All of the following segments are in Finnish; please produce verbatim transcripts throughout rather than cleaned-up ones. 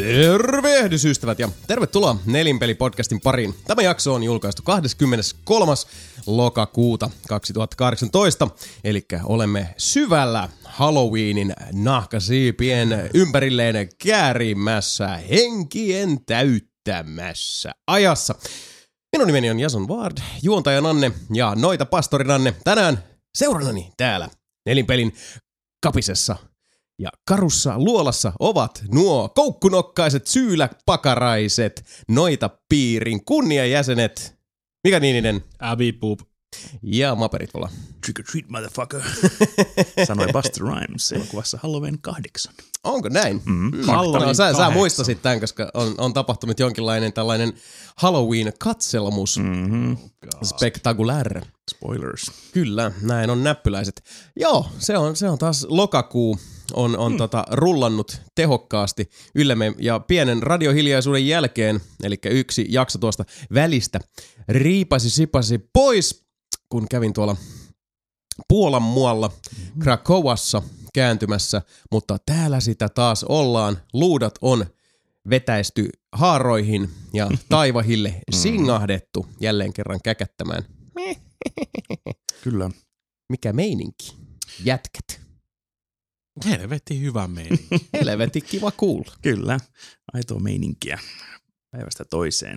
Tervehdys ystävät ja tervetuloa Nelinpeli-podcastin pariin. Tämä jakso on julkaistu kahdeskymmeneskolmas lokakuuta kaksituhattakahdeksantoista, eli olemme syvällä Halloweenin nahkasiipien ympärilleen käärimässä henkien täyttämässä ajassa. Minun nimeni on Jason Ward, juontajananne ja noita pastorinanne tänään seurannani täällä Nelinpelin kapisessa. Ja karussa luolassa ovat nuo koukkunokkaiset syyläpakaraiset noita piirin kunniajäsenet. Mikä Niininen? Abby Poop. Ja Maperitvola. Trick or treat, motherfucker. Sanoi Buster Rhymes elokuvassa Halloween kahdeksan. Onko näin? Mm, mm. No, sä, sä muistasit tämän, koska on, on tapahtunut jonkinlainen tällainen Halloween-katselmus. Mm-hmm. Spectacular. Spoilers. Kyllä, näin on näppyläiset. Joo, se on, se on taas lokakuu. On, on mm. tota, rullannut tehokkaasti yllemme ja pienen radiohiljaisuuden jälkeen, eli yksi jakso tuosta välistä, riipasi sipasi pois, kun kävin tuolla Puolan muualla mm-hmm. Krakowassa kääntymässä, mutta täällä sitä taas ollaan. Luudat on vetäisty haaroihin ja taivahille singahdettu jälleen kerran käkättämään. Kyllä. Mikä meininki? Jätkät. Helvetti hyvä meininki. Helvetti kiva kuulla. Kyllä, aitoa meininkiä päivästä toiseen.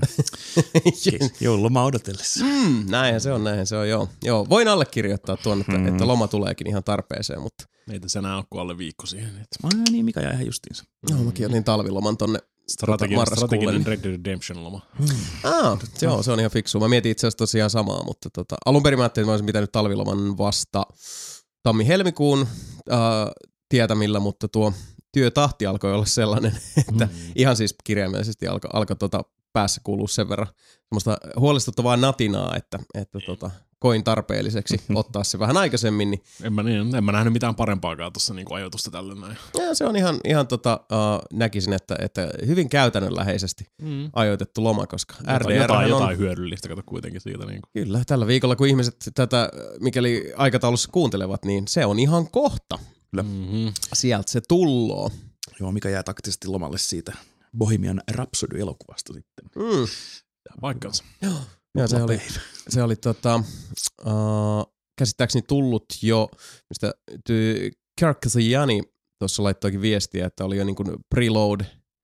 Joululoma odotellessa. Mm, näinhän se on, näinhän se on, joo. joo voin allekirjoittaa tuon, että, mm. että loma tuleekin ihan tarpeeseen, mutta... Meitä se enää ole kuin alle viikko siihen. Että... Ah, niin, mikä jäi ihan justiinsa. No, mm. mäkin otin talviloman tonne Strateginen, strateginen Red Dead Redemption-loma. Mm. Ah, joo, se on ihan fiksu. Mä mietin itse asiassa tosiaan samaa, mutta tota, alun perin mä ajattelin, että mä olisin pitänyt talviloman vasta tammi-helmikuun äh, tietämillä, mutta tuo työtahti alkoi olla sellainen, että mm. ihan siis kirjaimellisesti alkoi alko tota päässä kuulua sen verran semmoista huolestuttavaa natinaa, että, että tota, koin tarpeelliseksi ottaa se vähän aikaisemmin. Niin... En, mä, niin, en mä nähnyt mitään parempaakaan tuossa niin ajoitusta tälle näin. Ja se on ihan, ihan tota, uh, näkisin, että, että hyvin käytännönläheisesti mm. ajoitettu loma, koska R D R jotain, on... Jotain hyödyllistä, kato kuitenkin siitä. Niin kuin. Kyllä, tällä viikolla kun ihmiset tätä, mikäli aikataulussa kuuntelevat, niin se on ihan kohta. Mm-hmm. Sieltä se tulloo. Joo, mikä jää taktisesti lomalle siitä Bohemian Rhapsody-elokuvasta sitten. Mm. Paikkansa. Joo, ja se oli, se oli tota, uh, käsittääkseni tullut jo, mistä Karkasajani tuossa laittoikin viestiä, että oli jo niin kuin preload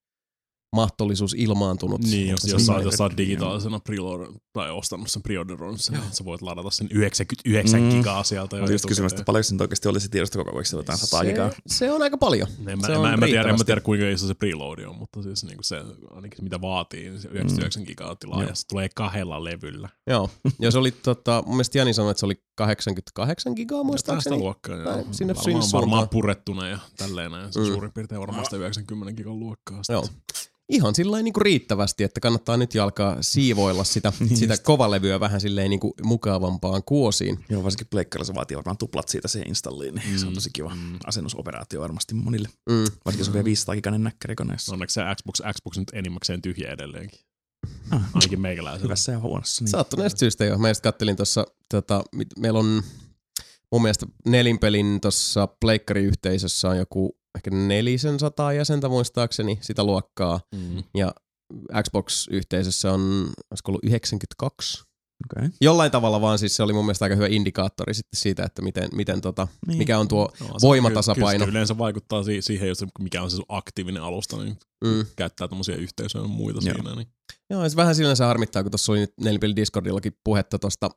mahdollisuus ilmaantunut. Niin, jos, jos, sä, jos sä oot digitaalisena preload, tai ostanut sen preorderon, sen, sä voit ladata sen yhdeksänkymmentäyhdeksän mm. gigaa sieltä. Mä just kysymässä, että paljonko se nyt oikeasti olisi tiedostokokoavaksi jotain sata gigaa? Se on aika paljon. En mä, en mä, en mä, tiedä, en mä tiedä, kuinka iso se preload on, mutta siis niinku se, ainakin mitä vaatii, niin se yhdeksänkymmentäyhdeksän mm. gigaa tilaa, ja se tulee kahdella levyllä. Joo, ja se oli, tota, mun mielestä Jani sanoi, että se oli kahdeksankymmentäkahdeksan gigaa muistaakseni. Tästä luokkaa, joo. Sinne varmaan, varmaan purettuna ja tälleen näin. Se on mm. suurin piirtein varmaan sitä yhdeksänkymmentä gigan luokkaa. Joo. Ihan silleen niinku riittävästi, että kannattaa nyt jo alkaa siivoilla sitä, sitä kovalevyä vähän silleen niinku mukavampaan kuosiin. Joo, varsinkin pleikkarilla se vaatii varmaan tuplat siitä siihen installiin, niin mm. se on tosi kiva mm. asennusoperaatio varmasti monille. Mm. Varsinkin se on vielä viisisataa gigainen näkkäri koneessa. Onneksi se Xbox, Xbox nyt enimmäkseen tyhjä edelleenkin. Ah. Ainakin meikäläisellä. Hyvässä ja huonossa. Niin. Sattuneesta syystä jo. Mä just kattelin tuossa, tota, meillä on mun mielestä Nelinpelin tuossa pleikkariyhteisössä on joku ehkä nelisen sataa jäsentä muistaakseni sitä luokkaa. Mm. Ja Xbox-yhteisössä on, olisiko ollut yhdeksänkymmentäkaksi. Okay. Jollain tavalla vaan siis se oli mun mielestä aika hyvä indikaattori sitten siitä, että miten, miten tota, niin. mikä on tuo no, voimatasapaino. Kyllä yleensä vaikuttaa siihen, jos mikä on se aktiivinen alusta, niin mm. käyttää tommosia yhteisöjä ja muita Joo. siinä. Niin. Joo, se vähän silleen se harmittaa, kun tuossa oli nyt Nelinpelin Discordillakin puhetta tuosta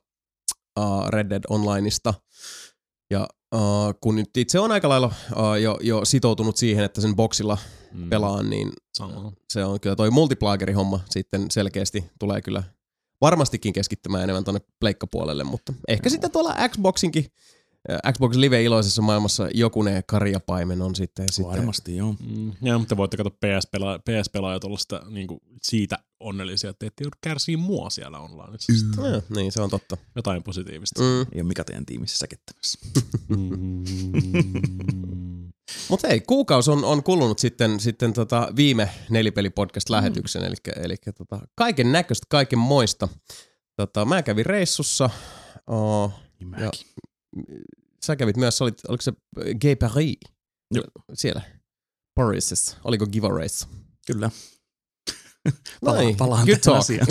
uh, Red Dead Onlineista. Ja uh, kun nyt itse on aika lailla uh, jo, jo sitoutunut siihen, että sen boksilla mm. pelaan, niin Sama. se on kyllä toi multiplageri-homma sitten selkeästi tulee kyllä varmastikin keskittymään enemmän tuonne pleikkapuolelle, mutta ehkä no. sitten tuolla Xboxinkin, Xbox Live-iloisessa maailmassa jokunen karjapaimen on sitten. Varmasti, sitten. joo. Mm, ja mutta voitte katsoa P S-pela- P S-pelaajat olla sitä, niin kuin siitä onnellisia, että ette joudu kärsii mua siellä online. Mm. Ja, niin, se on totta. Jotain positiivista. Mm. Ja mikä teidän tiimissä säkettämässä. Mutta hei, kuukausi on, on kulunut sitten, sitten tota viime Nelipeli-podcast-lähetyksen, mm. eli, eli tota, kaiken näköistä, kaiken moista. Tota, mä kävin reissussa. Oh, ja sä kävit myös, olit, oliko se Gay Paris? Joo. Siellä, Parisissa. Oliko giveaways? Kyllä. Palaan, Noin, palaan good tähän talk. asiaan.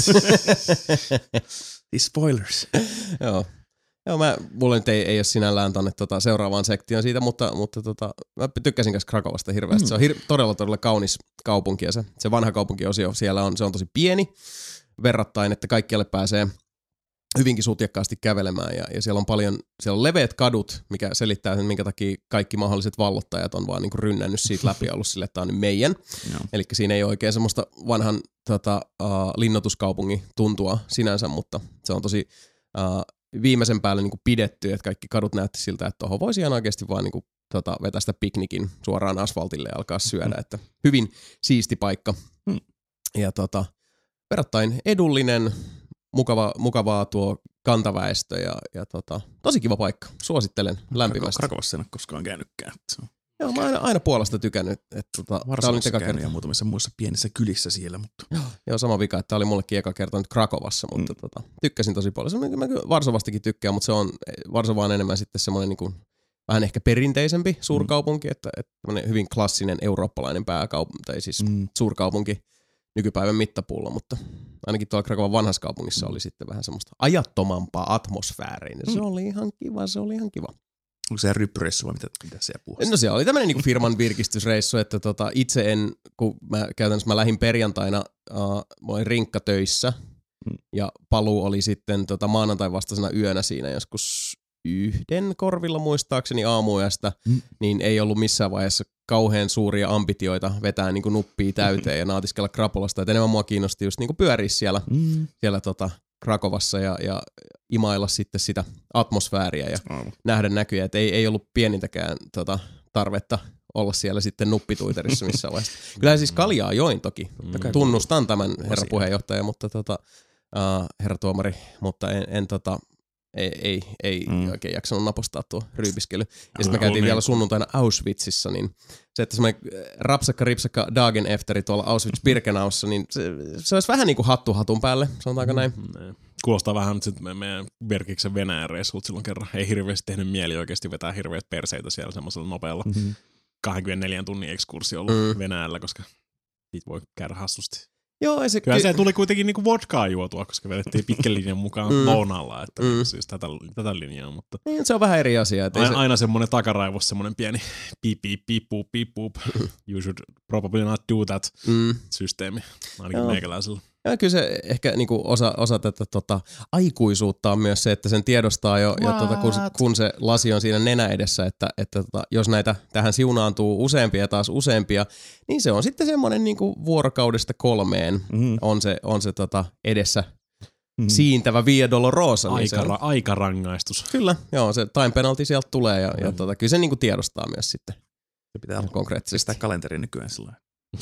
These spoilers. Joo. Joo, mä, mulla nyt ei, ei ole sinällään tonne tota, seuraavaan sektioon siitä, mutta, mutta tota, mä tykkäsin kanssa Krakovasta hirveästi. Mm. Se on hir- todella, todella kaunis kaupunki ja se, se vanha kaupunkiosio siellä on, se on tosi pieni verrattain, että kaikkialle pääsee hyvinkin sutjakkaasti kävelemään ja, ja siellä on paljon, siellä on leveät kadut, mikä selittää sen, minkä takia kaikki mahdolliset vallottajat on vaan niinku rynnännyt siitä läpi ja ollut sille, että tää on nyt meidän. Eli siinä ei ole oikein semmoista vanhan tota, uh, linnoituskaupungin tuntua sinänsä, mutta se on tosi uh, viimeisen päälle niinku pidetty, että kaikki kadut näytti siltä, että tuohon voisi ihan oikeasti vaan niinku, tota, vetää sitä piknikin suoraan asfaltille ja alkaa syödä, mm. että hyvin siisti paikka. Mm. Ja tota, verrattain edullinen, Mukava, mukavaa tuo kantaväestö ja, ja tota, tosi kiva paikka. Suosittelen lämpimästi. Krakovassa en ole koskaan käynytkään. Joo, mä oon aina, aina Puolasta tykännyt. Että, tota, Varsovassa käynyt ja muutamissa muissa pienissä kylissä siellä. Mutta... Joo, joo, sama vika, että tää oli mullekin eka kerta nyt Krakovassa, mutta mm. tota, tykkäsin tosi paljon. Mä kyllä Varsovastakin tykkään, mutta se on, Varsova on enemmän sitten semmoinen niin kuin, vähän ehkä perinteisempi suurkaupunki, mm. että, että hyvin klassinen eurooppalainen pääkaupunki, tai siis mm. suurkaupunki nykypäivän mittapuulla, mutta ainakin tuolla Krakovan vanhassa kaupungissa oli sitten vähän semmoista ajattomampaa atmosfääriä. Se mm. oli ihan kiva, se oli ihan kiva. Onko se ryppyreissu vai mitä, mitä siellä puhuisi? No se oli tämmöinen niinku firman virkistysreissu, että tota, itse en, kun mä käytännössä mä lähdin perjantaina, uh, mä olin rinkkatöissä mm. ja paluu oli sitten tota, maanantain vastaisena yönä siinä joskus yhden korvilla muistaakseni aamuyöstä, mm. niin ei ollut missään vaiheessa kauhean suuria ambitioita vetää niinku nuppia täyteen ja naatiskella krapulasta. Et enemmän mua kiinnosti just niinku pyöriä siellä, mm. siellä tota Krakovassa ja, ja imailla sitten sitä atmosfääriä ja oh. nähdä näkyjä. Et ei, ei ollut pienintäkään tota, tarvetta olla siellä sitten nuppituiterissa missään vaiheessa. Kyllähän siis kaljaa join toki. Mm. Tunnustan tämän herra puheenjohtaja, mutta tota, uh, herra tuomari, mutta en, en tota... Ei, ei, ei mm. oikein jaksanut napostaa tuo ryypiskely. Ja sitten me käytiin vielä sunnuntaina Auschwitzissa, niin se, että semmoinen rapsakka ripsakka dagen efteri tuolla Auschwitz-Birkenaussa, niin se, se olisi vähän niin kuin hattu hatun päälle, sanotaanko näin. Mm. Kuulostaa vähän nyt sitten meidän Berkiksen Venäjän reissut silloin kerran. Ei hirveästi tehnyt mieli oikeasti vetää hirveät perseitä siellä semmoisella nopealla mm-hmm. kaksikymmentäneljä tunnin ekskurssi ollut mm. Venäjällä, koska siitä voi käydä hassusti. Joo, se Kyllä ky- se tuli kuitenkin niinku vodkaa juotua, koska vedettiin pitkän linjan mukaan mm. lounalla, että mm. siis tätä, tätä linjaa, mutta... Niin, se on vähän eri asia. Aina, se... aina semmoinen takaraivos, semmoinen pieni piip, piip, piip, puup, piip, puup. You should probably not do that mm. systeemi, ainakin meikäläisellä. Ja kyllä se ehkä niinku osa, osa tätä tota, aikuisuutta on myös se, että sen tiedostaa jo, jo tota, kun, kun se lasi on siinä nenä edessä, että, että tota, jos näitä tähän siunaantuu useampia ja taas useampia, niin se on sitten semmoinen niinku vuorokaudesta kolmeen mm. on se, on se tota, edessä mm. siintävä Via Dolorosa. Niin Aikara, aikarangaistus. Kyllä, joo, se time penalty sieltä tulee ja, mm. ja tota, kyllä se niinku tiedostaa myös sitten. Se pitää konkreettisesti sitä kalenterin nykyään sillä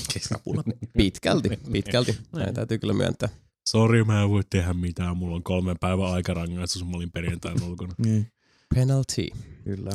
Pitkälti, pitkälti. Näin täytyy kyllä myöntää. Sori, mä en voi tehdä mitään. Mulla on kolmen päivän aikarangaistus. Mä olin perjantain ulkona. Penalty. Kyllä.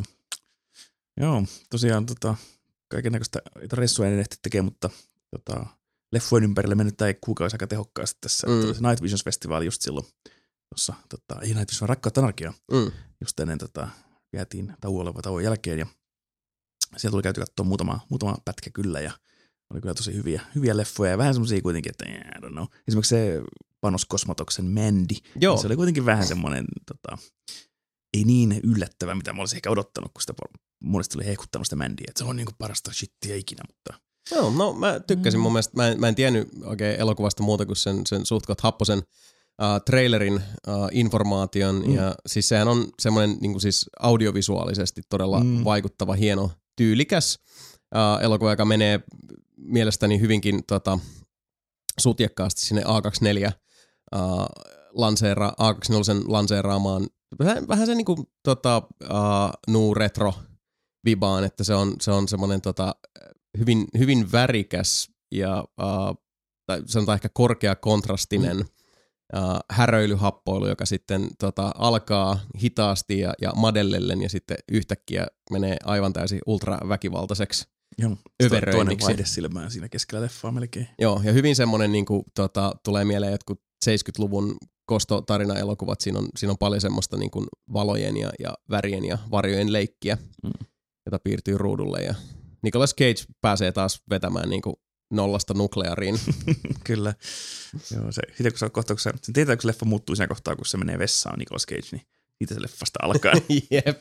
Joo, tosiaan tota, kaikennäköistä reissua en ehti tekee, mutta tota, leffojen ympärille mennyt tämä kuukausi aika tehokkaasti tässä. Mm. Night Visions-festivaali just silloin. Tuossa, tota, ei Night Visions, Rakkautta anarkiaa. Mm. Just ennen tota, jäätiin tauolle vai tauon jälkeen. Ja siellä tuli käyty katsoa muutama, muutama pätkä kyllä ja oli kyllä tosi hyviä, hyviä leffoja ja vähän semmosia kuitenkin, että I don't know. Esimerkiksi se Panos Kosmatoksen Mandy. Joo. Se oli kuitenkin vähän semmoinen, tota, ei niin yllättävä, mitä mä olisin ehkä odottanut, kun sitä monesti oli hehkuttanut sitä Mandyä. Että se on niinku parasta shittiä ikinä, mutta... Joo, no mä tykkäsin mm. mun mielestä. Mä en, mä en tiennyt oikein elokuvasta muuta kuin sen, sen suhtkot happosen uh, trailerin uh, informaation. Mm. Ja siis sehän on semmoinen niinku siis audiovisuaalisesti todella mm. vaikuttava, hieno, tyylikäs uh, elokuva, joka menee mielestäni hyvinkin tota, sutjakkaasti sinne A kaksikymmentäneljä uh, lanseera, A kaksikymmentäneljä lanseeraamaan vähän, vähän se niinku tota, uh, nu retro vibaan, että se on, se on semmoinen tota, hyvin, hyvin värikäs ja uh, tai sanotaan ehkä korkeakontrastinen mm. uh, häröilyhappoilu, joka sitten tota, alkaa hitaasti ja, ja madellellen ja sitten yhtäkkiä menee aivan täysin ultraväkivaltaiseksi. Joo, toinen vaihde silmään siinä keskellä leffaa melkein. Joo, ja hyvin semmoinen, niin kuin, tota, tulee mieleen jotkut seitsemänkymmentäluvun kostotarina-elokuvat, siinä on, siinä on paljon semmoista niin kuin valojen ja, ja värien ja varjojen leikkiä, mm. jota piirtyy ruudulle. Ja Nicolas Cage pääsee taas vetämään niin kuin nollasta nukleariin. Kyllä. Joo, se, sitten kun sä kohtauksessa, sen tietää, kun se leffa muuttuu siinä kohtaa, kun se menee vessaan Nicolas Cage, niin siitä se leffasta alkaa. Jep.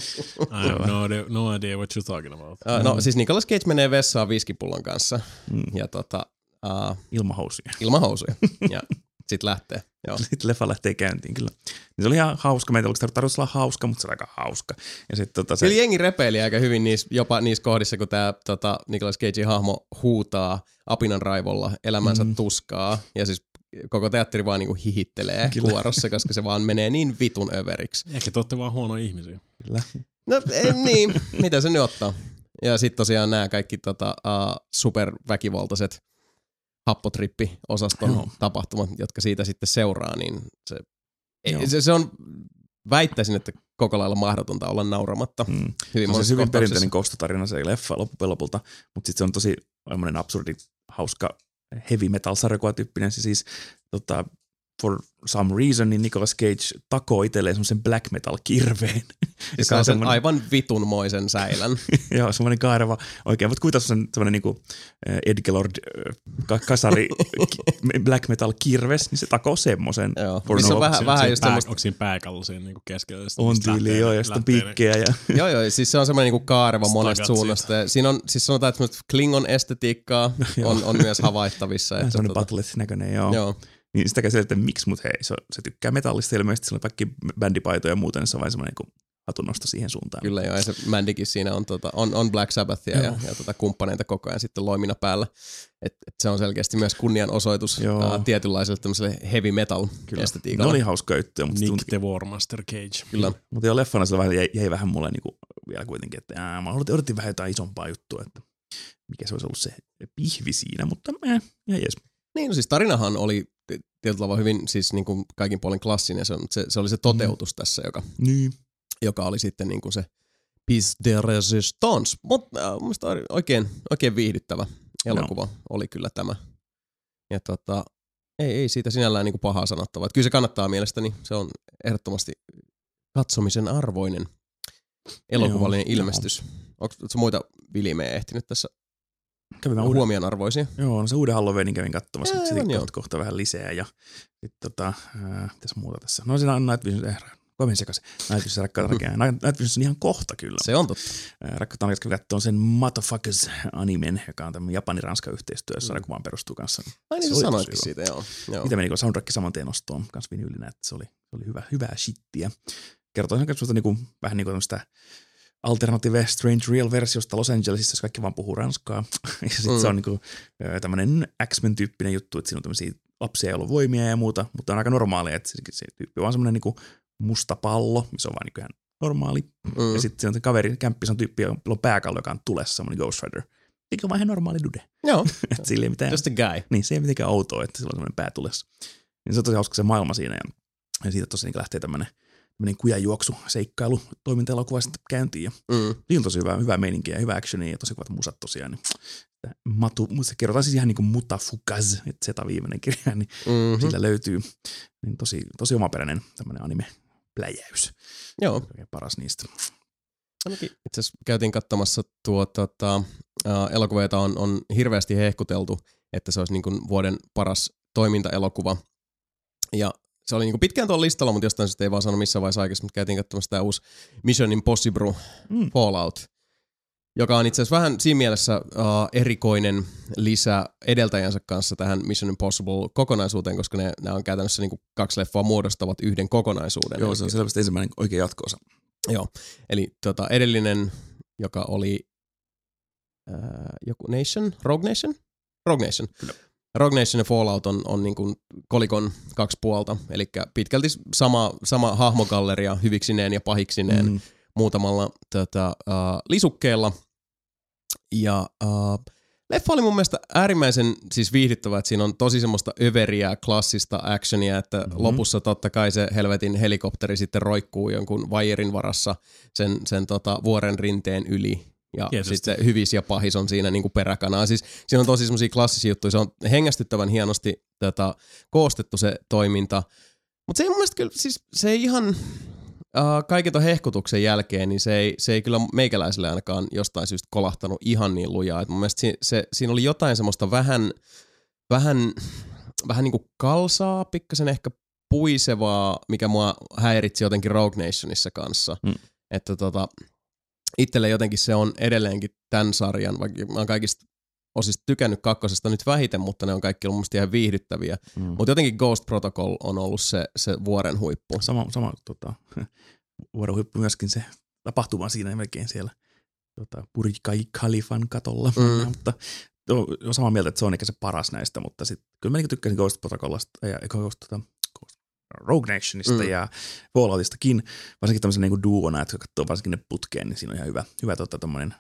I have no idea, no idea what you're talking about. Uh, no siis Nicolas Cage menee vessaan viskipullon kanssa mm. ja tota... Uh, ilman housuja. Ilman housuja. Ja sit lähtee. Joo. Sitten leffa lähtee käyntiin kyllä. Niin se oli ihan hauska. Meitä olisi tarvitse olla hauska, mutta se oli aika hauska. Ja sit, tota, se... Kyllä jengi repeili aika hyvin niissä, jopa niissä kohdissa, kun tämä tota, Nicolas Cagein hahmo huutaa apinan raivolla elämänsä mm. tuskaa. Ja siis koko teatteri vaan niinku hihittelee kyllä. kuorossa, koska se vaan menee niin vitun överiksi. Ehkä te ootte vaan huonoja ihmisiä. Kyllä. No ei, niin, mitä se nyt ottaa? Ja sitten tosiaan nämä kaikki tota, uh, superväkivaltaiset happotrippi-osaston Joo. tapahtumat, jotka siitä sitten seuraa, niin se, se, se on, väittäisin, että koko lailla mahdotonta olla nauramatta. Mm. Hyvin se on siis hyvin perinteinen kostotarina se leffa loppujen lopulta, mutta sitten se on tosi absurdi, hauska heavy metal sarjakuvatyyppinen. Se siis tota, for some reason niin Nicolas Cage takoo itselleen semmoisen black metal kirveen. Siis se on sen aivan vitunmoisen säilän. Joo, semmoinen kaareva. Oikein, voit kuvitella semmoinen niinku Edgelord kasari black metal kirves, niin se takoo semmoisen. Joo, missä on vähän, vähän just semmoista. Onko siinä pääkallo siinä niinku keskellä? On tyyli, joo, ja sitten piikkejä. Ja... joo, joo, siis se on semmoinen niinku kaareva monesta suunnasta. Siinä on, siis sanotaan, että semmoista Klingon-estetiikkaa on, on myös havaittavissa. Että semmoinen tuota... Battle-näköinen, joo. joo. Niin sitä käsitellä, että miksi, mutta hei, se, se tykkää metallista ilmeisesti, sillä on kaikki bändipaitoja ja muuten, niin se on vain semmoinen niin hatunnosto siihen suuntaan. Kyllä joo, ja se Mandikin siinä on, tota, on, on Black Sabbathia joo. ja, ja tota, kumppaneita koko ajan sitten loimina päällä. Et, et se on selkeästi myös kunnianosoitus uh, tietynlaiselle tämmöiselle heavy metal estetiikalle. Ne oli hauska juttuja. Nick tunti... the War Master Cage. Kyllä. Mutta jo leffana se vähän jäi, jäi vähän mulle niinku vielä kuitenkin, että ää, mä odotin vähän jotain isompaa juttua, että mikä se olisi ollut se pihvi siinä, mutta äh, ihan jes. Niin, no siis tarinahan oli tietyllä tavalla hyvin siis niin kuin kaikin puolin klassinen, se, se, se oli se toteutus mm. tässä, joka, niin. joka oli sitten niin kuin se piece de resistance, mutta äh, mun mielestä oikein, oikein viihdyttävä elokuva no. oli kyllä tämä. Ja tota, ei, ei siitä sinällään niin kuin pahaa sanottavaa. Että kyllä se kannattaa mielestäni, se on ehdottomasti katsomisen arvoinen elokuvallinen no, ilmestys. No. Onko muita vilimejä ehtinyt tässä huomionarvoisia? Joo, no se uuden Halloweenin kävin katsomassa, mutta sitten kohta, kohta vähän lisää. Ja sitten tota, mitäs muuta tässä? No siinä on Night Vision, eh, kovin sekaisin. Night Vision rakkaat rakeen. Night Vision on ihan kohta kyllä. Se on totta. Rakkaat rakkaat katsoa sen Motherfuckers animen, joka on tämmöinen Japani-Ranska yhteistyö, jossa sarjakuvaan perustuu kanssa. Ai niin se sanoitkin siitä, joo. joo. Mitä meni, kun soundtrack saman tien ostoon kanssa vinyylinä, että se oli, se oli hyvä, hyvää shittiä. Kertoo ihan semmoista niinku, vähän niin kuin tämmöistä Alternative Strange Real-versiosta Los Angelesissa, jos kaikki vaan puhuu ranskaa. Ja sitten mm. se on niinku tämmöinen X-Men-tyyppinen juttu, että siinä on tämmöisiä lapsia, joilla on voimia ja muuta, mutta on aika normaalia, että se, se tyyppi on vaan semmoinen niinku musta pallo, missä on vaan niinku ihan normaali. Mm. Ja sitten se on se kaveri, kämppis on tyyppi, jolla on pääkallo, joka on tulessa, semmoinen Ghost Rider. Eikä vaan ihan normaali dude. Joo. Että sillä ei mitään. Just a guy. Niin, se ei mitenkään outoa, että sillä on semmoinen pää tulessa. Niin se on tosi hauska se maailma siinä ja, ja siitä tosiaan lähtee tämmöinen tämmöinen kujanjuoksu, seikkailu, toiminta-elokuva sitten käyntiin. Ja mm. Niin on tosi hyvä, hyvä meininkiä ja hyvä actionia ja tosi kuvat musat tosiaan. Niin, matu, se kerrotaan siis ihan niin kuin Mutafukaz, että Zeta viimeinen kirja, niin mm-hmm. sillä löytyy niin tosi, tosi omaperäinen tämmöinen anime-pläjäys. Joo. Paras niistä. Ainakin itse asiassa käytiin katsomassa tuo tota, uh, elokuva, jota on, on hirveästi hehkuteltu, että se olisi niin kuin vuoden paras toimintaelokuva. Ja se oli niinku pitkään tuolla listalla, mutta jostain sitten ei vaan sano missään vaiheessa aikaisemmin, mutta käytiin katsomassa tämä uusi Mission Impossible mm. Fallout, joka on itse asiassa vähän siinä mielessä uh, erikoinen lisä edeltäjänsä kanssa tähän Mission Impossible kokonaisuuteen, koska ne, ne on käytännössä niinku kaksi leffaa muodostavat yhden kokonaisuuden. Joo, se on selvästi ensimmäinen oikea jatko-osa. Joo, eli tota, edellinen, joka oli uh, joku Nation, Rogue Nation? Rogue Nation. Kyllä. Rogue Nation ja Fallout on, on niin kuin kolikon kaksi puolta, eli pitkälti sama, sama hahmogalleria hyviksineen ja pahiksineen mm. muutamalla tota, uh, lisukkeella. Ja uh, leffa oli mun mielestä äärimmäisen siis viihdyttävä, että siinä on tosi semmoista överiä, klassista actionia, että mm-hmm. lopussa totta kai se helvetin helikopteri sitten roikkuu jonkun vaijerin varassa sen, sen tota, vuoren rinteen yli. Ja sitten se hyvis ja pahis on siinä niinku peräkanaa. Siis siinä on tosi semmosia klassisia juttuja. Se on hengästyttävän hienosti tätä koostettu se toiminta. Mutta se ei mun mielestä kyllä, siis se ei ihan, uh, kaiken ton hehkutuksen jälkeen, niin se ei, se ei kyllä meikäläiselle ainakaan jostain syystä kolahtanut ihan niin lujaa. Et mun mielestä si, se, siinä oli jotain semmoista vähän, vähän, vähän niin kuin kalsaa, pikkasen ehkä puisevaa, mikä mua häiritsi jotenkin Rogue Nationissa kanssa. Mm. Että tota, itselle jotenkin se on edelleenkin tämän sarjan, vaikka mä oon kaikista osista tykännyt kakkosesta nyt vähiten, mutta ne on kaikki ollut musta ihan viihdyttäviä. Mm. Mutta jotenkin Ghost Protocol on ollut se, se vuoren huippu. Sama, sama tota, vuoren huippu myöskin se tapahtuma siinä melkein siellä tota, Burj Khalifan katolla. Mm. Mutta on samaa mieltä, että se on ehkä se paras näistä, mutta sit, kyllä mä niin tykkäsin Ghost Protocolasta ja Ghost, tota, Ghost Rogue Nationista mm. ja Falloutistakin, varsinkin tämmöisen niin duona, että katsoo varsinkin ne putkeen, niin siinä on ihan hyvä, hyvä tota, tommonen,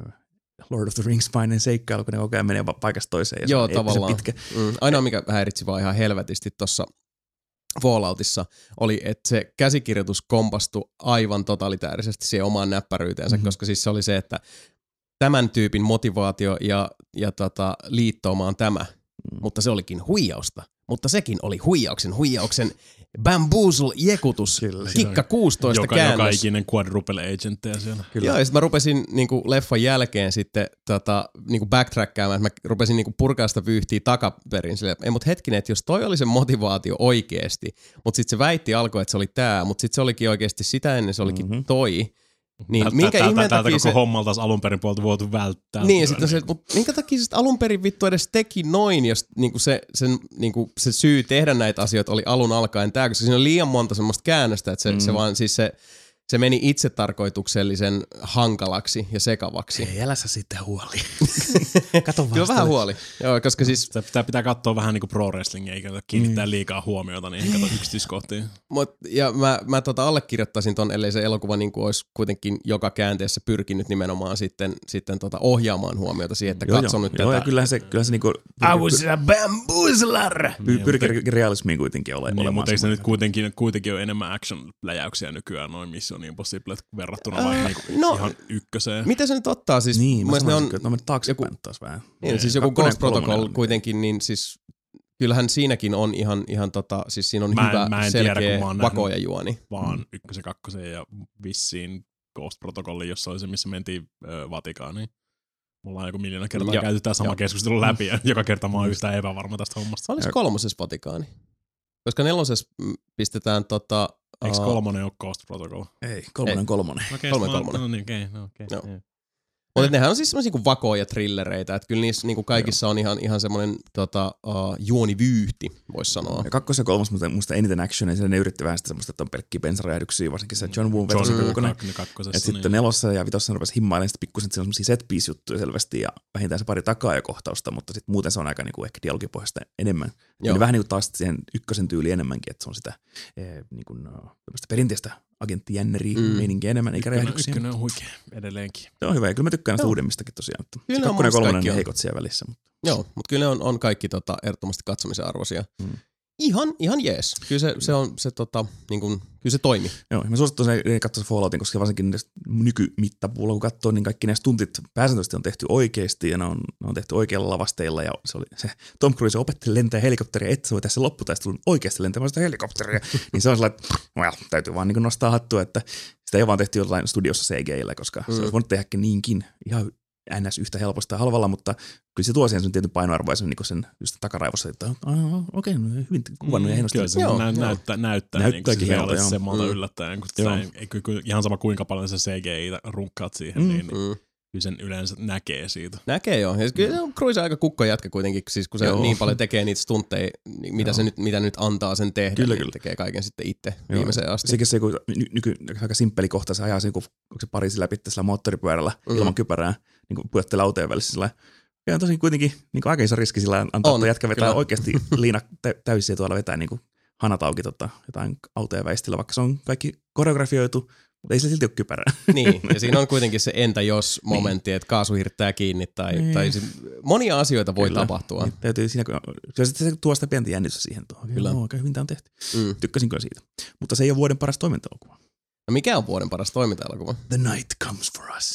Lord of the Rings-mainen seikkailu, kun ne koko ajan menee paikasta toiseen. Ja joo, tavallaan. Pitkä. Mm. Ainoa, mikä häiritsi vaan ihan helvetisti tuossa Falloutissa, oli, että se käsikirjoitus kompastui aivan totalitäärisesti siihen omaan näppäryyteensä, mm-hmm. koska siis se oli se, että tämän tyypin motivaatio ja, ja tota, liittouma on tämä, mm. mutta se olikin huijausta. Mutta sekin oli huijauksen, huijauksen bamboozle-jekutus, Kyllä, kikka kuusitoista joka, käännös. Joka ikinen quadruple agentteja siellä. Kyllä. Joo, ja sitten mä rupesin niinku leffan jälkeen sitten tota, niinku backtrackkaamaan, että mä rupesin niinku purkaa sitä vyyhtiä takaperin. Silleen, ei mut hetkinen, että jos toi oli se motivaatio oikeesti, mutta sitten se väitti alkoi, että se oli tää, mutta sitten se olikin oikeesti sitä ennen, se olikin mm-hmm. toi. Niin, Tältä, minkä tältä, ihmeen tältä takia koko se... hommalta taas alun perin puolta voitu välttää. Niin, ja sitten se, mutta minkä takia se alun perin vittu edes teki noin, jos niinku se, sen, niinku se syy tehdä näitä asioita oli alun alkaen tää, koska siinä on liian monta semmoista käännöstä, että se, mm. se vaan siis se... Se meni itsetarkoituksellisen hankalaksi ja sekavaksi. Ei, älä sä sitten huoli. Kato vaan. Kyllä vähän huoli. Joo, koska siis... Sitä pitää, pitää katsoa vähän niin kuin pro-wrestlingia, eikä kiinnittää mm. liikaa huomiota niihin kato yksityiskohtiin. Mut, ja mä, mä tota allekirjoittaisin ton, ellei se elokuva niin kuin olisi kuitenkin joka käänteessä pyrkinyt nimenomaan sitten, sitten tota ohjaamaan huomiota siihen, että joo, katson joo, nyt joo, tätä. Ja kyllähän se, kyllähän se niinku... I was a bamboozler! Pyrkii realismiin kuitenkin ole, niin, olemaan. Mutta eikö se nyt kuitenkin, kuitenkin ole enemmän action-läjäyksiä nykyään noin Mission Impossible verrattuna äh, vaikka niinku no, ihan ykköseen. Mitä se nyt ottaa siis? Niin, mä sanoisin, on, että on mennyt taaksepäin taas vähän. Niin, niin, siis joku Ghost Protocol kuitenkin, niin siis kyllähän siinäkin on ihan, ihan tota, siis siinä on mä en, hyvä, mä en selkeä, tiedä, vakoja juoni. Vaan mm. ykkösen, kakkosen ja vissiin Ghost Protocolin, jossa oli se, missä mentiin ö, Vatikaaniin. Mulla on joku miljoona kertaa ja, käyty tämä sama jo. keskustelu läpi ja joka kerta mä oon yhtään epävarma tästä hommasta. Oliko kolmosessa Vatikaani? Koska nelosessa pistetään tota... Eikö kolmonen ole Ghost Protocol? Ei, kolmonen kolmonen. Okei, kolmonen kolmonen. No niin, okei, no, okei. Okay, mutta nehän on siis semmoisia niinku vakoja trillereitä, että kyllä niissä niinku kaikissa Joo. on ihan, ihan semmoinen tota, uh, juonivyyhti, voisi sanoa. Ja kakkos ja kolmas, mutta musta eniten actionia, siellä ne yritti vähän sitä semmoista, että on pelkkiä bensaräjähdyksiä, varsinkin se John Woo vetosi kuukonen. Ja sitten niin. nelossa ja vitossa rupesi himmailemaan sitten pikkusen, että siellä on semmoisia set piece juttuja selvästi ja vähintään se pari takaa ja kohtausta, mutta sitten muuten se on aika niinku ehkä dialogipohjasta enemmän. Ja vähän niinku taas siihen ykkösen tyyli enemmänkin, että se on sitä eh, niinku, no, perinteistä agenttijänneri-meininkiä mm. enemmän, eikä räjähdyksiä. Ykkönen on huikea edelleenkin. Se on hyvä, ja kyllä mä tykkään näistä uudemmistakin tosiaan. Kyllä se kakkonen ja kolmonen on heikot siellä välissä. Mutta. Joo, mutta kyllä ne on, on kaikki tota, ehdottomasti katsomisen arvoisia. Mm. Ihan, ihan jees. Kyllä se, se, on, se, tota, niin kun, kyllä se toimi. Joo, mä suosittelen katsoa Falloutin, koska varsinkin nykymittapuulla, kun katsoo, niin kaikki ne stuntit pääsääntöisesti on tehty oikeasti, ja ne on, ne on tehty oikealla lavasteilla, ja se oli se Tom Cruise opetteli lentää helikopteria, että se voi tässä lopputaistelun oikeasti lentämään sitä helikopteria. Niin se on sellainen, että well, täytyy vaan niin nostaa hattua, että sitä ei ole vaan tehty jollain studiossa C G I:llä, koska mm. se olisi voinut tehdäkin niinkin ihan ns. Yhtä helposta ja halvalla, mutta kyllä se tuo siihen sen tietyn painoarvoisen niin sen just takaraivossa, että okei, okay, hyvin kuvannut ja hienosti. Kyllä se nä- näyttää, näyttää näyttääkin niin hienolta, mm. yllättäen, kun ei, kyllä, ihan sama kuinka paljon se C G I runkkaat siihen, mm. niin, niin mm. kyllä sen yleensä näkee siitä. Näkee joo, ja kyllä on Cruise aika kukko jätkä kuitenkin, siis kun se joo. niin paljon tekee niitä stuntteja, mitä, se nyt, mitä nyt antaa sen tehdä, kyllä, niin kyllä. tekee kaiken sitten itse viimeiseen asti. Sekin se joku nyky, aika simppeli kohta, se ajaa se joku, onko se Pariisin läpi sillä moottoripyörällä mm. ilman kypärää, niin kuin pujattelee autojen välissä sillä ja on tosi kuitenkin niin kuin aika iso riski sillä antaa, että jätkä vetää kyllä. oikeasti liina täysiä tuolla vetää niin kuin hanat auki tota, jotain autoja väistillä, vaikka se on kaikki koreografioitu, mutta ei se silti ole kypärää. Niin, ja siinä on kuitenkin se entä jos momentti, että kaasu hirttää kiinni tai, niin. tai se, monia asioita voi kyllä. tapahtua. Niin, täytyy siinä, se, se tuo sitä pientä jännitystä siihen, että kyllä. No, aika hyvin tämä on tehty. Mm. Tykkäsin kyllä siitä. Mutta se ei ole vuoden paras toimintaelokuva. No mikä on vuoden paras toimintaelokuva? The Night Comes For Us.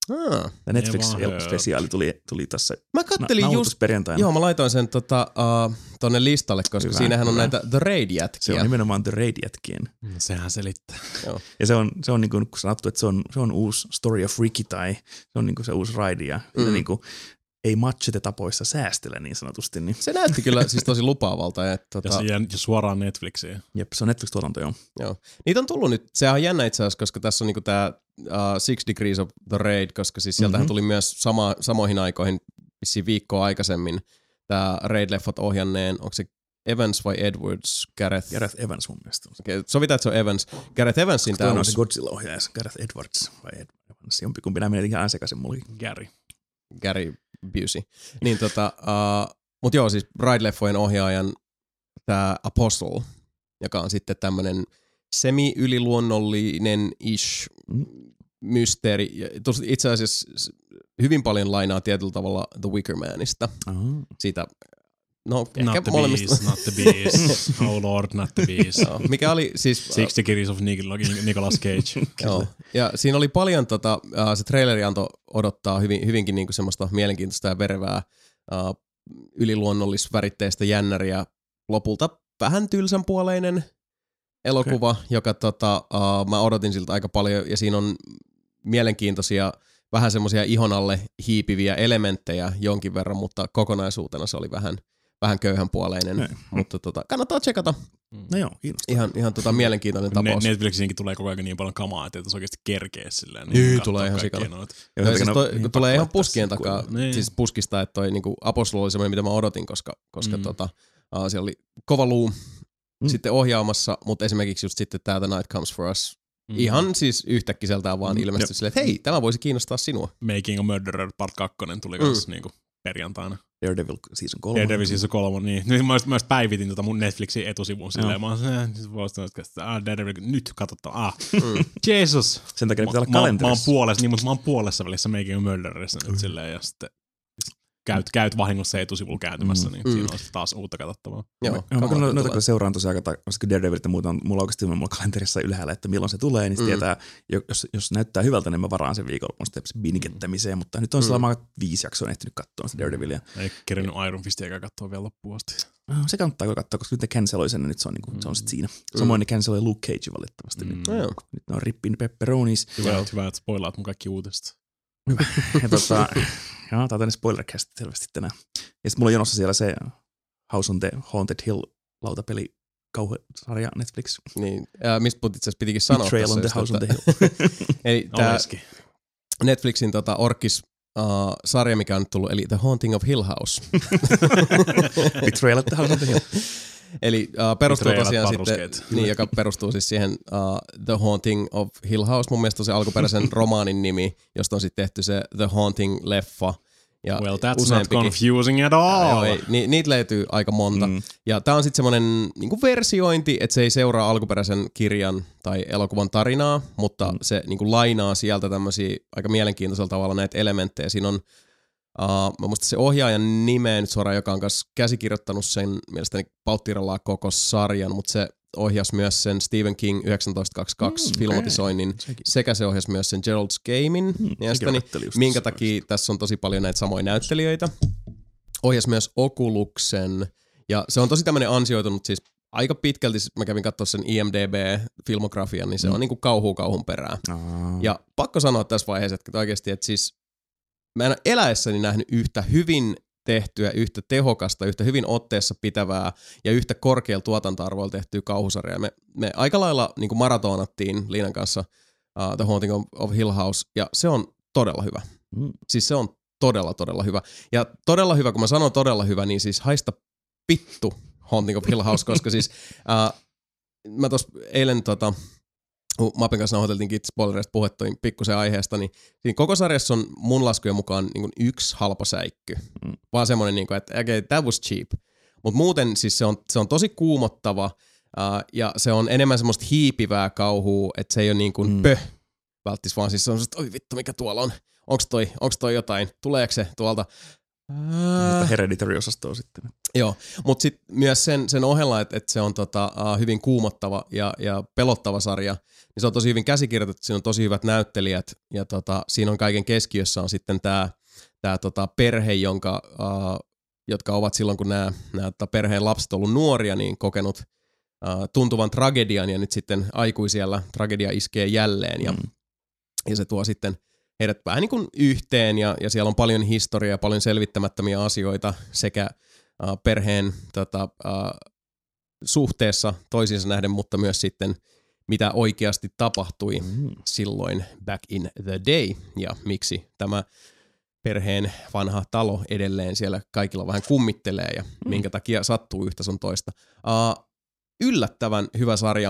Ah. Tämä Netflix-spesiaali tuli, tuli tässä Mä kattelin na- just, perjantaina. joo mä laitoin sen tota, uh, tonne listalle, koska hyvä, siinähän on hyvä. näitä The Raid-jätkiä. Se on nimenomaan The Raid-jätkien. No, sehän selittää. Joo. Ja se on, se on niin kuin sanottu, että se on, se on uusi Story of Ricky tai se on niin kuin se uusi Raid ja mm. niin kuin, ei machete-tapoissa säästellä niin sanotusti. Niin. Se näytti kyllä siis tosi lupaavalta. Että, tota... ja, se jää suoraan Netflixiin. Jep, se on Netflix-tuotanto, joo. joo. Niitä on tullut nyt, sehän on jännä itse asiassa, koska tässä on niinku tää uh, Six Degrees of the Raid, koska siis sieltähän mm-hmm. tuli myös sama, samoihin aikoihin, vissiin viikkoa aikaisemmin, tää Raid-leffat ohjanneen, onko se Evans vai Edwards? Gareth, Gareth Evans mun mielestä. Okay, sovitaan, että se on Evans. Gareth Evansin tää on uusi... se Godzilla-ohjaaja, Gareth Edwards vai Evans, jompikumpi nämä menee ihan sekaisin mullekin. Gary. Gary Busey. Niin tota, uh, mut joo, siis Raid-leffojen ohjaajan tää Apostle, joka on sitten tämmönen semi-yliluonnollinen-ish mysteeri. Itse asiassa hyvin paljon lainaa tietyllä tavalla The Wicker Manista. Uh-huh. Siitä, no not ehkä the molemmista. Beast, not the Beast. Oh lord, not the Beast. No, mikä oli siis... Six Degrees of Nicolas Cage. Joo, ja siinä oli paljon, tota, uh, se traileri antoi odottaa hyvin, hyvinkin niinku semmoista mielenkiintoista ja verevää uh, yliluonnollisväritteistä jännäriä. Lopulta vähän tylsän puoleinen elokuva, okay. joka tota, uh, mä odotin siltä aika paljon, ja siinä on mielenkiintoisia, vähän semmoisia ihon alle hiipiviä elementtejä jonkin verran, mutta kokonaisuutena se oli vähän, vähän köyhänpuoleinen, okay. mutta tota, kannattaa tsekata. No joo, kiinnostaa. Ihan, ihan tota mielenkiintoinen tapaus. Ne, Netflixiinkin tulee koko ajan niin paljon kamaa, että se oikeasti kerkee silleen. Niin, niin tulee ihan sikana. Siis toi, niin tulee ihan puskien takaa, niin. Siis puskista, että toi niinku Apostle oli semmoinen, mitä mä odotin, koska, koska mm. tota, uh, siellä oli kova luu mm. sitten ohjaamassa, mutta esimerkiksi just sitten tää The Night Comes For Us, mm. ihan siis yhtäkkiseltään vaan mm. ilmestyi silleen, että hei, tämä voisi kiinnostaa sinua. Making a Murderer Part kaksi tuli kans mm. niinku perjantaina. Daredevil Season kolme. Daredevil Season kolme, niin. Nyt mä, mä päivitin tota mun Netflixin etusivun silleen. Mä oon ah, Daredevil, nyt katsotaan. Ah, mm. Jeesus. Sen takia pitää olla mä, kalenterissa. Mä oon puolessa, niin, mutta mä oon puolessa välissä Making a Murdererissa nyt mm. silleen. Ja sitten käyt, käyt vahingossa etusivulla kääntymässä, mm. niin mm. siinä on taas uutta katsottavaa. Joo. Mä, mä kyllä noita kun seuraan tosiaan, koska Daredevil ja muuta on mulla oikeasti mulla kalenterissa ylhäällä, että milloin se tulee, niin mm. tietää, jos, jos näyttää hyvältä, niin mä varaan sen viikolla sitten binikettämiseen, mutta nyt on mm. sellainen viisi jaksoa ehtinyt katsoa sitä Daredevilia. Ei kerännyt Iron Fistiäkään katsoa vielä loppuun asti. Se kannattaa kyllä katsoa, koska nyt ne canceloi sen, ja nyt se on, niin kuin, mm. se on sit siinä. Samoin ne canceloi Luke Cage valitettavasti. Mm. Niin, no, nyt ne on rippin pepperonis. Hyvä, hyvä että spoilaat mun kaikki uutista. Hyvä. Ja tota, joo, tää on tänne spoilercast selvästi tänään. Ja sit mulla on jonossa siellä se House on the Haunted Hill lautapeli kauhusarja Netflix. Niin, ja mistä put itse asiassa pitikin sanoa Betrayal tässä. on the House on the Hill. Eli tää Netflixin tota, Orkis-sarja, uh, mikä on nyt tullut, eli The Haunting of Hill House. Betrayal at the House on the Hill. Eli uh, perustuu tosiaan sitten, niin, joka perustuu siis siihen uh, The Haunting of Hill House. Mun mielestä on se alkuperäisen romaanin nimi, josta on sitten tehty se The Haunting-leffa. Ja well, that's not confusing at all. Joo, ei, ni, niitä löytyy aika monta. Mm. Ja tää on sitten semmonen niinku versiointi, että se ei seuraa alkuperäisen kirjan tai elokuvan tarinaa, mutta mm. se niinku lainaa sieltä tämmöisiä aika mielenkiintoisella tavalla näitä elementtejä. Siinä on Uh, mä muistan se ohjaajan nimeä nyt suoraan, joka on kanssa käsikirjoittanut sen mielestäni pauttirallaan koko sarjan, mutta se ohjasi myös sen Stephen King yhdeksäntoista kaksikymmentäkaksi mm, filmatisoinnin, okay. sekä se ohjasi myös sen Gerald's Gamein mm, mielestäni, minkä takia tässä on tosi paljon näitä samoja näyttelijöitä. Ohjasi myös Oculusen, ja se on tosi tämmöinen ansioitunut siis aika pitkälti, mä kävin katsoa sen I M D B-filmografian, niin se mm. on niinku kauhuu kauhun perään. Ah. Ja pakko sanoa tässä vaiheessa, että oikeasti, että siis mä en ole eläessäni nähnyt yhtä hyvin tehtyä, yhtä tehokasta, yhtä hyvin otteessa pitävää ja yhtä korkealla tuotantoarvoilla tehtyä kauhusarjaa. Me, me aika lailla niin kuin maratonattiin Liinan kanssa uh, The Haunting of, of Hill House, ja se on todella hyvä. Mm. Siis se on todella, todella hyvä. Ja todella hyvä, kun mä sanon todella hyvä, niin siis haista pittu Haunting of Hill House, koska siis uh, mä tuossa eilen tota, Mapin kanssa nauhoiteltiinkin spoilereista puhettuin pikkusen aiheesta, niin siinä koko sarjassa on mun laskujen mukaan niin kuin yksi halpa säikky. Mm. Vaan semmoinen, niin kuin, että okay, that was cheap. Mutta muuten siis se on, se on tosi kuumottava uh, ja se on enemmän semmoista hiipivää kauhua, että se ei ole niin kuin mm. pöh välttis, vaan siis se on semmoista, oi vittu mikä tuolla on. Onks toi, onks toi jotain, tuleeko se tuolta? Äh. Hereditary-osastoa sitten. Joo, mutta sitten myös sen, sen ohella, että et se on tota, uh, hyvin kuumottava ja, ja pelottava sarja, niin se on tosi hyvin käsikirjoitettu, siinä on tosi hyvät näyttelijät ja tota, siinä on kaiken keskiössä on sitten tämä tää, tota, perhe, jonka, uh, jotka ovat silloin, kun nämä tota, perheen lapset on ollut nuoria, niin kokenut uh, tuntuvan tragedian ja nyt sitten aikuisiellä tragedia iskee jälleen ja, mm. ja se tuo sitten heidät vähän niin kuin yhteen ja, ja siellä on paljon historiaa, paljon selvittämättömiä asioita sekä uh, perheen tota, uh, suhteessa toisiinsa nähden, mutta myös sitten mitä oikeasti tapahtui mm. silloin back in the day ja miksi tämä perheen vanha talo edelleen siellä kaikilla vähän kummittelee ja mm. minkä takia sattuu yhtä sun toista. Uh, yllättävän hyvä sarja.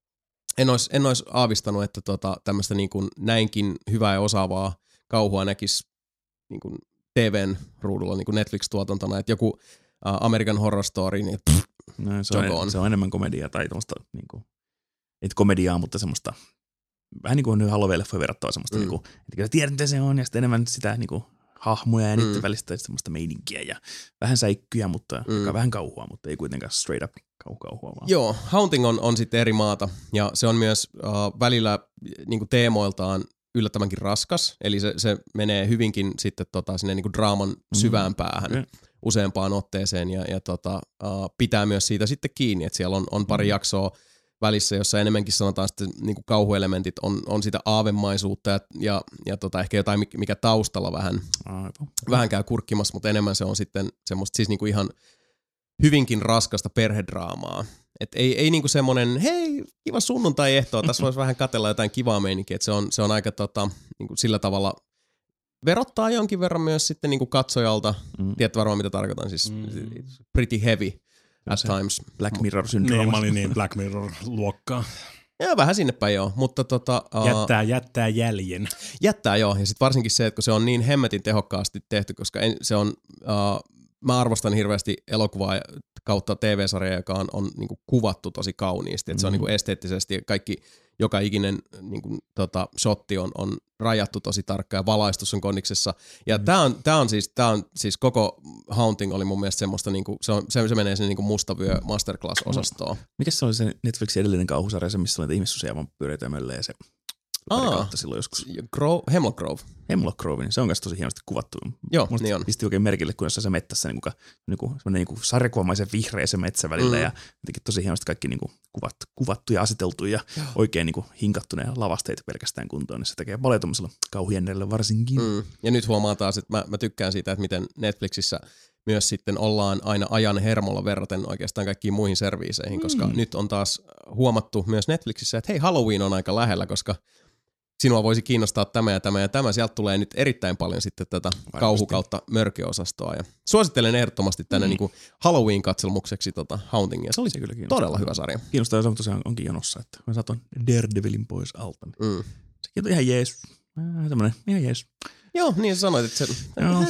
En olisi, en olisi aavistanut, että tota, tämmöistä niin kuin näinkin hyvää ja osaavaa kauhua näkisi niin kuin T V:n ruudulla niin kuin Netflix-tuotantona, että joku uh, American Horror Story, niin pff, no, se, on, se on enemmän komediaa tai tuommoista, niin kuin, ei komediaa, mutta semmoista, vähän niin kuin Halloween-leffoja verrattavaa semmoista, mm. niin kuin, että tiedät mitä se on, ja sitten enemmän sitä niin kuin, hahmoja ja niiden mm. välistä semmoista meininkiä ja vähän säikkyjä, mutta mm. vähän kauhua, mutta ei kuitenkaan straight up kauhua. Vaan. Joo, Haunting on, on sitten eri maata ja se on myös uh, välillä niinku teemoiltaan yllättävänkin raskas, eli se, se menee hyvinkin sitten tota, sinne niinku draaman syvään päähän mm. useampaan otteeseen ja, ja tota, uh, pitää myös siitä sitten kiinni, että siellä on, on pari mm. jaksoa välissä, jossa enemmänkin sanotaan sitten niinku kauhuelementit on, on sitä aavemaisuutta ja, ja, ja tota, ehkä jotain, mikä taustalla vähän, vähän käy kurkkimassa, mutta enemmän se on sitten semmoista siis niinku ihan hyvinkin raskasta perhedraamaa. Et ei, ei niinku semmoinen, hei, kiva sunnuntai-ehtoa, tässä voisi vähän katsella jotain kivaa meininkiä, että se on, se on aika tota, niinku sillä tavalla verottaa jonkin verran myös sitten niinku katsojalta. Mm. Tiedät varmaan mitä tarkoitan, siis mm. pretty heavy at se times. Black Mirror-syndrooma. Niin, mä olin niin Black Mirror-luokkaa. Ja vähän sinne päin joo, mutta tota... Uh, jättää, jättää jäljen. Jättää joo, ja sitten varsinkin se, että kun se on niin hemmetin tehokkaasti tehty, koska en, se on... Uh, mä arvostan hirveästi elokuvaa kautta T V-sarjaa, joka on, on niin kuin kuvattu tosi kauniisti. Että se on niin kuin esteettisesti kaikki, joka ikinen niin kuin, tota, shotti on, on rajattu tosi tarkkaan ja valaistus on kondiksessa. Ja mm. tää on, tää on, siis, tää on siis koko Haunting oli mun mielestä semmoista, niin kuin, se, on, se, se menee sinne niin kuin mustavyö masterclass-osastoon. Mikäs se oli se Netflixin edellinen kauhusarja, se missä oli niitä ihmissusia vaan pyöreitä ja möllejä ja se pari kautta silloin joskus. Grove, Hemlock Grove. Hemlock Grove, niin se on myös tosi hienosti kuvattu. Joo, musta niin on. Pisti oikein merkille, kun jossain se mettässä niin kuin, niin kuin, niin kuin sarjakuvamaisen vihreä se metsä välillä mm. ja jotenkin tosi hienosti kaikki niin kuin kuvattu, kuvattu ja aseteltu ja Joo. oikein niin kuin hinkattu ne lavasteet pelkästään kuntoon, niin se tekee paljon tuollaisella kauhujännellä varsinkin. Mm. Ja nyt huomaa taas, että mä, mä tykkään siitä, että miten Netflixissä myös sitten ollaan aina ajan hermolla verraten oikeastaan kaikkiin muihin serviiseihin, mm. koska nyt on taas huomattu myös Netflixissä, että hei, Halloween on aika lähellä, koska sinua voisi kiinnostaa tämä ja tämä ja tämä. Sieltä tulee nyt erittäin paljon sitten tätä Varmasti. kauhu kautta mörköosastoa. Ja suosittelen ehdottomasti tänne mm. niin kuin Halloween-katselmukseksi tota Hauntingia. Se oli se kyllä todella hyvä sarja. Kiinnostaa, jos on tosiaan onkin jonossa, että mä saatoin Daredevilin pois alta. Niin mm. Sekin on ihan jees. Tämmönen ihan jees. Joo, niin sä sanoit, että se... Joo.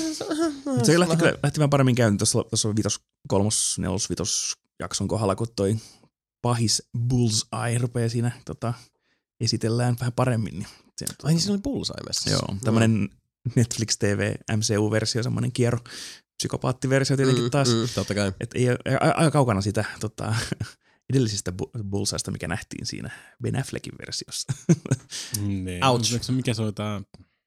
se lähti, kyllä, lähti vähän paremmin käyntiin. Tuossa, tuossa on vitos, kolmos, nelos, vitos jakson kohdalla, kun toi pahis Bullseye rupeaa siinä tota, esitellään vähän paremmin. Niin Ai niin se oli Bullseye messissä. Joo, tämmönen mm. Netflix T V M C U-versio, semmoinen kierro, psykopaattiversio tietenkin taas. Mm, mm, totta kai. Et ei aika kaukana sitä tota, edellisistä Bullseyesta, mikä nähtiin siinä Ben Affleckin versiossa. niin. Ouch. Mikä se oli tää?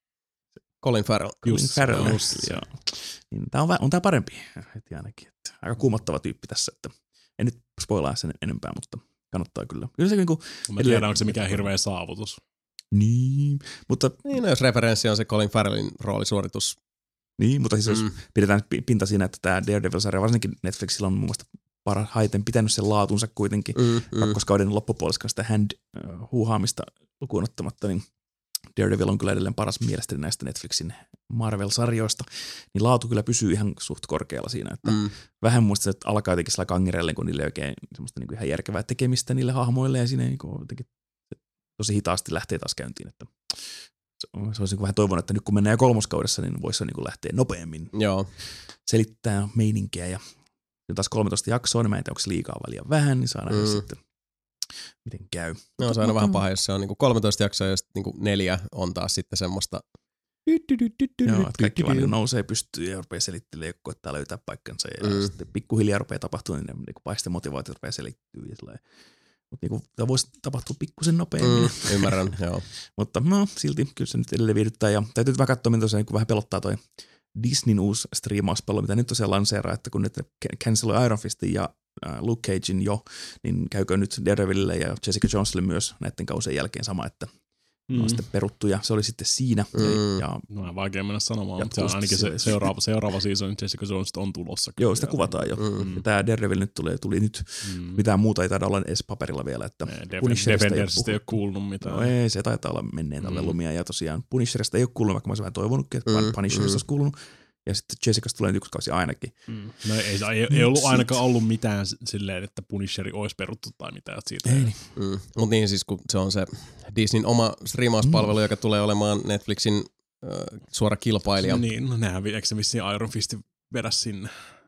Colin Farrell. Colin Farrell, joo. Niin, tää on, on tää parempi heti ainakin. Että aika kuumottava tyyppi tässä, että en nyt spoilaa sen enempää, mutta kannattaa kyllä. Kyllä se niinku... Mä tiedän, onko se mikään hirveä saavutus. Niin, mutta... Niin, no jos referenssi on se Colin Farrellin roolisuoritus. Niin, mutta siis mm. jos pidetään pinta siinä, että tämä Daredevil-sarja, varsinkin Netflixillä on mun mielestä parhaiten pitänyt sen laatunsa kuitenkin. Mm, mm. Kakkoskauden loppupuoliska sitä hand-huuhaamista lukuun ottamatta, niin Daredevil on kyllä edelleen paras mielestäni näistä Netflixin Marvel-sarjoista. Niin laatu kyllä pysyy ihan suht korkealla siinä, että mm. vähän muista, että alkaa jotenkin sillä kangerelle, kun niille ei oikein semmoista niin kuin ihan järkevää tekemistä niille hahmoille ja siinä niin kuin jotenkin tosi hitaasti lähtee taas käyntiin, että se olisi vähän toivonut, että nyt kun mennään jo kolmoskaudessa, niin voisi niin lähteä nopeammin Joo. selittää meininkiä ja taas kolmetoista jaksoa, niin mä en tiedä, onko se liikaa väliä vähän, niin saadaan mm. sitten miten käy. No se on aina vähän paha, jos se on niin kolmetoista jaksoa ja sitten niin neljä on taas sitten semmoista Joo, että kaikki vaan niin nousee pystyyn ja rupeaa selittelemään, joku koettaa löytää paikkansa. Ja mm. sitten pikkuhiljaa rupeaa tapahtumaan, niin, niin paiste motivaatio rupeaa selittyä. Mutta niin tämä voisi tapahtua pikkusen nopeammin. Mm, ymmärrän, joo. Mutta no, silti kyllä se nyt edelleen viihdyttää. Ja täytyy vähän katsoa, mitä tosiaan niin vähän pelottaa toi Disneyn uusi striimauspallo, mitä nyt tosiaan lanseeraa, että kun nyt canceloi Iron Fistin ja uh, Luke Cagein jo, niin käykö nyt Daredevilille ja Jessica Jonesille myös näiden kausien jälkeen sama, että mm. on sitten peruttu ja se oli sitten siinä. Mm. Ja, no on vaikea mennä sanomaan, mutta se on ainakin se seuraava, seuraava season Jessica Jones on tulossa. Joo, sitä kuvataan jo. Mm. Tämä Daredevil nyt tuli, tuli nyt. Mm. Mitään muuta ei taida olla edes paperilla vielä. Että Defendersista ei ole kuulunut mitään. No ei, se taitaa olla menneen tälle mm. lumia. Ja tosiaan Punisherista ei ole kuulunut, vaikka mä olisin vähän toivonutkin, että mm. Punisherista mm. olisi kuulunut. Ja sitten Jessicasta tulee nyt yksi kausi ainakin. Mm. No ei, ei, ei ollut ainakaan ollut mitään silleen, että Punisheri olisi peruttu tai mitään. Siitä ei niin. Mm. Mutta niin siis, kun se on se Disneyn oma striimauspalvelu, mm. joka tulee olemaan Netflixin äh, suora kilpailija. Niin, no nehän, eikö se vissiin Iron Fist vedä sinne?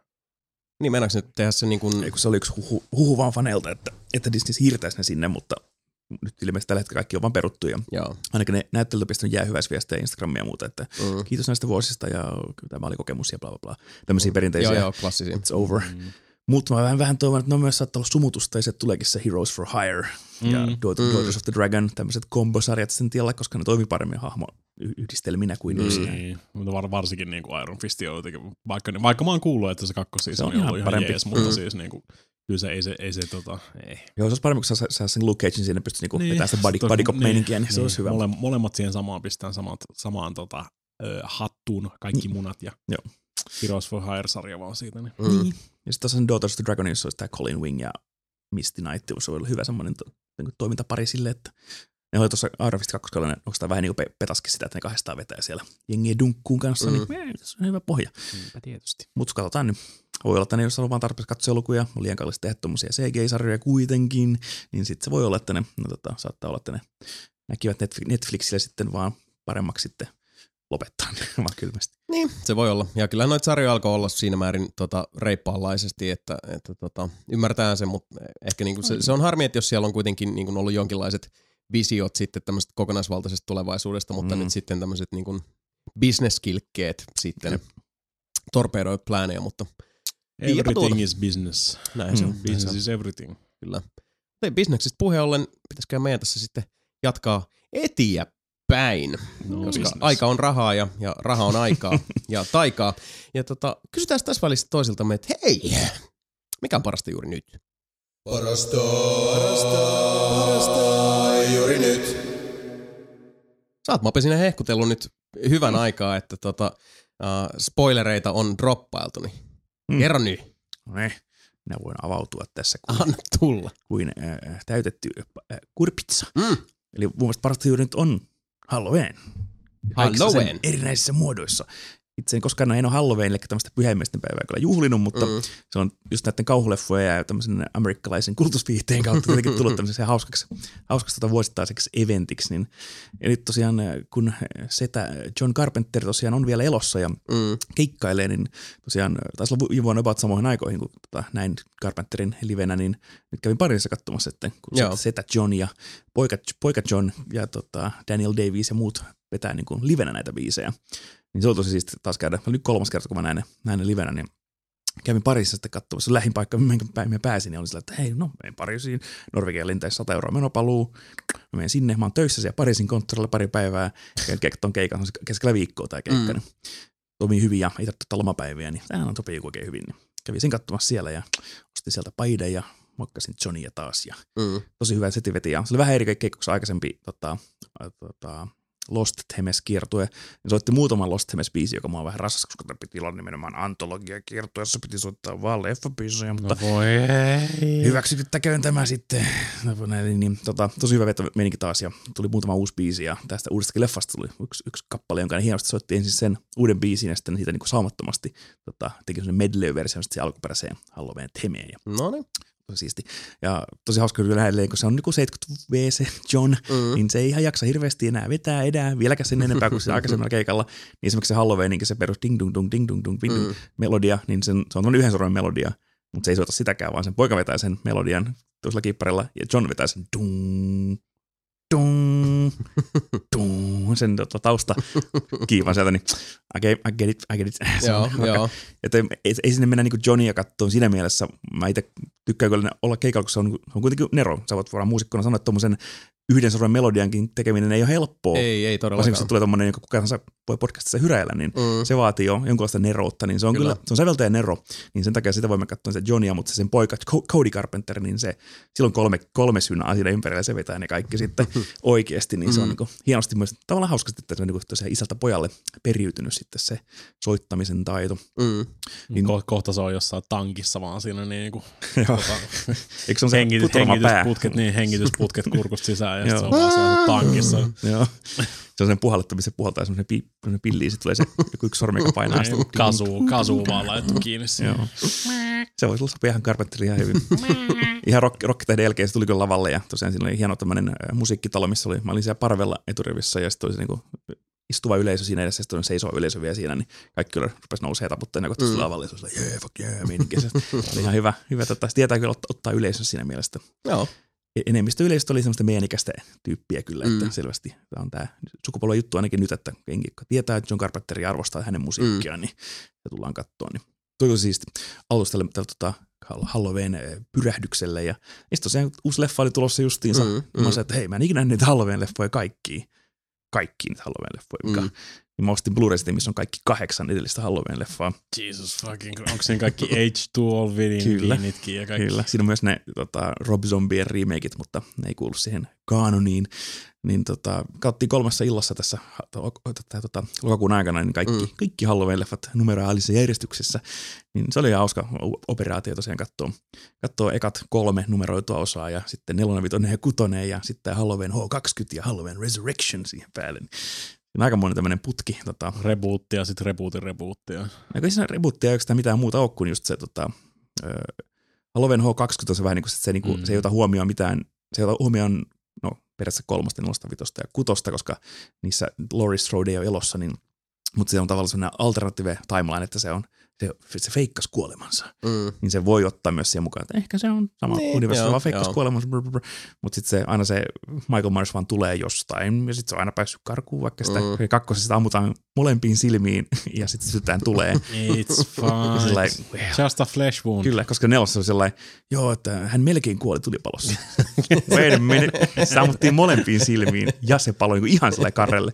Niin, mennäänkö nyt tehdä se niin kuin... Ei, kun se oli yksi huhu, huhu vaan faneilta, että, että Disney siirtäisi ne sinne, mutta nyt ilmeisesti tällä hetkellä kaikki on vaan peruttu. Ja joo. Ainakin ne näyttelyt on pistänyt jäähyväisviestejä Instagramia ja muuta, että mm. kiitos näistä vuosista ja tämä oli kokemus ja bla bla bla. Tämmöisiä mm. perinteisiä. Joo, joo, klassisia. It's over. Mm. Mutta mä vähän, vähän toivon, että ne on myös saattaa olla sumutusta ja sieltä tuleekin se Heroes for Hire mm. ja Daughters mm. of the Dragon, tämmöiset kombosarjat sen tiellä, koska ne toimii paremmin hahmo yhdistelminä kuin mm. yksinään. Niin, mutta var, varsinkin niin kuin Iron Fist on jotenkin, vaikka, vaikka mä oon kuullut, että se kakkosseason on, on ollut ihan parempi. Jees, mutta mm. siis niin kuin, kyllä se ei se, ei se tota, ei. Joo, se olisi paremmin, kun sä saa sen Luke Cagein sinne, pystyt niinku niin, vetämään sitä body, body cop-meininkiä, niin, niin se olisi hyvä. Mole, molemmat siihen samaan pistään samat, samaan tota, ö, hattuun kaikki niin. munat ja joo. Heroes for Hire-sarja vaan siitä. Niin. Mm. niin. Ja sitten tuossa Daughters of the Dragonissa olisi tämä Colin Wing ja Misty Knight, se oli hyvä semmoinen to, niin toimintapari sille, että ne oli tuossa Iron Fist kakkoskaudella, onko tämä vähän niin kuin petaskin sitä, että ne kahdestaan vetää siellä jengiä dunkkuun kanssa, mm. niin se on hyvä pohja. Niinpä tietysti. Mutta katsotaan nyt. Voi olla, että ne jos haluaa vaan tarpeeksi katsoa elokuja, on liian kallista tehdä tuommoisia C G I-sarjoja kuitenkin, niin sitten se voi olla, että ne, no tota, saattaa olla, että ne näkivät Netflixille sitten vaan paremmaksi sitten lopettaa ne vaan kylmästi. Niin, se voi olla. Ja kyllä noita sarjoja alkoi olla siinä määrin tota, reippaanlaisesti, että, että tota, ymmärtää sen, mutta ehkä niinku se, se on harmi, että jos siellä on kuitenkin niinku ollut jonkinlaiset visiot sitten tämmöisestä kokonaisvaltaisesta tulevaisuudesta, mutta mm. nyt sitten tämmöiset niinku business-kilkkeet sitten mm. torpedoivat plääneja, mutta everything is business. Näin se on. Mm. Business is everything. Kyllä. Ei bisneksistä puheen ollen, pitäisikö meidän tässä sitten jatkaa eteenpäin, no, koska business. Aika on rahaa ja, ja raha on aikaa ja taikaa. Ja tota, kysytään tässä välissä toisiltamme, että hei, mikä on parasta juuri nyt? Parasta, parasta, parasta juuri nyt. Sä oot Mape sinä hehkutellut nyt hyvän aikaa, että tota, uh, spoilereita on droppailtu, niin mm. kerro nyt. No niin, minä voin avautua tässä kuin, Anna tulla. kuin äh, täytetty äh, kurpitsa. Mm. Eli mun mielestä parasta juuri nyt on Halloween. Halloween. Erinäisissä muodoissa. Itse en koskaan en ole Halloween, eli tämmöistä pyhäinmiesten päivää kyllä juhlinut, mutta mm. se on just näiden kauhuleffoja ja tämmöisen amerikkalaisen kultusviihteen kautta kuitenkin tullut tämmöiseksi hauskaksi, hauskaksi tota vuosittaiseksi eventiksi. Niin, ja nyt tosiaan, kun setä John Carpenter tosiaan on vielä elossa ja mm. keikkailee, niin tosiaan taisi olla vuonna about samoihin aikoihin, kun tota, näin Carpenterin livenä, niin nyt kävin parissa katsomassa, että kun Joo. setä John ja poika, poika John ja tota, Daniel Davies ja muut vetää niin kuin livenä näitä biisejä. Niin se oli tosi siisti taas käydä. Oli kolmas kerta, kun mä näin ne, näin ne livenä, niin kävin Pariisissa sitten katsomassa. Lähin paikka, minkä päin mä pääsin, niin oli sillä, että hei, no, menen Pariisiin. Norvegian lentäisi sata euroa menopaluu. Mä menen sinne, mä oon töissä siellä Pariisin konttorilla pari päivää. Ja ton keikan on keskellä viikkoa tai keikka. Mm. Toimii hyvin ja ei tarvitse lomapäiviä, niin tämähän on sopii oikein hyvin. Niin kävin sen katsomassa siellä ja ostin sieltä paidan ja mokkasin Johnia taas. Ja mm. tosi hyvä seti veti. Ja se oli vähän eri keikka kuin aikaisempi tota, tota, Lost Themes-kiertue. Ja soitti muutaman Lost Themes-biisi, joka mua on vähän rassas, koska tämä piti olla nimenomaan antologia-kiertue, jossa piti soittaa vaan leffabiisejä, mutta no voi ei. Hyväksyttäköön tämä sitten. No, niin, niin, tota, tosi hyvä veto meininki taas ja tuli muutama uusi biisi ja tästä uudestakin leffasta tuli yksi, yksi kappale, jonka ne hienosti soitti ensin sen uuden biisin ja sitten siitä niin kuin saumattomasti tota, teki sellainen medley-versio siihen alkuperäiseen Halloween themeen. No niin. Tosi siisti. Ja tosi hauska kyllä lähelle, kun se on niinku seitsemänkymmentä vuotias se John, mm. niin se ei ihan jaksa hirveästi enää vetää edää, vieläkään sen enempää kuin se aikaisemmalla keikalla. Niin esimerkiksi se Halloween, niin se perus ding dung dung ding dung dung ding dung mm. melodia, niin sen, se on tuollainen yhden sormen melodia, mutta se ei soita sitäkään, vaan sen poika vetää sen melodian tuossa kipparilla ja John vetää sen dung dung tung, tung, sen tota, tausta kiivan sieltä, niin I get, I get it, I get it. Joo, joo. Että ei, ei sinne mennä niinku Johnia kattoon siinä mielessä. Mä itse tykkään kyllä olla keikalla, kun se on, on kuitenkin Nero. Sä voit varmaan muusikkona sanoa, että tommosen yhden sormen melodiankin tekeminen ei ole helppoa. Ei, ei todellakaan. Varsinkin, kun tulee tommonen, joka kukaan voi podcastissa hyräillä, niin mm. se vaatii jo jonkunlaista neroutta. Niin se on kyllä, kyllä se on säveltäjä nero, niin sen takia sitä voimme katsoa se Johnia, mutta se sen poika Cody Carpenter, niin se, silloin kolme, kolme synää siinä ympärillä, se vetää ne kaikki sitten oikeasti, niin se on mm. niin hienosti myös tavallaan hauskasti, että se on niin tosiaan isältä pojalle periytynyt sitten se soittamisen taito. Mm. Niin, Ko- kohta se on jossain tankissa vaan siinä niin kuin tota, eikö se on se hengitys, hengitysputket, niin hengitysputket kurkusta sisään ja se on vaan siellä tankissa. Joo. Se on sen puhallettamisen, se puhaltaa semmoinen pi, pilli, sitten tulee se joku yksi sormi, joka painaa sitä. Kasuu, kasuu vaan laittu kiinni siihen. Se voisi olla sopia ihan Carpenteria ihan hyvin. Ihan rock, rock-tähden jälkeen se tuli kyllä lavalle ja tosiaan siinä oli hieno tämmöinen musiikkitalo, missä oli, mä olin siellä parvella eturivissä ja sitten oli se niinku istuva yleisö siinä edessä ja sitten oli seisova yleisö vielä siinä, niin kaikki oli, rupesi nousee taputteen kohta mm. lavalle ja se oli yeah, fuck yeah, meininki. Se oli ihan hyvä, hyvä tota, se tietää kyllä ottaa, ottaa yleisön siinä mielessä. Joo. Enemmistö yleisöstä oli semmoista meidän ikäistä tyyppiä kyllä, että mm. selvästi tämä on tämä sukupolven juttu ainakin nyt, että jengi tietää, että John Carpenter arvostaa hänen musiikkiaan, mm. niin se tullaan katsoa. Niin. Toi oli siisti alustelle tota, Halloween pyrähdykselle ja sitten tosiaan uusi leffa oli tulossa justiinsa. Mm. Mä mm. sanoin, että hei, mä en ikinä nähnyt niitä Halloween-leffoja kaikkiin. Kaikkiin niitä Halloween-leffoja. Mm. Niin mä ostin Blu-ray, missä on kaikki kahdeksan edellistä Halloween-leffaa. Jesus fucking, onko siinä kaikki H two O vinitkin ja kaikki? Kyllä, siinä on myös ne tota, Rob Zombien remakeit, mutta ne ei kuulu siihen kanoniin. Niin tota, katsottiin kolmessa illassa tässä tota, lokakuun aikana, niin kaikki, mm. kaikki Halloween-leffat numeraalisessa järjestyksessä. Niin se oli ihan hauska operaatio tosiaan katsoa. Katsoo ekat kolme numeroitua osaa ja sitten nelonen, vitonen ja kutonen ja sitten Halloween H kaksikymmentä ja Halloween Resurrection siihen päälle. On aika monen tämmöinen putki. Tota. Rebootti ja sitten rebootin rebootia. Eikä siinä rebootia ei mitään muuta ole kuin just se tota, äh, Halloween H kaksikymmentä on se vähän niin kuin se, niin kuin, mm. se ei ota huomioon mitään, se ei ota huomioon no, periaatteessa kolmosta, nelosta, vitosta ja kutosta, koska niissä Laurie Strode ei ole elossa, niin, mutta se on tavallaan sellainen alternative timeline, että se on se, se feikkas kuolemansa. Mm. Niin se voi ottaa myös siihen mukaan, että ehkä se on sama niin, universumi, vaan feikkas kuolemansa. Mutta sitten se, aina se Michael Myers vaan tulee jostain ja sitten se on aina päässyt karkuun, vaikka sitä mm. kakkosesta ammutaan molempiin silmiin ja sitten sytään tulee. It's fine. Just a flesh wound. Kyllä, koska nelossa on sellainen, joo, että hän melkein kuoli tulipalossa. Wait a minute. Se ammuttiin molempiin silmiin ja se paloi niin ihan sellainen karrelle.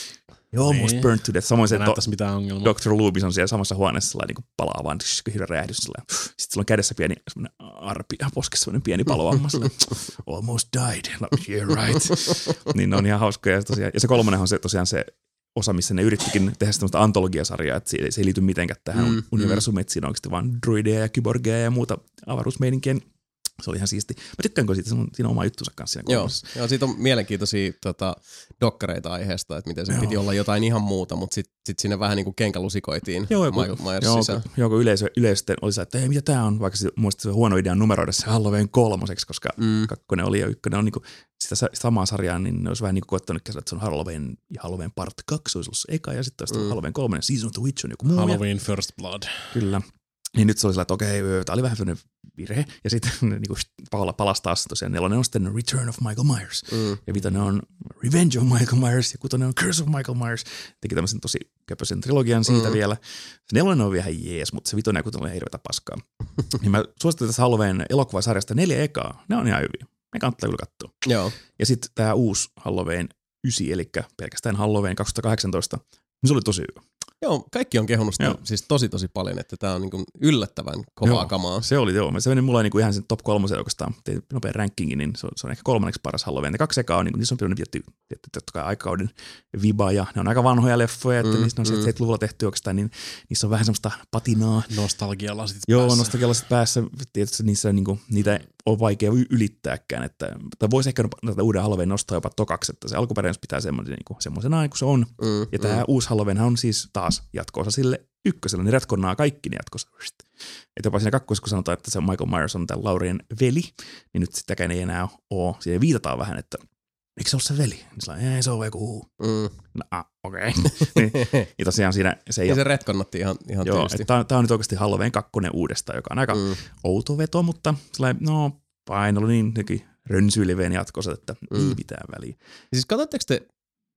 You almost niin. Burnt to death. Samoin se to- doktor Loomis on siellä samassa huoneessa sellainen niin palaa vaan hirveä räjähdys. Sitten sillä on kädessä pieni arpi ja poskessa sellainen pieni palovamma. Almost died. No, yeah, right. Niin ne on ihan hauskoja. Ja, tosiaan, ja se kolmonen on se, tosiaan se osa, missä ne yrittikin tehdä sellaista antologiasarjaa, että se, se ei liity mitenkään tähän mm, universumiin, että siinä on oikeasti vaan druideja ja kyborgeja ja muuta avaruusmeininkien. Se oli ihan siisti. Mä tykkäänkö siitä, siinä on oma juttunsa kanssa siinä joo, joo, siitä on mielenkiintoisia tota, dokkareita aiheesta, että miten se joo. piti olla jotain ihan muuta, mutta sitten sit siinä vähän niin kuin kenkälusikoitiin joo, Michael Myers sisään. Joo, kun yleisö, yleisö oli se, että ei mitä tää on, vaikka muista se huono idea numeroida se Halloween kolmoseksi, koska mm. kakkonen oli ja ykkönen on niin kuin sitä samaa sarjaa, niin ne olisi vähän niin kuin koettanut käsillä, että se on Halloween ja Halloween part kaksi olisi ollut se eka ja sitten mm. Halloween kolmonen, Season of the Witch on joku muu. Halloween First Blood. Kyllä. Niin nyt se oli sillä, että okei, tämä oli vähän sellainen virhe. Ja sitten niin kuin palasi taas tosiaan. Nelonen on sitten Return of Michael Myers. Mm. Ja vitonen on Revenge of Michael Myers. Ja kutonen on Curse of Michael Myers. Teki tämmöisen tosi köpöisen trilogian siitä mm. vielä. Se nelonen on vielä jees, mutta se vitonen ja kutonen oli hirveätä paskaa. Niin mä suosittelen tässä Halloween elokuvasarjasta neljä ekaa. Ne on ihan hyviä. Me kannattaa kyllä katsoa. Joo. Ja sitten tämä uusi Halloween yhdeksän, eli pelkästään Halloween kaksituhattakahdeksantoista. Niin se oli tosi hyvä. Joo, kaikki on kehunut sitä siis tosi tosi paljon, että tää on niinku yllättävän kovaa joo, kamaa. Se oli joo. Se meni mulla niinku ihan sen top kolmosen oikeastaan. Tein nopean rankingin, niin se on, se on ehkä kolmanneksi paras Halloween. Ne kaksi ekaa on niinku, niissä on pitänyt tietty, tietty totta kai aikakauden viba ja ne on aika vanhoja leffoja, että mm, niissä on mm. seitsemänkymmentäluvulla tehty oikeastaan, niin niissä on vähän semmoista patinaa. Nostalgialasit joo, päässä. Joo, nostalgialasit päässä. Tietysti niissä niinku, niitä on vaikea ylittääkään, että tai voisi ehkä tätä uuden Halloween nostaa jopa tokaksi, että se alkuperäinen pitää semmoinen niinku, semmoisenaan kuin se on. Mm, ja tämä mm. uusi Halloween on siis taas jatko-osa sille ykköselle, niin retkonnaa kaikki ne jatkossa. Että jopa siinä kakkosessa, kun sanotaan, että se Michael Myers on tämän Laurien veli, niin nyt sitäkään ei enää ole. Siihen viitataan vähän, että eikö se ole se veli? Niin sillä ei, se on joku huu. Mm. No, ah, okei. Okay. niin, ja tosiaan siinä se ei ja ole. se retkonnatti ihan, ihan joo, tietysti. Tämä on nyt oikeasti Halloween kakkonen uudestaan, joka on aika mm. outo veto, mutta sellainen, no, painolla niin, nekin rönsyiliveen jatkossa, että mm. ei mitään väliä. Ja siis katsotteko te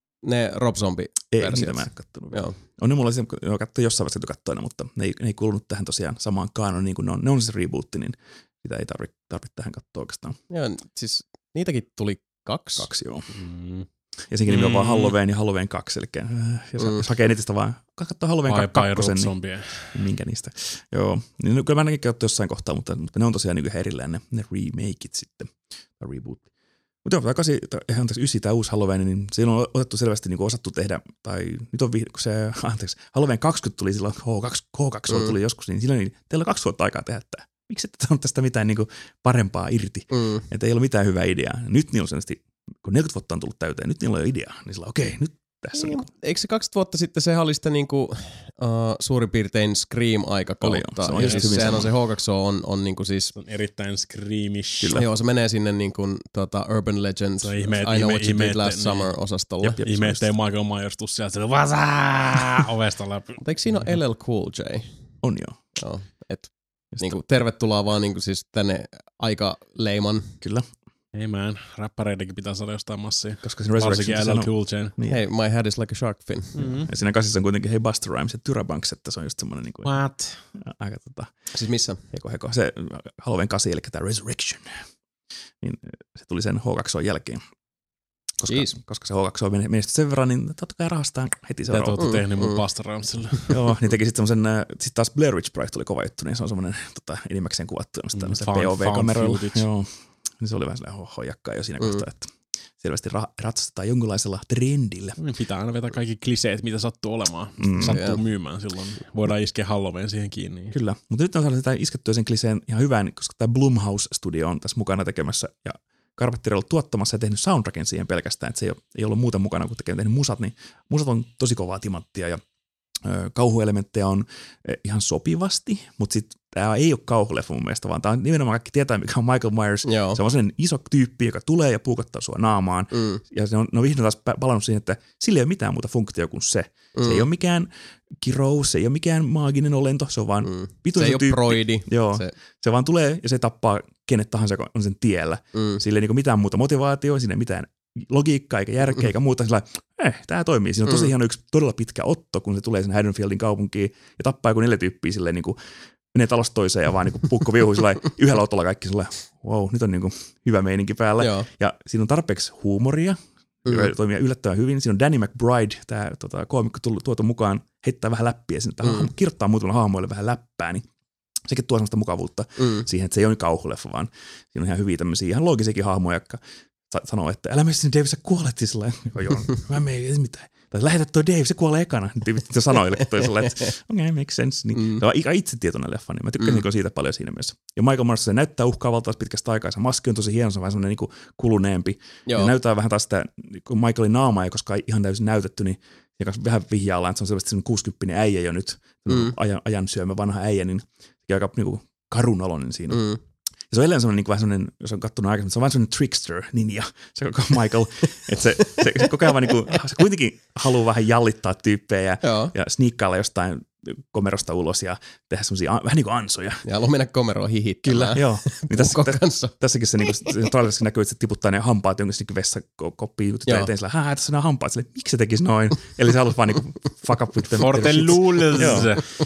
ne Rob Zombie-versiot? Ei, niitä mä en kattonut. Joo. On ne mulla se, jo katsoin jossain vaiheessa katsoina, mutta ne ei, ne ei kuulunut tähän tosiaan samaan kaanoon, niin kuin ne on, ne on se rebootti, niin sitä ei tarvitse tarvitse tähän katsoa oikeastaan. Joo, siis niitäkin tuli kaksi. Kaksi, joo. Mm. Ja senkin nimi on Mm. vaan Halloween ja Halloween kaksi, eli äh, jos, Mm. jos hakee netistä vaan, katsoo Halloween Bye bye kakkosen, Rob niin Zombie. minkä niistä. Joo, niin no, kyllä mä ainakin katsoin jossain kohtaa, mutta, mutta ne on tosiaan niin ihan erillään ne, ne remakeit sitten, tai reboot. Mutta joo, tämä kasi, anteeksi, ysi, tämä uusi Halloween, niin siinä on otettu selvästi niin osattu tehdä, tai nyt on vihdoin, kun se, anteeksi, Halloween kaksikymmentä tuli silloin, H kaksi, H kaksi mm. tuli joskus, niin silloin niin, teillä on kaksi vuotta aikaa tehdä tämä. Miksi ette saanut tästä mitään niin kuin parempaa irti? Mm. Että ei ole mitään hyvää ideaa. Nyt niillä on selvästi, kun neljäkymmentä vuotta on tullut täyteen, nyt niillä on jo ideaa. Niin sillä okei, nyt tässä Niin, on. Niin eikö se kaksikymmentä vuotta sitten se oli sitä niinku, uh, suurin piirtein Scream-aikakautta? Se on ja just siis hyvin sehän on sama. se H kaksi O on, on niinku siis... Se on erittäin screamish. Kyllä. Joo, se menee sinne niinku, tota, Urban Legends, Se on ihme, I know ihme, what you ihme, did last niin. summer-osastolle. Jep, jep. Ihme, ettei Michael Myers tuu sieltä sille vasaa ovesta läpi. Mutta eikö siinä ole L L Cool J? On joo. Joo, et niinku, tervetuloa vaan niinku, siis tänne aikaleiman. Kyllä. Ei man, räppäreidenkin pitää saada jostain massia. Koska se Varsinkin Resurrection L L Cool J. Niin. Hey, my head is like a shark fin. Mm-hmm. Ja siinä kasissa on kuitenkin Hey Busta Rhymes ja Tyrabanks, että se on just semmoinen niin kuin, What? aika tota, Siis missä? heko heko. Se Halloween kahdeksan, eli tämä Resurrection, niin se tuli sen H kaksi O jälkeen. Koska, Jeez. koska se H kaksi O menestyi sen verran, niin totta kai rahastaa heti Te seuraava. olette Mm, tehnyt mun mm. Busta Rhymesille. Joo, niin teki sitten semmoisen, sitten taas Blair Witch Project tuli kova juttu, niin se on semmoinen tota, enimmäkseen kuvattu Mm, tämmöisellä found- P O V-kameralla. found footage. Joo, niin se oli vähän sellainen hohojakkaa jo siinä Mm. kohtaa, että selvästi ra- ratsastetaan jonkinlaisella trendillä. Niin pitää aina vetää kaikki kliseet, mitä sattuu olemaan. Mm. Sattuu Joo. myymään silloin. Voidaan iskeä Halloween siihen kiinni. Kyllä, mutta nyt on saanut sitä iskettyä sen kliseen ihan hyvään, koska tämä Blumhouse Studio on tässä mukana tekemässä ja Carpenter on ollut tuottamassa ja tehnyt soundtrackin siihen pelkästään, että se ei, ole, ei ollut muuten mukana, kun tekee tehnyt musat, niin musat on tosi kovaa timanttia ja ö, kauhuelementtejä on ö, ihan sopivasti, mutta sitten tämä ei ole kauhuleffa mun mielestä, vaan tämä on nimenomaan kaikki tietää, mikä on Michael Myers. Joo. Se on sellainen iso tyyppi, joka tulee ja puukottaa sua naamaan, Mm. ja se on, ne on vihdoin taas pä- palannut siihen, että sillä ei ole mitään muuta funktiota kuin se. Mm. Se ei ole mikään kirous, se ei ole mikään maaginen olento, se on vaan Mm. vitun Se ei iso ole tyyppi. broidi. Joo, Se, se vaan tulee ja se tappaa kenet tahansa, joka on sen tiellä. mm. Sillä ei niinku mitään muuta motivaatioa, siinä ei mitään logiikkaa eikä järkeä eikä muuta. Sillä eh, tämä toimii. Siinä on tosi Mm. hieno yksi todella pitkä otto, kun se tulee sen Haddonfieldin kaupunkiin ja tappaa joku neljä tyyppiä silleen niinku, menee talosta toiseen ja vaan niinku pukko viuhui sillä yhdellä otolla kaikki sillä wow, nyt on niinku hyvä meininki päällä. Joo. Ja siinä on tarpeeksi huumoria, Mm. joka toimii yllättävän hyvin. Siinä on Danny McBride, tämä tota, koomikko tullut tuotu mukaan, heittää vähän läppiä sinne, Mm. mm. kirjoittaa muutamille hahmoille vähän läppää, niin sekin tuo sellaista mukavuutta Mm. siihen, että se ei ole kauhuleffa, vaan siinä on ihan hyviä tämmöisiä ihan loogisiakin hahmoja, jotka sa- sanoo, että älä mene sinne Dave, sä kuolet siis sillä joo, mä menen, ei mitään. Tai lähetä toi Dave, se kuolee ekana. Tyypit se sanoille toisella, että okei, okay, makes sense. Niin, Mm. se on aika itsetietoinen leffa, niin mä tykkäsin mm. siitä paljon siinä mielessä. Ja Michael Myers, se näyttää uhkaavalta pitkästä aikaa. Se maski on tosi hieno, se on vähän semmoinen niin kuluneempi. Joo. Ja näyttää vähän taas sitä, kun Michaelin naamaa ei koskaan ihan täysin näytetty, niin ja vähän vihjaillaan, että se on selvästi semmoinen kuusikymppinen äijä jo nyt, Mm. ajan, ajan syömä vanha äijä, niin se on aika niin kuin karunaloinen siinä. Mm. Ja se on edelleen semmoinen, niin kuin vähän semmoinen, jos on katsonut aikaisemmin, se on vähän semmoinen trickster ninja, se koko Michael. Että se, se, se koko ajan vaan niin kuin, se kuitenkin haluaa vähän jallittaa tyyppejä ja, Joo. ja sniikkailla jostain komerosta ulos ja tehdä semmoisia vähän niin kuin ansoja. Ja haluan mennä komeroon hihittämään. Joo. Niin tässä, Puukon tä, kanssa. tässäkin se, niin kuin, se trailerissa näkyy, että se tiputtaa ne hampaat jonkun niin vessakoppiin jutut Joo. eteen sillä, hää, tässä on nämä hampaat. Sille, miksi se tekisi noin? Eli se halusi vaan niin kuin fuck up with them. Fortelules. Joo.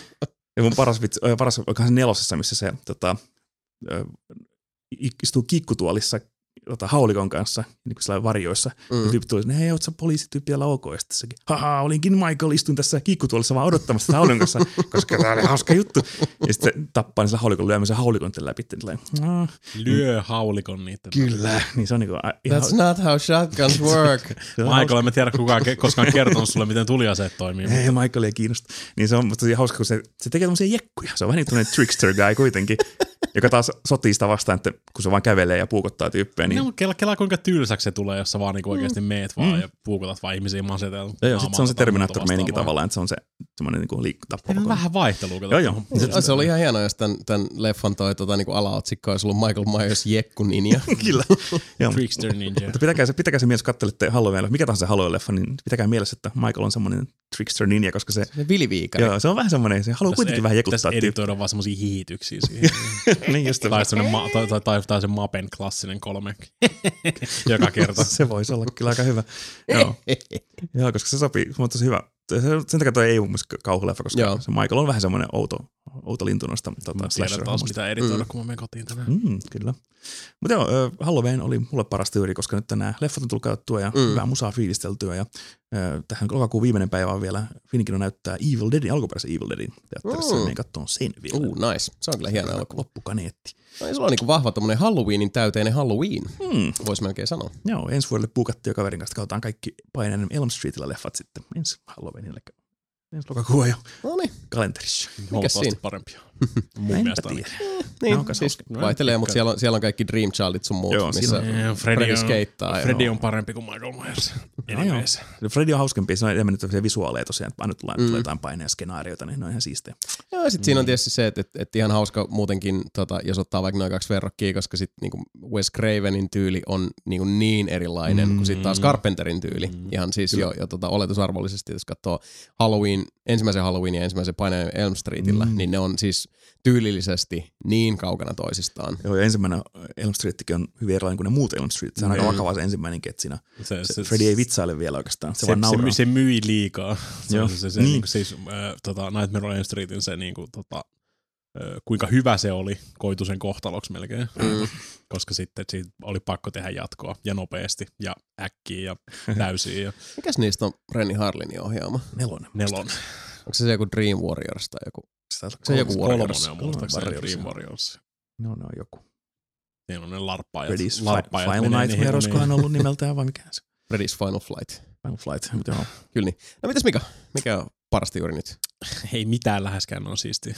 Ja mun paras vitsi, ö, paras, onkohan se nelosessa, missä se tota, ö, istuu kiikkutuolissa tota, haulikon kanssa, niin kuin sillä varjoissa. Mm. Ja tyyppi tuli, että hei, oot sä poliisityyppi vielä ok? Ja sitten sekin, haha, olinkin Michael, istuin tässä kiikkutuolissa vaan odottamassa sitä haulikon kanssa, koska tää oli hauska juttu. Ja sitten se tappaa sillä haulikon lyömään sen haulikon läpi. No, Lyö haulikon niitä. kyllä. Niin se on niinku, a, ihan, That's not how shotguns work. Michael, en mä tiedä kukaan ke- koskaan kertonut sulle, miten tuliaseet toimii. ei, Michael ei kiinnosta. Niin se on musta tosi hauska, kun se, se tekee tämmöisiä jekkuja. Se on vähän niin kuin trickster guy kuitenkin, joka taas sotii sitä vastaan, että kun se vaan kävelee ja puukottaa tyyppejä. Niin... No, kela, kela kuinka tylsäksi se tulee, jos sä vaan niinku oikeasti meet vaan mm. ja puukotat vaan ihmisiä masetella. Ja joo, sit se on se Terminator-meininki tavallaan, että se on se semmoinen niin liikku tappava kone. Vähän vaihtelua. Joo, joo. Se, se oli ihan hienoa, jos tämän, tämän leffan toi tota, niin alaotsikko olisi ollut Michael Myers Jekku Ninja. Kyllä. Trickster Ninja. Mutta pitäkää se, pitäkää se mielessä, kun katselette Halloween, mikä tahansa Halloween-leffa, niin pitäkää mielessä, että Michael on semmoinen Trickster Ninja, koska se... Se viliviikari. Joo, se on vähän semmoinen, se haluaa kuitenkin e- vähän jekuttaa. Tässä editoidaan vaan semmosia hihityksiä siihen. Niin just. Tai, ma- tai, tai, tai, tai se Mapen klassinen kolme joka kerta. Se voisi olla kyllä aika hyvä. Joo. Joo, koska se sopii, se on tosi hyvä. Sen takia toi ei ole myös kauhuleffa, koska Joo. se Michael on vähän semmoinen outo, outo lintu noista tota, slasher. Taas mitä editoida, mm. kun mä menen kotiin tänään. Mm, kyllä. Mutta joo, Halloween oli mulle paras tyyri, koska nyt nämä leffat on tullut katsottua ja mm. hyvää musaa fiilisteltyä. Ja äh, tähän lokakuun viimeinen päivä on vielä Finikino näyttää Evil Deadin, alkuperäisen Evil Deadin teatterissa. Mm. Niin katsomaan sen vielä. Uh, nice. Se on kyllä hieno elokuva. Loppukaneetti. No, sulla on niin vahva tommonen Halloweenin täyteinen Halloween, mm. voisi melkein sanoa. Joo, ensi vuodelle puukattiin jo kaverin kanssa. Katsotaan kaikki Painainen Elm Streetillä leffat sitten ensi Halloweenille. Ensi lokakuun jo Noniin. kalenterissa. Mikä siinä? Parempia. Mun mielestä on. Niin, no, siis vaihtelee, mutta siellä on, siellä on kaikki Dream Childit sun muut, joo, missä on, Freddy skeittaa. Freddy on parempi kuin Michael Myers. No, Freddy on hauskempi, se on enemmän nyt visuaaleja tosiaan, että aina tulee mm. jotain paineja ja skenaarioita, niin ne on ihan siistejä. Joo, ja sitten mm. siinä on tietysti se, että, että, että ihan hauska muutenkin, tota, jos ottaa vaikka noin kaksi verrokkia, koska sitten niinku Wes Cravenin tyyli on niinku niin erilainen mm. kuin sitten taas Carpenterin tyyli. Mm. Ihan siis Kyllä. jo, jo tota, oletusarvollisesti, jos katsoo Halloween, ensimmäisen Halloween ja ensimmäisen Painainen Elm Streetillä, mm. niin ne on siis tyylillisesti niin kaukana toisistaan. Joo, ja ensimmäinen Elm Streetkin on hyvin erilainen kuin ne muut Elm Street. Se on mm. aika vakava se ensimmäinen ketsinä. Se, se, se, Freddy ei vitsaile vielä oikeastaan, se, se vaan nauraa. Se, se myi liikaa. Se, Joo. se, se, se, niin. niin siis, äh, tota, Nightmare on Elm Streetin se, niin kuin, tota, äh, kuinka hyvä se oli, koitu sen kohtaloksi melkein. Mm. Koska sitten siitä oli pakko tehdä jatkoa ja nopeasti ja äkkiä ja täysiä. Ja... Mikäs niistä on Renny Harlinin ohjaama? Nelonen. Nelonen. Onko se joku Dream Warriors tai joku? Se on joku Warriors. Kolmonen on muistaakseni Dream Warriors. No, no joku. Siinä on ne larppaajat. Freddy's larppaajat Final Nightmare, olisikohan ollut nimeltään vai mikä se? Freddy's Final Flight. Final Flight, mutta joo. Kyllä niin. No mitäs Mika? Mikä on parasta juuri nyt? Ei mitään läheskään on siistiä.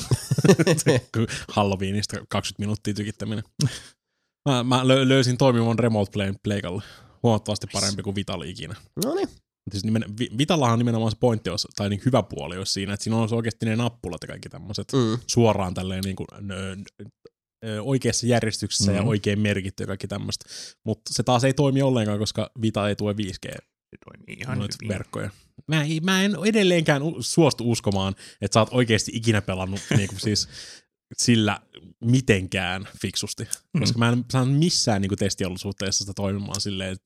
Halloweenista kaksikymmentä minuuttia tykittäminen. Mä, mä lö- löysin toimivan Remote Playn pleikalle. Huomattavasti parempi kuin Vital ikinä. No niin. Siis nimen, Vitallahan nimenomaan se pointti olisi, tai niin hyvä puoli olisi siinä, että siinä on oikeasti ne nappulat ja kaikki tämmöiset mm. suoraan tälleen niin kuin, nö, nö, oikeassa järjestyksessä mm. ja oikein merkitty ja kaikki tämmöistä. Mutta se taas ei toimi ollenkaan, koska Vita ei tue viisi G verkkoja. Mä, ei, mä en edelleenkään suostu uskomaan, että sä oot oikeasti ikinä pelannut niin kuin siis sillä mitenkään fiksusti. Mm. Koska mä en saanut missään niin kuin testiolosuhteessa sitä toimimaan silleen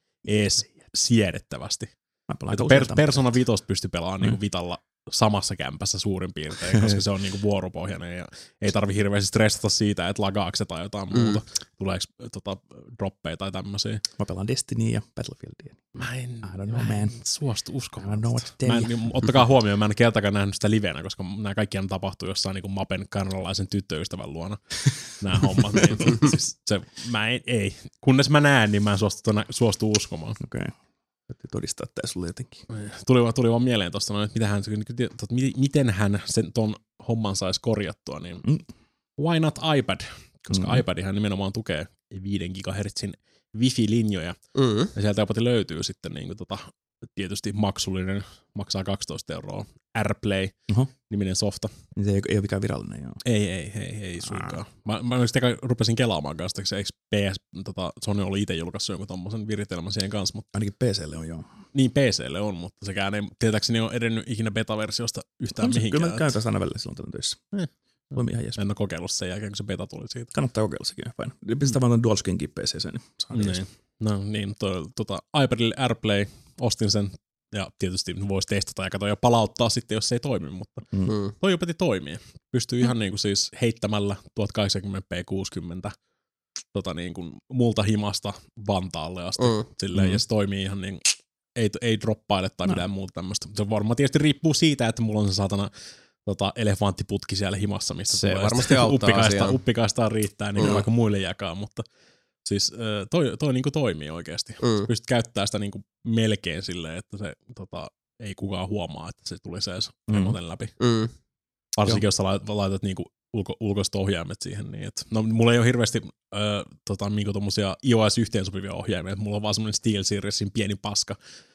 ees siedettävästi. Per, Persona viisi pystyi pelaamaan mm. niinku Vitalla samassa kämpässä suurin piirtein, koska se on niinku vuoropohjainen ja ei tarvi hirveästi stressata siitä, että lagaako se tai jotain mm. muuta. Tuleeko tota, droppeja tai tämmöisiä. Mä pelaan Destinyä ja Battlefieldia. Mä en, I don't know, man. suostu uskomaan. I don't know what to tell you. Ottakaa huomioon, mä en kertakaan nähnyt sitä livenä, koska nämä kaikki on tapahtuu jossain niinku Mapen kanadalaisen tyttöystävän luona. Nämä hommat. Niin, siis se, mä en, ei. Kunnes mä näen, niin mä en suostu, suostu uskomaan. Okei. Okay. Täytyy todistaa tämä sulle jotenkin. Tuli, tuli vaan mieleen tuosta, no, että hän, miten hän sen ton homman saisi korjattua, niin mm. why not iPad? Koska mm. iPadihan nimenomaan tukee viiden gigahertsin wifi-linjoja. Mm. Ja sieltä jopa löytyy sitten niin kuin, tota, tietysti maksullinen, maksaa kaksitoista euroa, AirPlay-niminen softa. Se ei, ei ole mikään virallinen, joo. Ei, ei, ei, ei suinkaan. Mä, mä sitä rupesin kelaamaan kanssa, että eikö P S, tota, Sony oli itse julkaissut jonkun tommosen viritelmän siihen kanssa. Mutta... Ainakin P C:lle on, joo. Niin, P C:lle on, mutta sekään ei tietääkseni ole edennyt ikinä beta-versiosta yhtään no, mihinkään. Kyllä mä käyn tässä aina välillä silloin töissä. Eh. Voimme ihan en ole kokeillut sen jälkeen, kun se beta tuli siitä. Kannattaa kokeilla sekin ihan päin. Pistää vaan tuon DualSkinkin P C:seen, niin saa niin. No niin, toi, tota, iPadille AirPlay, ostin sen. Ja tietysti voisi testata ja katsoa ja palauttaa sitten, jos se ei toimi, mutta mm. toi jopa toimii. Pystyy ihan niin kuin siis heittämällä tuhatkahdeksankymmentä p kuusikymmentä tota niin kuin multa himasta Vantaalle asti. Mm. Silleen, mm. Ja se toimii ihan niin, ei, ei droppaile tai no. mitään muuta tämmöistä. Se varmaan tietysti riippuu siitä, että mulla on se saatana tota, elefanttiputki siellä himassa, missä se varmasti auttaa uppikaista, uppikaistaan riittää, niin kuin mm. vaikka muille jakaa, mutta siis toi, toi niinku toimii oikeasti. Mm. Sä pystyt käyttämään sitä niinku melkein silleen, että se tota, ei kukaan huomaa, että se tuli se remoten läpi. Mm. Varsinkin, jos sä laitat niinku ulko, ulkoiset ohjaimet siihen. Niin et, no, mulla ei ole hirveästi ö, tota, niinku tommosia iOS-yhteensopivia ohjaimia, että mulla on vaan semmoinen SteelSeriesin pieni paska,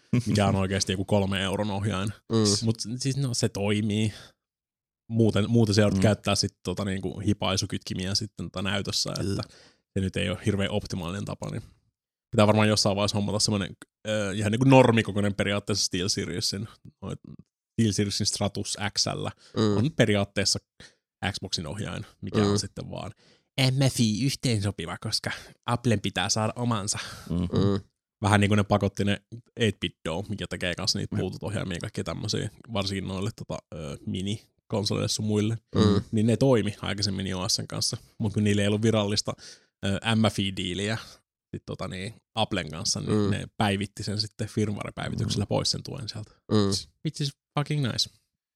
mikä on oikeasti joku kolme euron ohjain. Mm. Mutta siis no se toimii. Muuten, muuten se joudut mm. käyttää sitten tota niinku hipaisukytkimiä sitten tota näytössä, että se nyt ei ole hirveän optimaalinen tapa. Niin pitää varmaan jossain vaiheessa hommata semmoinen äh, ihan niinku normikokoinen periaatteessa SteelSeriesin. SteelSeriesin Stratus X L mm. on periaatteessa Xboxin ohjain, mikä mm. on sitten vaan M F I yhteensopiva, koska Applen pitää saada omansa. Mm. Vähän niin kuin ne pakotti ne eight-bit Dough, mikä tekee kanssa niitä Bluetooth-ohjaimia ja kaikkea tämmöisiä, varsinkin noille tota, ö, mini-konsoleille sun muille. Mm. Niin ne toimi aikaisemmin iOSn kanssa, mutta kun niillä ei ollut virallista ö, M F I-diiliä sit, tota, niin, Applen kanssa, niin mm. ne päivitti sen sitten firmware-päivityksellä mm. pois sen tuen sieltä. Mm. Which is fucking nice.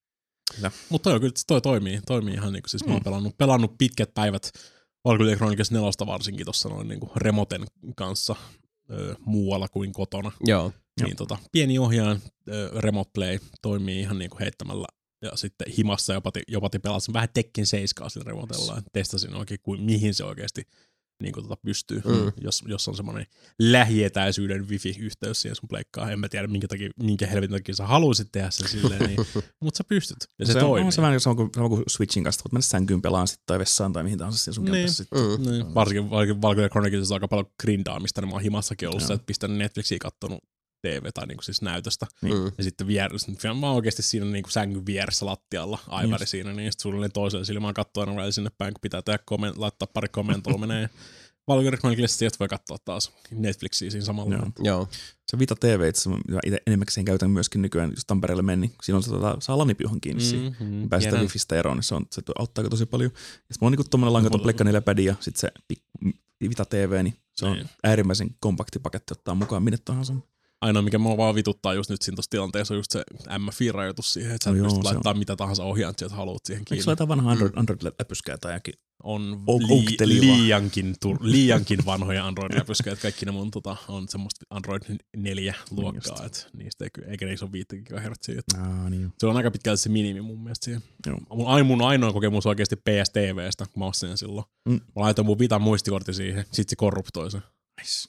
Mutta toi, kyllä toi toimii, toimii ihan niinku, siis mm. mä oon pelannut, pelannut pitkät päivät Valkyrie Chronicles neljä varsinkin tuossa noin niinku remoten kanssa ö, muualla kuin kotona. Joo. Niin tota, pieni ohjaan ö, remote play toimii ihan niinku heittämällä ja sitten himassa jopa, jopa pelasin vähän Tekken seitsemän sillä remotella. Testasin oikein kuin mihin se oikeasti niin tota pystyy, mm. jos, jos on semmoinen lähietäisyyden wifi-yhteys siihen sun pleikkaan. En mä tiedä, minkä, takia, minkä helvetin takia sä haluaisit tehdä sen silleen, niin, mutta sä pystyt. Ja se, se toimii. On se vähän sama kuin, sama kuin Switchin kanssa, voit mennä sänkyyn pelaan sit, tai vessaan tai mihin tahansa sun niin. kämpässä. Mm. Niin. Varsinkin, varsinkin Valkyrie Chronicles on aika paljon grindaamista, niin mä oon himassakin ollut se, että pistän Netflixiä kattonut T V tai niinku siis näytöstä. Mm. Ja sitten vieressä, mä oon oikeesti siinä niinku sängyn vieressä lattialla, aivari yes. siinä, niin sitten suunnilleen toiselle silmään kattoo aina välillä sinne päin, kun pitää tehdä komen- laittaa pari komentoa menee. Valkyrie Chronicles, sieltä voi katsoa taas Netflixiä siinä samalla. Joo. Joo. Se Vita T V, itse itse enimmäkseen käytän myöskin nykyään, jos Tampereelle meni. Siinä on se, tota, saa lanipiuhan kiinni siihen. Mm-hmm. Päästään Wifistä eroon, niin se, on, se auttaa tosi paljon. Ja sitten mulla on niinku tommonen langaton Pleikka neljä pädi ja sitten se Vita T V, niin se on äärimmäisen kompakti paketti ottaa mukaan minne tahansa. Ainoa, mikä mua vaan vituttaa just nyt siinä tuossa tilanteessa, on just se M F I-rajoitus siihen, että sä no pystyt laittaa mitä tahansa ohjaan, sieltä haluat siihen kiinni. Eikö laita vanha Android, Android-läpyskää tai jokin? On lii, liiankin, tur, liiankin vanhoja Android-läpyskäitä. Kaikki ne mun tota, on semmoista Android neljä luokkaa, että niistä ei, eikä niissä ole viisi gigahertsiä. Ah, niin se on aika pitkälti se minimi mun mielestä siihen. Mun, mun ainoa kokemus oikeasti P S T V:stä, kun mä ostin sen silloin. Mm. Mä laitoin mun Vitan muistikortti siihen, sit se korruptoi sen. Nice.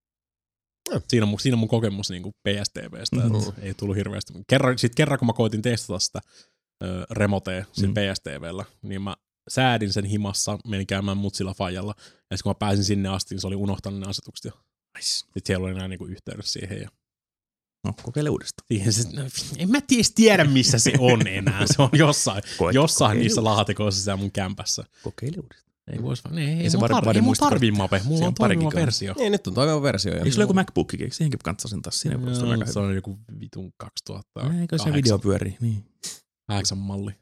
Siinä on mun, siinä on mun kokemus niin kuin P S T V:stä, mm-hmm. että ei tullut hirveästi. Kerran, sit kerran kun mä koitin testata sitä ö, remotea siinä mm. P S T V:llä, niin mä säädin sen himassa, menin käymään mutsilla faijalla, ja sitten kun mä pääsin sinne asti, niin se oli unohtanut ne asetukset jo. Nice. Sitten siellä oli enää niinku yhteydessä siihen. Ja no, kokeile uudestaan. Siihen se, no, en mä ties tiedä, missä se on enää. Se on jossain, jossain niissä laatikoissa siellä mun kämpässä. Kokeile uudestaan. Ei vois vaan, ei, ei, ei, mun, tar- ei mun tarvii mape, mulla on toimiva versio. Ei, nyt on toimiva versio. Eikö sulla joku MacBookikin? Siihenkin kannattaa sen taas. Siinä no, se, se on joku vitun kaksituhattakahdeksan. Eikö se video pyörii? Niin. Kahdeksan malli.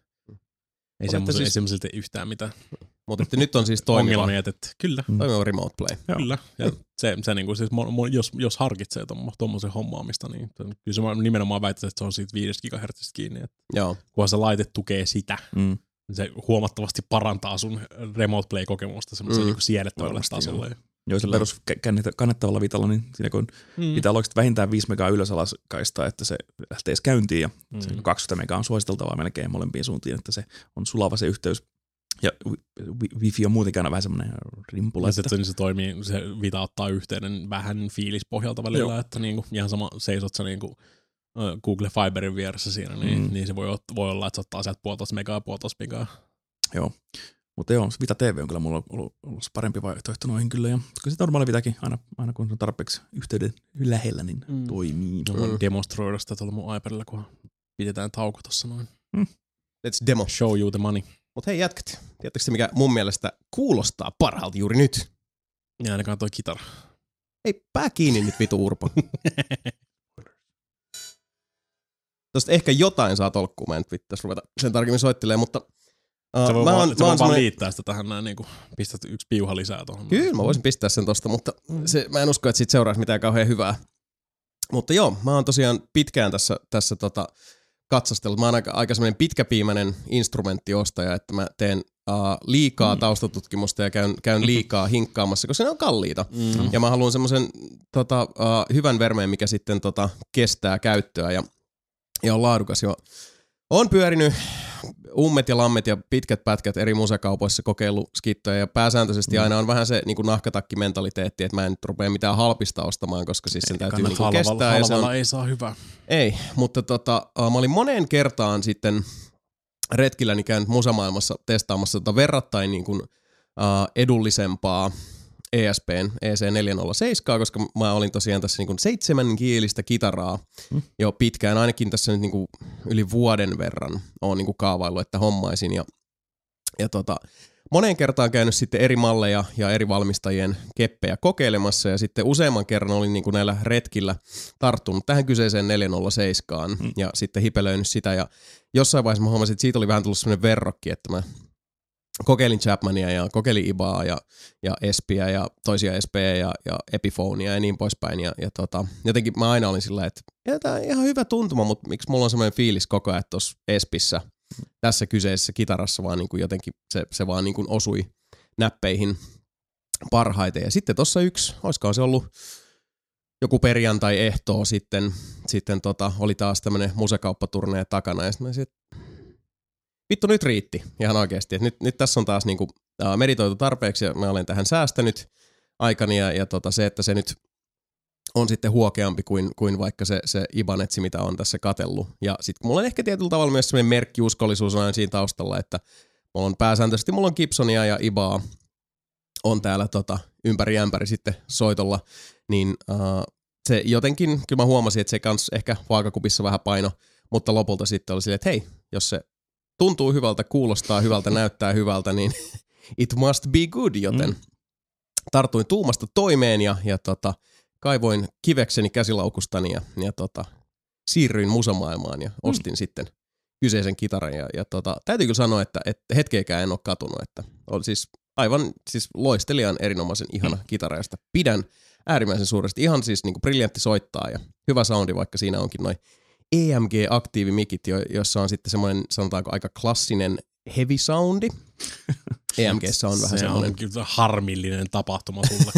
Ei semmoiselta siis... yhtään mitään. Mutta nyt on siis toimiva. Kyllä. Mm. Toimiva remote play. Joo. Kyllä. Ja se, se niinku siis, jos, jos harkitsee tuommoisen hommaamista, niin kyllä se nimenomaan väittäisi, että se on siitä viidestä gigahertsistä kiinni. Että joo. Kunhan se laite tukee sitä, mm. se huomattavasti parantaa sun remote play-kokemusta semmoisen mm. niinku siedettävällä tasolla. Joo, joo se perus kannettavalla Vitalla, niin siinä kun mm. pitää olla vähintään viisi megaa ylösalaiskaista, että se lähtee käyntiin, ja mm. se kaksikymmentä megaa on suositeltavaa melkein molempiin suuntiin, että se on sulava se yhteys. Ja wifi on muutenkin aina vähän semmoinen rimpula. Että se, se toimii, se Vita ottaa yhteyden vähän fiilispohjalta välillä, joo. Että niinku, ihan sama seisot sä niinku Google Fiberin vieressä siinä, niin, mm. niin se voi, voi olla, että se ottaa sieltä puolitoista megaa ja puolitoista megaa. Joo, mutta joo, Vita T V on kyllä mulla ollut, ollut parempi vaihtoehto noihin kyllä, ja kyllä se normaali Vitakin, aina, aina kun on tarpeeksi yhteyden lähellä, niin mm. toimii. No, voin mm. demonstroida sitä tuolla mun iPadilla, kun pidetään tauko tossa noin. Mm. Let's demo. Show you the money. Mut hei jätkät, tiedättekö se mikä mun mielestä kuulostaa parhaalta juuri nyt? Ja ainakaan toi kitara. Ei pää kiinni nyt vitu Urpo. Tosta ehkä jotain saa tolkkuu, mä en nyt vittais ruveta sen tarkemmin soittelemaan, mutta Uh, sä voi mä vaan, vaan semmoinen... liittää sitä tähän näin, niin kuin pistät yksi piuha lisää tuohon. Kyllä, mä voisin pistää sen tosta, mutta se, mä en usko, että siitä seuraisi mitään kauhean hyvää. Mutta joo, mä oon tosiaan pitkään tässä, tässä tota katsastellut. Mä oon aika, aika semmoinen pitkäpiimäinen instrumenttiostaja, että mä teen uh, liikaa mm. taustatutkimusta ja käyn, käyn liikaa hinkkaamassa, koska ne on kalliita. Mm. Ja mä haluan semmoisen tota, uh, hyvän vermeen, mikä sitten tota, kestää käyttöä ja, ja on laadukas jo. Oon pyörinyt ummet ja lammet ja pitkät pätkät eri musekaupoissa kokeillut skittoja ja pääsääntöisesti mm. aina on vähän se niin kuin nahkatakkimentaliteetti, että mä en nyt rupea mitään halpista ostamaan, koska siis sen ei, täytyy niin kuin halvalla, kestää. Halvalla ja se on, ei saa hyvää. Ei, mutta tota, mä olin moneen kertaan sitten retkilläni käynyt musamaailmassa testaamassa tota verrattain niin kuin, uh, edullisempaa E S P:n E C neljäsataaseitsemän, koska mä olin tosiaan tässä niin kuin seitsemänkielistä kitaraa mm. jo pitkään, ainakin tässä nyt niin kuin yli vuoden verran oon niin kuin kaavaillut, että hommaisin ja, ja tota, moneen kertaan käynyt sitten eri malleja ja eri valmistajien keppejä kokeilemassa ja sitten useamman kerran olin niin kuin näillä retkillä tarttunut tähän kyseiseen neljäsataaseitsemän mm. ja sitten hipelöinyt sitä ja jossain vaiheessa mä huomasin, että siitä oli vähän tullut sellainen verrokki, että mä kokeilin Chapmania ja kokeilin Ibaa ja, ja Espiä ja toisia S P ja, ja Epiphonia ja niin poispäin. Ja, ja tota, jotenkin mä aina olin sillä, että tämä on ihan hyvä tuntuma, mutta miksi mulla on semmoinen fiilis koko ajan, että tuossa Espissä, tässä kyseisessä kitarassa vaan niin kuin jotenkin se, se vaan niin kuin osui näppeihin parhaiten. Ja sitten tuossa yksi, olisikohan se ollut joku perjantai-ehtoo sitten, sitten tota, oli taas tämmöinen musekauppaturneen takana ja sitten mä olisin, vittu nyt riitti ihan oikeasti, että nyt, nyt tässä on taas niinku, ää, meditoitu tarpeeksi ja mä olen tähän säästänyt aikani ja, ja tota se, että se nyt on sitten huokeampi kuin, kuin vaikka se, se Ibanetsi, mitä on tässä katsellut. Ja sitten mulla on ehkä tietyllä tavalla myös sellainen merkkiuskollisuus aina siinä taustalla, että mulla on pääsääntöisesti, mulla on Gibsonia ja Ibaa on täällä tota, ympäri ämpäri sitten soitolla, niin ää, se jotenkin, kyllä mä huomasin, että se kans ehkä vaakakupissa vähän paino, mutta lopulta sitten oli silleen, että hei, jos se tuntuu hyvältä, kuulostaa hyvältä, näyttää hyvältä, niin it must be good, joten mm. tartuin tuumasta toimeen ja, ja tota, kaivoin kivekseni käsilaukustani ja, ja tota, siirryin musamaailmaan ja ostin mm. sitten kyseisen kitaran. Ja, ja tota, täytyy kyllä sanoa, että, että hetkeäkään en ole katunut, että on siis aivan siis loistelijan erinomaisen ihana mm. kitara, josta pidän äärimmäisen suuresti. Ihan siis niin kuin briljantti soittaa ja hyvä soundi, vaikka siinä onkin noin E M G-aktiivimikit, jossa on sitten semmoinen, sanotaanko aika klassinen heavy soundi. E M G:ssä on vähän se semmoinen. Se on kyllä harmillinen tapahtuma sulle.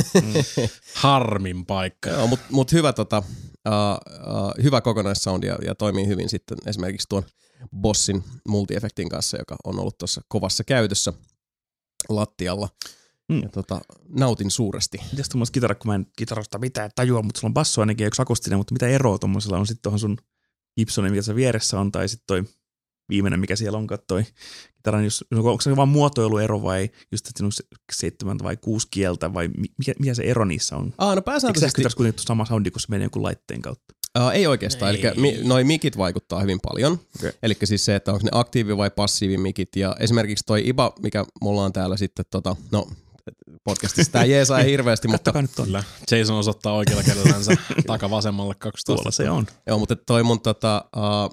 Harmin paikka. Joo, mutta mut hyvä, tota, uh, uh, hyvä kokonaissoundi ja, ja toimii hyvin sitten esimerkiksi tuon Bossin multi-efektin kanssa, joka on ollut tuossa kovassa käytössä lattialla. Mm. Ja tota, nautin suuresti. Mitäs tuommoista kitara, kun mä en kitarasta mitään tajua, mutta sulla on basso ainakin yksi akustinen, mutta mitä eroa tuommoisella on sitten tuohon sun Gibsonin, mikä se vieressä on, tai sitten toi viimeinen, mikä siellä onkaan toi kitaran, jos, onko se vaan muotoiluero vai just, että on seitsemän vai kuusi kieltä vai mikä, mikä se ero niissä on? Aa, no pääsääntöisesti. Eikö se kuitenkin sama soundi, kun se menee jonkun laitteen kautta? Aa, ei oikeastaan, ei. Eli mi, noi mikit vaikuttaa hyvin paljon. Okay. Eli siis se, että onko ne aktiivi- vai passiivimikit. Ja esimerkiksi toi Iba, mikä mulla on täällä sitten, tota, no podcastissa tää jeesaa hirveästi, mutta kyllä. Jason osoittaa oikealla kädellänsä takavasemmalle kaksitoista. Tuolla se on. Joo, mutta toi mun tota, uh,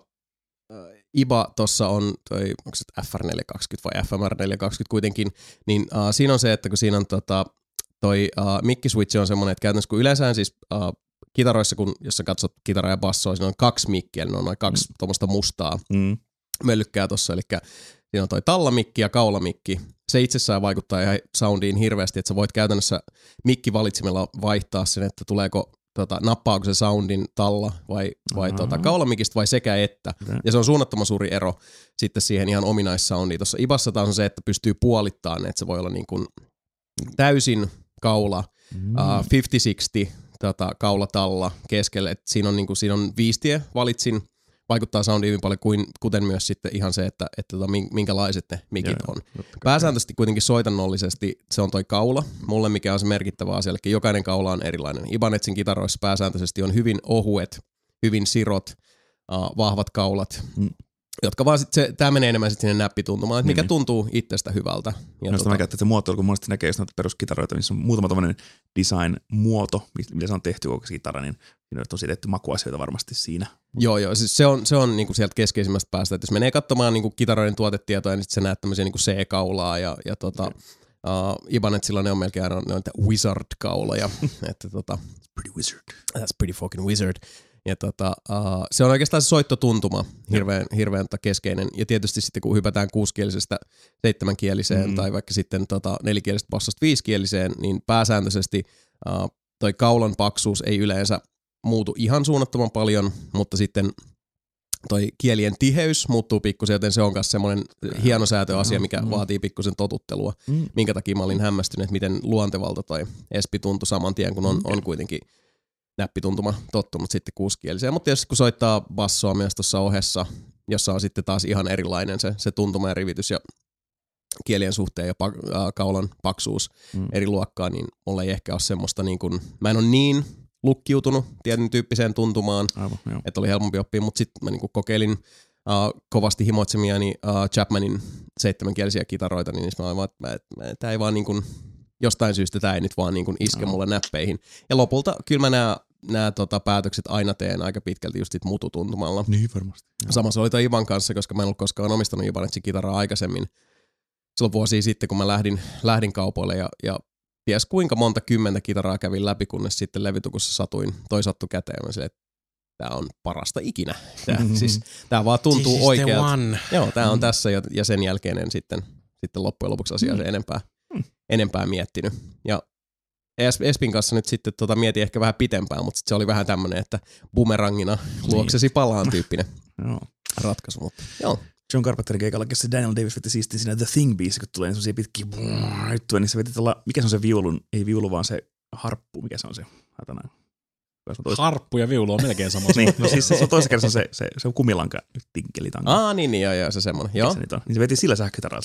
Iba tossa on toi, onko se F R neljäsataakaksikymmentä vai F M R neljäsataakaksikymmentä kuitenkin, niin uh, siinä on se, että kun siinä on tota, toi uh, mikkiswitch on semmoinen, että käytännössä kun yleensä siis uh, kitaroissa, kun jos sä katsot kitaraa ja bassoa, siinä on kaksi mikkiä, niin on noin kaksi mm. tuommoista mustaa mm. möllykkää tossa, eli siinä on toi tallamikki ja kaulamikki. Se itsessään vaikuttaa ihan soundiin hirveästi, että sä voit käytännössä mikkivalitsimella vaihtaa sen, että tuleeko, tota, nappaako se soundin talla vai, vai tota, kaulamikista vai sekä että. Okay. Ja se on suunnattoman suuri ero sitten siihen ihan ominaissoundiin. Tuossa Ibassa taas on se, että pystyy puolittamaan, että se voi olla niin kuin täysin kaula, mm. uh, viisikymmentä kuusikymmentä tota, kaula talla keskelle. Et siinä on, niin kuin, siinä on viistie valitsin. Vaikuttaa soundiin hyvin paljon, kuin, kuten myös sitten ihan se, että, että minkälaiset ne mikit Joo, on. Pääsääntöisesti kuitenkin soitannollisesti se on toi kaula. Mulle mikä on se merkittävä asia, eli jokainen kaula on erilainen. Ibanetsin kitaroissa pääsääntöisesti on hyvin ohuet, hyvin sirot, uh, vahvat kaulat, mm. jotka vaan sitten, tämä menee enemmän sitten sinne näppituntumaan, että mikä niin, tuntuu itsestä hyvältä. Ja tota, mä käytän, että se muotoilu, kun monesti näkee noita peruskitaroita, missä on muutama tämmöinen design-muoto, millä se on tehty koko kitara, niin siinä on tosi tehty makuasioita varmasti siinä. Joo, joo. Siis se on, se on niinku sieltä keskeisimmästä päästä, että jos menee katsomaan niinku kitaroiden tuotetietoja, niin sitten sä näet tämmöisiä niinku C-kaulaa ja, ja tota, okay. uh, Ibanetsilla ne on melkein aina noita wizard-kauloja. että tota, pretty wizard. That's pretty fucking wizard. Ja tota, uh, se on oikeastaan se soittotuntuma hirveän, hirveän keskeinen. Ja tietysti sitten kun hypätään kuusikielisestä seitsemänkieliseen mm. tai vaikka sitten tota, nelikielisestä bassosta viisikieliseen, niin pääsääntöisesti uh, toi kaulan paksuus ei yleensä muutu ihan suunnattoman paljon, mutta sitten toi kielien tiheys muuttuu pikkusen, joten se on myös semmoinen hienosäätöasia, mikä mm. vaatii pikkusen totuttelua. Mm. Minkä takia mä olin hämmästynyt, että miten luontevalta toi Espi tuntui saman tien, kun on, on kuitenkin näppituntuma tottunut sitten kuusikieliseen. Mutta tietysti kun soittaa bassoa myös tuossa ohessa, jossa on sitten taas ihan erilainen se, se tuntuma ja rivitys ja kielien suhteen ja pa- äh, kaulan paksuus mm. eri luokkaa, niin mulla ei ehkä ole semmoista niin kuin, mä en ole niin lukkiutunut tietyn tyyppiseen tuntumaan, aivan, että oli helpompi oppia, mutta sitten mä niin kuin kokeilin uh, kovasti himoitsemiani uh, Chapmanin seitsemänkielisiä kitaroita, niin mä olin vaan, että mä, mä, tää ei vaan niin kuin, jostain syystä tää ei nyt vaan niin kuin iske mulle näppeihin. Ja lopulta kyllä mä nää nämä tota, päätökset aina teen aika pitkälti just mututuntumalla. Niin varmasti. Sama se oli toi Ivan kanssa, koska mä en ollut koskaan omistanut Ibanetsin kitaraa aikaisemmin. Silloin vuosia sitten, kun mä lähdin, lähdin kaupoille ja, ja ties kuinka monta kymmentä kitaraa kävin läpi, kunnes sitten levytukussa satuin, toi sattu käteen. Mä silleen, että tää on parasta ikinä. Tää, mm-hmm. siis, tää vaan tuntuu oikealta. Joo, tää on mm-hmm. tässä ja, ja sen jälkeen en sitten, sitten loppujen lopuksi asiaa mm-hmm. enempää, mm-hmm. enempää miettinyt. Ja Espin kanssa nyt sitten tota mietin ehkä vähän pitempään, mutta sit se oli vähän tämmönen, että bumerangina luoksesi palaan tyyppinen ratkaisu. Mutta, joo. John Carpenterin keikalla, se Daniel Davis veti siisti siinä The Thing-biisi, kun tulee semmosia pitkiä juttuja, niin se veti tällä, mikä se on se viulun, ei viulu, vaan se harppu, mikä se on se, hatanaan. Harppu ja viulu on melkein sama. Niin, no siis se on toisen kerran se, se, se on kumilanka, tinkelitanka. Aa, niin, niin, joo, joo, se semmoinen. Joo. Se niin se veti sillä sähkötaralla.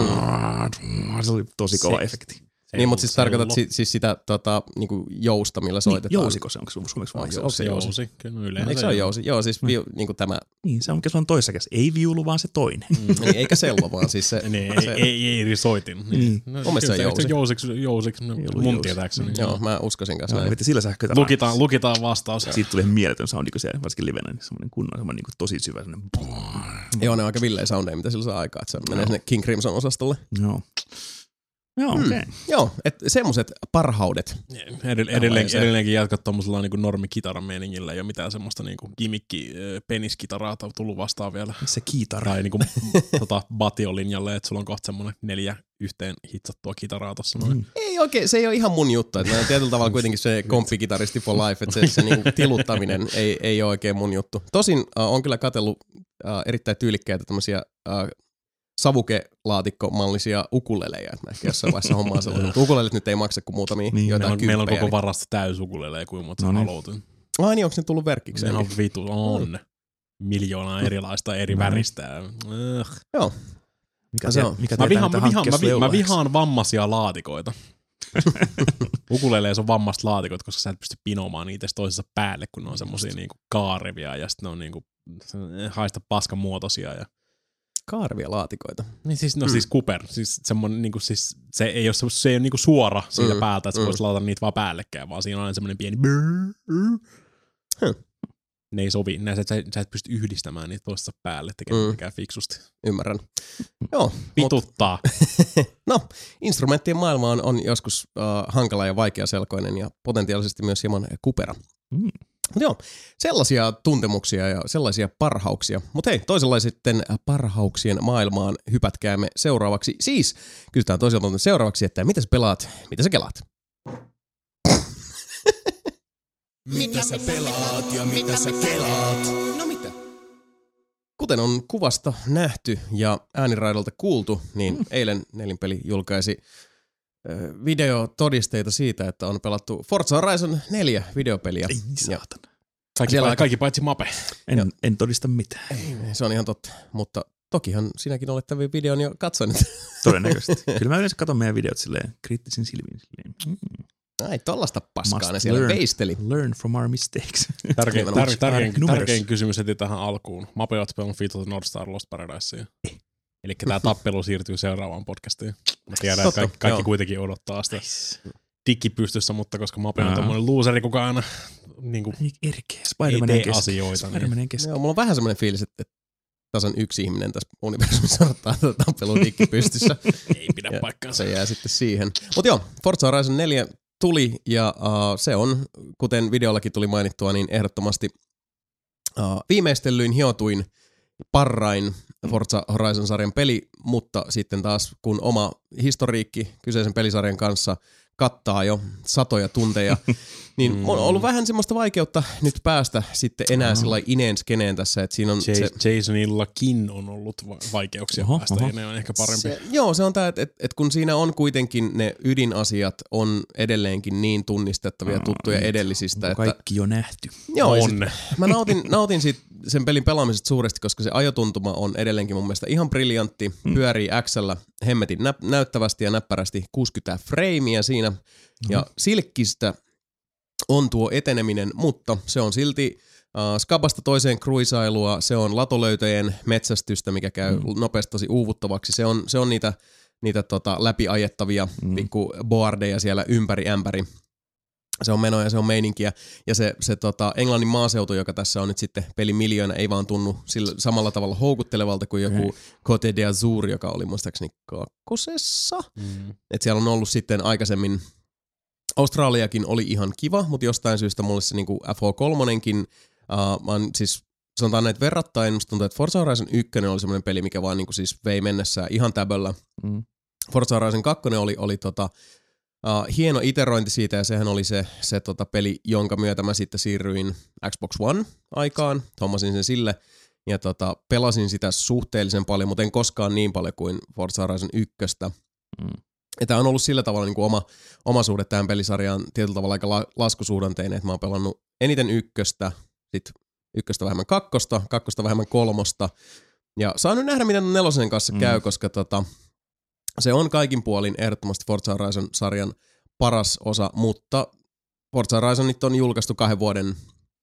Se oli tosi kova se, efekti. Niin, mutta siis tarkoitat si, siis sitä tota, niinku jousta, millä soitetaan. Niin, jousiko se, onko se suomeksi vaan jousi? Onko se jousi? jousi? Kyllä yleensä. Eikö se ole jousi? Joo, siis vi, niinku tämä. Niin, se on mikä se on toisessa kädessä. Ei viulu, vaan se toinen. Mm, niin, eikä sello, vaan siis se. niin, se, ei, ei, ei eri soitin. Niin. No, mun mielestä se on jousi. Jousiksi, jousiksi mun tietääkseni. Joo, mä uskoisin kanssa. Joo, sillä sähkötaralla. Lukitaan, lukitaan vastaus. Siitä tuli mieletön soundi, kun siellä varsinkin livenä, niin semmoinen kunnon, semmoinen niin tosi syvä. Joo, ne on aika villejä soundeja, mitä sillä saa aikaa, että se menee sinne King Crimson-osastolle. Joo. Joo, okei. Okay. Mm. Joo, että semmoiset parhaudet. Edell- edelleen, edelleenkin jatkat tommosella niinku normikitaran meiningillä, ei ole mitään semmoista niinku gimikki peniskitaraa tullut vastaan vielä. Se kitara. Tai niinku tota, batiolinjalle, että sulla on kohta semmoinen neljä yhteen hitsattua kitaraa tossa noin. Mm. Ei oikein, se ei ole ihan mun juttu. Että on tietyllä tavalla kuitenkin se komppikitaristi for life, että se, se niinku tiluttaminen ei, ei ole oikein mun juttu. Tosin uh, on kyllä katsellut uh, erittäin tyylikkäitä tämmöisiä uh, savukelaatikkomallisia ukulelejä, että mä ehkä jossain vaiheessa hommaa sellainen. Ukelelet nyt ei maksa kuin muutamia niin, jotain meillä on, meillä on koko niin. varasto täys ukuleleja, kuin monta no niin. haluutun. Ai niin, onko ne tullut verkkikseen? Ne on vitu, on. Miljoonaa erilaista eri no. väristä. Ugh. Joo. Mikä se on? Mikä mä, vihaan, mä, vihaan, mä, vi, mä vihaan vammaisia laatikoita. Ukuleleissa on vammaiset laatikot, koska sä et pysty pinomaan niitä toisessa päälle, kun ne on semmosia niinku kaarevia ja sitten ne on niinku haista paskan muotoisia ja kaarevia laatikoita. Niin siis, no mm. siis Cooper, siis semmonen niinku siis, se ei ole, se ei ole niinku suora siitä mm. päältä, että sä mm. voisit laittaa niitä vaan päällekään, vaan siinä on aina semmonen pieni hmm. Ne ei sovi, ne, sä, sä et pysty yhdistämään niitä toisessa päälle tekemään mikään mm. fiksusti. Ymmärrän. Joo. Vituttaa. No, instrumenttien maailma on, on joskus uh, hankala ja vaikeaselkoinen ja potentiaalisesti myös hieman kupera. Mm. Mutta joo, sellaisia tuntemuksia ja sellaisia parhauksia. Mutta hei, toisenlaisten parhauksien maailmaan hypätkäämme seuraavaksi. Siis, kysytään toiselta seuraavaksi, että mitä sä pelaat, mitä sä kelaat? Mitä sä pelaat ja mitä sä kelaat? No mitä? Kuten on kuvasta nähty ja ääniraidolta kuultu, niin mm. eilen Nelinpeli julkaisi videotodisteita siitä, että on pelattu Forza Horizon neljä videopeliä. Ei saatana. Kaikki, pa- kaikki paitsi Mape. En, en todista mitään. Ei, se on ihan totta, mutta tokihan sinäkin olet tämän videon jo katsonut. Todennäköisesti. Kyllä mä yleensä katson meidän videot silleen kriittisin silmin. Silleen. Mm. Ai, tollaista paskaa Must ne siellä learn, veisteli. Learn from our mistakes. Tärkein, tär, tärkein, tärkein kysymys heti tähän alkuun. Mape oot pelannut Fate of the North Star Lost Paradisea. Eh. Eli tämä tappelu siirtyy seuraavaan podcastiin. Mä tiedän, että kaikki, kaikki kuitenkin odottaa sitä nice. Digi pystyssä, mutta koska Mape on tommonen looseri, kuka aina niin kuin, ei tee asioita. Niin. Joo, mulla on vähän semmoinen fiilis, että tasan yksi ihminen tässä universumissa odottaa tätä tappelua Digi pystyssä. Ei pidä paikkaansa. Se jää sitten siihen. Mutta joo, Forza Horizon neljä tuli ja uh, se on, kuten videollakin tuli mainittua, niin ehdottomasti uh, viimeistellyin, hiotuin, parrain Forza Horizon-sarjan peli, mutta sitten taas kun oma historiikki kyseisen pelisarjan kanssa kattaa jo satoja tunteja, niin mm. on ollut vähän semmoista vaikeutta nyt päästä sitten enää mm. sillä ineen skeneen tässä, että siinä on J- se... Jasonillakin on ollut va- vaikeuksia oho, päästä, oho. Ja ne on ehkä parempi. Se, joo, se on tämä, että et, et kun siinä on kuitenkin ne ydinasiat on edelleenkin niin tunnistettavia, tuttuja mm. edellisistä. Että, kaikki jo nähty. Joo, on. Sit, mä nautin, nautin siitä sen pelin pelaamisesta suuresti, koska se ajotuntuma on edelleenkin mun mielestä ihan briljantti. Mm. Pyörii X:llä hemmetin nä- näyttävästi ja näppärästi kuusikymmentä freimiä siinä. Mm. Ja silkkistä on tuo eteneminen, mutta se on silti uh, skabasta toiseen kruisailua, se on latolöytöjen metsästystä, mikä käy mm. nopeasti tosi uuvuttavaksi. Se on, se on niitä, niitä tota, läpiajettavia mm. pikku boardeja siellä ympäri ämpäri. Se on menoja, se on meininkiä. Ja se, se tota, Englannin maaseutu, joka tässä on nyt sitten pelimiljoona, ei vaan tunnu sillä samalla tavalla houkuttelevalta kuin joku Côte d'Azur, joka oli muistaakseni kakkosessa. Mm. Et siellä on ollut sitten aikaisemmin, Australiakin oli ihan kiva, mutta jostain syystä mulle se niinku F H kolmonenkin, uh, mä oon siis sanotaan näitä verrattain, musta tuntuu, että Forza Horizon yksi oli semmoinen peli, mikä vaan niinku siis vei mennessään ihan täböllä. Mm. Forza Horizon kaksi oli, oli tota, Uh, hieno iterointi siitä, ja sehän oli se, se tota peli, jonka myötä mä sitten siirryin Xbox One-aikaan, hommasin sen sille, ja tota, pelasin sitä suhteellisen paljon, mutta en koskaan niin paljon kuin Forza Horizon yksi. Mm. Ja tää on ollut sillä tavalla niin kuin oma, oma suhde tähän pelisarjaan tietyllä tavalla aika la, laskusuhdanteinen, että mä oon pelannut eniten ykköstä, sit ykköstä vähemmän kakkosta, kakkosta vähemmän kolmosta, ja saan nyt nähdä, miten nelosen kanssa mm. käy, koska tota... Se on kaikin puolin ehdottomasti Forza Horizon-sarjan paras osa, mutta Forza Horizonit on julkaistu kahden vuoden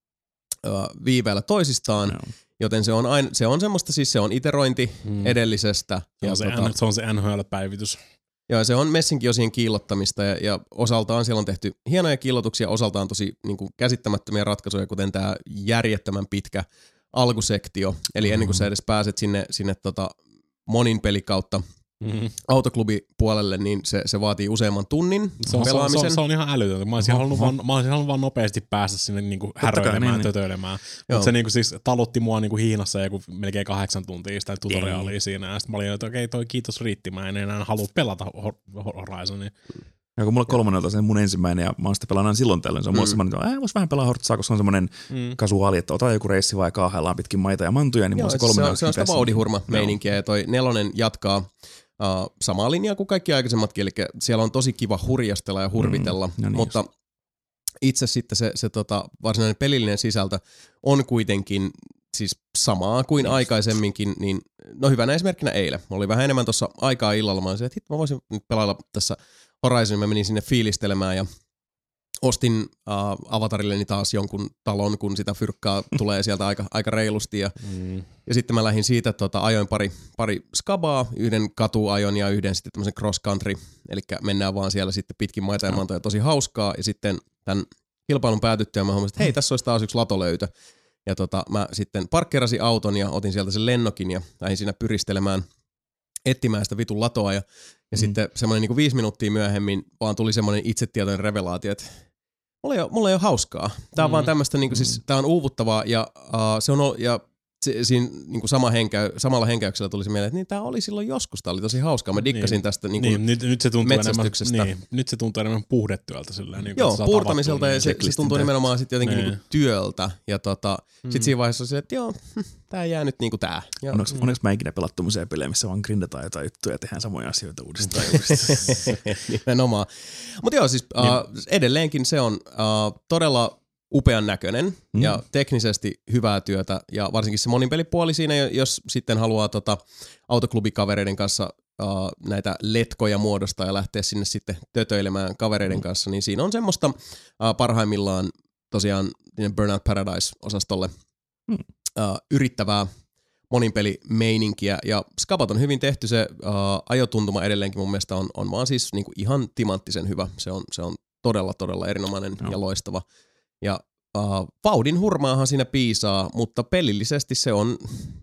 ö, viiveellä toisistaan, no. joten se on, aina, se on semmoista, siis se on iterointi mm. edellisestä. Se on, ja se, tota, N, se on se N H L-päivitys. Joo, se on messinkiosien kiillottamista ja, ja osaltaan siellä on tehty hienoja kiillotuksia, osaltaan tosi niin kuin käsittämättömiä ratkaisuja, kuten tämä järjettömän pitkä alkusektio. Eli mm. ennen kuin sä edes pääset sinne, sinne tota monin pelikautta Mm-hmm. autoklubipuolelle, niin se, se vaatii useamman tunnin se on, pelaamisen. Se on, se on ihan älytöntä. Mä olisin halunnut vaan, mä olisin halunnut vaan nopeasti päästä sinne niinku häröilemään, niin, tötöilemään. Mutta se niinku siis talutti mua niinku Hiinassa joku melkein kahdeksan tuntia sitä tutoriaalia siinä. Ja sitten mä olin, että okei, toi kiitos riitti. Mä en enää halua pelata Horizonia. Ja kun mulla kolmannelta se mun ensimmäinen, ja mä oon sitten pelannut silloin tällöin. Se on mm. mulla semmoinen, että vois vähän pelaa Horzaa, koska se on semmoinen mm. kasuaali, että ota joku reissi vai kaahaillaan pitkin maita ja mantuja, niin mulla se kolmannen. Se on sitä vauhdihurma-meininkiä, ja toi nelonen jatkaa Uh, samaa linjaa kuin kaikki aikaisemmatkin, eli siellä on tosi kiva hurjastella ja hurvitella, mm, no niin mutta just. Itse sitten se, se tota, varsinainen pelillinen sisältö on kuitenkin siis samaa kuin mm. aikaisemminkin, niin no hyvänä esimerkkinä eilen. Mulla oli vähän enemmän tuossa aikaa illalla, mä olisin, että hit, mä voisin nyt pelailla tässä Horizonin, mä menin sinne fiilistelemään ja ostin uh, avatarilleni taas jonkun talon, kun sitä fyrkkaa tulee sieltä aika, aika reilusti. Ja, mm. ja sitten mä lähdin siitä, että tota, ajoin pari, pari skabaa, yhden katuajon ja yhden sitten tämmöisen cross country. Eli mennään vaan siellä sitten pitkin maita ja mantoja, tosi hauskaa. Ja sitten tämän kilpailun päätyttyä mä huomasin, että hei, tässä olisi taas yksi latolöytö. Ja tota, mä sitten parkkerasin auton ja otin sieltä sen lennokin ja lähdin siinä pyristelemään, etsimään sitä vitun latoa. Ja, ja mm. sitten semmoinen niin kuin viisi minuuttia myöhemmin vaan tuli semmoinen itsetietoinen revelaatio, että Mulla ei ole, mulla ei ole hauskaa. Tää on mm. vaan tämmöstä, niinku, siis, tää on uuvuttavaa ja, uh, se on, ja se, siinä niinku sama henkä, samalla henkäyksellä tuli se mieleen, että niin tää oli silloin joskus, tää oli tosi hauskaa. Mä dikkasin niin, tästä niinku niin, nyt, nyt se tuntuu metsästyksestä. Enemmän, niin, nyt se tuntuu enemmän puhdetyöltä. Sillä, niin, joo, puurtamiselta ja se, se tuntuu nimenomaan sit jotenkin niin. niinku työltä. Ja tota, mm. sit siinä vaiheessa on se, että joo, tää jää nyt niinku tää. Ja, onneksi, mm. onneksi mä ikinä pelattu tommosia pelejä, missä vaan grindataan jotain juttuja ja tehdään samoja asioita uudestaan ja uudestaan. Nimenomaan. Mutta joo, siis uh, niin. edelleenkin se on uh, todella upean näköinen mm. ja teknisesti hyvää työtä ja varsinkin se moninpelipuoli siinä, jos sitten haluaa tota, autoklubikavereiden kanssa uh, näitä letkoja muodostaa ja lähteä sinne sitten tötöilemään kavereiden mm. kanssa, niin siinä on semmoista uh, parhaimmillaan tosiaan Burnout Paradise-osastolle mm. uh, yrittävää moninpelimeininkiä ja skabat on hyvin tehty, se uh, ajotuntuma edelleenkin mun mielestä on, on vaan siis niinku ihan timanttisen hyvä, se on, se on todella todella erinomainen no. ja loistava. Ja uh, vauhdin hurmaahan siinä piisaa, mutta pelillisesti se on,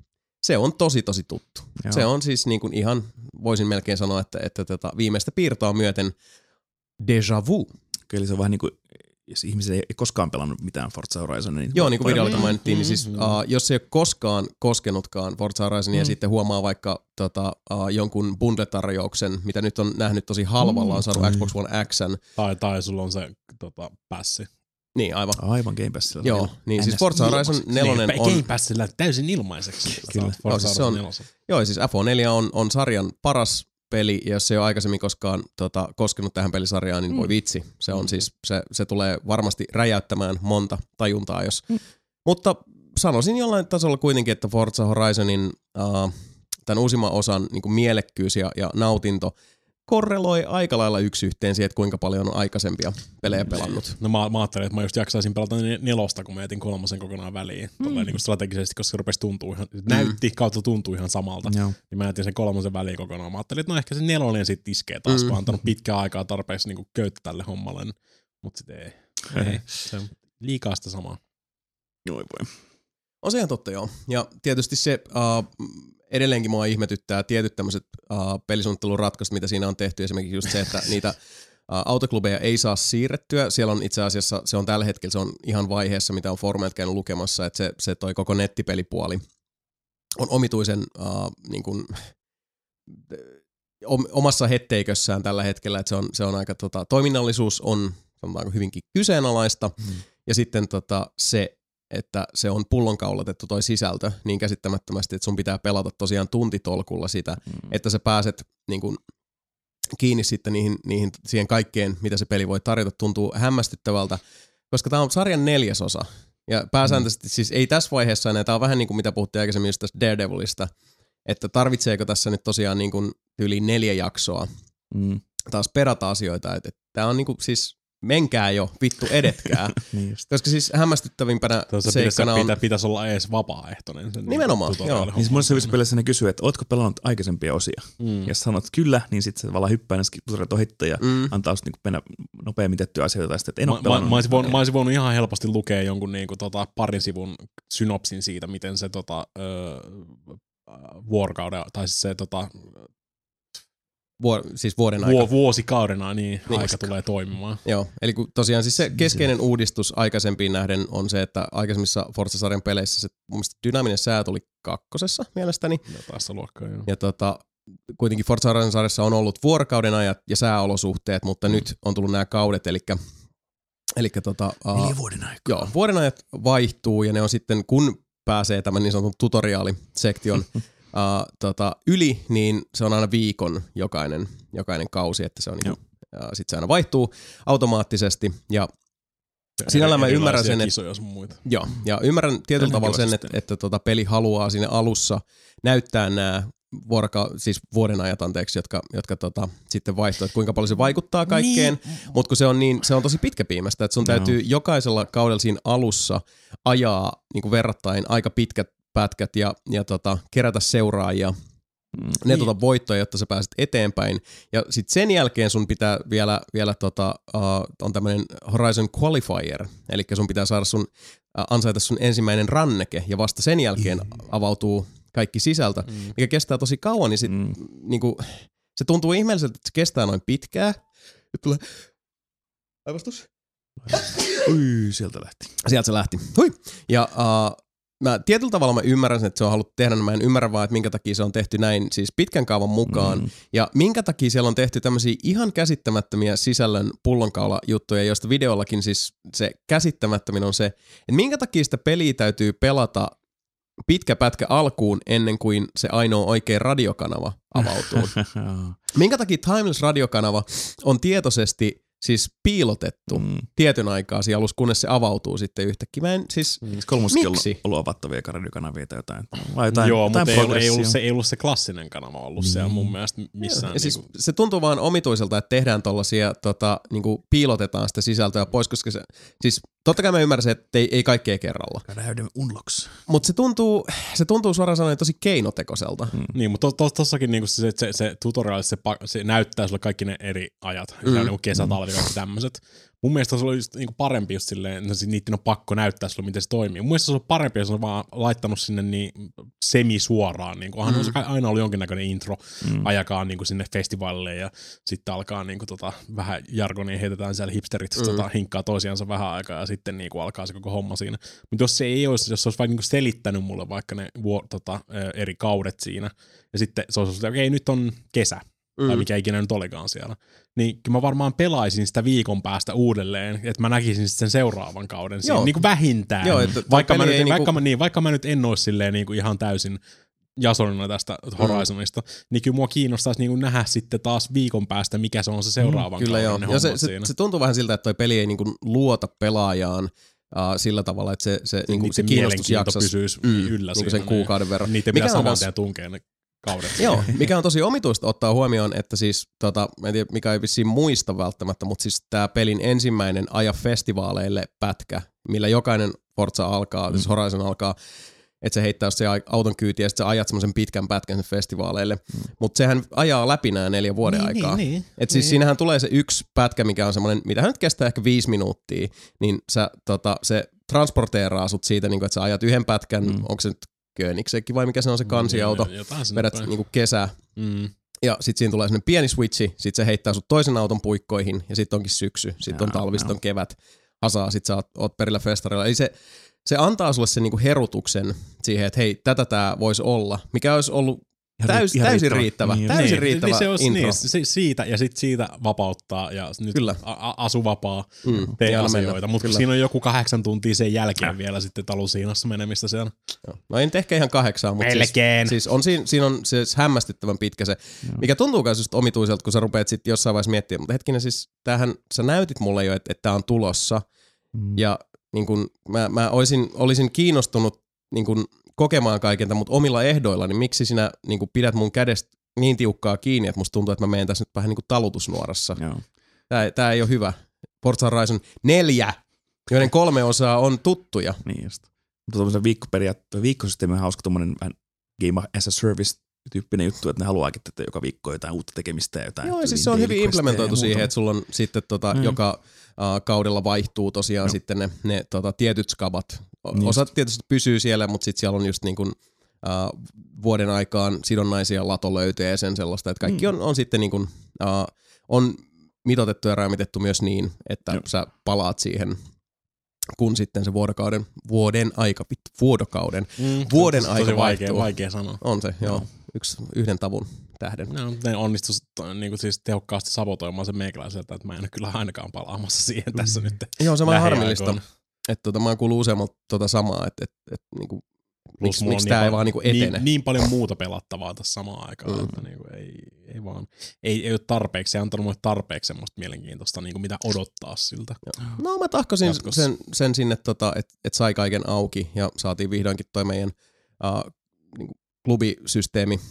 se on tosi tosi tuttu. Joo. Se on siis niin kuin ihan, voisin melkein sanoa, että, että tätä viimeistä piirtoa myöten déjà vu. Kyllä se on vähän niin kuin jos ihmiset ei koskaan pelannut mitään Forza Horizonia. Niin joo, niin kuin videolta mainittiin, niin siis uh, jos ei ole koskaan koskenutkaan Forza Horizonia mm. ja sitten huomaa vaikka tota, uh, jonkun bundle-tarjouksen, mitä nyt on nähnyt tosi halvalla, on saanut mm. Xbox One X:n. Tai, tai sulla on se tota, passi. Niin, aivan. Aivan Game Passilla. Joo, niin siis Forza Horizon nelonen on... Game Passilla täysin ilmaiseksi. Kyllä. Joo, siis se on, joo, siis F O neljä on, on sarjan paras peli, ja jos ei ole aikaisemmin koskaan tota, koskenut tähän pelisarjaan, niin mm. voi vitsi. Se on mm. siis, se, se tulee varmasti räjäyttämään monta tajuntaa, jos... Mm. Mutta sanoisin jollain tasolla kuitenkin, että Forza Horizonin uh, tämän uusimman osan niin kuin mielekkyys ja, ja nautinto korreloi aika lailla yksi yhteen siihen, että kuinka paljon on aikaisempia pelejä pelannut. No mä, mä ajattelin, että mä just jaksaisin pelata nelosta, kun mä jätin kolmosen kokonaan väliin. Mm. Tolleen niin kuin strategisesti, koska se rupesi tuntua ihan, mm. näytti kautta tuntuu ihan samalta. Joo. Niin mä jätin sen kolmosen väliin kokonaan. Mä ajattelin, että no ehkä se nelonen sitten iskee taas, mm. kun on antanut pitkää aikaa tarpeeksi niin kuin köyttä tälle hommalle. Mutta sitten ei. ei. Se on liikaa sitä samaa. Joo, voi. On se ihan totta, joo. Ja tietysti se... Uh, edelleenkin mua ihmetyttää tietyt tämmöiset uh, pelisuunnittelun ratkaisut, mitä siinä on tehty. Esimerkiksi just se, että niitä uh, autoklubeja ei saa siirrettyä. Siellä on itse asiassa, se on tällä hetkellä, se on ihan vaiheessa, mitä on foorumeilta käynyt lukemassa, että se, se toi koko nettipelipuoli on omituisen uh, niin kuin, omassa hetteikössään tällä hetkellä, että se on, se on aika, tota, toiminnallisuus on sanotaanko hyvinkin kyseenalaista. Mm. Ja sitten tota, se, että se on pullonkaulatettu toi sisältö niin käsittämättömästi, että sun pitää pelata tosiaan tuntitolkulla sitä, mm. että sä pääset niin kun, kiinni sitten niihin, niihin, siihen kaikkeen, mitä se peli voi tarjota, tuntuu hämmästyttävältä, koska tää on sarjan neljäsosa. Ja pääsääntöisesti mm. siis ei tässä vaiheessa enää, tää on vähän niin kuin mitä puhuttiin aikaisemmin just tästä Daredevilista, että tarvitseeko tässä nyt tosiaan niin kuin yli neljä jaksoa mm. taas perata asioita, että, että tää on niin kuin siis menkää jo, vittu edetkää. Niin koska siis hämmästyttävimpänä Tuossa seikkana on... Pitä, pitäisi olla edes vapaaehtoinen. Sen nimenomaan, niin joo. Niin monessa hyvissä peleissä ne kysyy, että ootko pelannut aikaisempia osia? Mm. Ja sanot kyllä, niin sitten se tavallaan hyppää näissä tutorialit ohittaa ja mm. antaa sitten niinku mennä nopeammin tehtyä asioita. Sitten, että en ole pelannut. Mä, mä, olisin voinut, mä olisin voinut ihan helposti lukea jonkun niinku tota parin sivun synopsin siitä, miten se tota, öö, vuorokauden, tai siis se tota... Vuor, siis vuoden aika. Vuosikaudena niin, niin aika tulee toimimaan. Joo, eli kun tosiaan siis se keskeinen uudistus aikaisempiin nähden on se, että aikaisemmissa Forza-sarjan peleissä se mun mielestä dynaaminen sää tuli kakkosessa mielestäni. Ja taas luokkaa, joo. Ja tota, kuitenkin Forza sarjassa on ollut vuorokauden ajat ja sääolosuhteet, mutta mm. nyt on tullut nämä kaudet, eli eli tota, uh, vuoden aikaa. Joo, vuoden ajat vaihtuu ja ne on sitten, kun pääsee tämän niin sanotun tutoriaalisektion Uh, tota, yli, niin se on aina viikon jokainen, jokainen kausi, että se on niin, uh, sit se aina vaihtuu automaattisesti ja sinällään mä ymmärrän sen, että joo, ja ymmärrän tietyllä tavalla sen, että, että tota peli haluaa siinä alussa näyttää nämä vuoroka- siis vuoden ajat anteeksi, jotka, jotka tota, sitten vaihtuu, että kuinka paljon se vaikuttaa kaikkeen, niin. Mutta kun se on, niin, se on tosi pitkäpiimästä, että sun no. täytyy jokaisella kaudella siinä alussa ajaa niin kuin verrattain aika pitkät pätkät ja, ja tota, kerätä seuraajia, mm, ne niin. tota voittoja, jotta sä pääset eteenpäin. Ja sitten sen jälkeen sun pitää vielä, vielä tota, uh, on tämmöinen Horizon Qualifier, eli sun pitää saada sun, uh, ansaita sun ensimmäinen ranneke, ja vasta sen jälkeen mm. avautuu kaikki sisältö, mm. mikä kestää tosi kauan, niin sit, mm. niinku, se tuntuu ihmeelliseltä, että se kestää noin pitkää. Nyt tulee aivastus. Ui, sieltä lähti. Sieltä se lähti. Hui. Ja uh, Mä, tietyllä tavalla mä ymmärrän sen, että se on haluttu tehdä, mä en ymmärrä vaan, että minkä takia se on tehty näin siis pitkän kaavan mukaan. Mm. Ja minkä takia siellä on tehty tämmöisiä ihan käsittämättömiä sisällön pullonkaula-juttuja, joista videollakin siis se käsittämättömin on se, että minkä takia sitä peliä täytyy pelata pitkä pätkä alkuun ennen kuin se ainoa oikea radiokanava avautuu. Minkä takia Timeless radiokanava on tietoisesti siis piilotettu mm. tietyn aikaa siinä alussa, kunnes se avautuu sitten yhtäkkiä. Mä en siis, mm. Kolmoskin ollut, ollut avattavia radiokanavia tai jotain. Vai jotain joo, jotain mutta ei, ei, ollut se, ei ollut se klassinen kanava ollut mm. siellä mun mielestä missään. Ja siis niinku... Se tuntuu vaan omituiselta, että tehdään tollaisia, tota, niinku piilotetaan sitä sisältöä pois, koska se, siis totta kai mä ymmärrän, että ei, ei kaikkea kerralla. Käydään unlocks. Mutta se tuntuu, se tuntuu suoraan sanoen tosi keinotekoiselta. Mm. Niin, mutta to, to, tossakin niinku se, se, se tutorial, se, se näyttää sulle kaikki ne eri ajat. Mm. Se on niinku kesä, talvi, kaikki tämmöiset. mun mielestä se olisi niinku parempi just silleen, että niiden on pakko näyttää sulle, miten se toimii. Mun mielestä se on parempi, jos on vaan laittanut sinne niin semisuoraan. Niin onhan mm. se aina oli jonkinnäköinen intro, mm. ajakaa niin sinne festivaalille ja sitten alkaa niin kuin, tota, vähän jargonia, heitetään siellä hipsterit, mm. tota, hinkkaa toisiansa vähän aikaa ja sitten niin kuin, alkaa se koko homma siinä. Mutta jos se ei olisi, jos se olisi vaikka niin selittänyt mulle vaikka ne vuor, tota, eri kaudet siinä ja sitten se olisi, että okei, okay, nyt on kesä. Mm. Tai mikä ikinä nyt olikaan siellä, niin mä varmaan pelaisin sitä viikon päästä uudelleen, että mä näkisin sen seuraavan kauden siinä, niin kuin vähintään. Joo, vaikka, mä nyt, vaikka, niinku... mä, niin, vaikka mä nyt en olisi silleen niin kuin ihan täysin jasonina tästä Horizonista, mm. niin kyllä mua kiinnostaisi niin kuin nähdä sitten taas viikon päästä, mikä se on se seuraavan mm, kyllä kauden joo. Ja se, se, se tuntuu vähän siltä, että toi peli ei niin kuin luota pelaajaan uh, sillä tavalla, että se, se, niin kuin se kiinnostus jaksas pysyisi mm, yllä niin sen kuukauden verran. Niitä pitää saman tien tunkea ne kaudet. Joo, mikä on tosi omituista ottaa huomioon, että siis, tota, en tiedä mikä ei vissiin muista välttämättä, mutta siis tää pelin ensimmäinen aja festivaaleille pätkä, millä jokainen Forza alkaa, mm. siis Horizon alkaa, että se heittää se auton kyytiä ja sitten sä ajat semmoisen pitkän pätkän sen festivaaleille. Mm. Mutta sehän ajaa läpi nämä neljä vuoden niin, aikaa. Niin, niin, että siis niin. Siinähän tulee se yksi pätkä, mikä on semmoinen, mitä hän nyt kestää ehkä viisi minuuttia, niin sä, tota, se transporteeraa sut siitä, niin kun, että sä ajat yhden pätkän, mm. onko se nyt Köönigsekin vai mikä se on se kansiauto, mm, vedät niinku kesää. Mm. Ja sit siinä tulee semmoinen pieni switchi, sit se heittää sut toisen auton puikkoihin ja sit onkin syksy, sit on talvi, sit on kevät, hasaa, sit sä oot, oot perillä festarilla. Eli se, se antaa sulle sen niinku herutuksen siihen, että hei, tätä tää voisi olla, mikä olisi ollut täys, ihan täysin riittävä, niin, täysin niin, riittävä se olisi, intro. Niin, se, siitä ja sit siitä vapauttaa ja nyt Kyllä. A, asuvapaa mm, tee asioita, mutta siinä on joku kahdeksan tuntia sen jälkeen vielä sitten talusiinassa menemistä siellä. Joo. No ei nyt ehkä ihan kahdeksaa, mutta siis, siis on, siinä, siinä on siis hämmästyttävän pitkä se, Joo. mikä tuntuu myös just omituiselta, kun sä rupeat sitten jossain vaiheessa miettimään, mutta hetkinen siis tämähän, sä näytit mulle jo, että, että tää on tulossa mm. ja niin kun mä, mä olisin, olisin kiinnostunut niin kun kokemaan kaiken, mutta omilla ehdoilla, niin miksi sinä niin kuin pidät mun kädestä niin tiukkaa kiinni, että musta tuntuu, että mä menen tässä nyt vähän niin kuin talutusnuorassa. Joo. Tää, tää ei ole hyvä. Forza Horizon neljä, joiden kolme osaa on tuttuja. Niin just. Mutta tuollaisen viikkoperiaatteen, viikkosysteemi on hauska tuommoinen vähän Game as a Service-tyyppinen juttu, että ne haluaakin, että joka viikko jotain uutta tekemistä ja jotain. Joo, ja siis se on hyvin implementoitu siihen, että sulla on sitten tota, mm. joka uh, kaudella vaihtuu tosiaan no. sitten ne, ne tota, tietyt skabat. Osa tietysti pysyy siellä, mutta sitten siellä on just niin kuin uh, vuoden aikaan sidonnaisia latolöytöjä ja sen sellaista, että kaikki mm. on, on sitten niin kuin, uh, on mitoitettu ja raamitettu myös niin, että Joo. sä palaat siihen, kun sitten se vuorokauden, vuoden aika, vuodokauden, mm, vuoden aika vaihtuu. Vaikea, vaikea sanoa. On se, joo. joo. Yksi, yhden tavun tähden. No, ne onnistu niin kuin siis tehokkaasti sabotoimaan sen meikäläiseltä, että mä en ole kyllä ainakaan palaamassa siihen tässä mm. nyt. Joo, se on vähän harmillista. Että tota, mä oon kuullut useammalta tota samaa, että et, et, niinku, miksi miks tää niin ei vaan niinku etene. Niin, niin paljon muuta pelattavaa tässä samaan aikaan, mm. että niinku, ei, ei vaan, ei, ei ole tarpeeksi, ei antanut mulle tarpeeksi semmoista mielenkiintoista, niinku, mitä odottaa siltä. No mä tahkosin sen, sen sinne, tota, että et sai kaiken auki ja saatiin vihdoinkin toi meidän uh, niinku, klubisysteemi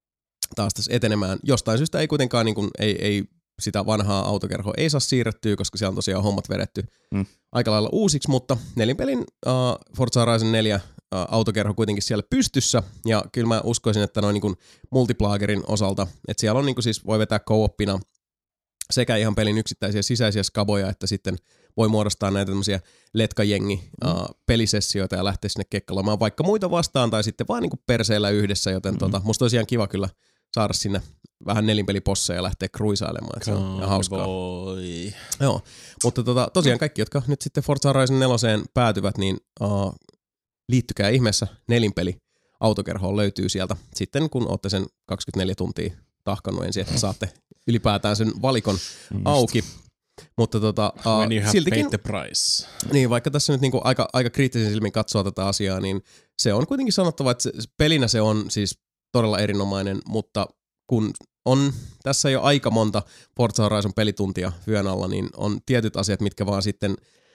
taas tässä etenemään. Jostain syystä ei kuitenkaan niinku, ei, ei sitä vanhaa autokerhoa ei saa siirrettyä, koska siellä on tosiaan hommat vedetty mm. aika lailla uusiksi, mutta nelinpelin uh, Forza Horizon neljä uh, autokerho kuitenkin siellä pystyssä, ja kyllä mä uskoisin, että noin niin kuin multiplagerin osalta, että siellä on niin kuin siis voi vetää co-oppina sekä ihan pelin yksittäisiä sisäisiä skaboja, että sitten voi muodostaa näitä tämmöisiä letkajengi mm. uh, pelisessioita ja lähteä sinne kekkaloimaan vaikka muita vastaan tai sitten vaan niin kuin perseillä yhdessä, joten mm. tota, musta olisi ihan kiva kyllä saada sinne vähän nelinpeliposseja ja lähteä kruisailemaan, että se on ihan hauskaa. Boy. Joo, mutta tota, tosiaan kaikki, jotka nyt sitten Forza Horizon neloseen päätyvät, niin uh, liittykää ihmeessä nelinpeli autokerhoon löytyy sieltä sitten, kun olette sen kaksikymmentäneljä tuntia tahkannut ensin, että saatte ylipäätään sen valikon auki. Mutta tota, uh, siltikin, niin, vaikka tässä nyt niinku aika, aika kriittisin silmin katsoo tätä asiaa, niin se on kuitenkin sanottava, että se, pelinä se on siis todella erinomainen, mutta kun on tässä jo aika monta Forza Horizon pelituntia vyön alla, niin on tietyt asiat, mitkä vaan sitten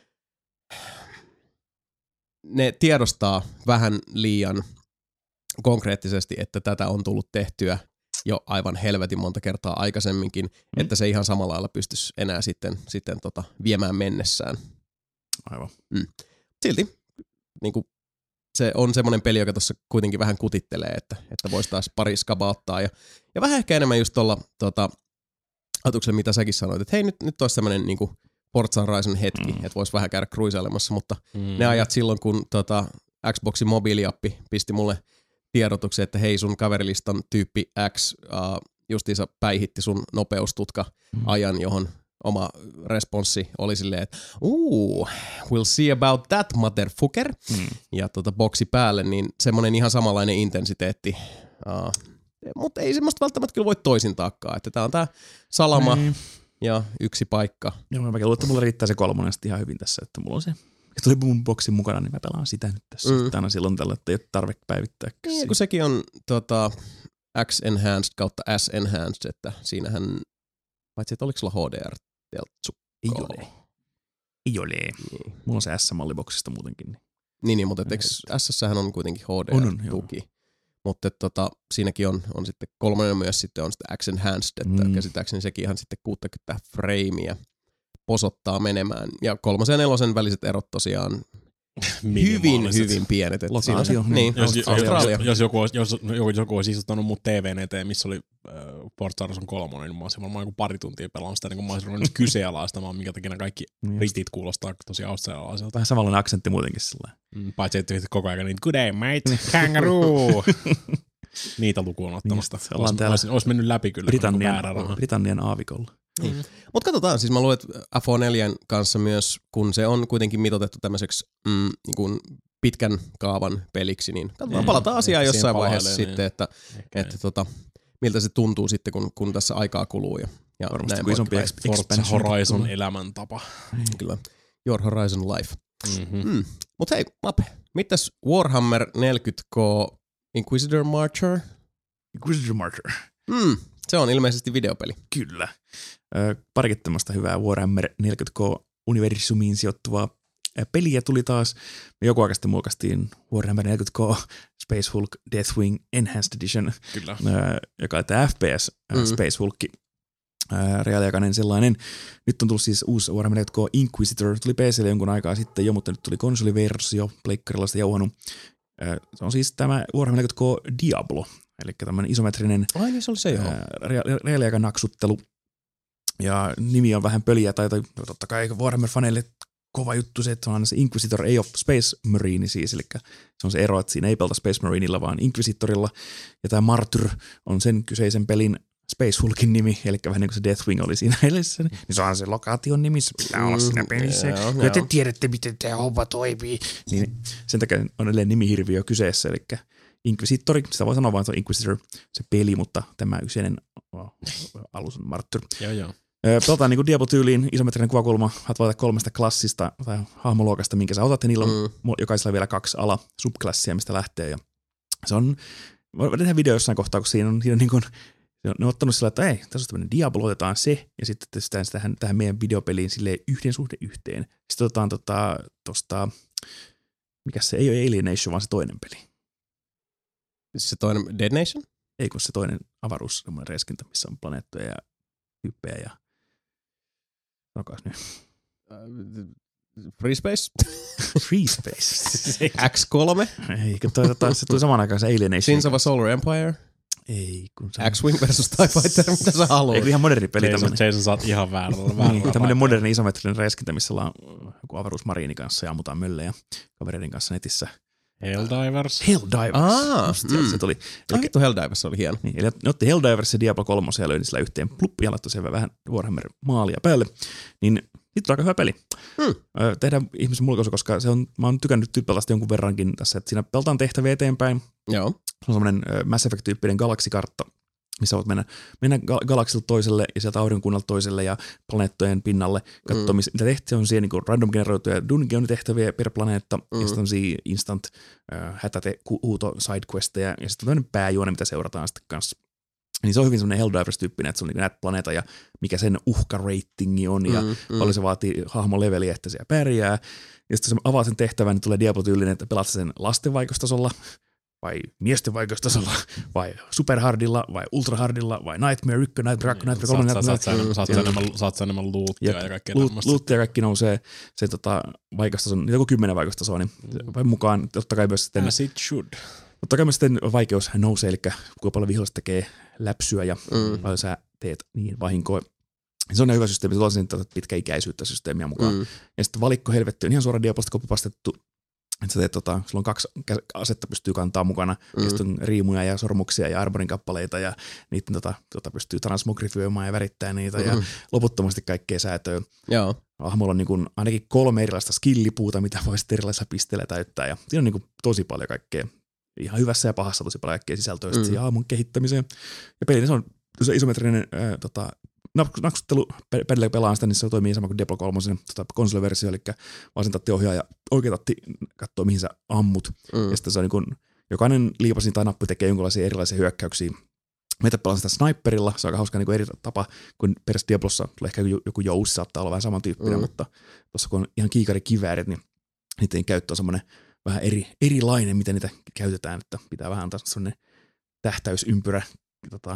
ne tiedostaa vähän liian konkreettisesti, että tätä on tullut tehtyä jo aivan helvetin monta kertaa aikaisemminkin, mm. että se ihan samalla lailla pystyisi enää sitten, sitten tota, viemään mennessään. Aivan. Mm. Silti niin kuin se on semmoinen peli, joka tuossa kuitenkin vähän kutittelee, että, että voisi taas pari skabaa ottaa. Ja, ja vähän ehkä enemmän just tuolla tota, ajatuksella, mitä säkin sanoit, että hei, nyt, nyt olisi semmoinen niin kuin Forza Horizon hetki, mm. että vois vähän käydä cruisailemassa, mutta mm. ne ajat silloin, kun tota, Xboxin mobiiliappi pisti mulle tiedotuksen, että hei, sun kaverilistan tyyppi X uh, justiinsa päihitti sun nopeustutka-ajan, johon oma responssi oli silleen, että uu, we'll see about that, motherfucker. Mm. Ja tota boksi päälle, niin semmoinen ihan samanlainen intensiteetti. Uh, mutta ei semmoista välttämättä kyllä voi toisintaakaan, että tää on tää salama mm. ja yksi paikka. Joo, mä luulen, että mulla riittää se kolmonen ihan hyvin tässä, että mulla on se. Ja tuli mun boksin mukana, niin mä pelaan sitä nyt tässä. Mm. Aina silloin tällä, että ei ole tarve päivittää. Niin, kun sekin on tota, X-enhanced kautta S-enhanced, että siinähän, paitsi että oliko sulla H D R-teltsu? Ei ole. Ei ole. Niin. Mulla on se S-malli boksista muutenkin. Niin, niin, niin mutta S-sähän on kuitenkin H D R-tuki. Mutta tota, siinäkin on, on sitten kolmonen myös sitten on sitten X-enhanced, että mm. käsittääkseni sekin ihan sitten kuusikymmentä freimiä posottaa menemään. Ja kolmosen ja nelosen väliset erot tosiaan hyvin, hyvin pienet. Että siinä, Asia, niin, jos, jos, jos, joku olisi, jos joku olisi istuttanut mut T V:n eteen, missä oli äh, Forza Horizon kolmonen, niin mä olisin varmaan joku pari tuntia pelannut sitä, niin kun mä olisin ruvennut kyseenalaistamaan, minkä takia kaikki ritit kuulostaa tosi australialaiselta. Vähän samanlainen aksentti muutenkin sillä mm, paitsi että koko ajan niin, good day mate, kangaroo. Niitä lukuun ottamasta. Niin, olisi, olisi mennyt läpi kyllä. Britannian, Britannian aavikolla. Mm. Mutta katsotaan, siis mä luulen, että F O neljä kanssa myös, kun se on kuitenkin mitoitettu tämmöiseksi mm, niin kuin pitkän kaavan peliksi, niin katsotaan, palataan asiaan jossain vaiheessa niin. sitten, että, että tota, miltä se tuntuu sitten, kun, kun tässä aikaa kuluu. Ja, ja varmasti kuin isompi Forza Horizon elämäntapa. Mm. Kyllä, Your Horizon Life. Mm-hmm. Mm. Mutta hei, Mape, mitäs Warhammer neljäkymmentä K Inquisitor Marcher? Inquisitor Marcher. Mm. Se on ilmeisesti videopeli. Kyllä. Parikin tämmöistä hyvää Warhammer neljäkymmentä K-universumiin sijoittuvaa peliä tuli taas. Me joku aikaisesti muokastiin Warhammer neljäkymmentä K Space Hulk Deathwing Enhanced Edition, Kyllä. joka on tämä F P S mm. Space Hulk, reaaliaikainen sellainen. Nyt on tullut siis uusi Warhammer neljäkymmentä K Inquisitor. Tuli P C:lle jonkun aikaa sitten jo, mutta nyt tuli konsoliversio. Pleikkarilla sitä jauhanut. Se on siis tämä Warhammer neljäkymmentä K Diablo. Eli tämmöinen isometrinen Ai niin, se oli se joo. reaaliaikan naksuttelu. Ja nimi on vähän pöliä, tai, tai totta kai Warhammer-faneille kova juttu se, että on aina se Inquisitor, ei ole Space Marine siis, eli se on se ero, että siinä ei pelata Space Marinella, vaan Inquisitorilla. Ja tämä Martyr on sen kyseisen pelin Space Hulkin nimi, eli vähän niin kuin se Deathwing oli siinä edessä, niin se on se lokaation nimi, se pitää olla siinä pelissä. Mm, ja te tiedätte, miten tämä homma toimii. Niin sen takia on edelleen nimihirviö kyseessä, eli Inquisitori, sitä voi sanoa vain, se on Inquisitor, se peli, mutta tämä yksiinen oh, alus on Martyr. Joo, joo. Pelataan niin kuin Diablo-tyyliin, isometrinen kuvakulma, haet valita kolmesta klassista tai hahmoluokasta, minkä sä otat, ja niillä on mm. jokaisella vielä kaksi ala subklassia, mistä lähtee. Ja se on, voidaan tehdä video jossain kohtaa, kun siinä on, siinä on niin kuin, ne on ottanut sillä, että ei, tässä on tämmöinen Diablo, otetaan se, ja sitten testetään tähän, tähän meidän videopeliin silleen yhden suhde yhteen. Sitten otetaan tota, tosta, mikä se ei ole Alienation, vaan se toinen peli. Se toinen Dead Nation? Ei, kun se toinen avaruus, semmoinen reskintä, missä on planeettoja ja tyyppejä ja sanokaas nyt. Free Space? Free Space. X kolme? Ei, kun toi, toi, se tuli samaan aikaan se Alienation. Sins of a Solar Empire? Ei, kun se X-Wing versus TIE Fighter, mitä sä haluat? Ei, ihan moderni peli. Jason, tämmönen. Jason, sä oot ihan väärällä. väärällä niin, tämmöinen moderni isometrinen reskintä, missä ollaan joku avaruusmariini kanssa ja ammutaan möllejä kavereiden kanssa netissä. Helldivers. Helldivers. Aa, mm. se tuli. Eli vittu Helldivers oli hieno. Niin, eli ne otti Helldivers ja Diablo kolme ja löi sillä yhteen plupp ja laittoi sen vähän Warhammer maalia päälle. Niin nyt on aika hyvä peli. Hmm. Tehdään ihmisen mulkaisu, koska se on, mä oon tykännyt tyyppilasta jonkun verrankin tässä, että siinä pelataan tehtäviä eteenpäin. Joo. Se on semmoinen Mass Effect-tyyppinen galaksikartta, missä voit mennä, mennä galaksilta toiselle ja sieltä aurinkokunnalta toiselle ja planeettojen pinnalle. Katsoa, mm. mitä tehtäviä on siellä niin random generoituja dungeon-tehtäviä per planeetta mm. ja sitten on instant äh, hätähuuto sidequesteja ja sitten on toinen pääjuone, mitä seurataan sitten kanssa. Niin se on hyvin semmoinen Helldivers-tyyppinen, että se on niin näet planeeta ja mikä sen uhka-ratingi on ja mm, mm. paljon se vaatii hahmoleveliä, että siellä pärjää. Ja sitten kun avaa sen tehtävän, niin tulee Diablo-tyylinen, että pelaat sen lasten vaikeustasolla vai miesten vaikeustasolla vai superhardilla vai ultrahardilla vai Nightmare yksi, Nightmare kaksi, Nightmare kolme. Saat sä enemmän luuttia ja kaikkea tämmöistä. Luuttia ja kaikki nousee sen tota, vaikeustason, niitä joku kymmenen vaikeustasoa, niin mm. mukaan totta kai myös sitten... As it should. Totta kai myös sitten vaikeus nousee, eli kuinka paljon viholliset tekee läpsyä ja mm. paljon sä teet niin vahinkoa. Se on hyvä systeemi, se on siinä pitkäikäisyyttä systeemiä mukaan. Mm. Ja sitten valikko helvetti on ihan suoraan Diablosta kopipastettu. Että sä teet, tota, sulla on kaksi asetta pystyy kantaa mukana, mm. ja sitten on riimuja ja sormuksia ja armorin kappaleita, ja niitä tota, tota pystyy transmogrifioimaan ja värittämään niitä, mm. ja loputtomasti kaikkea säätöä. Joo. Hahmolla on niin kuin ainakin kolme erilaista skillipuuta, mitä voi sitten erilaisilla pisteillä täyttää, ja siinä on niin kuin tosi paljon kaikkea, ihan hyvässä ja pahassa tosi paljon kaikkea sisältöä mm. siihen aamun kehittämiseen. Ja peli, se on se isometrinen ää, tota, naksuttelu, pedillä pelaan sitä, niin se toimii sama kuin Diablo kolme tota, konsoliversio, eli vasen tatti ohjaa ja oikea tatti katsoo, mihin sä ammut. Mm. Ja sitten se on niin kuin, jokainen liipasi tai nappi tekee jonkinlaisia erilaisia hyökkäyksiä. Meitä pelaan sitä sniperilla, se on aika hauska niin kuin eri tapa kuin perässä Diablossa, tulee ehkä joku joussi, saattaa olla vähän samantyyppinen, mm. mutta tuossa kun on ihan kiikarikiväärit, niin niiden käyttö on semmoinen vähän eri, erilainen, miten niitä käytetään, että pitää vähän antaa semmoinen tähtäysympyrä, tota,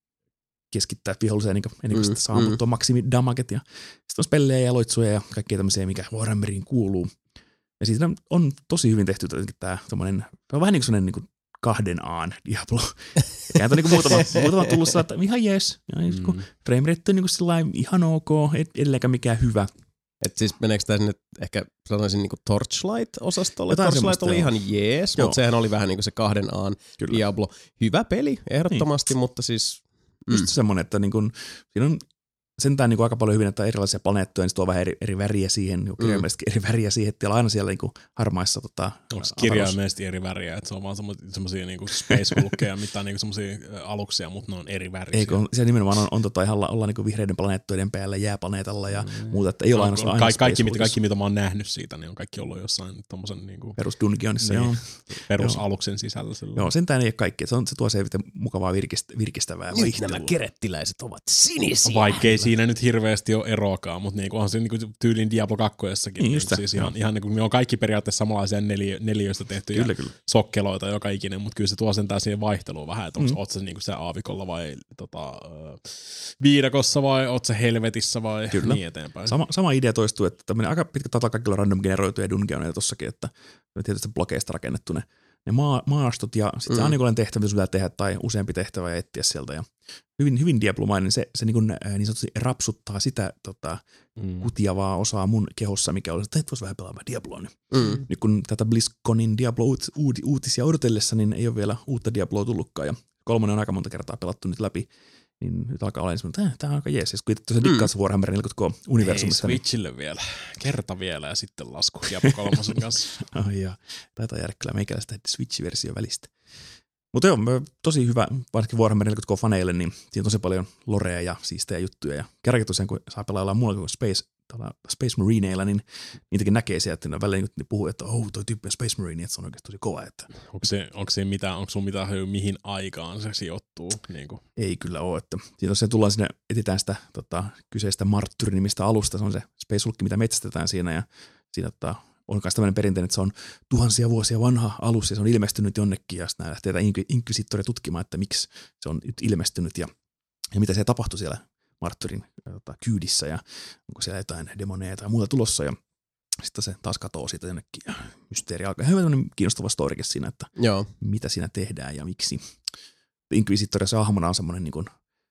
keskittää viholliseen niin ennen kuin mm, saa ammuttua mm. maksimidamaget ja sitten on spellejä ja loitsuja ja kaikkea tämmöisiä, mikä Warhammeriin kuuluu. Ja siitä on tosi hyvin tehty tämä tommonen, on vähän niin kuin sellainen niin kahden aan Diablo. Ja on niin muutama, muutama tullut sillä, että ihan jees, ja mm. frame rate on niin kuin ihan ok, edelleenkään mikään hyvä. Että siis meneekö tämä sinne ehkä sanoisin niin kuin Torchlight-osastolle? Jotain Torchlight oli joo. ihan jees, mutta sehän oli vähän niin kuin se kahden aan Kyllä. Diablo. Hyvä peli, ehdottomasti, niin. mutta siis Just mm. semmoinen, että niin kun, siinä on sentään niin aika paljon hyvin, että erilaisia planeettoja, niin se tuo vähän eri, eri väriä siihen, niin kirjaimellisesti mm. eri väriä siihen, että aina siellä niin harmaissa tota, onko kirjaimellisesti eri väriä, että se on vaan semmoisia niin space-hulkkeja, mitään niin semmoisia aluksia, mutta ne on eri väriä. Eikö, siellä nimenomaan on, on tota, ihan olla, olla niin vihreiden planeettoiden päällä, jääplaneetalla ja mm. muuta, että ei ole aina, aina ka- kaikki, mitä, kaikki, mitä mä oon nähnyt siitä, niin on kaikki ollut jossain tommosen niin kuin perus Dungeonissa, niin, joo. Perusaluksen sisällä. Silloin. Joo, sentään ei ole kaikki, se, on, se tuo se mukavaa virkistä, virkistävää vaihtelua. Nämä kerettiläiset ovat sinisiä. Vaikkei siinä nyt hirveästi ole eroakaan, mutta niinku onhan se niinku tyylin Diablo kakkosessakin. Niin niinku siis ihan, ihan niinku, ne on kaikki periaatteessa samanlaisia neliö, neliöistä tehtyjä kyllä, kyllä. sokkeloita joka ikinen, mutta kyllä se tuo sentään siihen vaihteluun vähän, että mm. oot sä niinku se aavikolla vai tota, äh, viidakossa vai oot sä helvetissä vai kyllä. niin eteenpäin. Sama, sama idea toistuu, että tämmöinen aika pitkä tata kaikilla random generoituja dungeoneita tossakin, että tietysti blokeista rakennettu ne, ne maa, maastot ja sitten mm. se on niin tehtävä, mitä sun pitää tehdä tai useampi tehtävä ja etsiä sieltä ja hyvin, hyvin Diablo-mainen, se, se niin, kuin, niin sanotusti rapsuttaa sitä tota, mm. kutiavaa osaa mun kehossa, mikä oli, että et vois vähän pelaamaan Diabloa. Niin. Mm. Nyt kun tätä BlizzConin Diablo-uutisia odotellessa, niin ei ole vielä uutta Diabloa tullutkaan ja kolmonen on aika monta kertaa pelattu nyt läpi, niin nyt alkaa olla semmoinen, että tämä on aika jees. Ja kun tosiaan dikkaat se Warhammer neljäkymmentä K-universumista. Hei, Switchille niin vielä. Kerta vielä ja sitten lasku Diablo kolmosen kanssa. Ai jaa, taitaa jäädä kyllä meikäläistä Switch-versio välistä. Mutta joo, tosi hyvä, varsinkin Warhammer neljäkymmentä K-faneille, niin siinä on tosi paljon lorea ja siistejä juttuja. Ja kerrankin tosiaan, kun saa pelailla muualla kuin Space, Space Marineilla, niin niitäkin näkee sieltä, että ne välillä ne puhuu, että oh, toi tyyppi on Space Marine, että se on oikeasti tosi kova. Että onko, se, onko, se mitään, onko sun mitään höy, mihin aikaan se sijoittuu? Niin kuin? Ei kyllä ole. Että siinä tosiaan tullaan sinne, etsitään sitä tota, kyseistä Martyr-nimistä alusta, se on se Space Hulk, mitä metsästetään siinä, ja siinä tota, on myös tämmöinen perinteinen, että se on tuhansia vuosia vanha alus ja se on ilmestynyt jonnekin ja sitten lähtee tätä inkvisittoria tutkimaan, että miksi se on nyt ilmestynyt ja, ja mitä se tapahtui siellä Martyrin tota, kyydissä ja onko siellä jotain demoneja tai muuta tulossa ja sitten se taas katoo siitä jonnekin ja mysteeri alkaa. Hyvä tämmöinen kiinnostava storike siinä, että Joo. mitä siinä tehdään ja miksi. Inkvisittorissa hahmona on semmoinen niin kuin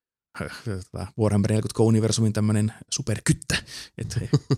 Warhammer neljäkymmentä K-universumin tämmöinen superkyttä, että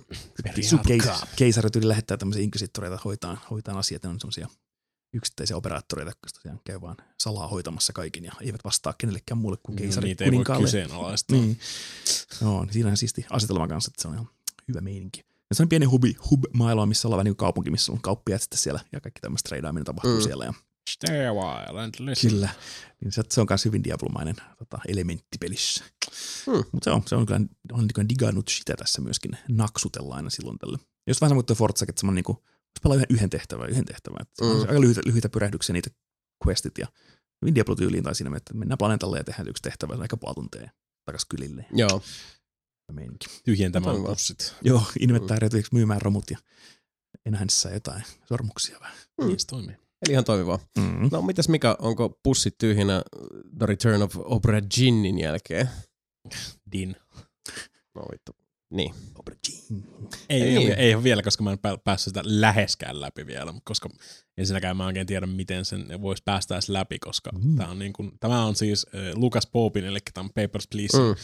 keisarit yli lähettää tämmöisiä inkvisittoreita hoitaan, hoitaan asiat, ne on semmoisia yksittäisiä operaattoreita, jotka tosiaan käy vaan salaa hoitamassa kaikin ja eivät vastaa kenellekään muulle kuin keisarin niitä kuninkaalle. Niitä ei voi kyseenalaistaa. Niin. No, niin siinähän siisti asetelma kanssa, että se on ihan hyvä meininki. Ja se on pieni hubi, hub-maailma, missä ollaan vähän niin kuin kaupunki, missä on kauppia sitten siellä ja kaikki tämmöistä treidaaminen tapahtuu mm. siellä. Ja stay a while and listen. Kyllä. Niin se on myös hyvin Diablo-mainen tota, elementti pelissä. Hmm. Mutta se on, se on kyllä, on kyllä digannut sitä tässä myöskin naksutellaan aina silloin tällä. Jos vähän samoin kuin Forzakin, että semmoinen niin jos pelaa yhden, yhden tehtävän, yhden tehtävän. Mm. On aika lyhyitä, lyhyitä pyrähdyksiä niitä questit ja hyvin Diablo-tyyliin tai siinä, että mennään planeetalle ja tehdään yksi tehtävä, se on aika puoli tuntia takas kylille. Joo. Meininki. Tyhjentämään pussit. Joo, inventaarioituiksi myymään romut ja enhänsissä jotain sormuksia vähän. Mm. Niin se toimii. Eli ihan toimivaa. Mm. No mitäs Mika, onko pussit tyhjinä The Return of Obra Jinnin jälkeen? Din. No vittu. Niin. Obra Jinn. Ei, ei, ei, ei ole vielä, koska mä en päässyt sitä läheskään läpi vielä, koska ensinnäkään mä en oikein tiedä, miten sen voisi päästä edes läpi, koska mm. tää on, niin kuin, tämä on siis äh, Lucas Popin, eli tämän Papers, Please mm.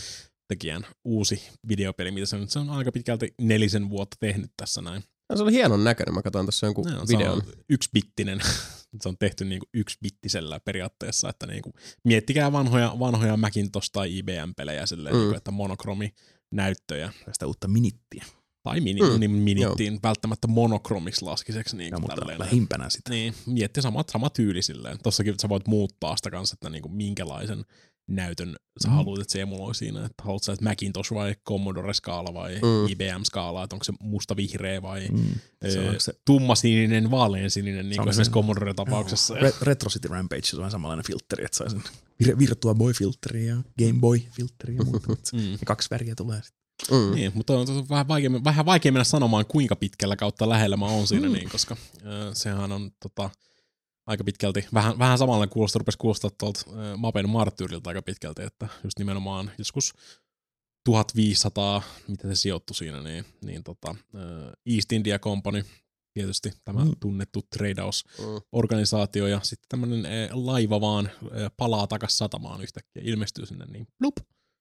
tekijän uusi videopeli, mitä se on, se on aika pitkälti nelisen vuotta tehnyt tässä näin. No, se oli hienon näköinen, mä katsoin tässä jonkun no, videon. Se on yksibittinen, se on tehty niinku yksibittisellä periaatteessa, että niinku, miettikää vanhoja, vanhoja Macintosh tai I B M-pelejä silleen, mm. niinku, että monokrominäyttöjä. Tästä uutta minittiä. Tai mini, mm. niin minittiin, välttämättä monokromiksi laskiseksi. Niin ja, mutta tälleen, lähimpänä sitä. Niin, mietti sama, sama tyyli silleen. Tossakin sä voit muuttaa sitä kanssa, että niinku, minkälaisen näytön sä mm. haluat, että se emuloi siinä. Että haluat sä, että Macintosh vai Commodore-skaala vai mm. I B M-skaala, että onko se musta-vihreä vai mm. ö, se tummasininen, vaaleansininen, niin kuin esimerkiksi Commodore-tapauksessa. Re- Retro City Rampage on vähän samanlainen filtteri, että sai sen Vir- Virtua Boy-filtteri ja Game Boy-filtteri ja muuta. mm. Ja kaksi väriä tulee sitten. Mm. Niin, mutta on, on vähän, vaikea, vähän vaikea mennä sanomaan, kuinka pitkällä kautta lähellä mä oon siinä, mm. niin, koska äh, sehän on tota, aika pitkälti, vähän, vähän samalla kuulostaa, rupesi kuulostaa tuolta äh, Mapen Martyyrilta aika pitkälti, että just nimenomaan joskus tuhatviisisataa, mitä se sijoittui siinä, niin, niin tota, äh, East India Company, tietysti tämä mm. tunnettu tradehouse-organisaatio, ja sitten tämmöinen äh, laiva vaan äh, palaa takas satamaan yhtäkkiä, ilmestyy sinne, niin plup.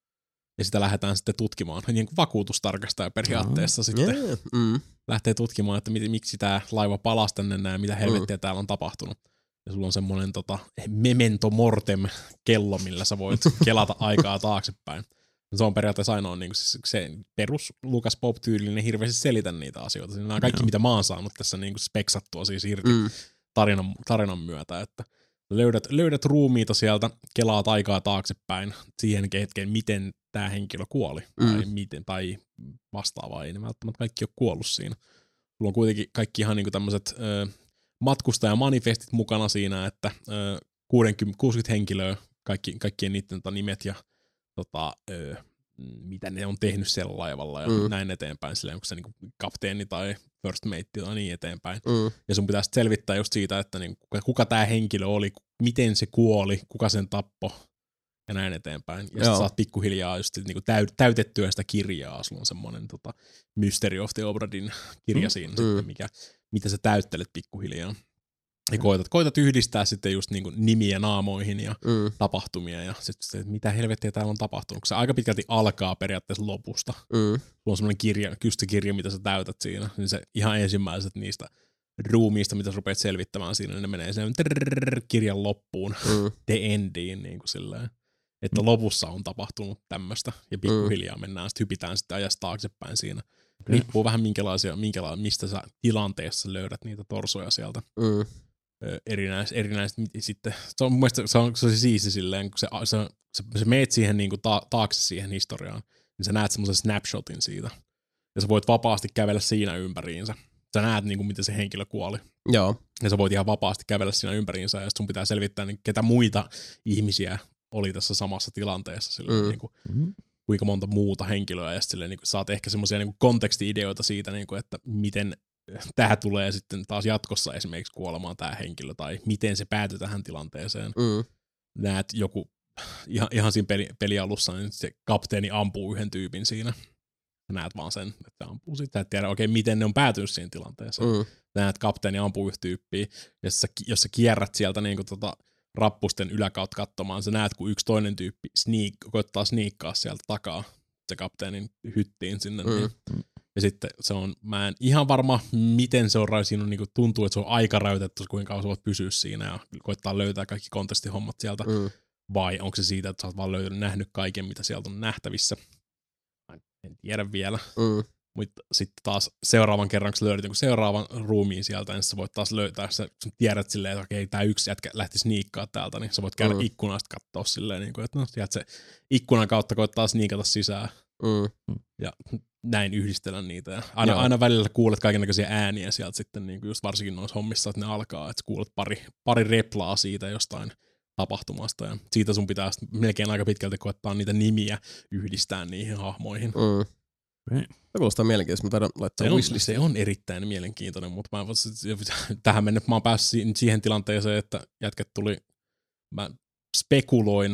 Ja sitä lähdetään sitten tutkimaan. Niin kuin vakuutustarkastaja periaatteessa mm. sitten yeah. mm. lähtee tutkimaan, että mit, miksi tämä laiva palasi tänne näin, mitä helvettiä mm. täällä on tapahtunut. Ja sulla on semmoinen tota, memento mortem kello, millä sä voit kelata aikaa taaksepäin. Se on periaatteessa ainoa niin se, se perus Lucas Pop-tyylinen hirveästi selitä niitä asioita. Siinä on kaikki, no. mitä mä oon saanut tässä niin kuin speksattua siis irti mm. tarinan, tarinan myötä, että löydät, löydät ruumiita sieltä, kelaat aikaa taaksepäin siihen hetkeen, miten tämä henkilö kuoli mm. tai, miten, tai vastaavaa. Ei ne välttämättä kaikki ole kuollut siinä. Sulla on kuitenkin kaikki ihan niinku tämmöiset matkustajamanifestit mukana siinä, että ö, kuusikymmentä, kuusikymmentä henkilöä, kaikki, kaikkien niiden nimet ja tota, ö, mitä ne on tehnyt siellä laivalla ja mm. näin eteenpäin, silleen, onko se niinku kapteeni tai first mate tai niin eteenpäin. Mm. Ja sun pitää selvittää just siitä, että niinku, kuka, kuka tämä henkilö oli, miten se kuoli, kuka sen tappoi ja näin eteenpäin. Ja sitten saat pikkuhiljaa just niinku täytettyä sitä kirjaa. Sulla on semmoinen tota, Mystery of the Obra Dinn kirja mm. siinä, mm. sitten, mikä, mitä sä täyttelet pikkuhiljaa. Ja koitat, koitat yhdistää sitten just niinku nimiä naamoihin ja mm. tapahtumia ja sitten mitä helvettiä täällä on tapahtunut. Se aika pitkälti alkaa periaatteessa lopusta. Mm. Sulla on semmoinen kirja, kystökirja, mitä sä täytät siinä. Niin se ihan ensimmäiset niistä ruumiista, mitä sä rupeat selvittämään siinä, niin ne menee sen trrrr, kirjan loppuun, mm. the endiin, niin kuin silleen. Että mm. lopussa on tapahtunut tämmöistä ja pikkuhiljaa mm. mennään, sitten hypitään sitten ajasta taaksepäin siinä. Okay. Riippuu vähän minkälaisia, minkälaisia, mistä sä tilanteessa löydät niitä torsoja sieltä. Mm. Erinäiset, erinäiset sitten, se on mun mielestä se on, se on siisti silleen, kun se, se, se, se meet siihen niin kuin ta, taakse siihen historiaan, niin sä näet semmoisen snapshotin siitä. Ja sä voit vapaasti kävellä siinä ympäriinsä. Sä näet niin kuin, miten se henkilö kuoli. Joo. Ja sä voit ihan vapaasti kävellä siinä ympäriinsä, ja sit sun pitää selvittää, niin ketä muita ihmisiä oli tässä samassa tilanteessa. Silleen, mm. niin kuin, mm. kuinka monta muuta henkilöä, ja sitten niin kuin, saat ehkä semmoisia niin kuin konteksti-ideoita siitä, niin kuin, että miten tämä tulee sitten taas jatkossa esimerkiksi kuolemaan tämä henkilö, tai miten se päätyi tähän tilanteeseen. Mm. Näet joku, ihan, ihan siinä peli, pelialussa, niin se kapteeni ampuu yhden tyypin siinä. Näet vaan sen, että ampuu sitä, et tiedä oikein miten ne on päätynyt siinä tilanteeseen. Mm. Näet, kapteeni ampuu yhtä tyyppiä, ja sä, jos sä kierrät sieltä niin kuin tota rappusten yläkautta katsomaan, sä näet, kun yksi toinen tyyppi sneak, koittaa sniikkaa sieltä takaa se kapteenin hyttiin sinne. Mm. Niin. Ja sitten se on, mä en ihan varma, miten se on, siinä on, niin kuin tuntuu, että se on aika rajoitettu, kuinka kauan sä voit pysyä siinä ja koittaa löytää kaikki kontestihommat sieltä. Mm. Vai onko se siitä, että sä oot vaan löytänyt, nähnyt kaiken, mitä sieltä on nähtävissä. En tiedä vielä. Mm. Mutta sitten taas seuraavan kerran, kun sä löydät seuraavan ruumiin sieltä, niin sä voit taas löytää, sä tiedät silleen, että okei, tää yksi jätkä lähti sniikkaa täältä, niin sä voit käydä mm. ikkunasta katsoa silleen, niin kuin, että no, sieltä se ikkunan kautta koittaa sniikata sisään. Mm. Ja näin yhdistellä niitä. Ja aina, aina välillä kuulet kaikennäköisiä ääniä sieltä sitten, niin kuin just varsinkin noissa hommissa, että ne alkaa, että kuulet pari, pari replaa siitä jostain tapahtumasta, ja siitä sun pitää melkein aika pitkälti koettaa niitä nimiä yhdistää niihin hahmoihin. Mm. Se kuulostaa mielenkiintoista, mä taidan laittaa se on, se on erittäin mielenkiintoinen, mutta mä tähän mennessä mä oon päässyt siihen tilanteeseen, että jätket tuli, mä spekuloin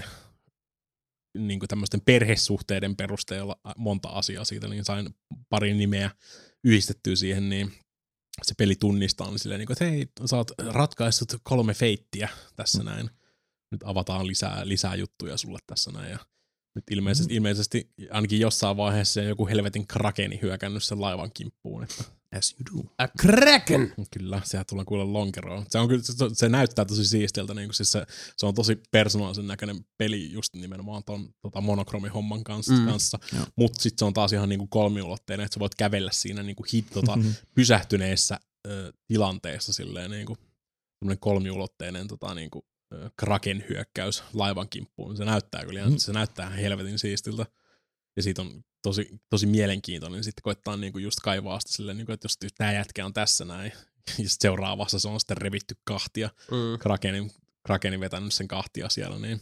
niin kuin tämmöisten perhesuhteiden perusteella monta asiaa siitä, niin sain pari nimeä yhdistettyä siihen, niin se peli tunnistaa niin silleen, että hei, sä oot ratkaissut kolme feittiä tässä näin. Nyt avataan lisää, lisää juttuja sulle tässä näin. Ja Nyt ilmeisesti, mm. ilmeisesti ainakin jossain vaiheessa joku helvetin krakeni hyökännyt sen laivan kimppuun. Että As you do. A kraken! Kyllä, sehän tulee kuulla lonkeroon. Se, on, se, se näyttää tosi siistiltä, niin kuin siis se, se on tosi persoonallisen näköinen peli just nimenomaan ton tota monokromihomman kanssa, mm. kanssa. Mutta sitten se on taas ihan niin kuin kolmiulotteinen, että sä voit kävellä siinä niin kuin hit, tota, mm-hmm. pysähtyneessä ö, tilanteessa silleen niin kuin kolmiulotteinen tota, niin kuin, ö, kraken hyökkäys laivan kimppuun. Se näyttää kyllä ihan, mm. se näyttää helvetin siistiltä. Ja siitä on tosi, tosi mielenkiintoinen. Sitten koittaa niinku just kaivaa sitä silleen, niinku, että jos tämä jätkä on tässä näin, ja sitten seuraavassa se on sitten revitty kahtia, mm. krakenin, krakenin vetänyt sen kahtia siellä, niin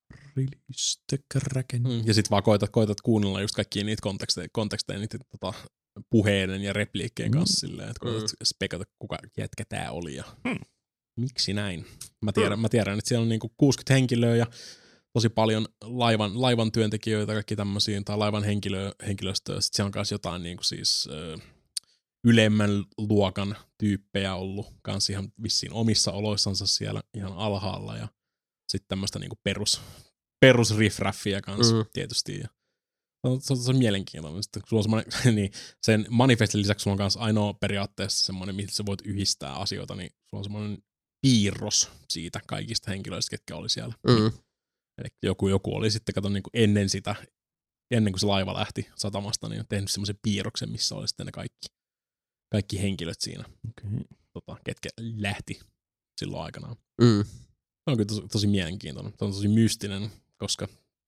Release the Kraken. Mm. Ja sitten vaan koitat, koitat kuunnella just kaikkia niitä konteksteja, konteksteja niitä tota, puheiden ja repliikkien mm. kanssa silleen, että koitat mm. spekata, kuka jätkä tää oli ja mm. miksi näin. Mä tiedän, mm. mä tiedän, että siellä on niinku kuusikymmentä henkilöä ja tosi paljon laivan, laivan työntekijöitä, kaikki tämmöisiä, tai laivan henkilö, henkilöstöä. Sitten siellä on myös jotain niin kuin siis ö, ylemmän luokan tyyppejä ollut kanssa ihan vissiin omissa oloissansa siellä ihan alhaalla. Ja sitten tämmöistä niin kuin perus, perusriffraffia kanssa mm. tietysti. Ja se on, se on, se on mielenkiintoinen. Sitten, sulla on niin, sen manifestin lisäksi sulla on myös ainoa periaatteessa semmoinen, mihin sä voit yhdistää asioita, niin sulla on semmoinen piirros siitä kaikista henkilöistä, ketkä oli siellä. Mm. Eli joku, joku oli sitten, kato niin kuin ennen sitä, ennen kuin se laiva lähti satamasta, niin on tehnyt semmoisen piirroksen, missä oli sitten ne kaikki, kaikki henkilöt siinä, okay. tota, ketkä lähti silloin aikanaan. Mm. Se on kyllä tosi, tosi mielenkiintoinen. Se on tosi mystinen, koska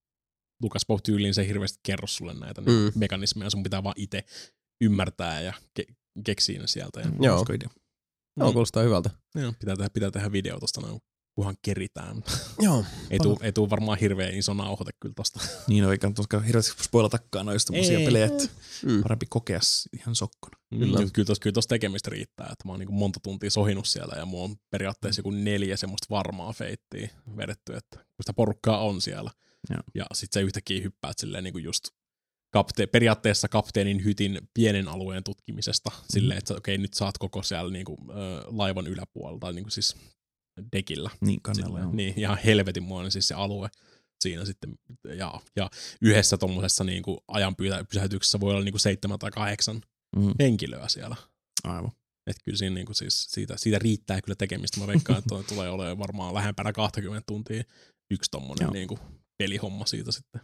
Lucas Pope tyyliin se ei hirveästi kerro sulle näitä mm. niin mekanismeja, sun pitää vaan itse ymmärtää ja ke- keksiä ne sieltä. Ja Joo, Joo kuulostaa hyvältä. Joo, pitää tehdä, pitää tehdä video tosta noin. Kunhan keritään. Joo. ei, tuu, ei tuu varmaan hirveän iso nauhoite kyllä tosta. Niin oikein, koska hirveästi spoilatakaan noista tommosia pelejä, että mm. parempi kokea ihan sokkona. Kyllä, mm. kyllä, tossa, kyllä tossa tekemistä riittää, että mä oon niin kuin monta tuntia sohinut siellä ja mulla on periaatteessa joku neljä semmoista varmaa feittiä vedetty, että kun sitä porukkaa on siellä. Ja, ja sit sä yhtäkkiä hyppäät silleen niin kuin just kapte- periaatteessa kapteenin hytin pienen alueen tutkimisesta mm. silleen, että okei, nyt saat koko siellä niin kuin, äh, laivan yläpuolella tai niin kuin siis dekillä. Niin, kannella, joo. Niin, ihan helvetinmoinen siis se alue siinä sitten. Ja, ja yhdessä tommosessa niinku ajan pysähtyksessä voi olla niinku seitsemän tai kahdeksan mm. henkilöä siellä. Aivan. Että kyllä siinä niinku siis siitä, siitä riittää kyllä tekemistä. Mä veikkaan, että tulee olemaan varmaan lähempänä kaksikymmentä tuntia yksi tommonen niinku pelihomma siitä sitten.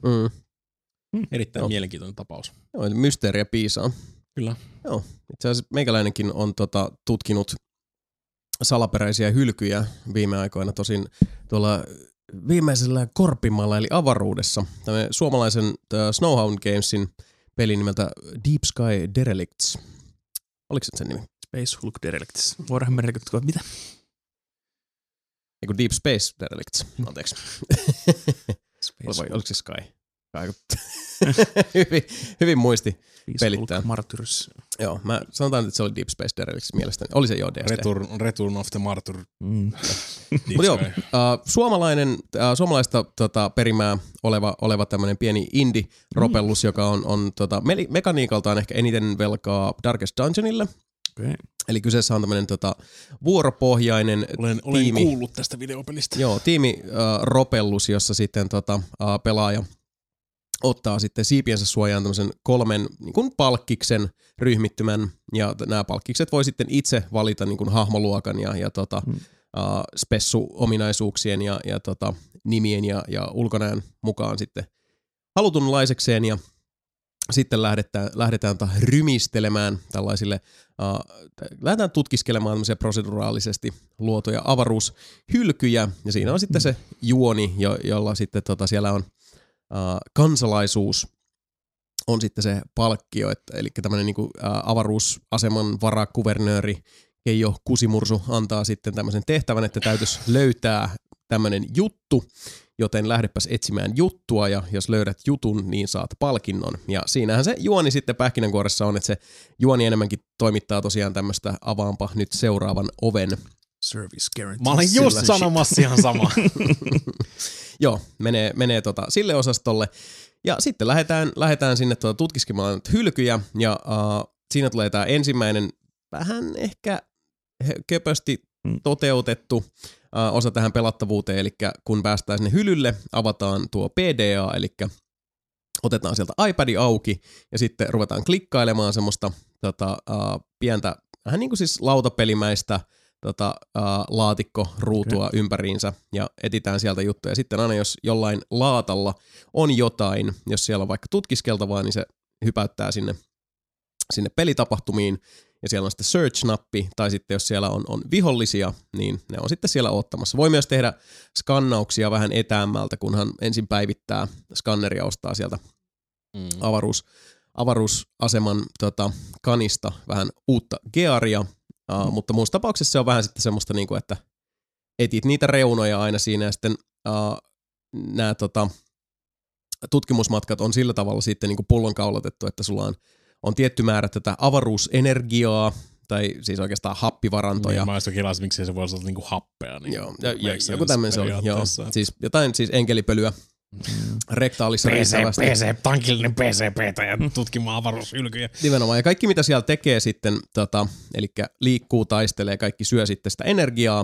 Mm. Erittäin Joo. mielenkiintoinen tapaus. Joo, mysteeriä piisaa. Kyllä. Joo, itse asiassa meikäläinenkin on tota, tutkinut salaperäisiä hylkyjä viime aikoina, tosin tuolla viimeisellä korpimalla eli avaruudessa. Tämä suomalaisen uh, Snowhound Gamesin peli nimeltä Deep Sky Derelicts. Oliko se sen nimi? Space Hulk Derelicts. Voidaanhan me rekryttyä, mitä? Eiku Deep Space Derelicts, anteeksi. Vai, oliko se Sky? hyvin, hyvin muisti pelittää. Martyrs. Joo, mä sanotaan, että se oli Deep Space Derelicts mielestäni. Oli se jo D S D. Return, Return of the Martyr. Mm. Mutta joo, uh, suomalainen, uh, suomalaista tota, perimää oleva, oleva tämmöinen pieni indie-ropellus, mm. joka on, on tota, me- mekaniikaltaan ehkä eniten velkaa Darkest Dungeonille. Okay. Eli kyseessä on tämmöinen tota, vuoropohjainen olen, tiimi. Olen kuullut tästä videopelistä. Joo, tiimi-ropellus, uh, jossa sitten tota, uh, pelaaja ottaa sitten siipiensä suojaan tämmöisen kolmen niin kuin palkkiksen ryhmittymän, ja nämä palkkikset voi sitten itse valita niin kuin hahmoluokan ja, ja tota, hmm. uh, spessu-ominaisuuksien ja, ja tota, nimien ja, ja ulkonäön mukaan sitten halutunlaisekseen, ja sitten lähdetään, lähdetään ta, rymistelemään tällaisille, uh, lähdetään tutkiskelemaan tämmöisiä proseduraalisesti luotuja avaruushylkyjä, ja siinä on sitten se juoni, jo, jolla sitten tota, siellä on Uh, kansalaisuus on sitten se palkkio, että, eli tämmöinen niin kuin, uh, avaruusaseman varakuvernööri Keijo Kusimursu antaa sitten tämmöisen tehtävän, että täytyisi löytää tämmöinen juttu, joten lähdepäs etsimään juttua, ja jos löydät jutun, niin saat palkinnon. Ja siinähän se juoni sitten pähkinänkuoressa on, että se juoni enemmänkin toimittaa tosiaan tämmöistä avaanpa nyt seuraavan oven. Service guarantee. Mä olen just sanomassa ihan sama. Joo, menee, menee tota sille osastolle. Ja sitten lähdetään, lähdetään sinne tuota tutkiskelemaan hylkyjä, ja uh, siinä tulee tämä ensimmäinen vähän ehkä köpösti toteutettu uh, osa tähän pelattavuuteen, eli kun päästään sinne hylylle, avataan tuo P D A, eli otetaan sieltä iPadi auki ja sitten ruvetaan klikkailemaan semmoista tota, uh, pientä, vähän niin kuin siis lautapelimäistä tota, uh, laatikkoruutua okay. ympäriinsä ja etitään sieltä juttuja. Sitten aina jos jollain laatalla on jotain, jos siellä on vaikka tutkiskeltavaa, niin se hypäyttää sinne, sinne pelitapahtumiin ja siellä on sitten search-nappi, tai sitten jos siellä on, on vihollisia, niin ne on sitten siellä ottamassa. Voi myös tehdä skannauksia vähän etäämmältä, kunhan ensin päivittää skanneria, ostaa sieltä mm. avaruus, avaruusaseman tota, kanista vähän uutta gearia, uh, mm. mutta muussa tapauksessa se on vähän sitten semmoista, niinku, että etit niitä reunoja aina siinä, ja sitten uh, nämä tota, tutkimusmatkat on sillä tavalla sitten niinku pullonkaulatettu, että sulla on on tietty määrä tätä avaruusenergiaa, tai siis oikeastaan happivarantoja. Niin, mä oon kilasin, miksi se voisi olla niinku happea. Niin joo, ja, ja, joku tämmöinen se oli. Joo. Siis jotain siis enkelipölyä mm. rektaalissa riittävästi. P C, tankillinen P C P:tä ja tutkimaan avaruushylkyjä. Nimenomaan, ja kaikki mitä siellä tekee sitten, tota, eli liikkuu, taistelee, kaikki syö sitten sitä energiaa,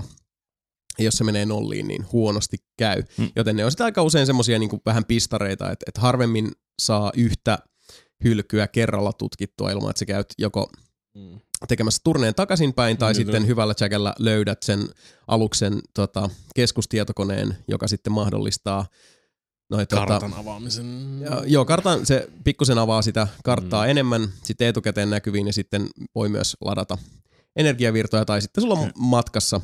ja jos se menee nolliin, niin huonosti käy. Mm. Joten ne on sitten aika usein semmoisia niin kuin vähän pistareita, että, että harvemmin saa yhtä hylkyä kerralla tutkittua ilman, että sä käyt joko tekemässä turneen takaisinpäin tai mm, sitten no. hyvällä checkillä löydät sen aluksen tota, keskustietokoneen, joka sitten mahdollistaa noi, kartan tota, avaamisen. Ja, joo, kartan, se pikkusen avaa sitä karttaa mm. enemmän sitten etukäteen näkyviin ja sitten voi myös ladata energiavirtoja tai sitten sulla on okay. matkassa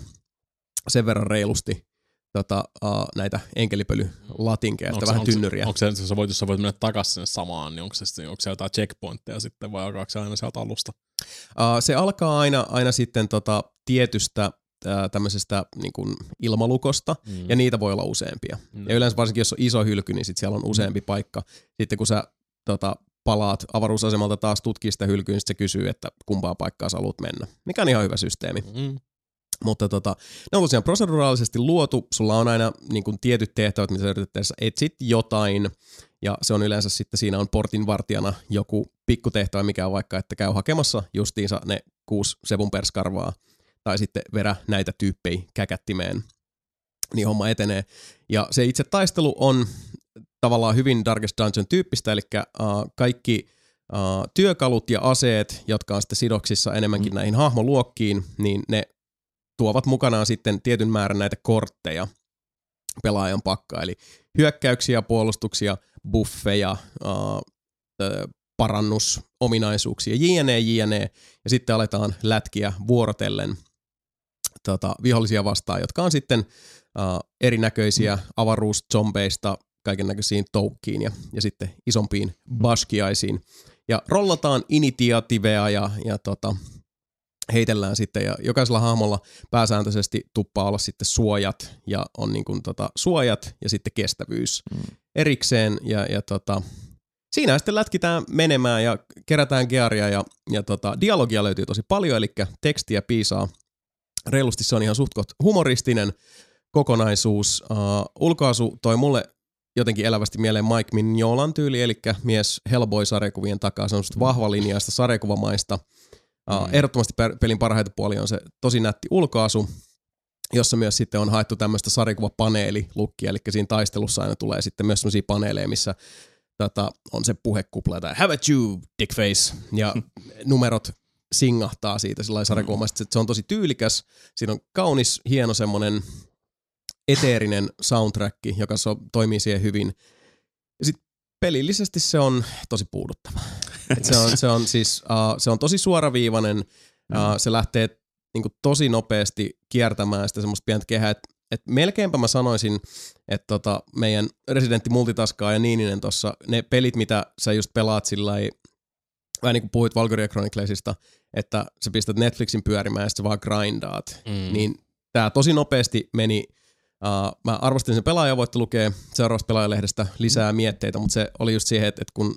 sen verran reilusti Tota, uh, näitä enkelipölylatinkeja, että vähän tynnyriä. Onko se, onko se, sä voit, jos sä voit mennä takaisin sinne samaan, niin onko se, onko se jotain checkpointteja sitten vai alkaako se aina sieltä alusta? Uh, se alkaa aina, aina sitten tota, tietystä uh, tämmöisestä niin kuin ilmalukosta, mm. ja niitä voi olla useampia. Mm. Ja yleensä varsinkin, jos on iso hylky, niin sit siellä on useampi mm. paikka. Sitten kun sä tota, palaat avaruusasemalta taas tutkii sitä hylkyä, niin sit se kysyy, että kumpaa paikkaa sä haluat mennä. Mikä on ihan hyvä systeemi. Mm. Mutta tota, ne on tosiaan proseduraalisesti luotu, sulla on aina niin kuin tietyt tehtävät, mitä sä yritetään, etsit jotain, ja se on yleensä sitten siinä on portinvartijana joku pikkutehtävä, mikä on vaikka, että käy hakemassa justiinsa ne kuusi sevunperskarvaa, tai sitten vedä näitä tyyppejä käkättimeen, niin homma etenee. Ja se itse taistelu on tavallaan hyvin Darkest Dungeon-tyyppistä, eli uh, kaikki uh, työkalut ja aseet, jotka on sitten sidoksissa enemmänkin mm. näihin hahmoluokkiin, niin ne tuovat mukanaan sitten tietyn määrän näitä kortteja pelaajan pakkaa, eli hyökkäyksiä, puolustuksia, buffeja, uh, parannusominaisuuksia, jne, jne, ja sitten aletaan lätkiä vuorotellen tota, vihollisia vastaan, jotka on sitten uh, erinäköisiä avaruuszombeista kaiken näköisiin toukkiin ja, ja sitten isompiin baskiaisiin. Ja rollataan initiativea ja, ja tota, heitellään sitten, ja jokaisella hahmolla pääsääntöisesti tuppaa olla sitten suojat, ja on niin kuin tota suojat ja sitten kestävyys mm. erikseen, ja, ja tota, siinä sitten lätkitään menemään ja kerätään gearia, ja, ja tota, dialogia löytyy tosi paljon, eli tekstiä piisaa reilusti, se on ihan suht humoristinen kokonaisuus. Uh, ulkoasu toi mulle jotenkin elävästi mieleen Mike Mignolan tyyli, eli mies Hellboy-sarjakuvien takaa, se on just vahvalinjaista sarjakuvamaista. Uh, mm. Ehdottomasti pelin parhaita puolia on se tosi nätti ulkoasu, jossa myös sitten on haettu tämmöistä sarjakuvapaneelilukkia, eli siinä taistelussa aina tulee sitten myös sellaisia paneeleja, missä tota, on se puhekupla tai have at you, dickface, ja numerot singahtaa siitä sillä sarjakuvamaisesti, että se on tosi tyylikäs, siinä on kaunis, hieno semmoinen eteerinen soundtrack, joka so, toimii siihen hyvin, ja sitten pelillisesti se on tosi puuduttava. Et se, on, se, on siis, uh, se on tosi suoraviivainen, uh, se lähtee niinku tosi nopeasti kiertämään sitä semmoista pientä kehää, että et melkeinpä mä sanoisin, että tota, meidän Residentti Multitaskaa ja Niininen tossa, ne pelit, mitä sä just pelaat sillai, vähän niin kuin puhuit Valkyria Chroniclesista, että sä pistät Netflixin pyörimään ja sit sä vaan grindaat, mm. niin tää tosi nopeasti meni. Uh, mä arvostin sen pelaajan, voitte lukea seuraavasta pelaajalehdestä lisää mietteitä, mutta se oli just siihen, että, että kun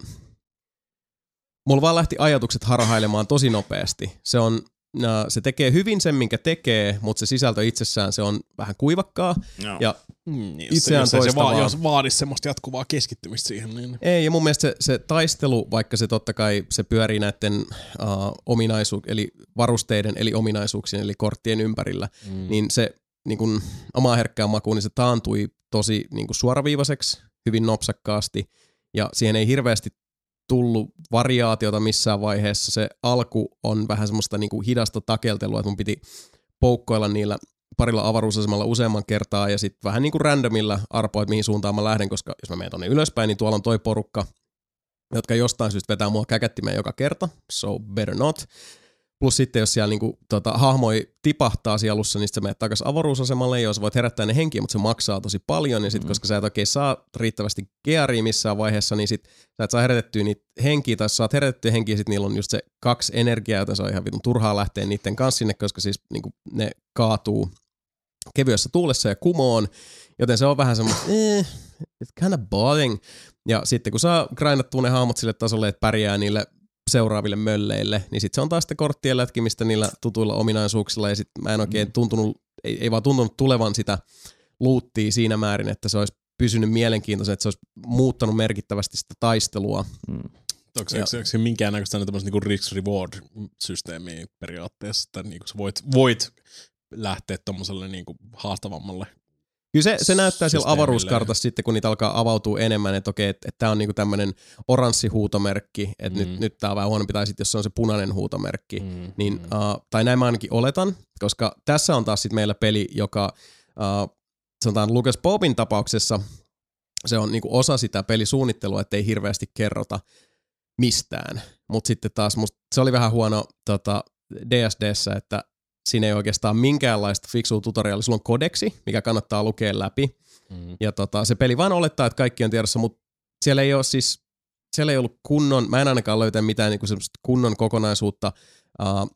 mulla vaan lähti ajatukset harhailemaan tosi nopeasti. Se, on, uh, se tekee hyvin sen, minkä tekee, mutta se sisältö itsessään se on vähän kuivakkaa no. ja mm, itseään jos toistavaa. Se va- jos vaadisi semmoista jatkuvaa keskittymistä siihen. Niin. Ei, ja mun mielestä se, se taistelu, vaikka se totta kai se pyörii näiden uh, ominaisu- eli varusteiden eli ominaisuuksien eli korttien ympärillä, mm. niin se niin kun omaa herkkään makuun, niin se taantui tosi niin kun suoraviivaiseksi, hyvin nopsakkaasti, ja siihen ei hirveästi tullut variaatiota missään vaiheessa. Se alku on vähän semmoista niinku hidasta takeltelua, että mun piti poukkoilla niillä parilla avaruusasemalla useamman kertaa ja sitten vähän niinku randomilla arpoa, että mihin suuntaan mä lähden, koska jos mä menen tonne ylöspäin, niin tuolla on toi porukka, jotka jostain syystä vetää mua käkättimeen joka kerta, so better not. Plus sitten, jos siellä niinku, tota, hahmoi tipahtaa siellä alussa, niin sitten sä menet takaisin avaruusasemalle, jos voit herättää ne henkiä, mutta se maksaa tosi paljon, ja sitten mm. koska sä et oikein saa riittävästi gearia missään vaiheessa, niin sit sä et saa herätettyä niitä henkiä, tai saat herätettyä henkiä, ja sitten niillä on just se kaksi energiaa, joten se on ihan vitun turhaa lähteä niiden kanssa sinne, koska siis niinku, ne kaatuu kevyessä tuulessa ja kumoon, joten se on vähän semmoista, eh, it's kind of boring. Ja sitten kun saa grindattua ne hahmot sille tasolle, että pärjää niille seuraaville mölleille, niin sitten se on taas sitä korttien lätkimistä niillä tutuilla ominaisuuksilla, ja sitten mä en oikein tuntunut, ei, ei vaan tuntunut tulevan sitä luuttia siinä määrin, että se olisi pysynyt mielenkiintoisen, että se olisi muuttanut merkittävästi sitä taistelua. Mm. Onko se, onko se minkäännäköistä tämmöistä niinku risk-reward-systeemiä periaatteessa, että niinku sä voit, voit lähteä tommoselle niinku haastavammalle? Kyllä se, se näyttää siellä avaruuskartassa sitten, kun niitä alkaa avautua enemmän, että okei, että, että tämä on niinku tämmöinen oranssi huutomerkki, että mm. nyt, nyt tämä on vähän huonompi, tai sitten jos se on se punainen huutomerkki, mm. niin, uh, tai näin mä ainakin oletan, koska tässä on taas sitten meillä peli, joka uh, sanotaan Lucas Popin tapauksessa, se on niinku osa sitä pelisuunnittelua, ettei hirveästi kerrota mistään, mutta sitten taas musta se oli vähän huono tota, D S D:ssä, että siinä ei oikeastaan minkäänlaista fiksua tutoriaalia. Sulla on kodeksi, mikä kannattaa lukea läpi. Mm. Ja tota, se peli vaan olettaa, että kaikki on tiedossa, mutta siellä ei ole siis, siellä ei ollut kunnon, mä en ainakaan löytä mitään niin kuin kunnon kokonaisuutta uh,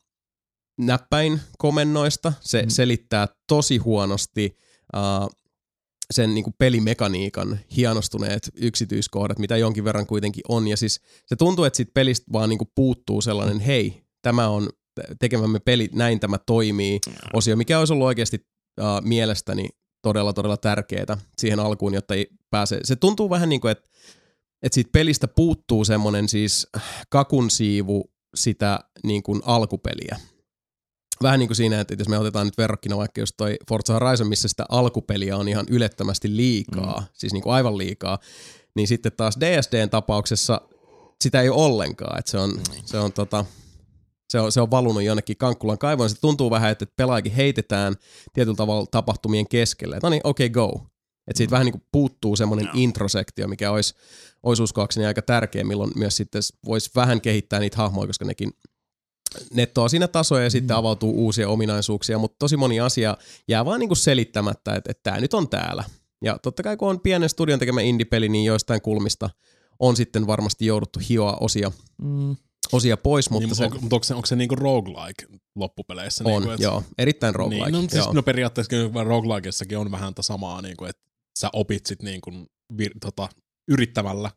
näppäinkomennoista. Se mm. selittää tosi huonosti uh, sen niin kuin pelimekaniikan hienostuneet yksityiskohdat, mitä jonkin verran kuitenkin on. Ja siis se tuntuu, että siitä pelistä vaan niin kuin puuttuu sellainen, hei, tämä on tekemämme peli, näin tämä toimii, osio, mikä olisi ollut oikeasti uh, mielestäni todella, todella tärkeää siihen alkuun, jotta ei pääse. Se tuntuu vähän niin kuin, että, että siitä pelistä puuttuu semmoinen siis kakun siivu sitä niin kuin alkupeliä. Vähän niin kuin siinä, että jos me otetaan nyt verrokkina vaikka just toi Forza Horizon, missä sitä alkupeliä on ihan ylettömästi liikaa, mm. siis niin kuin aivan liikaa, niin sitten taas D S D:n tapauksessa sitä ei ole ollenkaan, että se on, mm. se on tota... Se on, se on valunut jonnekin Kankkulan kaivoon. Se tuntuu vähän, että pelaajakin heitetään tietyllä tavalla tapahtumien keskelle. No niin, okei, okay, go. Että siitä mm. vähän niin kuin puuttuu semmoinen no. introsektio, mikä olisi, olisi uskoakseni aika tärkeä, milloin myös sitten voisi vähän kehittää niitä hahmoja, koska nekin nettoa siinä tasoja ja mm. sitten avautuu uusia ominaisuuksia, mutta tosi moni asia jää vaan niin kuin selittämättä, että, että tämä nyt on täällä. Ja totta kai kun on pienen studion tekemä indie-peli, niin joistain kulmista on sitten varmasti jouduttu hioa osia. Mm. osia pois, mutta niin, se... Mutta onko, onko se, onko se niinku roguelike loppupeleissä? On, niinku, et, joo. Erittäin roguelike. Niin, no, siis, joo. no periaatteessa roguelikeissakin on vähän samaa, niinku, että sä opit sit niinku, vir, tota, yrittämällä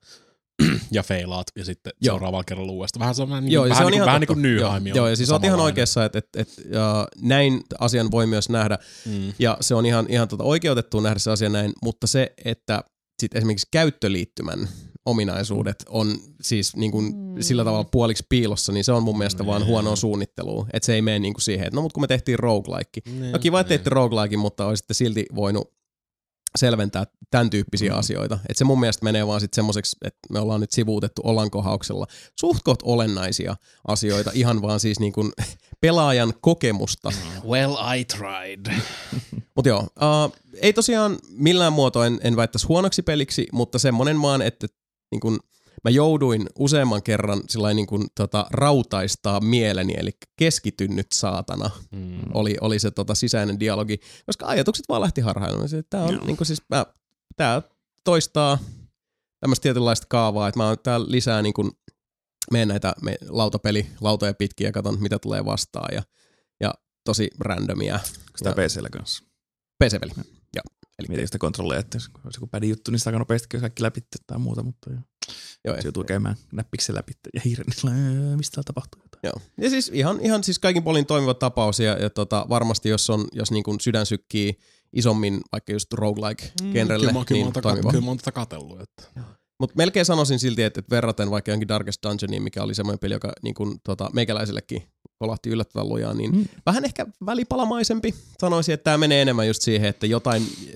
ja feilaat ja sitten joo. seuraavalla kerralla uudestaan. Vähän, se vähän, joo, vähän, se on niin, ihan vähän niin kuin Nyheim. Joo, ja siis oot ihan oikeassa, että et, et, ja näin asian voi myös nähdä. Mm. Ja se on ihan, ihan tota oikeutettua nähdä se asia näin, mutta se, että sit esimerkiksi käyttöliittymän ominaisuudet on siis niin kuin mm. sillä tavalla puoliksi piilossa, niin se on mun mielestä mm. vaan huonoa suunnittelua. Että se ei mene niin kuin siihen, että no mutta kun me tehtiin roguelike. Mm. No kiva, että teitte roguelikein, mutta olisitte silti voinut selventää tämän tyyppisiä mm. asioita. Että se mun mielestä menee vaan sitten semmoiseksi, että me ollaan nyt sivuutettu olankohauksella suhtkot olennaisia asioita, ihan vaan siis niin kuin pelaajan kokemusta. Well, I tried. Mutta joo, uh, ei tosiaan millään muotoa en, en väittäisi huonoksi peliksi, mutta semmonen maan, että niin kun mä jouduin useamman kerran sillain niin kun, tota, rautaistaa mieleni, eli keskityn nyt saatana, mm. oli, oli se tota, sisäinen dialogi, koska ajatukset vaan lähti harhailemaan. Tää on, niin kun, siis, mä, tää toistaa tämmöistä tietynlaista kaavaa, että mä oon täällä lisää niin kun, menen näitä me, lautapeli, lautoja pitkin ja katon, mitä tulee vastaan, ja, ja tosi randomia. Onko tää P C:llä kanssa? P C-peli, joo. Eli mietin sitä kontrolleja, että jos olisi joku pädi juttu, niin sitä aika nopeasti kaikki läpi tai muuta, mutta joo. Joo, se joutuu käymään näppiksen läpi ja hiirennillä, mistä täällä tapahtuu jotain. Joo. Ja siis ihan, ihan siis kaikin puolin toimiva tapaus ja, ja tota, varmasti jos, on, jos niin kuin sydän sykkii isommin vaikka just roguelike-genrelle, mm, kyllä, niin kyllä toimiva. Kyllä mä oon tätä katsellut. Että. Mutta melkein sanoisin silti, että, että verraten vaikka jonkin Darkest Dungeoniin, mikä oli semmoinen peli, joka niin kuin, tota, meikäläisellekin kolahti yllättävän lujaan, niin mm. vähän ehkä välipalamaisempi. Sanoisin, että tämä menee enemmän just siihen, että jotain,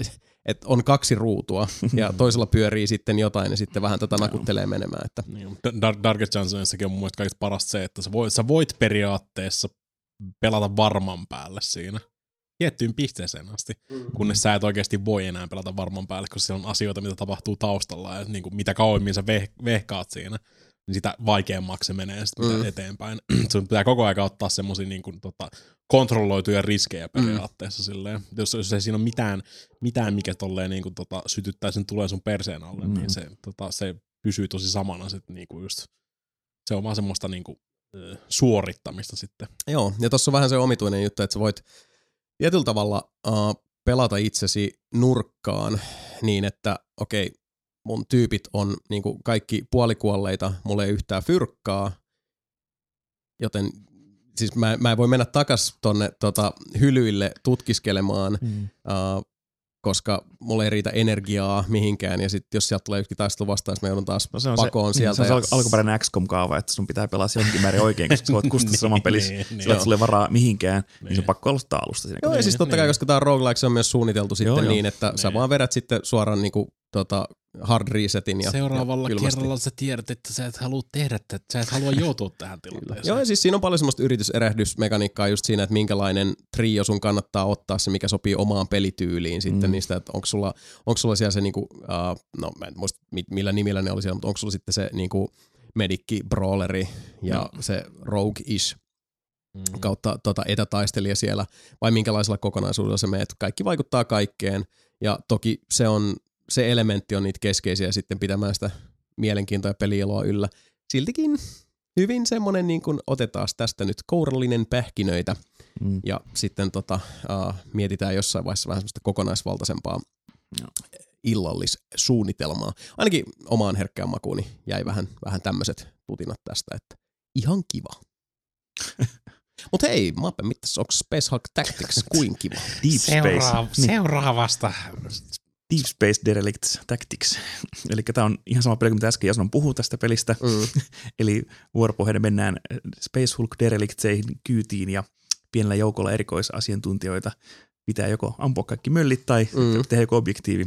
että on kaksi ruutua ja toisella pyörii sitten jotain ja sitten vähän tätä nakuttelee menemään. Että. Niin, Dark, Darkest Dungeonissakin on mun mielestä kaikista parasta se, että sä voit, sä voit periaatteessa pelata varman päälle siinä tiettyyn pisteeseen asti, mm-hmm. kunnes sä et oikeasti voi enää pelata varman päälle, koska siellä on asioita, mitä tapahtuu taustalla ja niin kuin, mitä kauemmin sä veh- vehkaat siinä, niin sitä vaikeammaksi se menee sitten mm. eteenpäin. Sun pitää koko ajan ottaa semmosia niin kuin, tota, kontrolloituja riskejä periaatteessa. Mm. Silleen. Jos, jos ei siinä ole mitään, mitään mikä tolleen, niin kuin, tota, sytyttää sen tulee sun perseen alle, mm. niin se, tota, se pysyy tosi samana. Sit, niin kuin just, se on vaan semmoista niin kuin, suorittamista sitten. Joo, ja tossa on vähän se omituinen juttu, että sä voit tietyllä tavalla uh, pelata itsesi nurkkaan niin, että okei, okay, mun tyypit on niinku kaikki puolikuolleita, mulla ei yhtään fyrkkaa, joten siis mä, mä en voi mennä takas tonne tota, hylyille tutkiskelemaan, mm. uh, koska mulla ei riitä energiaa mihinkään, ja sitten jos sieltä tulee yksikin taistelu vastaan, mä joudun taas no pakoon se, sieltä. Se on se alkuperäinen X COM-kaava, että sun pitää pelaa jonkin määrin oikein, koska sä voit kustaa saman pelissä, sillä et sulle varaa mihinkään, niin se on pakko aloittaa alusta. Joo, ja siis totta kai, koska tää on roguelike, se on myös suunniteltu sitten joo, niin, että sä vaan vedät sitten suoraan niinku tota hard resetin. Ja, seuraavalla ja kerralla sä tiedät, että sä et halua tehdä tätä, sä et halua joutua tähän tilanteeseen. Joo, ja siis siinä on paljon semmoista yrityserähdysmekaniikkaa just siinä, että minkälainen trio sun kannattaa ottaa se, mikä sopii omaan pelityyliin sitten mm. niistä, että onko sulla, onko sulla siellä se niinku, uh, no mä en muista millä nimillä ne oli siellä, mutta onko sulla sitten se niinku medikki, brawleri ja no. se rogue-ish mm. kautta tota etätaistelija siellä, vai minkälaisella kokonaisuudella se meet. Kaikki vaikuttaa kaikkeen, ja toki se on se elementti on niitä keskeisiä sitten pitämään sitä mielenkiintoa ja pelieloa yllä. Siltikin hyvin semmoinen niin kuin otetaan tästä nyt kourallinen pähkinöitä mm. ja sitten tota, uh, mietitään jossain vaiheessa vähän semmoista kokonaisvaltaisempaa no. illallissuunnitelmaa. Ainakin omaan herkkään makuuni jäi vähän, vähän tämmöiset putinat tästä, että ihan kiva. Mut hei, Mappe, mitäs onko Space Hulk Tactics kuin kiva? Deep Space. Seuraava, niin. Seuraavasta. Deep Space Derelict Tactics. Eli tämä on ihan sama peli kuin mitä äsken Jason puhuu tästä pelistä. Mm. Eli vuoropohjainen mennään Space Hulk Derelikteihin kyytiin ja pienellä joukolla erikoisasiantuntijoita pitää joko ampua kaikki möllit tai mm. tehdä joku objektiivi.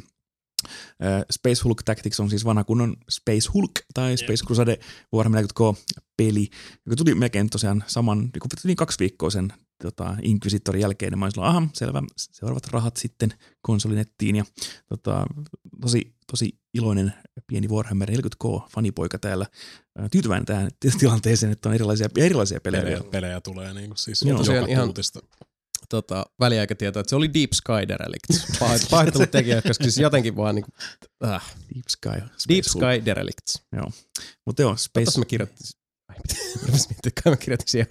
Space Hulk Tactics on siis vanha kunnon Space Hulk tai Space Crusade Warhammer neljäkymmentä K-peli, joka tuli melkein tosiaan saman, niin kaksi viikkoa sen tota, Inquisitorin jälkeen, ja mä olin silloin, aha, selvä, seuraavat rahat sitten konsolinettiin, ja tota, tosi, tosi iloinen pieni Warhammer neljäkymmentä K-fanipoika täällä, tyytyväinen tähän tilanteeseen, että on erilaisia, erilaisia pelejä. Pelejä, pelejä tulee niin kuin siis joo, joka ihan uutista. Tota, väliaikatietoa, että se oli Deep Sky Derelicts. Pahoittelut tekijät, koska siis jotenkin vaan niin kuin, äh. Deep Sky. Deep Sky Derelicts. Joo. Mutta joo, Space... Totta me kirjoittiin. Kai mä kirjoitin siihen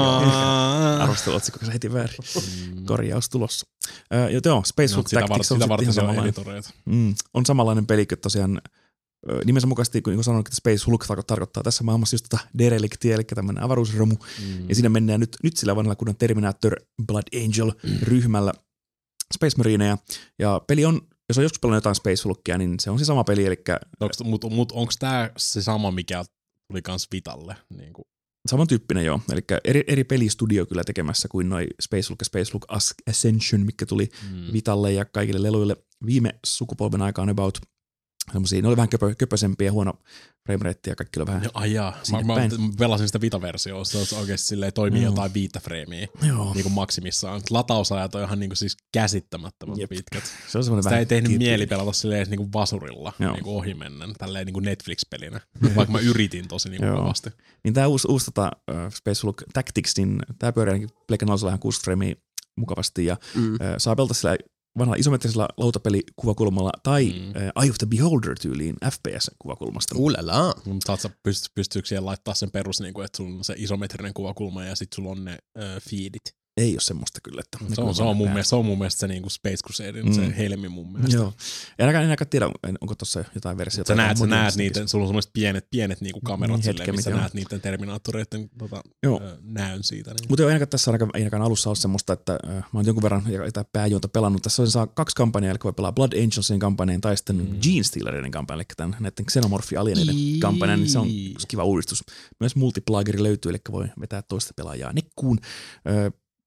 arvosteluotsikko, kun sä heti väärin. Korjaus tulossa. Uh, joo, Space Hulk Tactics on ihan samanlainen. Mm, on samanlainen peli, että tosiaan nimensä mukaisesti, kun niin sanoin, että Space Hulk tarkoittaa tässä maailmassa just tota Derelictia, eli tämmöinen avaruusromu. Mm. Ja siinä mennään nyt, nyt sillä vanhalla kunnon Terminator Blood Angel-ryhmällä mm. Space Marineja. Ja peli on, jos on joskus pelannut jotain Space Hulkia, niin se on se sama peli, eli... Mutta mut, onko tämä se sama, mikä tuli kans Vitalle? Niin kuin. Samantyyppinen joo, eli eri, eri pelistudio kyllä tekemässä kuin noi Space Hulk ja Space Hulk Ascension, mikä tuli mm. Vitalle ja kaikille leluille viime sukupolven aikaan about. Semmosia, ne oli vähän köpö, köpösempiä, huono framerate ja kaikki oli vähän. Joo, ajaa. Mä, mä pelasin sitä Vita-versioa, se oikeesti silleen toimii no. jotain viittä freimiä niin kuin maksimissaan. Latausajat on ihan niin kuin siis käsittämättömän Jep. pitkät. Se on sitä ei tehnyt kiinni. Mieli pelata silleen niin kuin vasurilla niin kuin ohimennen, tälleen niin kuin Netflix-pelinä, vaikka mä yritin tosi niin kuin kovasti. Niin tää uusi, uusi tota, uh, Space Hulk Tactics, niin tää pyörii ainakin Pleikka nelosella ihan kuusi freimiä mukavasti ja mm. uh, saa pelata sillä vanhalla isometrisellä lautapelikuvakulmalla tai mm. Eye of the Beholder-tyyliin F P S-kuvakulmasta. Uulala. Saat sä pyst- pystyykö siihen laittaa sen perus, niin kuin, että sulla on se isometrinen kuvakulma ja sit sulla on ne äh, feedit? Ei ole semmoista kyllä. Että se, on, se, on mun mielestä, se on mun mielestä se niin kuin Space Crusadein, mm. se helmi mun mielestä. Joo. En ainakaan, en ainakaan tiedä, onko tuossa jotain versiota. Sä näet, sä näet niitä, sulla on semmoiset pienet, pienet niinku kamerat niin, silleen, missä joo. näet niiden Terminaattoreiden tota, ö, näön siitä. Niin. Mutta ei ainakaan tässä ainakaan, ainakaan alussa ole semmoista, että äh, mä oon jonkun verran jotain pääjuonta pelannut. Tässä on saa kaksi kampanjaa, eli voi pelaa Blood Angelsin kampanjan tai sitten mm. Gene Stealeriden kampanjan, eli tämän näiden Xenomorphi-alieneiden kampanjan, niin se on kiva uudistus. Myös multiplageri löytyy, eli voi vetää toista pelaajaa nekkuun. Äh,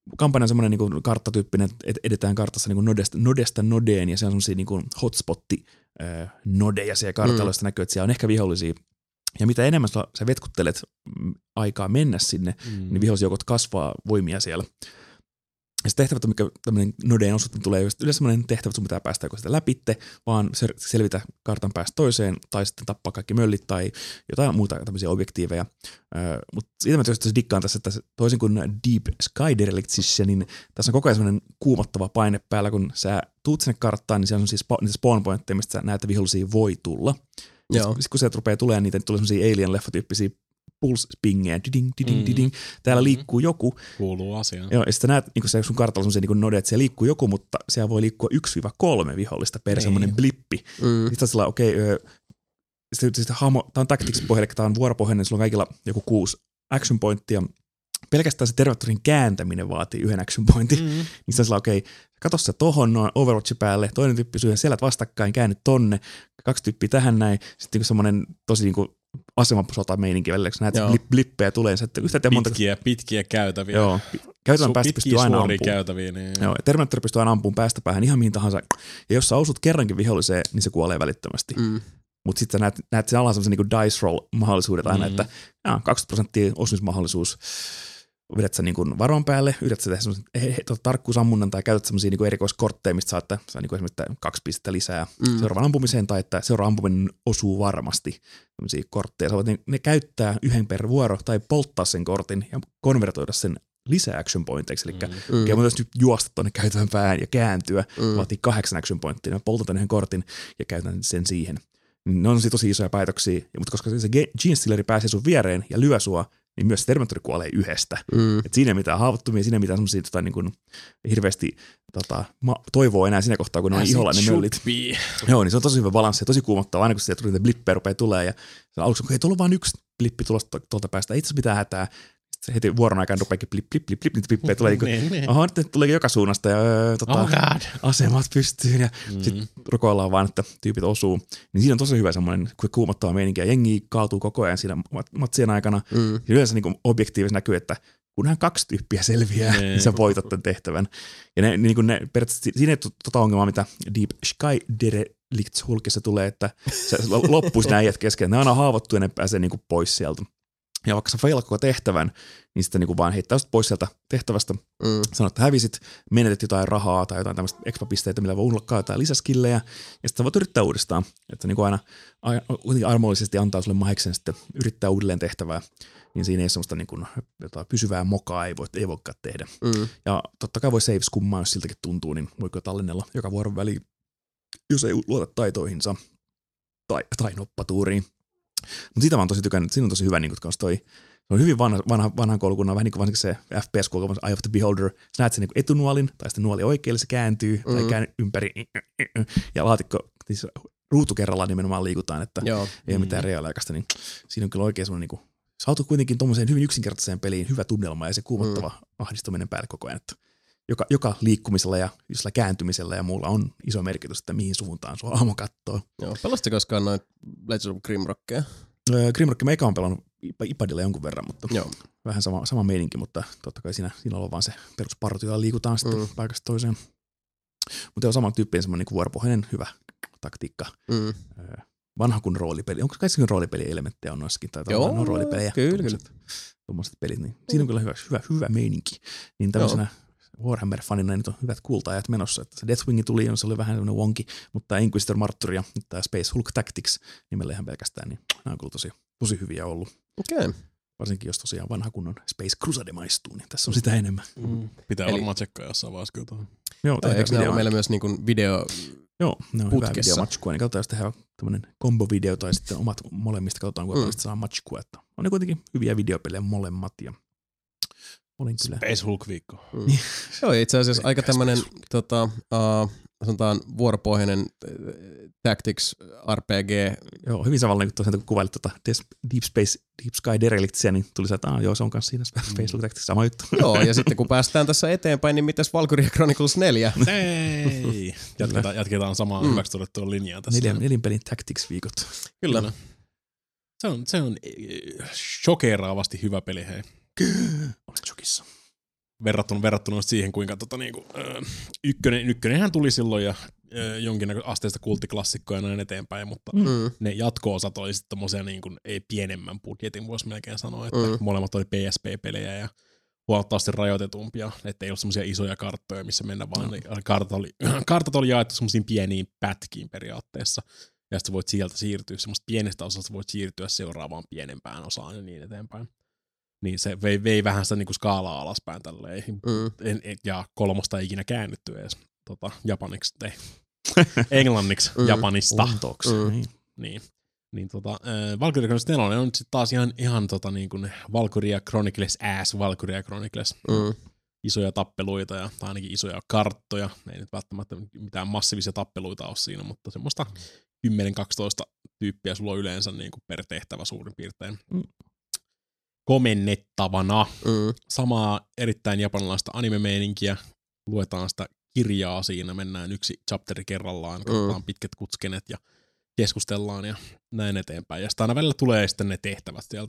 kampanja on semmoinen niin karttatyyppinen, että edetään kartassa niin nodesta, nodesta nodeen, ja se on semmoisia niin hotspotti äh, nodeja siellä kartalla, mm. josta näkyy, että siellä on ehkä vihollisia. Ja mitä enemmän sä vetkuttelet aikaa mennä sinne, mm. niin vihollisjoukot kasvaa voimia siellä. Ja se tehtävät, mikä tämmöinen nodeen osuus tulee yleensä semmoinen tehtävä, että sun pitää päästä joko sitä läpitte, vaan selvitä kartan päästä toiseen, tai sitten tappaa kaikki möllit, tai jotain muuta tämmöisiä objektiiveja. Öö, mutta siitä mä tietysti dikkaan tässä, että toisin kuin Deep Sky Derelictissä, niin tässä on koko ajan semmoinen kuumottava paine päällä, kun sä tuut sinne karttaan, niin siellä on siis spa- niitä spawn pointteja, mistä näitä vihollisia voi tulla. Sitten kun se rupeaa tulemaan niitä, niin tulee semmoisia alien-leffatyyppisiä pulse-pingejä, diding, diding, diding. Täällä liikkuu joku. Kuuluu asiaan. Joo, ja sitten näet, niin se sun kartalla on semmoisia niin node, että siellä liikkuu joku, mutta siellä voi liikkua yksi kolme vihollista per semmoinen blippi. Mm. Sitten sillä okei, okay, sitten hahmo, tämä on tactics-pohjalle, tämä on vuoropohjainen, sulla on kaikilla joku kuusi action pointtia. Pelkästään se terveturin kääntäminen vaatii yhden action pointin. Mm-hmm. Niin sitten sillä okei, okay, katso sä tohon noin Overwatch päälle, toinen tyyppi syö selät vastakkain, käännyt tonne, kaksi tyyppiä tähän näin, sitten niin semmoinen tosi niin kuin asemasota-meininki välillä, kun näet blip, blippejä tulee. Niin yhtä pitkiä, monta... pitkiä käytäviä. Joo, käytävän päästä pystyy aina ampumaan. Käytäviä, niin... Joo, Terminator pystyy aina ampumaan päästä päähän ihan mihin tahansa. Ja jos sä osut kerrankin viholliseen, niin se kuolee välittömästi. Mm. Mutta sitten sä näet, näet sen alla semmoisen niin kuin dice roll-mahdollisuudet aina, mm-hmm. että jaa, kaksikymmentä prosenttia osumismahdollisuus. Vedät sä niin varon päälle, yrität sä tehdä semmoisen tuota, tarkkuusammunnan tai käytät semmoisia niin erikoiskortteja, mistä saat saa niin esimerkiksi kaksi pistettä lisää mm. seuraavan ampumiseen tai että seuraava ampuminen osuu varmasti semmoisia kortteja. Sä voit ne, ne käyttää yhden per vuoro tai polttaa sen kortin ja konvertoida sen lisää action pointeiksi. Eli mm. okei, mutta jos nyt juosta tuonne käytävän päähän ja kääntyä, mm. vaatii kahdeksan action pointtia, mä poltan yhden kortin ja käytän sen siihen. Ne on tosi isoja päätöksiä, mutta koska se Gene Stealeri pääsee sun viereen ja lyö sua, niin myös Terminator kuolee yhdestä. Mm. Et siinä ei mitään haavoittumia, siinä ei mitään semmoisia tota, niin kuin, hirveästi tota, ma- toivoa enää siinä kohtaa, kun ne on iholla ne möllit. Joo, niin se on tosi hyvä balanssi ja tosi kuumottava, aina kun sieltä tuli niitä blippejä rupeaa tulee ja aluksi kun ei tullut vaan yksi blippi tulosta tuolta päästä, ei itse mitään hätää. Sitten heti vuoron aikaan rupeakin blip, blip, blip, blip, niitä blippejä tulee, niin kuin, aha, nyt tulee joka suunnasta ja öö, tota, oh asemat pystyyn ja mm. sitten rukoillaan vaan, että tyypit osuu. Niin siinä on tosi hyvä semmoinen kuumottava meininki ja jengi kaatuu koko ajan siinä matsien aikana. Mm. Ja yleensä niin objektiivisesti näkyy, että kunhan kaksi tyyppiä selviää, ne, niin sä voitat tämän tehtävän. Ja ne, niin kuin ne, periaatteessa siinä ei tuota ongelmaa, mitä Deep Sky Derelicts Hulkissa tulee, että se loppuisi nämä äijät kesken. Ne aina haavoittuu ja ne pääsee niin kuin pois sieltä. Ja vaikka sä feilat koko tehtävän, niin sitten niin vaan heittää pois sieltä tehtävästä. Mm. Sanot, että hävisit, menetet jotain rahaa tai jotain tämmöistä expa-pisteitä, millä voi unlockkaa jotain lisäskillejä. Ja sitten voit yrittää uudestaan. Että niin aina armollisesti antaa sulle maheksen sitten yrittää uudelleen tehtävää. Niin siinä ei ole semmoista niin kuin, jotain pysyvää mokaa, ei, voi, ei voikaan tehdä. Mm. Ja totta kai voi save skummaa, jos siltäkin tuntuu, niin voiko tallennella joka vuoron väliin, jos ei luota taitoihinsa tai, tai noppatuuriin. Mutta siitä mä oon tosi tykännyt, siinä on tosi hyvä, niin kun toi, se on hyvin vanha, vanha, vanhan koulukunnan, vähän niin kuin varsinkin se F P S-koulukunnan Eye of the Beholder, sä näet sen niin etunuolin, tai sitten nuoli oikealle, se kääntyy, mm. tai käänny ympäri, ja laatikko, siis ruutu kerrallaan nimenomaan liikutaan, että Joo. ei ole mitään reaaliaikaista, niin siinä on kyllä oikein semmoinen, niin kuin, saatu kuitenkin tuommoiseen hyvin yksinkertaiseen peliin hyvä tunnelma, ja se kuumottava mm. ahdistuminen päälle koko ajan, että joka, joka liikkumisella ja jossain kääntymisellä ja muulla on iso merkitys, että mihin suuntaan sua aamu kattoo. Joo, pelasitko koskaan noin Legends of Grimrockia? Öö, Grimrock mä eka on pelannut iPadilla jonkun verran, mutta Joo. vähän sama, sama meininki, mutta totta kai siinä, siinä on vaan se peruspartio, jolla liikutaan sitten mm. paikasta toiseen. Mutta on saman tyyppinen semmoinen niin vuoropohjainen hyvä taktiikka. Mm. Öö, vanha kuin roolipeli. Onko kaikki roolipelielementtejä on noissakin? Tai Joo, on roolipelejä. Kyllä, kyllä. Tuommoiset pelit, niin siinä on kyllä hyvä, hyvä, hyvä meininki. Niin tämmöisenä Warhammer-fanina nyt on hyvät kulta-ajat menossa. Että se Deathwing tuli, se oli vähän semmoinen wonki, mutta Inquisitor Martyr ja nyt tämä Space Hulk Tactics nimellä ihan pelkästään, niin nämä on kyllä tosi, tosi hyviä ollut. Okei. Okay. Varsinkin jos tosiaan vanha kunnon Space Crusade maistuu, niin tässä on sitä enemmän. Mm. Pitää Eli... varmaan tsekkaa jossain vaiheessa kyllä tuohon. Joo, tai eikö nämä ole meillä myös niin kuin video Joo, ne on putkessa. Hyvä videomatchkua, niin katsotaan, jos tehdään tämmöinen kombo-video tai sitten omat molemmista, katsotaan kuinka mm. saa matchkua, että on ne kuitenkin hyviä videopelejä molemmat ja olin kyllä. Space Hulk-viikko. Mm. Joo, itse asiassa aika tämmöinen tota, uh, sanotaan vuoropohjainen uh, Tactics R P G. Joo, hyvin samalla niin tosiaan, kun kuvailit tota Deep Space, Deep Sky Derelictsia, niin tuli se, että ah, joo, se on kanssa siinä Space Hulk Tactics, sama juttu. Joo, ja sitten kun päästään tässä eteenpäin, niin mitäs Valkyria Chronicles neljä? Ei, jatketaan, jatketaan samaa mm. hyväksi todettua linjaa tässä. Neljän, nelin pelin Tactics-viikot. Kyllä. Kyllä. Se on, se on shokeraavasti hyvä peli, hei. Olen shokissa. verrattuna, verrattuna siihen, kuinka tota, niinku, ö, ykkönen, ykkönenhän tuli silloin ja ö, jonkinnäköistä asteista kulttiklassikkoja näin eteenpäin, mutta Mm. ne jatko-osat oli sitten tommosia niinku, ei pienemmän budjetin, voisi melkein sanoa, että Mm. molemmat oli P S P-pelejä ja huomattavasti rajoitetumpia, ettei ollut semmoisia isoja karttoja, missä mennä vaan. Mm. Kartat, oli, kartat oli jaettu semmoisiin pieniin pätkiin periaatteessa, ja sitten voit sieltä siirtyä, semmoista pienestä osasta voit siirtyä seuraavaan pienempään osaan ja niin eteenpäin. Niin se vei, vei vähän sitä niinku skaalaa alaspäin tälleen, Mm. en, en, ja kolmosta ei ikinä käännytty edes tota, japaniksi, ei, englanniksi Mm. Japanista. Ontoksi. Mm. Niin. Niin. Niin tota, äh, Valkyria Chronicles neljä on nyt sit taas ihan, ihan tota niin kuin Valkyria Chronicles ass Valkyria Chronicles. Mm. Isoja tappeluita ja tai ainakin isoja karttoja. Ei nyt välttämättä mitään massiivisia tappeluita ole siinä, mutta semmoista kymmenen kaksitoista tyyppiä sulla on yleensä niin kuin per tehtävä suurin piirtein. Mm. Komennettavana. Mm. Samaa erittäin japanilaista anime-meininkiä. Luetaan sitä kirjaa siinä, mennään yksi chapteri kerrallaan, katsotaan Mm. pitkät kutskenet ja keskustellaan ja näin eteenpäin. Ja sitten aina välillä tulee sitten ne tehtävät sieltä,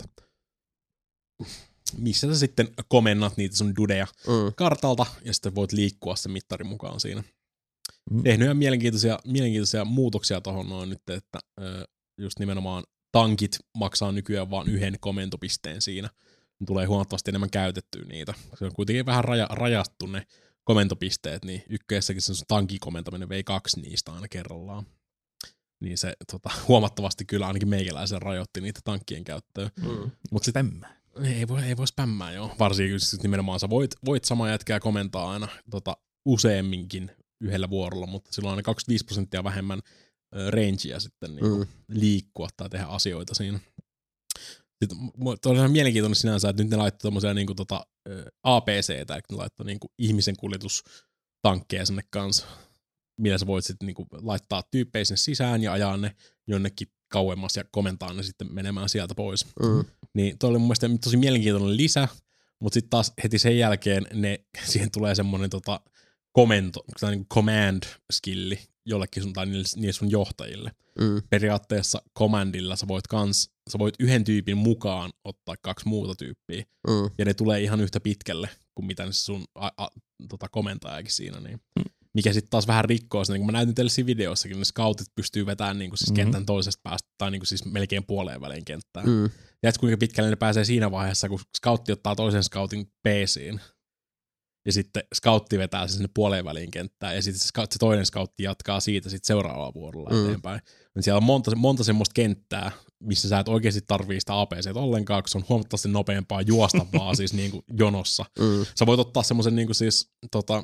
missä sä sitten komennat niitä sun dudeja Mm. kartalta ja sitten voit liikkua sen mittarin mukaan siinä. Mm. Tehnyt ihan mielenkiintoisia, mielenkiintoisia muutoksia tohon noin nyt, että ö, just nimenomaan tankit maksaa nykyään vain yhden komentopisteen siinä. Ne tulee huomattavasti enemmän käytettyä niitä. Se on kuitenkin vähän raja, rajattu ne komentopisteet, niin ykkössäkin se tankin komentaminen vei kaksi niistä aina kerrallaan. Niin se tota, huomattavasti kyllä ainakin meikäläisen rajoitti niitä tankkien käyttöä. Mm. Mutta sit Spämmää. ei voi, ei voi spämmää, joo. Varsinkin sit nimenomaan sä voit, voit samaa jätkää komentaa aina tota, useamminkin yhdellä vuorolla, mutta silloin on aina kaksikymmentäviisi prosenttia vähemmän ö, rangea sitten niin Mm. liikkua tai tehdä asioita siinä. Sitten tosiaan mielenkiintoinen sinänsä, että nyt ne laittoi tommosia niinku tota, A P C:tä, eli ne laittoi niinku ihmisen kuljetustankkeja sinne kanssa, millä sä voit sitten niinku laittaa tyyppejä sinne sisään ja ajaa ne jonnekin kauemmas ja komentaa ne sitten menemään sieltä pois. Mm. Niin toi oli mun mielestä tosi mielenkiintoinen lisä, mutta sitten taas heti sen jälkeen ne, siihen tulee semmoinen tota, komento, tai niinku command-skilli jollekin sun tai niille, niille sun johtajille. Mm. Periaatteessa commandilla sä voit, kans, sä voit yhden tyypin mukaan ottaa kaksi muuta tyyppiä, Mm. ja ne tulee ihan yhtä pitkälle kuin mitä se sun a, a, tota, komentajakin siinä. Niin. Mikä sitten taas vähän rikkoo sitä, niin kun mä näytin teille siinä videossakin, ne scoutit pystyy vetämään niin siis Mhm. kentän toisesta päästä, tai niin siis melkein puoleen väliin kenttää. Mm. Mm. Tiedätkö, kuinka pitkälle ne pääsee siinä vaiheessa, kun scoutti ottaa toisen scoutin peesiin, ja sitten scoutti vetää sen sinne puoleen väliin kenttään, ja sitten se, scout, se toinen scoutti jatkaa siitä sitten seuraavalla vuorolla Mm. eteenpäin. Ja siellä on monta, monta semmoista kenttää, missä sä et oikeasti tarvii sitä A P C:tä ollenkaan, kun se on huomattavasti nopeampaa juosta vaan siis niin kuin jonossa. Mm. Sä voit ottaa semmoisen niin kuin siis, tota,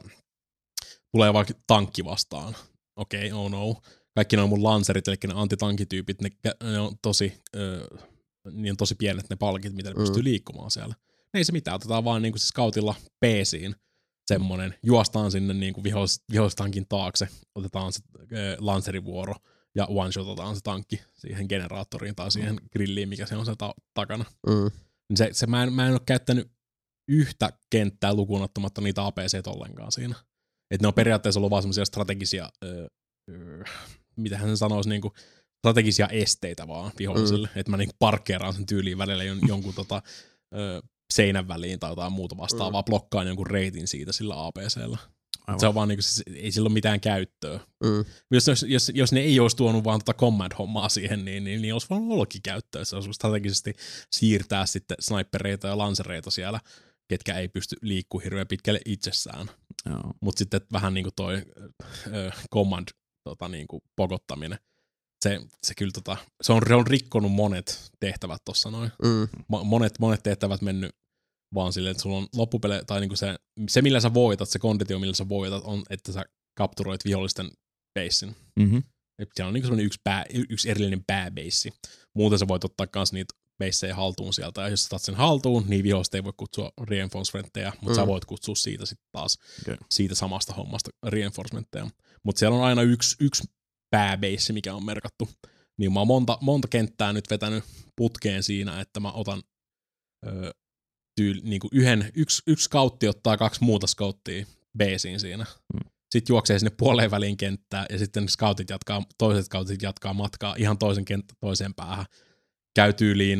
tulee vaikka tankki vastaan. Okei, okay, oh no. Kaikki ne on mun lanserit, eli ne antitankityypit, ne, ne on tosi, ö, niin on tosi pienet ne palkit, miten ne Mm. pystyy liikkumaan siellä. Ei se mitään, otetaan vaan niinku se scoutilla peesiin semmonen, juostaan sinne niinku vihollis, vihollistankin taakse, otetaan se ö, lanserivuoro ja one-shotataan se tankki siihen generaattoriin tai siihen grilliin, mikä se on se ta- takana. Mm. Se, se mä, en, mä en ole käyttänyt yhtä kenttää lukuun ottamatta niitä A P C:tä ollenkaan siinä. Että ne on periaatteessa ollut vaan semmoisia strategisia, öö, öö, mitähän sen sanoisi, niinku, strategisia esteitä vaan viholliselle. Mm. Että mä niinku parkkeeraan sen tyyliin välillä jon, jonkun tota, öö, seinän väliin tai jotain muuta vastaavaa, mm. blokkaan jonkun reitin siitä sillä A P C:llä. Se on vaan niinku, siis, ei sillä ole mitään käyttöä. Mm. Jos, jos, jos, jos ne ei olisi tuonut vaan tota command-hommaa siihen, niin, niin, niin olisi vaan ollutkin käyttöä. Se olisi strategisesti siirtää sitten snipereita ja lansereita siellä, ketkä ei pysty liikkumaan hirveän pitkälle itsessään. Mutta sitten vähän niin kuin toi ö, command tota, niin kuin pokottaminen, se, se kyllä tota, se on, se on rikkonut monet tehtävät tossa noin. Mm. Monet, monet tehtävät mennyt vaan silleen, että sulla on loppupele, tai niinku se, se millä sä voitat, se konditio millä sä voitat on, että sä kapturoit vihollisten basein. Mm-hmm. Siellä on niinku semmoinen yksi, pää, yksi erillinen pääbeissi. Muuten sä voit ottaa kans niitä beissejä haltuun sieltä, ja jos sä otat sen haltuun, niin viholliset ei voi kutsua reinforcementteja, mutta mm. sä voit kutsua siitä sitten taas okay. siitä samasta hommasta reinforcementteja. Mutta siellä on aina yksi, yksi pääbeissi, mikä on merkattu. Niin mä oon monta, monta kenttää nyt vetänyt putkeen siinä, että mä otan öö, tyyli, niinku yhden, yksi, yksi scoutti ottaa kaksi muuta scouttia beesiin siinä. Mm. Sitten juoksee sinne puoleen väliin kenttää, ja sitten scoutit jatkaa, toiset scoutit jatkaa matkaa ihan toisen kenttä toiseen päähän. Käy tyyliin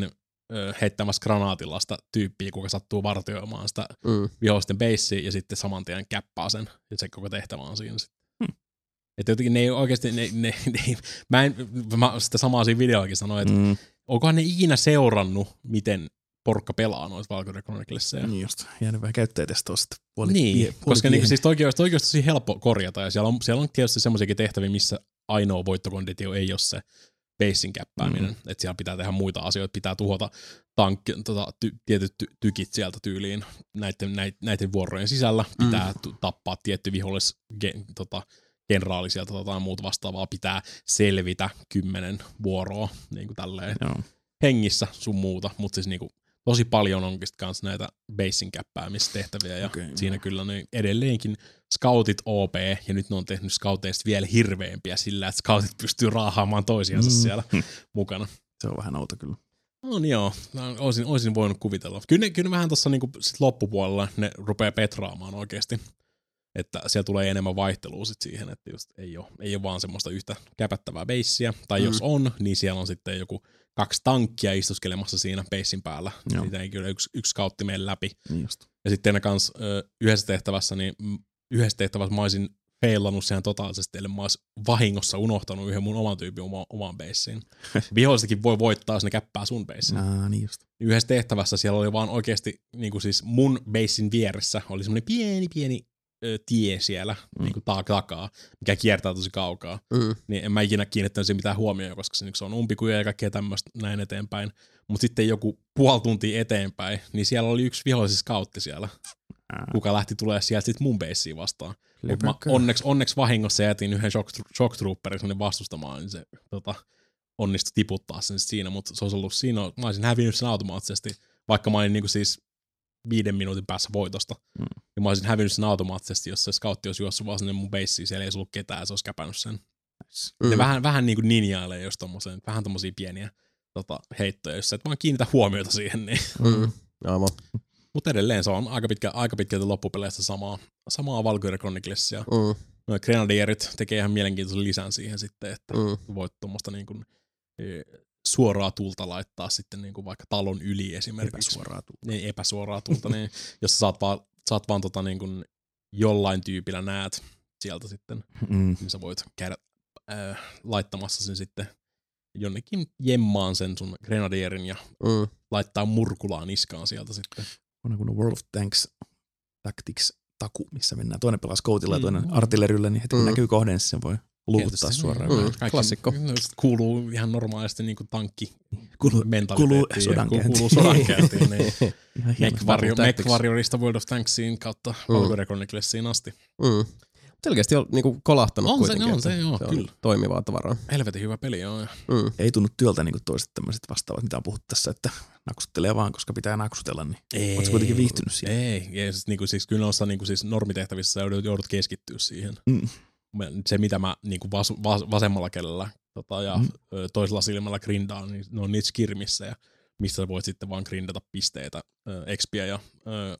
ö, heittämässä granaatillasta tyyppiä, kuka sattuu vartioimaan sitä Mm. vihollisten beissiä ja sitten saman tien käppää sen. Ja se koko tehtävä on siinä sitten. Hmm. Että jotenkin ne ei oikeasti, ne, ne, ne, mä en, mä sitä samaa siinä videollakin sanoin, että Mm. onkohan ne ikinä seurannut, miten porukka pelaa noita Valkyria Chroniclesia. Niin just, jäänyt vähän käyttäjätestoa sitten puoli, Niin, pie, puoli koska niinku, pieni. siis toki olisi, toki olisi tosi helppo korjata, ja siellä on, siellä on tietysti semmoisiakin tehtäviä, missä ainoa voittokonditio ei ole se basein käppääminen, mm-hmm. että siellä pitää tehdä muita asioita, pitää tuhota tankki, tota, ty, tietyt ty, tykit sieltä tyyliin näiden, näiden, näiden vuorojen sisällä, pitää mm. t- tappaa tietty vihollis gen, tota, kenraali sieltä tai tota, muuta vastaavaa, pitää selvitä kymmenen vuoroa niin kuin tälleen Joo. hengissä sun muuta, mutta siis niinku tosi paljon onkin kans näitä basin käppäämistehtäviä ja Okay, siinä no. kyllä niin edelleenkin scoutit O P ja nyt ne on tehnyt scouteista vielä hirveämpiä sillä, että scoutit pystyy raahaamaan toisiansa mm. siellä mukana. Se on vähän outo kyllä. On joo, olisin, olisin voinut kuvitella. Kyllä ne, kyllä ne vähän tuossa niinku sit loppupuolella ne rupeaa petraamaan oikeasti, että siellä tulee enemmän vaihtelua sit siihen, että just ei ole, ei ole vaan semmoista yhtä käpättävää beissiä, tai mm. jos on, niin siellä on sitten joku kaksi tankkia istuskelemassa siinä beissin päällä. Joo. Siitä ei kyllä yksi, yksi scoutti mene läpi. Niin just. Ja sitten ne kans ö, yhdessä tehtävässä, niin yhdessä tehtävässä mä olisin feilannut siihen totaalisesti, eli mä olisin vahingossa unohtanut yhden mun oman tyypin oma, omaan beissiin. Vihollistakin voi voittaa, jos ne käppää sun beissin. Aa, niin just. Yhdessä tehtävässä siellä oli vaan oikeasti niin kuin siis mun beissin vieressä oli semmoinen pieni, pieni ö, tie siellä mm. niin kuin takaa, mikä kiertää tosi kaukaa. Mm. Niin en mä ikinä kiinnittänyt siihen mitään huomioon, koska se, niin se on umpikuja ja kaikkea tämmöistä näin eteenpäin. Mutta sitten joku puoli tuntia eteenpäin, niin siellä oli yksi vihollisen scoutti siellä, Aa. kuka lähti tulee sieltä sit mun beissiin vastaan. Mut mä Lepäkö. onneksi, onneksi vahingossa jätin yhden shock, shock trooperin sinne vastustamaan, niin se tota, onnistui tiputtaa sen sit siinä, mutta se olisi ollut siinä, mä olisin hävinnyt sen automaattisesti, vaikka mä olin niinku siis viiden minuutin päässä voitosta. Mm. Ja mä olisin hävinnyt sen automaattisesti, jos se scoutti olisi juossut vaan sinne mun beissiin, siellä ei olisi ollut ketään, ja se olisi käpännyt sen. Mm. Ne vähän, vähän niin kuin ninjailee jos tommoseen, vähän tommosia pieniä tota, heittoja, jos sä et vaan kiinnitä huomiota siihen. Niin. Mm. Aivan. Mutta edelleen se on aika, pitkä, aika pitkälti loppupeleistä samaa, samaa Valkyria Chroniclesia. Mm. No, Grenadierit tekee ihan mielenkiintoisen lisän siihen sitten, että Mm. voit tuommoista niin kuin, e, suoraa tulta laittaa sitten niin kuin vaikka talon yli esimerkiksi. Epäsuoraa tulta. Niin, epäsuoraa tulta, niin, jos saat vaan, saat vaan tota, niin kuin jollain tyypillä näet sieltä sitten, Mm. niin sä voit käydä äh, laittamassa sen sitten jonnekin jemmaan sen sun Grenadierin ja Mm. laittaa murkulaa niskaan sieltä sitten. On kuin World of Tanks Tactics taku, missä mennään. Toinen pelaa scoutilla ja toinen Mm. artillerillä, niin heti kun Mm. näkyy kohden, niin sen voi luututtaa Tietysti, suoraan. Mm. Kaikki, Klassikko. no, kuuluu ihan normaalisti niin kuin tankki Kuuluu, mentaliteettiin. kuuluu sodankäyntiin. Kuuluu sodankäyntiin. Niin. Ihan hieno. Mech Tactics. Warriorista World of Tanksiin kautta Mm. Valkyria Chroniclesiin asti. Mm. Selkeästi on niinku kolahtanut On se, kuitenkin. on se, että joo, se kyllä. on toimivaa tavaraa. Helvetin hyvä peli, joo. Mm. Ei tunnu työltä niin kuin toiset tämmöiset vastaavat, mitä on puhuttu tässä, että naksuttelee vaan, koska pitää naksutella. Niin. Ei. Oletko kuitenkin viihtynyt siihen? Ei, ja siis, niin kuin, siis kyllä noissa niin kuin, siis normitehtävissä joudut, joudut keskittyä siihen. Mm. Se, mitä mä niin kuin vas, vas, vasemmalla kädellä tota, ja Mm. ö, toisella silmällä grindaan, niin ne on niitä skirmissä, ja missä sä voit sitten vaan grindata pisteitä, ö, X P:ä ja ö,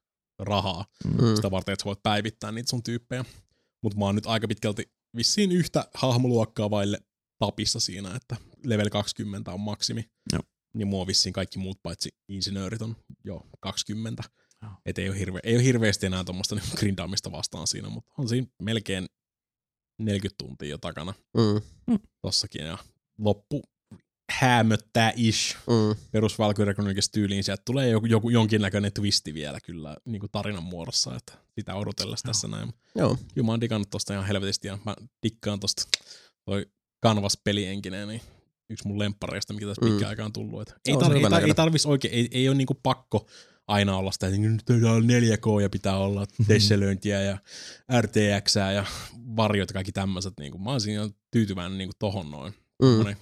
rahaa. Mm. Sitä varten, että sä voit päivittää niitä sun tyyppejä. Mutta mä oon nyt aika pitkälti vissiin yhtä hahmoluokkaa vaille tapissa siinä, että level kaksikymmentä on maksimi. Joo. Niin mua vissiin kaikki muut paitsi insinöörit on jo kaksikymmentä. Joo. Et ei ole, hirve, ei ole hirveästi enää tuommoista niinku grindaamista vastaan siinä, mutta on siinä melkein neljäkymmentä tuntia jo takana Mm. tossakin. Ja loppu häämöttää ish Mm. perus Valkyria Chronicles tyyliin. Sieltä tulee joku, joku, jonkinnäköinen twisti vielä kyllä niin kuin tarinan muodossa, että sitä odotellessa tässä näin. Joo. Kyllä mä oon digannut tosta ihan helvetisti ja mä dikkaan tosta toi Canvas-pelienkinen, niin yksi mun lemppareista, mikä tässä Mm. pitkään aikaan tullut. Et ei, On se tar- hyvä ei, tar- näköinen. ei tarvis oikein, ei, ei ole niinku pakko aina olla sitä, että nyt pitää olla neljä K ja pitää olla tesselöintiä ja R T Xää ja varjot ja kaikki tämmöiset. Niinku. Mä oon siinä tyytyväinen niinku tohon noin. Mm.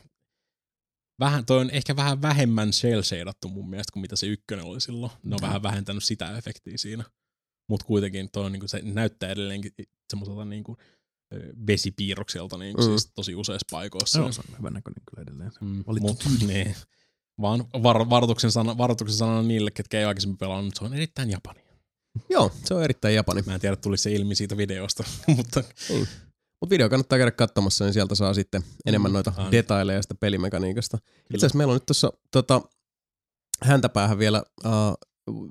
Vähän, toi on ehkä vähän vähemmän shell-shadattu mun mielestä kuin mitä se ykkönen oli silloin. Ne on Mm. vähän vähentänyt sitä efektiä siinä. Mutta kuitenkin toi on, niinku, se näyttää edelleenkin semmoiselta niinku, ö, vesipiirrokselta niinku, Mm. siis tosi useissa paikoissa. Joo, se on hyvän näköinen kyllä edelleen. Mm, Valittu mut, tyyli. niin. Vaan var, varoituksen, sana, varoituksen sanana niille, ketkä ei aikaisemmin pelannut, se on erittäin japani. Joo, se on erittäin japani. Mä en tiedä, tuliko se ilmi siitä videosta, mutta Niin. Mutta video kannattaa käydä katsomassa, niin sieltä saa sitten enemmän Mm, noita aina. detaileja sitä pelimekaniikasta. Kyllä. Itse asiassa meillä on nyt tuossa tota, häntäpäähän vielä uh,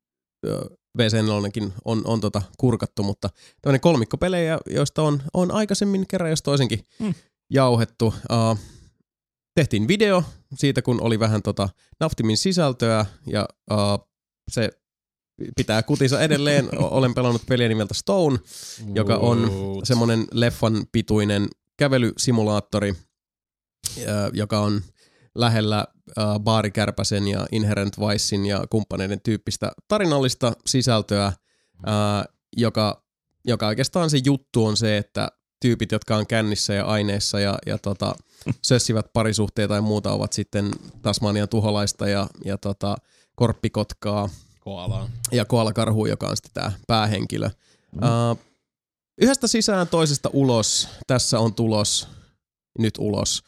V C neljäkin on, on tota kurkattu, mutta tämmöinen kolmikkopelejä, joista on, on aikaisemmin kerran jos toisenkin mm. jauhettu. Uh, tehtiin video siitä, kun oli vähän tota naftimin sisältöä ja uh, se pitää kutinsa edelleen. Olen pelannut peliä nimeltä Stone, joka on semmoinen leffan pituinen kävelysimulaattori, uh, joka on lähellä uh, Baarikärpäsen ja Inherent Vicein ja kumppaneiden tyyppistä tarinallista sisältöä, uh, joka, joka oikeastaan se juttu on se, että tyypit, jotka on kännissä ja aineissa ja, ja tota, sössivät parisuhteita ja muuta, ovat sitten Tasmanian tuholaista ja, ja tota, korppikotkaa Koalaa. ja koalakarhu, joka on sitten tämä päähenkilö. Mm. Uh, yhdestä sisään, toisesta ulos. Tässä on tulos. Nyt ulos.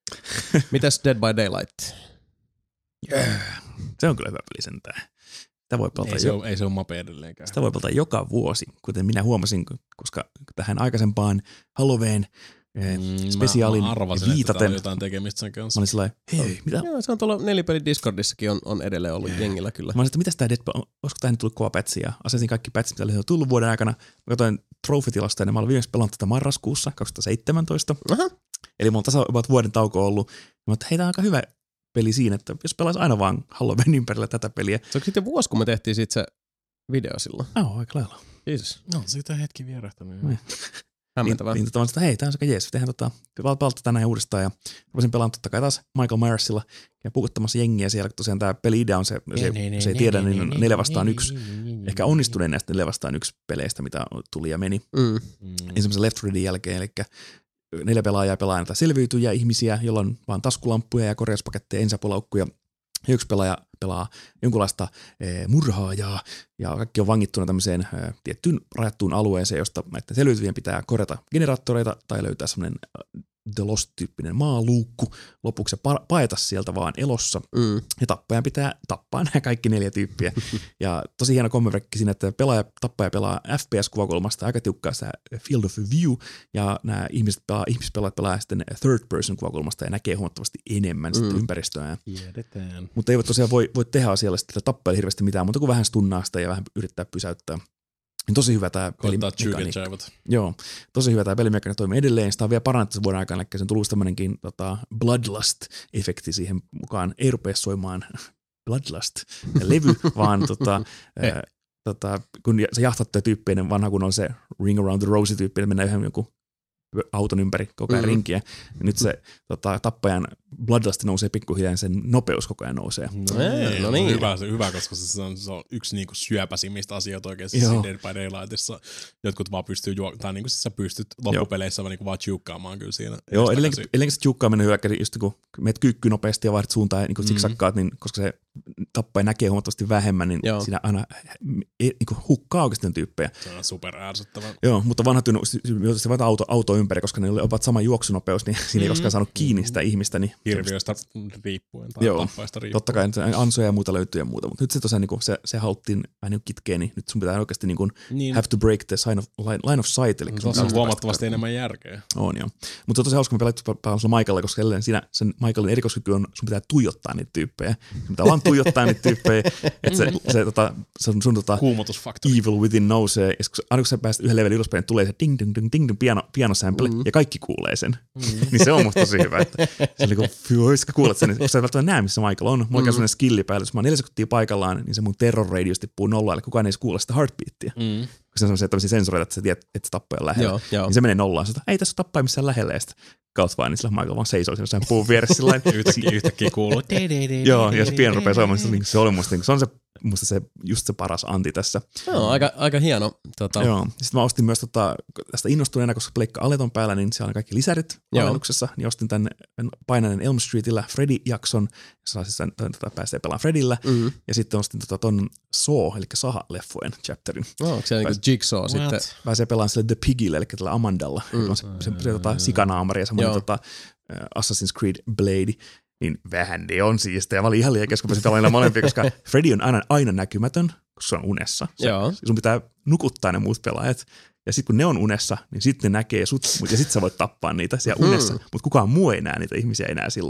Mitäs Dead by Daylight? Yeah. Se on kyllä hyvä peli sentään. Sitä voi pelata ei, se jo- ole, ei se ole mape edelleenkään. Sitä voi pelata joka vuosi, kuten minä huomasin, koska tähän aikaisempaan Halloween mm, spesiaalin mä, mä arvasin, viitaten. että jotain tekemistä sen kanssa. Mä olin sellainen, hei, mitä? Joo, se on tuolla nelipeli Discordissakin on, on edelleen ollut yeah. jengillä kyllä. Mä olin, että mitäs tää Dead by, olisiko tähän tullut kova pätsi? Ja asetin kaikki pätsit, mitä oli tullut vuoden aikana. Mä katsoin trophy-tilasta, ja mä olin viimeksi pelannut tätä marraskuussa kaksituhattaseitsemäntoista. Aha. Eli mulla on tasa vuoden tauko ollut. Mä olin, että hei, tää on aika hyvä peli siinä, että jos pelaisi aina vaan Halloween ympärillä tätä peliä. Se onko sitten vuosi, kun me tehtiin siitä se video silloin? Joo, oh, aika lailla. Jeesus. No, siitä on hetki vierähtänyt. Niin. Hämmentävää. Niin, niin tota, että hei, tää on sekä jees, tehdään tota, palata tänään uudestaan ja rupesin pelaamaan totta kai taas Michael Myersilla ja puhuttamassa jengiä siellä, kun tosiaan tää peli-idea on se, jos ei, jos ei tiedä, niin on neljä vastaan yksi, ehkä onnistuneen näistä neljä vastaan yksi peleistä, mitä tuli ja meni. Mm. Ensimmäisen Left four Deadin jälkeen, eli neljä pelaajaa pelaa näitä selviytyjiä ihmisiä, joilla on vaan taskulamppuja ja korjauspaketteja, ensäpolaukkuja. Ja yksi pelaaja pelaa jonkunlaista e, murhaajaa ja kaikki on vangittuna tämmöiseen e, tiettyyn rajattuun alueeseen, josta näiden selviytyvien pitää korjata generaattoreita tai löytää semmoinen The Lost-tyyppinen maaluukku lopuksi pa- paeta sieltä vaan elossa. Mm. Ja tappajan pitää tappaa nämä kaikki neljä tyyppiä. Ja tosi hieno kommentti siinä, että pelaaja, tappaja pelaa F P S-kuvakulmasta aika tiukkaa sitä field of view, ja nämä ihmiset pelaa, ihmispelaajat pelaa sitten third person kuvakulmasta ja näkee huomattavasti enemmän mm. sitten ympäristöä. Tiedetään. Mutta eivät tosiaan voi, voi tehdä asialle sitten tappajalle hirveästi mitään, mutta kuin vähän stunnaa sitä ja vähän yrittää pysäyttää. Tosi hyvä tämä pelimekaniikka. Joo, tosi hyvä tämä pelimekaniikka toimii edelleen. Sitä on vielä parannettu vuoden aikana, eli se on tullut tämmöinenkin tota, Bloodlust-efekti siihen mukaan. Ei rupea soimaan Bloodlust-levy, vaan tota, ää, tota, kun sä jahtat tätä tyyppinen vanha, kun on se Ring Around the Rosie-tyyppinen, mennään ihan joku auton ympäri koko ajan mm-hmm. rinkiä. Ja nyt se tota, tappajan Bloodlust nousee pikkuhiljaa ja sen nopeus koko ajan nousee. No, ei, no niin. Hyvä, se, hyvä, koska se on, se on yksi niinku syöpäisimmistä asioita oikeasti siinä Dead by Daylightissa. Jotkut vaan pystyy juomaan, tai niinku siis sä pystyt loppupeleissä vaan, niinku vaan tjuukkaamaan kyllä siinä. Joo, edelleenkin, edelleenkin se tjuukkaaminen on hyvä, just kun meet kyykky nopeasti ja vaihdat suuntaan ja niinku mm-hmm. siksakkaat, niin koska se tappaja näkee huomattavasti vähemmän, niin Joo. siinä aina niinku hukkaa oikeasti tyyppejä. Se on super ärsyttävää. Joo, mutta vanha tyyny, se vaihtaa auto, auto ympäri, koska ne ovat sama juoksunopeus, niin siinä ei koskaan saanut kiinni sitä ihmistä. Niin hirviöstä riippuen tai joo, tappaista riippuen. Totta kai ansoja ja muuta löytyy ja muuta, mutta nyt se tosiaan niin se, se haluttiin vähän niin kitkeen, niin nyt sun pitää oikeasti niin kuin niin. have to break the sign of, line, line of sight. Eli no, se on huomattavasti enemmän järkeä. On joo. Mutta se on tosi hauska, kun me pelattiin sulla Michaelilla, koska siinä sen Michaelin erikoiskyky on, sun pitää tuijottaa niitä tyyppejä. Sun pitää vaan tuijottaa niitä tyyppejä, että se, se, tota, se sun tota, evil within nousee. Ja aina kun sä pääset yhden levelin ylöspäin, niin tulee se ding ding ding ding piano, pianosample mm-hmm. ja kaikki kuulee sen. Mm-hmm. Niin se on musta tosi hyvä. Että se on niin kuin, kun kuulet sen, niin sä ei välttämättä näe, missä Michael on. Mulla on mm. sellainen skilli päällä, jos mä oon neljä sekuntia paikallaan, niin se mun terror radius tippuu nollaan, eli kukaan ei edes kuule sitä heartbeattia. Mm. Kun se on sellaisia sensoreita, että sä tiedät, että se tappaja on lähellä. Joo, joo. Niin se menee nollaan. Sä ei tässä ole tappaja missään lähellä. Ja sitten kautta vain, niin sillä Michael vaan seisoo siinä puun vieressä sillain. yhtäkkiä, yhtäkkiä kuuluu. Joo, ja se pieni rupeaa soimaan. Se oli musta, se on se, musta se, just se paras anti tässä. Joo, aika, aika hieno. Tota. Joo. Sitten mä ostin myös tota, tästä innostuneena, koska Pleikka Aleton päällä, niin siellä on kaikki lisärit alennuksessa. Niin ostin tämän painainen Elm Streetillä Freddy-jakson, jossa siis tota, pääsee pelaamaan Freddyllä. Mm-hmm. Ja sitten ostin tota, ton Saw, eli Saha-leffojen chapterin. Oh, onko se niin kuin Jigsaw What? Sitten? Pääsee pelaamaan sille The Pigille, eli tällä Amandalla. Mm. On se, se, se, se tota, sikanaamari ja semmoinen tota, Assassin's Creed Blade. Niin vähän ne on siistejä. Mä olin ihan liian kesken, että olen molempia, koska Freddy on aina, aina näkymätön, koska se on unessa. Se, sun pitää nukuttaa ne muut pelaajat. Ja sitten kun ne on unessa, niin sitten ne näkee sut, ja sitten sä voit tappaa niitä siellä unessa. Mm. Mutta kukaan muu ei näe niitä ihmisiä enää silloin.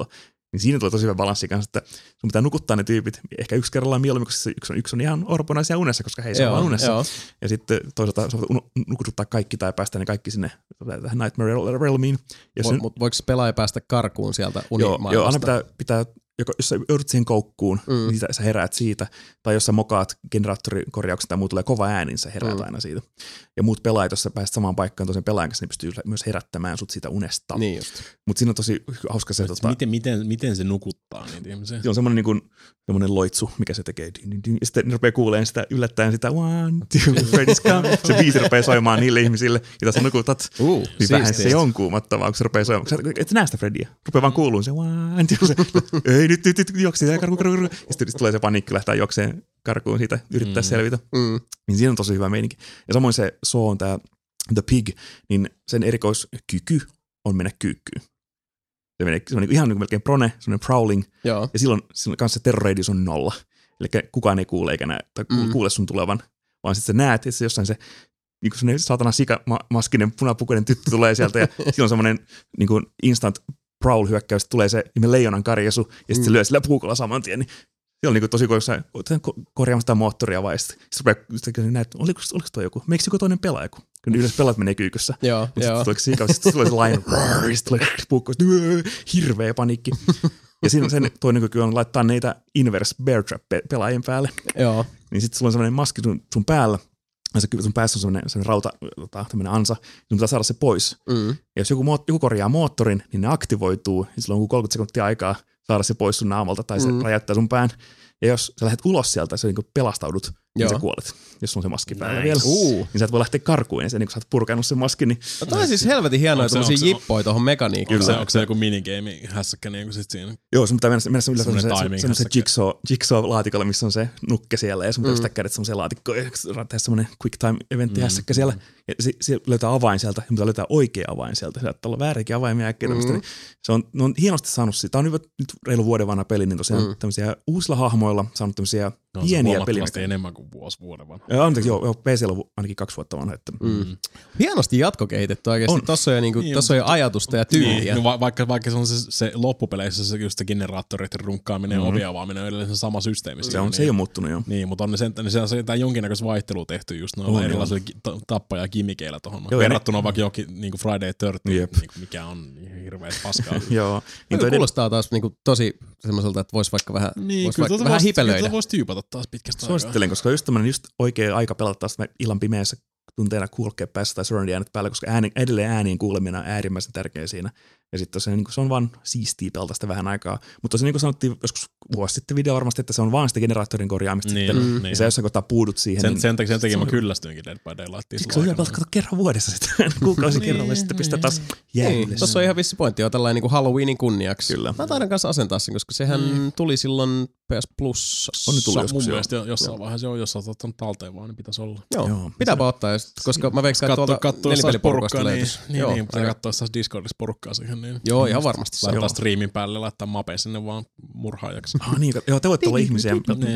Niin siinä tulee tosi hyvä balanssi kanssa, että sun pitää nukuttaa ne tyypit. Ehkä yksi kerrallaan mieluummin, koska yksi on, yksi on ihan orpona siellä unessa, koska he ei saa vaan unessa. Joo. Ja sitten toisaalta sä voit nukuttaa kaikki tai päästä ne kaikki sinne tähän Nightmare Realmiin. Vo, sen, mutta voiko pelaaja päästä karkuun sieltä unimaailmasta? Joo, joo, aina pitää, pitää jos sä joudut siihen koukkuun, mm. niin sä heräät siitä. Tai jos sä mokaat generaattorikorjauksen tai muu tulee kova ääni, niin sä heräät mm. aina siitä. Ja muut pelaajat, jos sä pääset samaan paikkaan toisen pelaajan kanssa, niin pystyy myös herättämään sut siitä unesta. Niin just. Mutta siinä on tosi hauska se. Tota, miten, miten, miten se nukuttaa niitä ihmisiä? Se on semmoinen niin kuin, loitsu, mikä se tekee. Ja sitten ne rupeaa kuulemaan sitä yllättäen sitä one, two, Freddy's come. Se biisi rupeaa soimaan niille ihmisille, joita sä nukutat. Uh, niin vähän se on kuumottavaa, kun se rupeaa soimaan. Et näe sitä Freddyä. Rupeaa vaan kuuluun se one, two, ei nyt, nyt, nyt, juoksi, karku, karku, karku. Ja sitten tulee se paniikki, lähtää juokseen karkuun siitä, yrittää mm. selvitä. Mm. Niin siinä on tosi hyvä meininki. Ja samoin se Saw on tää The Pig, niin sen erikoiskyky on mennä kyykkyyn. Se, menee, se on niin ihan niin kuin melkein prone, semmoinen prowling. Joo. Ja silloin, silloin kanssa se terror radius on nolla. Eli kukaan ei kuule eikä näe, tai mm. kuule sun tulevan, vaan sitten sä näet, että se jossain se niin kuin semmoinen saatana sikamaskinen punapukuinen tyttö tulee sieltä ja silloin semmoinen niin kuin instant prowl-hyökkäys, tulee se leijonan karjasu ja sitten mm. se lyö sillä puukolla saman tien. Niin se on niin kuin tosi jossain, korjaamassa sitä moottoria vai sitten rupeaa näet, oliko, oliko toi joku, meikö joku toinen pelaaja, kun yleensä pelaat menee kyykyssä. Joo, joo. Sitten tulee se lion, sitten tulee puukko, hirveä paniikki. Ja siinä sen toinen kyky on laittaa niitä inverse bear trap pelaajien päälle. Joo. Niin sitten sulla on semmoinen maski sun, sun päällä, ja se, sun päässä on semmoinen, semmoinen rauta, tota, tämmöinen ansa, niin pitää saada se pois. Mm. Ja jos joku, joku korjaa moottorin, niin ne aktivoituu, ja silloin on kolmekymmentä sekuntia aikaa saada se pois sun naamalta, tai se mm. räjäyttää sun pään. Ja jos sä lähdet ulos sieltä, sä niin pelastaudut, niin sä kuolet. Jos on se maski päällä nice. vielä, uh. niin sä et voi lähteä karkuun, ja sen, niin kun sä oot purkanut sen maskin, niin... No toi on siis helvetin hienoja tommosia jippoja tohon mekaniikkaan. Onko se, onko se joku minigame hässäkkä niin kuin sit siinä? Joo, sun pitää mennä, mennä semmoisen jigsaw, jigsaw-laatikolle, missä on se nukke siellä, ja sun pitää mm. sitä kädet semmoiseen laatikkoon, ja tehdä semmoinen quick time-eventti mm. hässäkkä siellä. Ja se, se löytää avain sieltä, ja pitää löytää oikea avain sieltä. Sieltä olla väärinkin avaimia äkkiä. Mm. Se on, on hienosti saanut siitä. Tämä on nyt, nyt reilu vuoden vanha peli, niin tosiaan mm. tämmöisiä uusilla hahmoilla saanut tämmöisiä no, pieniä peliä. Se on enemmän kuin vuosi vuoden vanha. Joo, anteeksi, joo, joo P C:llä on ainakin kaksi vuotta vanha. Että. Mm. Hienosti jatkokehitetty oikeasti. Tuossa on jo, niinku, tossa on jo ajatusta ja tyyliä. Niin, no, va- vaikka, vaikka se on se, se loppupeleissä se just se generaattoreiden runkkaaminen ja mm. oviavaaminen on edelleen se sama systeemi. Se, on, niin, se ei ole muuttunut jo. Niin, mutta on ne sen, niin se on jotain jonkinnäköistä vaihtelua tehty just noilla erilaisilla tappa- ja kimikeillä tuohon. Verrattuna vaikka jokin niin Friday thirteenth, niin mikä on hirveä paskaa. Joo. Niin toi kuulostaa taas niin kuin, tosi semmoiselta, että voisi vaikka vähän, niin, vois vaikka vähän hipelöidä. Kyllä voisi tyypata taas pitkästä aikaa. Suosittelen, koska just tämmöinen just oikea aika pelata taas illan pimeässä tunteena kuulokkeet päässä tai surround äänet päällä, koska ääni, edelleen äänien kuuleminen on äärimmäisen tärkeä siinä. Ja sitten tosiaan niin se on vaan siistiä pelata sitä vähän aikaa. Mutta tosiaan niin kuin sanottiin joskus vuosi sitten video varmasti, että se on vaan sitä generaattorin korjaamista niin, sitten. Mm. Ja sä jossain kohtaa puudut siihen. Sen, niin sen takia, sen takia mä kyllästyinkin Dead by Daylightiin. Siksi on hyvä pelata kerran vuodessa sitten. Kuukausi kerralla sitten pistää taas jäille. Tuossa on ihan vissi pointti jo tällainen niin kuin Halloweenin kunniaksi. Kyllä. Mä taidan kanssa asentaa sen, koska sehän mm. tuli silloin P S Plusassa. On nyt tullut joskus. Mun mielestä jossain vaiheessa joo, jos sä oot ottanut talteen vaan, niin pitäisi olla. Joo, joo. Pitääpä ottaa, koska mä veikkaan, että tuolta nelipeliporukasta löytyisi. Niin, niin, pitää katsoa taas Discordissa porukkaa siihen. Joo, ihan varmasti. Laittaa striimin päälle, laittaa mape sinne vaan murhaajaksi. Ah niin, joo, te voitte olla ihmisiä.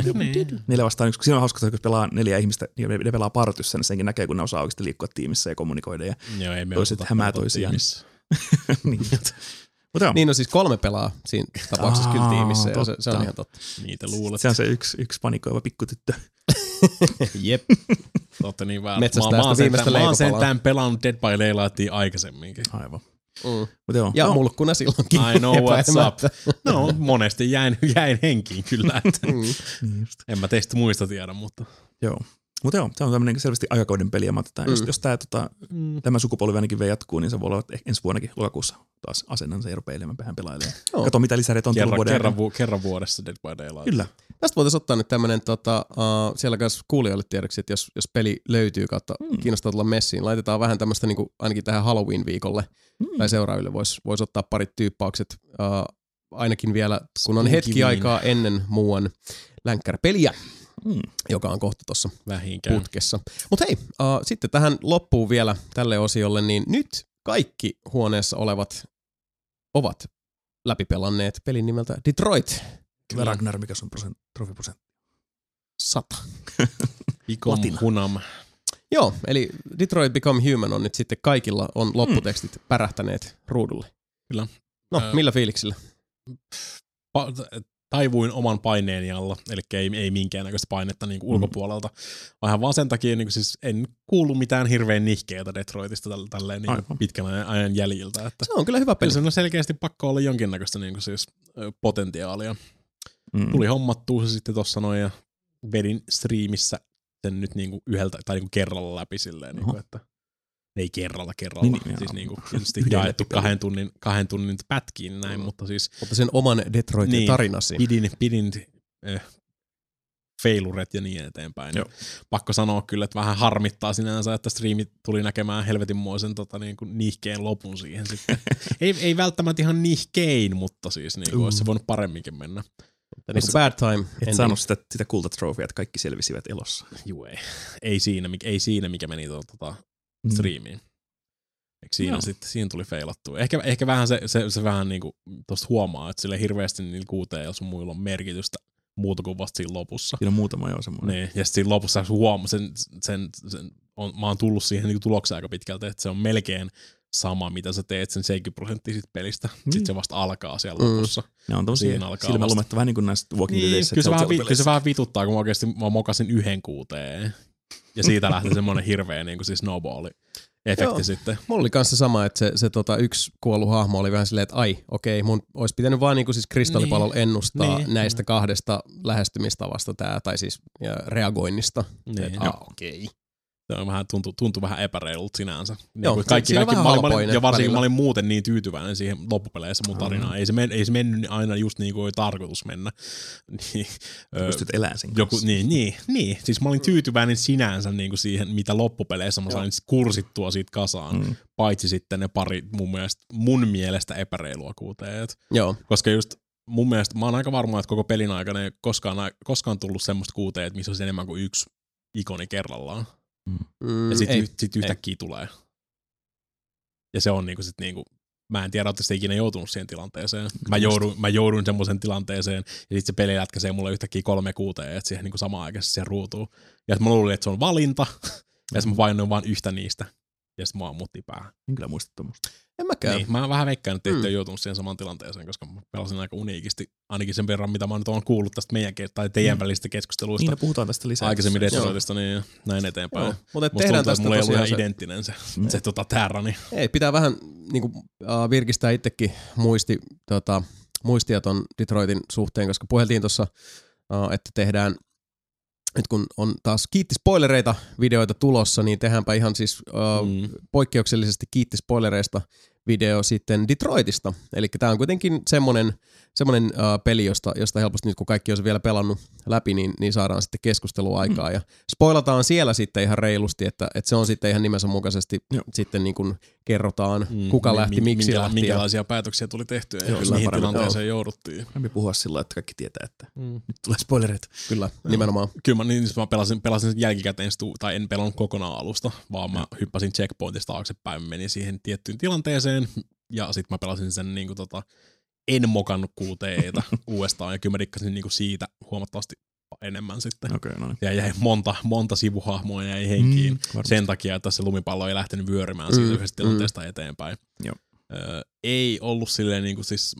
Neljä vastaan yksi, kun siinä on hauska, kun pelaa neljä ihmistä, niin ne pelaa partyssa, niin senkin näkee, kun ne osaa oikeasti liikkua tiimissä ja kommunikoida. Ja joo, ei me toiset hämää toisiaan. niin, niin, no siis kolme pelaa siinä tapauksessa Aa, kyllä tiimissä, ja se, se on ihan totta. Niitä luulet. Se on se yksi, yksi panikoiva pikkutyttö. Jep. Totta niin vähän. Mä oon sentään pelannut Dead by Daylightia aikaisemminkin. Aivan. Mm. Joo. Ja no. mulkkuna silloinkin. I know what's up. No, monesti jäin, jäin henkiin kyllä. Että niin en mä teistä muista tiedä, mutta... Joo. Mutta joo, tämä on tämmöinen selvästi aikakauden peli. Ja mm. jos, jos tämä, tota, mm. tämä sukupolvi ainakin vielä jatkuu, niin se voi olla, että ensi vuonnakin lokakuussa taas asennan se ja rupeaa enemmän vähän pelailemaan. Kato, mitä lisäreitä on tullut vuoden kerran, vu- kerran vuodessa Dead by Daylight. Kyllä. Tästä voitaisiin ottaa nyt tämmöinen, tota, uh, siellä kanssa kuulijoille tiedoksi, että jos, jos peli löytyy kautta mm. kiinnostaa tulla messiin, laitetaan vähän tämmöistä niinku, ainakin tähän Halloween-viikolle mm. tai seuraaville voisi vois ottaa parit tyyppaukset uh, ainakin vielä, kun on hetki Spooky aikaa win. ennen muuan länkkärpeliä. Mm. joka on kohta tuossa putkessa. Mutta hei, uh, sitten tähän loppuun vielä tälle osiolle, niin nyt kaikki huoneessa olevat ovat läpipelanneet pelin nimeltä Detroit. Kyllä. Ragnar, mikä on prosent, trofiprosentti? Sata. Become Hunam. Joo, eli Detroit Become Human on nyt sitten kaikilla on lopputekstit mm. pärähtäneet ruudulle. Kyllä. No, äh, millä fiiliksillä? pa- taivuin oman paineeni alla, eli ei, ei minkäännäköistä painetta niin kuin mm. ulkopuolelta, vaan vaan sen takia niin kuin siis en kuulu mitään hirveän nihkeitä Detroitista tälle, tälleen niin kuin pitkän ajan jäljiltä. Että se on kyllä hyvä peli. Se on selkeästi pakko olla jonkinnäköistä niin kuin siis potentiaalia. Mm. Tuli hommattua se sitten tossa noin ja vedin striimissä sen nyt niin kuin yhdeltä tai niin kuin kerralla läpi silleen, niin kuin, että ei kerralla kerralla, niin, siis niinku tietysti jaettu kahden tunnin, kahden tunnin pätkiin näin, mm. mutta siis... Mutta sen oman Detroitin niin, tarinasi. Pidin, pidin äh, feiluret ja niin eteenpäin. Niin pakko sanoa kyllä, että vähän harmittaa sinänsä, että striimi tuli näkemään helvetinmoisen tota, niin kuin nihkeen lopun siihen sitten. ei, ei välttämättä ihan nihkein, mutta siis niin kuin, mm. olisi se voinut paremminkin mennä. Niin bad time. Et saanut sitä, sitä kultatrofia, että kaikki selvisivät elossa. Juu, ei. Ei siinä, ei siinä mikä meni tota, striimiin. Eikö siinä, sitten, siinä tuli feilattua. Ehkä, ehkä vähän se, se, se vähän niinku tosta huomaa, että sille hirveästi niillä kuuteen ja sun muilla on merkitystä muuta kuin vasta siinä lopussa. Siinä on muutama jo semmoinen. Niin, ja sitten siinä lopussa huomaa, sen, sen, sen on, mä oon tullut siihen niinku tulokseen aika pitkälti, että se on melkein sama, mitä sä teet sen seitsemänkymmentä prosenttia sit pelistä. Mm. Sitten se vasta alkaa siellä mm. lopussa. Ne on tommosia silmälumetta vähän niin kuin näistä Walking niin, Deadissä. Kyllä se, vähän, kyllä se vähän vituttaa, kun mä oikeasti mä mokasin yhden kuuteen. Ja siitä lähti semmoinen hirveä niin kuin siis snowballi. Efekti Joo. sitten. Mulla oli kanssa sama, että se, se tota, yksi kuollut hahmo oli vähän silleen, että ai, okei, mun olisi pitänyt vaan niinku siis kristallipallolla niin. ennustaa niin. näistä kahdesta lähestymistavasta tää, tai siis ja reagoinnista. Niin. Et, ah, okei. Se on vähän, tuntui, tuntui vähän epäreilulta sinänsä. Joo, niin kaikki, kaikki, vähän mä olin, ja varsinkin välillä. mä olin muuten niin tyytyväinen siihen loppupeleissä mun tarinaan. Mm. Ei, se men, ei se mennyt aina just niin kuin oli tarkoitus mennä. Niin, pystyt elämään sen joku, niin, niin, niin, siis mä olin tyytyväinen sinänsä niin kuin siihen, mitä loppupeleissä mä sain kursittua siitä kasaan. Mm. Paitsi sitten ne pari mun mielestä, mun mielestä epäreilua kuuteet. Joo. Koska just mun mielestä, mä oon aika varma, että koko pelin aikana ei koskaan, koskaan tullut semmoista kuuteet, missä olisi enemmän kuin yksi ikoni kerrallaan. Mm, ja sitten y- sit yhtäkkiä ei. tulee. Ja se on niinku sit niinku, mä en tiedä, että sitä ikinä joutunut siihen tilanteeseen. Mä joudun, mä joudun semmoisen tilanteeseen, ja sitten se peli lätkäsee mulle yhtäkkiä kolme kuuteen, että siihen niinku samaan aikaan siihen ruutuu. Ja mä luulin, että se on valinta, ja sitten mä painoin vaan yhtä niistä, ja sitten mä ammuttiin päähän. En kyllä muista tommoista. En mäkään. Niin, mä vähän veikkaan, että ette mm. ole joutunut siihen samaan tilanteeseen, koska mä pelasin aika uniikisti, ainakin sen verran, mitä mä nyt oon kuullut tästä meidän tai teidän mm. välisistä keskusteluista. Niin, no puhutaan tästä lisää. Aikaisemmin Detroitista, niin ja näin eteenpäin. Joo. Mutta tehdään tuntuu, tästä mulla ei ollut ihan se... identtinen se, mm. se tota, tärrani. Ei, pitää vähän niinku, uh, virkistää itsekin muisti, tota, muistia ton Detroitin suhteen, koska puheltiin tuossa, uh, että tehdään nyt kun on taas kiitti spoilereita videoita tulossa, niin tehdäänpä ihan siis uh, mm. poikkeuksellisesti kiitti spoilereista video sitten Detroitista. Eli tää on kuitenkin semmonen, semmonen uh, peli, josta, josta helposti nyt kun kaikki on vielä pelannut läpi, niin, niin saadaan sitten keskustelua aikaa. Mm. Ja spoilataan siellä sitten ihan reilusti, että, että se on sitten ihan nimensä mukaisesti Joo. sitten niin kuin kerrotaan, mm. kuka lähti, mi- miksi minkäla- lähti. Minkälaisia ja... päätöksiä tuli tehtyä ja Joo, mihin tilanteeseen jouduttiin. Parempi puhua sillä, että kaikki tietää, että mm. nyt tulee spoilereita. Kyllä, nimenomaan. Kyllä mä, niin, mä pelasin, pelasin jälkikäteen, tai en pelannut kokonaan alusta, vaan mä hyppäsin checkpointista taaksepäin, menin siihen tiettyyn tilanteeseen, ja sit mä pelasin sen niinku tota, en mokannut kuuteita uudestaan, ja kyllä mä dikkasin niinku siitä huomattavasti enemmän sitten. Okay, no. Ja jäi monta, monta sivuhahmoa jäi henkiin mm, sen takia, että se lumipallo ei lähtenyt vyörymään siitä mm, yhdestä tilanteesta mm. eteenpäin. Joo. Ö, ei ollut silleen niinku siis,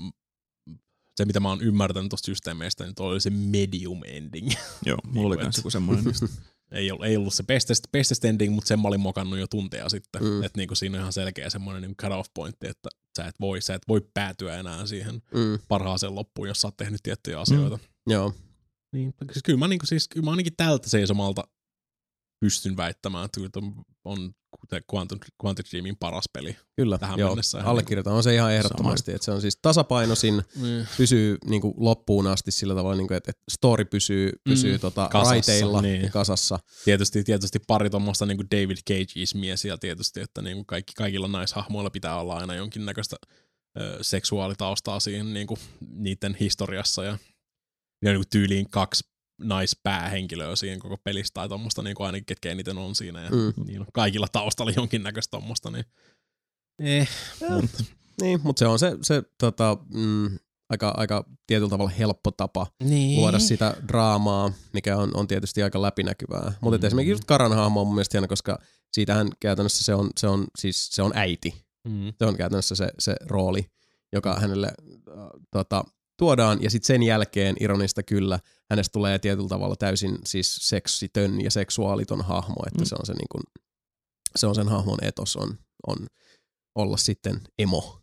se mitä mä oon ymmärtänyt tosta systeemeistä, niin toi oli se medium ending. Joo, mulla oli kans joku semmoinen. Ei ollut, ei ollut se bestest, bestest ending, mutta sen mä olin mokannut jo tunteja sitten. Mm. Että niinku siinä on ihan selkeä semmoinen niinku cut-off pointti, että sä et, voi, sä et voi päätyä enää siihen mm. parhaaseen loppuun, jos sä oot tehnyt tiettyjä asioita. Mm. Joo. Niin, siis kyllä mä, niinku, siis, kyllä mä ainakin tältä seisomalta pystyn väittämään, että on, on Quantum, Quantum Dreamin paras peli kyllä, tähän joo, mennessä. allekirjoitan. On se ihan ehdottomasti, että se on siis tasapainoisin, mm. pysyy niinku loppuun asti sillä tavalla, niinku, että story pysyy, pysyy mm. tota, kasassa, raiteilla niin. ja kasassa. Tietysti, tietysti pari tuommoista niinku David Cage-ismiä siellä tietysti, että niinku kaikki, kaikilla naishahmoilla pitää olla aina jonkinnäköistä ö, seksuaalitaustaa siinä niinku, niiden historiassa ja, ja niinku tyyliin kaksi naispäähenkilöä siinä koko pelistä tai tommoista niin kuin ainakin ketkä eniten on siinä ja mm. niin on kaikilla taustalla jonkinnäköistä tommoista, niin eh, mutta. Niin, mutta se on se, se tota, mm, aika, aika tietyllä tavalla helppo tapa niin. luoda sitä draamaa, mikä on, on tietysti aika läpinäkyvää. Mutta mm. esimerkiksi just Karan hahmo on mun mielestä hieno, koska siitähän käytännössä se on, se on, siis, se on äiti. Mm. Se on käytännössä se, se rooli. joka hänelle äh, tota, tuodaan, ja sitten sen jälkeen, ironista kyllä, hänestä tulee tietyllä tavalla täysin siis seksitön ja seksuaaliton hahmo, että mm. se on se niin kuin, se on sen hahmon etos on, on olla sitten emo.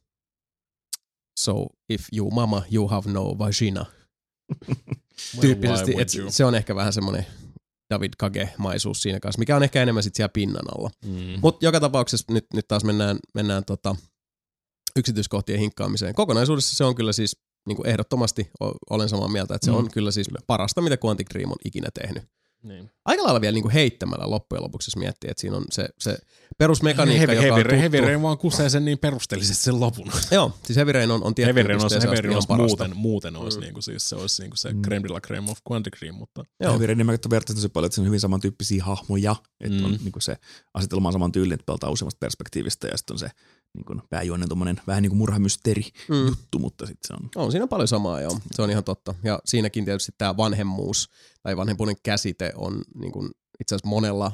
So if you mama, you have no vagina. Tyyppisesti, että se on ehkä vähän semmoinen David Cage-maisuus siinä kanssa, mikä on ehkä enemmän sitten siellä pinnan alla. Mm. Mutta joka tapauksessa nyt, nyt taas mennään, mennään tota yksityiskohtien hinkkaamiseen. Kokonaisuudessa se on kyllä siis niin kuin ehdottomasti olen samaa mieltä, että se mm. on kyllä siis parasta, mitä Quantic Dream on ikinä tehnyt. Niin. Aika lailla vielä niin kuin heittämällä loppujen lopuksi, jos miettii, että siinä on se, se perusmekaniikka, heavy, joka on tuttu. Heavy Rain vaan kusee sen niin perusteellisesti sen lopun. Joo, siis Heavy Rain on, on tietty Heavy Rain olisi, Heavy Rain olisi muuten, muuten mm. olisi, niin kuin, siis se olisi niin kuin se mm. crème de la crème of Quantic Dream, mutta... Heavy Rain mä vertaisin tosi paljon, että se on hyvin samantyyppisiä hahmoja, että mm. on niin kuin se asetelma on saman tyylinen, että pelataan useammasta perspektiivistä ja sitten on se niin kuin pääjuonen tommonen vähän niin kuin murhamysteeri mm. juttu, mutta sitten se on... On siinä paljon samaa, joo. Se on ihan totta. Ja siinäkin tietysti tämä vanhemmuus tai vanhempuinen käsite on niin kuin itse asiassa monella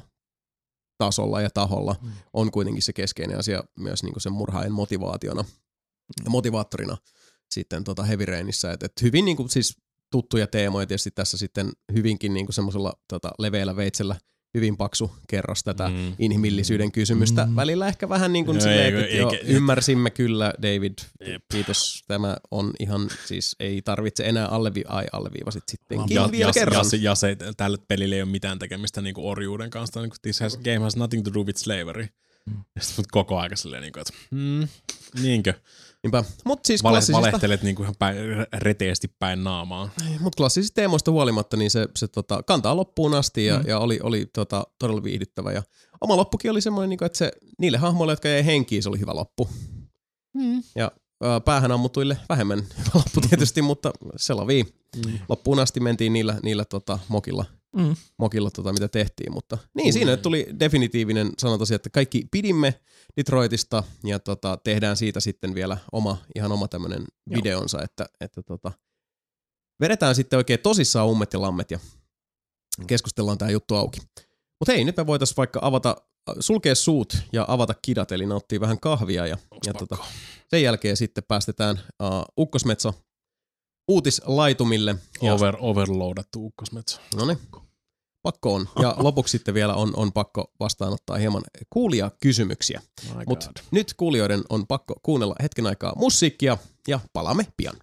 tasolla ja taholla mm. on kuitenkin se keskeinen asia myös niin kuin sen murhaajan motivaationa ja motivaattorina sitten tota Heavy Rainissa. Et, et hyvin niin kuin siis tuttuja teemoja tietysti tässä sitten hyvinkin niin kuin semmoisella tota leveällä veitsellä hyvin paksu kerros tätä mm. inhimillisyyden kysymystä. Mm. Välillä ehkä vähän niin kuin no, silleen, että jo, ymmärsimme kyllä, David, Jep. kiitos. Tämä on ihan, siis ei tarvitse enää allevi, ai alleviivasit sittenkin ja, vielä ja, kerran. Ja, ja se, tälle pelille ei ole mitään tekemistä niin kuin orjuuden kanssa. Niin kuin, this has, game has nothing to do with slavery. Mm. Ja sitten koko ajan silleen, niin kuin, että mm, niinkö? Niinpä. Mut siis Vale, klassisista... Valehtelet niin kuin ihan päin, reteesti päin naamaa. Mutta klassisista teemoista huolimatta, niin se, se tota, kantaa loppuun asti ja, mm. ja oli, oli tota, todella viihdyttävä. Ja oma loppukin oli semmoinen, niin kuin, että se, niille hahmoille, jotka jäi henkiin, se oli hyvä loppu. Mm. Ja ä, päähän ammuttuille vähemmän hyvä loppu tietysti, mutta se lavii. Mm. Loppuun asti mentiin niillä, niillä tota, mokilla, mm. mokilla tota, mitä tehtiin. Mutta niin, mm. siinä tuli definitiivinen sana tosiaan, että kaikki pidimme Detroitista ja tota, tehdään siitä sitten vielä oma, ihan oma tämmönen Joo. videonsa, että, että tota, vedetään sitten oikein tosissaan ummet ja lammet ja keskustellaan tää juttu auki. Mutta hei, nyt me voitais vaikka avata, sulkea suut ja avata kidat, eli nauttia vähän kahvia ja, ja tota, sen jälkeen sitten päästetään uh, Ukkosmetso uutislaitumille. Over, overloadattu Ukkosmetso. Noniin. Pakko on. Ja lopuksi sitten vielä on, on pakko vastaanottaa hieman kuulijakysymyksiä. Mutta nyt kuulijoiden on pakko kuunnella hetken aikaa musiikkia ja palaamme pian.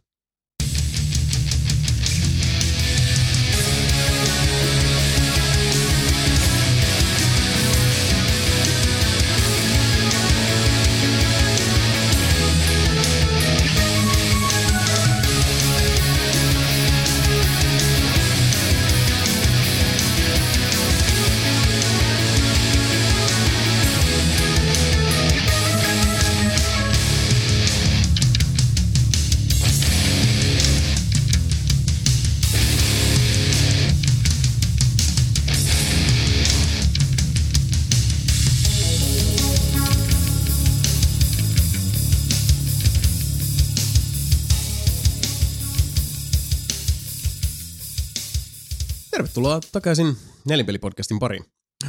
Tervetuloa takaisin Nelinpelipodcastin pariin.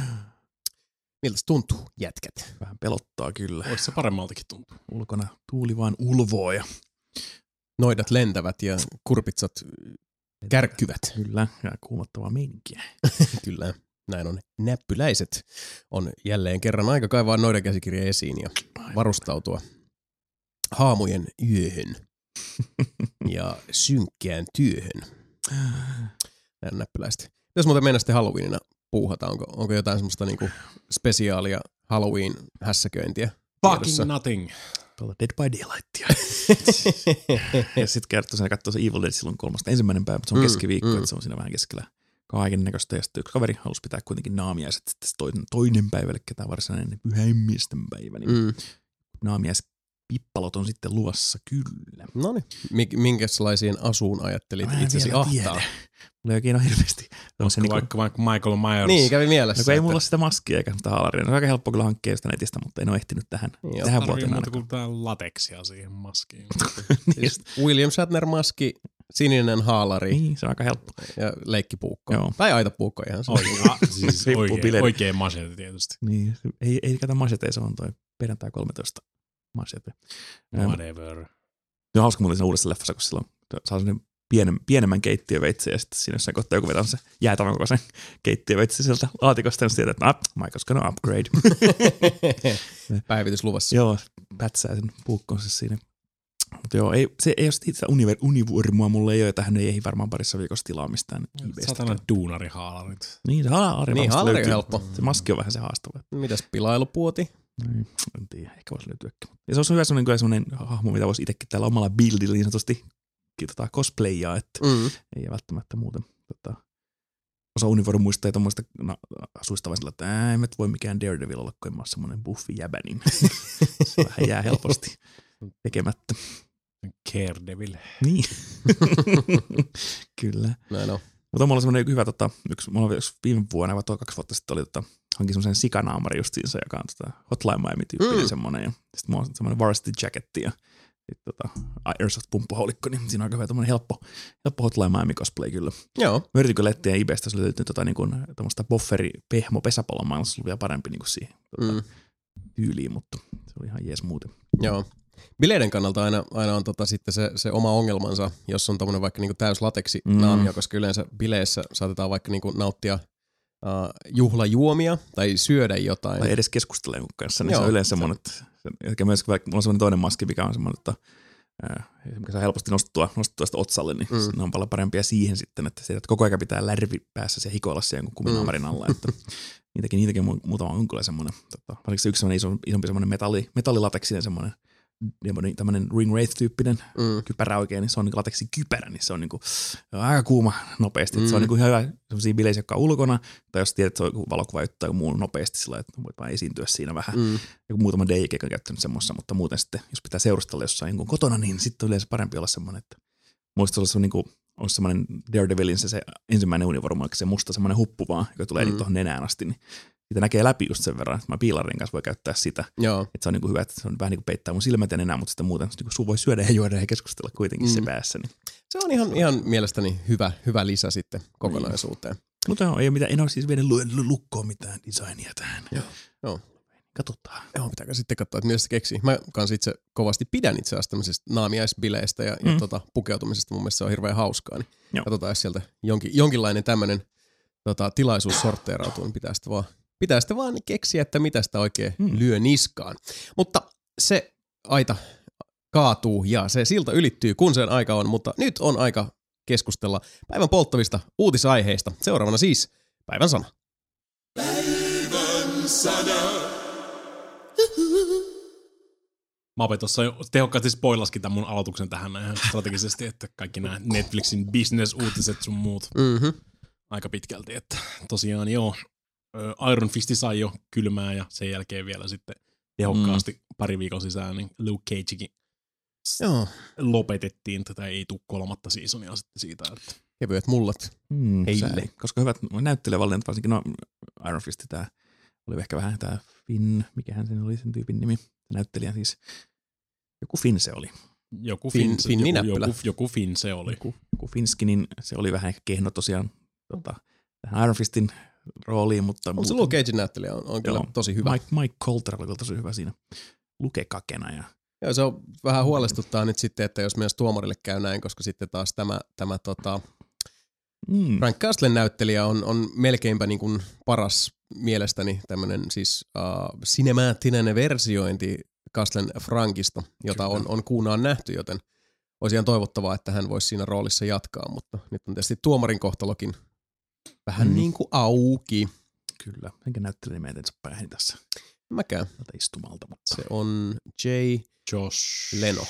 Miltä se tuntuu, jätkät? Vähän pelottaa kyllä. Voisi se paremmaltakin tuntua. Ulkona tuuli vaan ulvoo ja... Noidat lentävät ja kurpitsat kärkkyvät. Kyllä, ja kuumottavaa meininkiä. Kyllä, näin on. Näppyläiset on jälleen kerran aika kaivaa noidan käsikirja esiin ja varustautua haamujen yöhön ja synkkään työhön. Näin näppyläisesti. Jos muuten mennä sitten Halloweenina puuhata, onko, onko jotain semmoista niinku spesiaalia Halloween-hässäköintiä? Fucking nothing. Tuolla Dead by Daylightia. Ja sitten kertoo sen, katsoo se Evil Dead silloin kolmasta ensimmäinen päivä, mutta se on mm, keskiviikko, mm. että se on siinä vähän keskellä kaiken näköistä. Ja sitten yksi kaveri halusi pitää kuitenkin naamiaiset sitten toinen, toinen päivä, eli tämä varsinainen pyhäimmiesten päivä. Niin mm. naamiaispippalot on sitten luvassa kyllä. No niin, minkälaisiin asuun ajattelit itsesi ahtaa? Mulla ei oikein ole hirveästi. Vaikka, niin vaikka, vaikka Michael Myers. Niin, kävi mielessä. No, kun ei mulla ole sitä maskia eikä sitä haalaria. On aika helppo kyllä hankkia sitä netistä, mutta en ole ehtinyt tähän, niin, tähän vuoteen muuta kuin tää lateksia siihen maskiin. Siis William Shatner-maski, sininen haalari. Niin, se on aika helppo. Ja leikkipuukko. Joo. Tai aitapuukko ihan. Oikein, siis oikein, oikein machete tietysti. Niin, ei, ei kato machete, se on toi perjantai kolmetoista machete. Whatever. Se on hauska muuten siinä uudessa leffassa, kun silloin saa sellainen pienen, pienemmän keittiöveitsen ja sitten siinä jossain kohtaa joku vetää se jäätävän kokoisen keittiöveitsen sieltä laatikosta ja sitten tiedät, että Michael's gonna upgrade. Päivitys luvassa. Joo, pätsää sen puukkonsa siinä. Mutta joo, ei, se ei ole sitä univormua mulle ei ole, tähän ei ehdi varmaan parissa viikossa tilaa mistään eBaystä. Satana duunarihaalarit. Niin, se haalari Niin, haalari on helppo. Se maski on vähän se haastava. Mitäs pilailupuoti? Niin, en tiedä, ehkä voisi löytyäkin. Ja se on hyvä sellainen, sellainen hahmo, mitä voisi itsekin täällä omalla buildilla niin sanotusti tota, cosplayjaa, että Mm. ei välttämättä muuten tota, osa univormuista ja tuommoista no, asuista vaan sillä, että ei me voi mikään Daredevil olla, kun en mä ole semmoinen buffi jäbä, niin se vähän jää helposti tekemättä. Caredevil. Niin. Kyllä. Näin on. Mutta mulla oli semmoinen hyvä, tota, yksi, mulla oli yksi viime vuonna, vai tuo kaksi vuotta sitten oli, tota, hankin semmoisen sikanaamari justiinsa, joka on tota, Hotline Miami-tyyppinen mm. semmoinen. Ja sitten mulla on semmoinen varsity jacketti ja sitten tota, Airsoft-pumppuhaulikko, niin siinä on aika hyvä tommoinen helppo, helppo Hotline Miami-cosplay kyllä. Joo. Mä yritin kyllä etsiä eBaystä, se löytyy tota, niin kuin, tommoista bofferi pehmo pesäpallon maailmassa, se oli vielä parempi niin kuin siihen tota, Mm. tyyliin, mutta se oli ihan jees muuten. Joo. Bileiden kannalta aina, aina on tota sitten se, se oma ongelmansa, jos on tommonen vaikka niinku täys lateksi Mm. naamio, koska yleensä bileissä saatetaan vaikka niinku nauttia uh, juhlajuomia tai syödä jotain. Tai edes keskustella jonkun kanssa, niin Joo, se on yleensä se- semmoinen, että ehkä myös, vaikka mulla on semmoinen toinen maski, mikä on semmoinen, että ää, mikä saa helposti nostettua, nostettua sitä otsalle, niin Mm. mm. ne on paljon parempia siihen sitten, että, se, että koko ajan pitää lärvi päässä ja hikoilla siellä jonkun kuminaamarin alla, että niitäkin, niitäkin mu- muutama on kyllä semmoinen, tota, varsinkin se yksi semmoinen iso, isompi semmoinen metalli, metallilateksinen semmoinen, tämmöinen Ring Wraith-tyyppinen Mm. kypärä oikein, niin se on niin lateksi kypärä, niin se on niin kuin, aika kuuma nopeasti. Mm. Se on Mm. niin kuin ihan hyvä sellaisia bileisiä, jotka on ulkona, tai jos tiedät, että se on joku valokuva juttu tai joku muu nopeasti sillä, että voit vaan esiintyä siinä vähän. Mm. Joku muutama D J on käyttänyt semmoista, mutta muuten sitten, jos pitää seurustella jossain jonkun kotona, niin sitten on yleensä parempi olla semmoinen, että muista olla se niin kuin, olisi semmoinen Daredevilin se, se ensimmäinen univormu, se musta semmoinen huppu vaan, joka tulee mm. niin tuohon nenään asti, niin sitä näkee läpi just sen verran, että mä piilarin kanssa voi käyttää sitä. Joo. Että se on niinku hyvä, että se on vähän niin kuin peittää mun silmät ja nenää, mutta sitten muuten niinku sun voi syödä ja juoda ja keskustella kuitenkin mm. se päässä. Niin. Se on ihan, ihan mielestäni hyvä, hyvä lisä sitten kokonaisuuteen. Mutta joo, ei ole mitään, en ole siis vielä lu- lukkoon mitään designia tähän. Joo. Joo. Katsotaan. Joo, pitääkö sitten katsoa, että mitä se keksii. Mä kans itse kovasti pidän itse asiassa tämmöisistä naamiaisbileistä ja, mm. ja tota, pukeutumisesta. Mun mielestä se on hirveän hauskaa. Niin Joo. katsotaan, jos sieltä jonkin, jonkinlainen tämmöinen tota, tilaisuus sortteerautuu, niin pitää sitten vaan, pitää sitten vaan keksiä, että mitä sitä oikein mm. lyö niskaan. Mutta se aita kaatuu ja se silta ylittyy, kun sen aika on. Mutta nyt on aika keskustella päivän polttavista uutisaiheista. Seuraavana siis päivän sana. Päivän sana. Mape tuossa jo tehokkaasti spoilaskin tämän mun aloituksen tähän näin strategisesti, että kaikki nämä Netflixin business-uutiset sun muut Mhm. aika pitkälti. Että tosiaan joo, Iron Fist sai jo kylmää ja sen jälkeen vielä sitten tehokkaasti mm. pari viikon sisään, niin Luke Cagekin Joo. lopetettiin. Tätä ei tule kolmatta seasonia sitten siitä. Että Kevyet mullat. Mm, Heille. sääli. Koska hyvät näyttelijävalinnat, varsinkin no Iron Fist, tämä oli ehkä vähän tämä Finn, mikähän sen oli sen tyypin nimi, näyttelijä siis, joku Finn se oli. joku Fin- Fin, Finninäppylä. joku, joku, joku Fin se oli. Joku, joku Finski, niin se oli vähän ehkä kehno tosiaan tota, tähän Iron Fistin rooliin, mutta Mutta se muuten- Luke Cagein näyttelijä on, on kyllä Joo. tosi hyvä. Mike, Mike Colter oli kyllä tosi hyvä siinä lukekakena. Ja Joo, se on vähän huolestuttaa nyt sitten, että jos myös tuomarille käy näin, koska sitten taas tämä, tämä tota, mm, Frank Castlen näyttelijä on, on melkeinpä niin kuin paras mielestäni tämmöinen siis uh, sinemaattinen versiointi Castlen Frankista, jota on, on kuunaan nähty, joten olisi ihan toivottavaa, että hän voisi siinä roolissa jatkaa, mutta nyt on tietysti tuomarin kohtalokin vähän Mm. niin kuin auki. kyllä, enkä näyttelijä nimeä ensin päähän tässä Mäkään. tältä istumalta, mutta Se on Jay Josh Leno.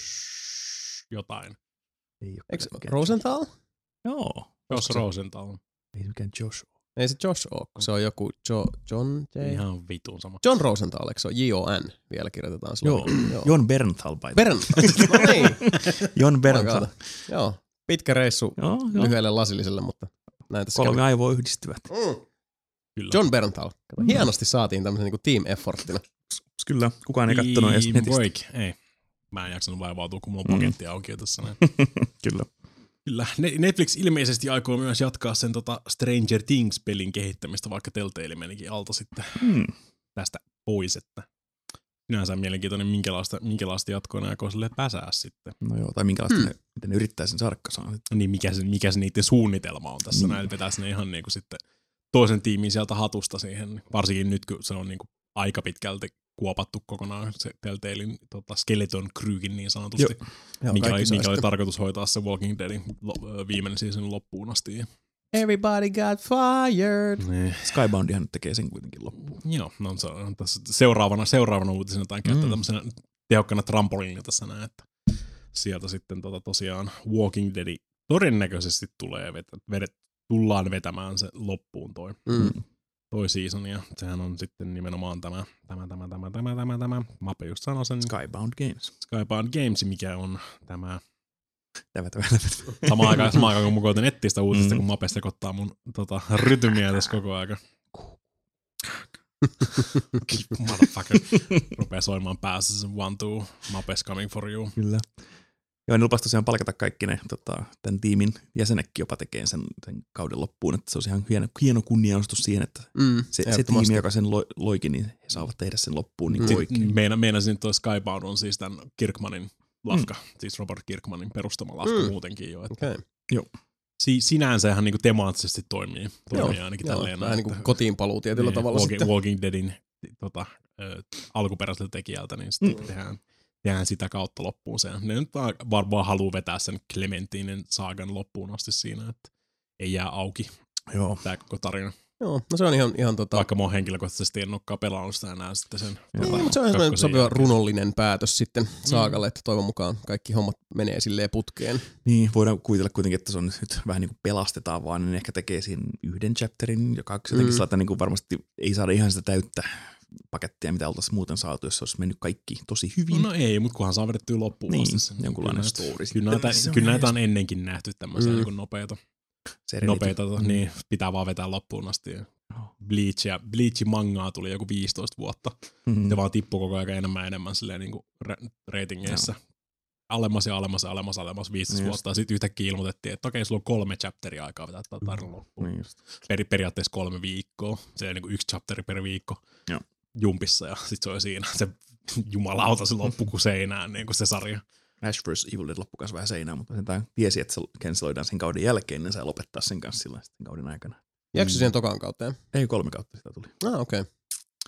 jotain. ei ole Eikö kyllä mikään- Rosenthal? Joo, Josh se- Rosenthal. ei se mikään Josh ole. Ei se Josh ole, kun se on joku jo, John J. Ihan vitun sama. John Rosenthal, eikö se on J O N? Vielä kirjoitetaan sillä. Joo, Joo. Jon Bernthal by the way. Bernthal. No niin. Jon Bernthal. Oh my god. Joo, pitkä reissu Joo, joo. lyhyelle lasilliselle, mutta näin tässä Kolme kävi. aivoa yhdistyvät. Mm. Kyllä. John Bernthal. Kato, hienosti saatiin tämmöisen niinku team efforttina. Kyllä, kukaan ei kattonut edes netistä. Break. Ei. Mä en jaksanut vaivautua, kun mulla on paketti auki jo tässä näin. Kyllä. Kyllä. Ne- Netflix ilmeisesti aikoo myös jatkaa sen tota Stranger Things-pelin kehittämistä, vaikka Telltale menikin alta sitten Hmm. tästä pois, että sinänsä mielenkiintoinen, minkälaista, minkälaista jatkoa ne aikoo silleen pääsää sitten. No joo, tai minkälaista Hmm. ne, miten ne yrittää sen saada kasaan. Niin mikä se, mikä se niiden suunnitelma on tässä. Niin. Näin vetäisi ne ihan niinku sitten toisen tiimin sieltä hatusta siihen. Varsinkin nyt, kun se on niinku aika pitkälti kuopattu kokonaan se Telltalein tota Skeleton Crewkin niin sanotusti. Joo, Mikä oli, kaikki saa mikä oli sitten. tarkoitus hoitaa se Walking Deadin lo, viimeinen season loppuun asti. Ja Everybody got fired. niin. Skyboundihan nyt tekee sen kuitenkin loppuun. Joo, no se on tässä seuraavana, seuraavana uutisena jotain käyttää Mm. tämmöisenä tehokkana trampoliinina tässä näin, että sieltä sitten tota tosiaan Walking Dead todennäköisesti tulee vetä, vedet, tullaan vetämään se loppuun toi, Mm. toi season, ja sehän on sitten nimenomaan tämä, tämä, tämä, tämä, tämä, tämä, tämä, Mape just sanoi sen, Skybound Games. Skybound Games, mikä on tämä, Tämä, tämä, tämä. samaan aikaan, samaan aikaan kun mä koitin etsiä sitä uutista, Mm. kun Mape sekoittaa mun tota, rytmiä tässä koko aika. Motherfucker. Rupee soimaan päässä sen one, two, Mape's coming for you. Kyllä. Joo, ne lupasi tosiaan palkata kaikki ne tota, tämän tiimin jäsenetkin jopa tekee sen, sen kauden loppuun, että se olisi ihan hieno, hieno kunnianostus siihen, että Mm. se, se tiimi, joka sen lo, loikin, niin he saavat tehdä sen loppuun niin Mm. kuin oikein. Meina, meinasin, että toi Skybound on siis tämän Kirkmanin lafka, mm. siis Robert Kirkmanin perustama lafka Mm. muutenkin jo. Että Okay. si, sinänsä ihan niinku temaattisesti toimii, toimii Joo, ainakin joo, tälleen. vähän niin kuin että- kotiin paluu tietyllä niin, tavalla Walking, sitten. Walking Deadin tota, ö, alkuperäiseltä tekijältä, niin sitten mm. tehdään, tehdään sitä kautta loppuun sen. Ne nyt vaan, vaan, vaan haluaa vetää sen Clementinen saagan loppuun asti siinä, että ei jää auki Joo. tämä koko tarina. Joo, no se on ihan, ihan tota... Vaikka mä oon henkilökohtaisesti en olekaan pelannut sitä enää sitten sen. Joo. Niin, mutta se on ihan kakkosen sopiva jälkeen. runollinen päätös sitten Saagalle, että toivon mukaan kaikki hommat menee silleen putkeen. Niin, voidaan kuvitella kuitenkin, että se on nyt vähän niin kuin pelastetaan vaan, niin ehkä tekee siinä yhden chapterin ja kaksi. Jotenkin Mm. mm. niin kuin varmasti ei saada ihan sitä täyttä pakettia, mitä oltaisiin muuten saatu, jos olisi mennyt kaikki tosi hyvin. No ei, mutta kunhan saa vedettyä loppuun Niin, asti sen. jonkunlainen Kyllä story näitä- sitten. Kyllä näitä, Se on kyllä ihan näitä on ennenkin nähty tämmöisiä Mm. mm. niin nopeita, Se nopeita mm. niin pitää vaan vetää loppuun asti. Oh. Bleach ja Bleachin mangaa tuli joku viisitoista vuotta. Mm. Se vaan tippui koko ajan enemmän ja enemmän silleen niin kuin re- ratingeissa. Alemmas ja alemmas ja alemmas alemmas viisitoista Niin vuotta. Ja sitten yhtäkkiä ilmoitettiin, että okei, sulla on kolme chapteria aikaa vetää tätä tarinaa loppuun. Niin just. Per, periaatteessa kolme viikkoa. Se on niin kuin yksi chapteri per viikko Joo. jumpissa ja sitten se on siinä. Se jumalauta se loppu kuin seinään niin kuin se sarja. Ash versus. Evil Dead loppui kanssa vähän seinään, mutta sen tiesi, että se canceloidaan sen kauden jälkeen, niin sai lopettaa sen kanssa sillä sitten kauden aikana. Jääkö se Mm. siihen tokaan kauteen? Ei, kolme kautta sitä tuli. Ah, okei. Okay.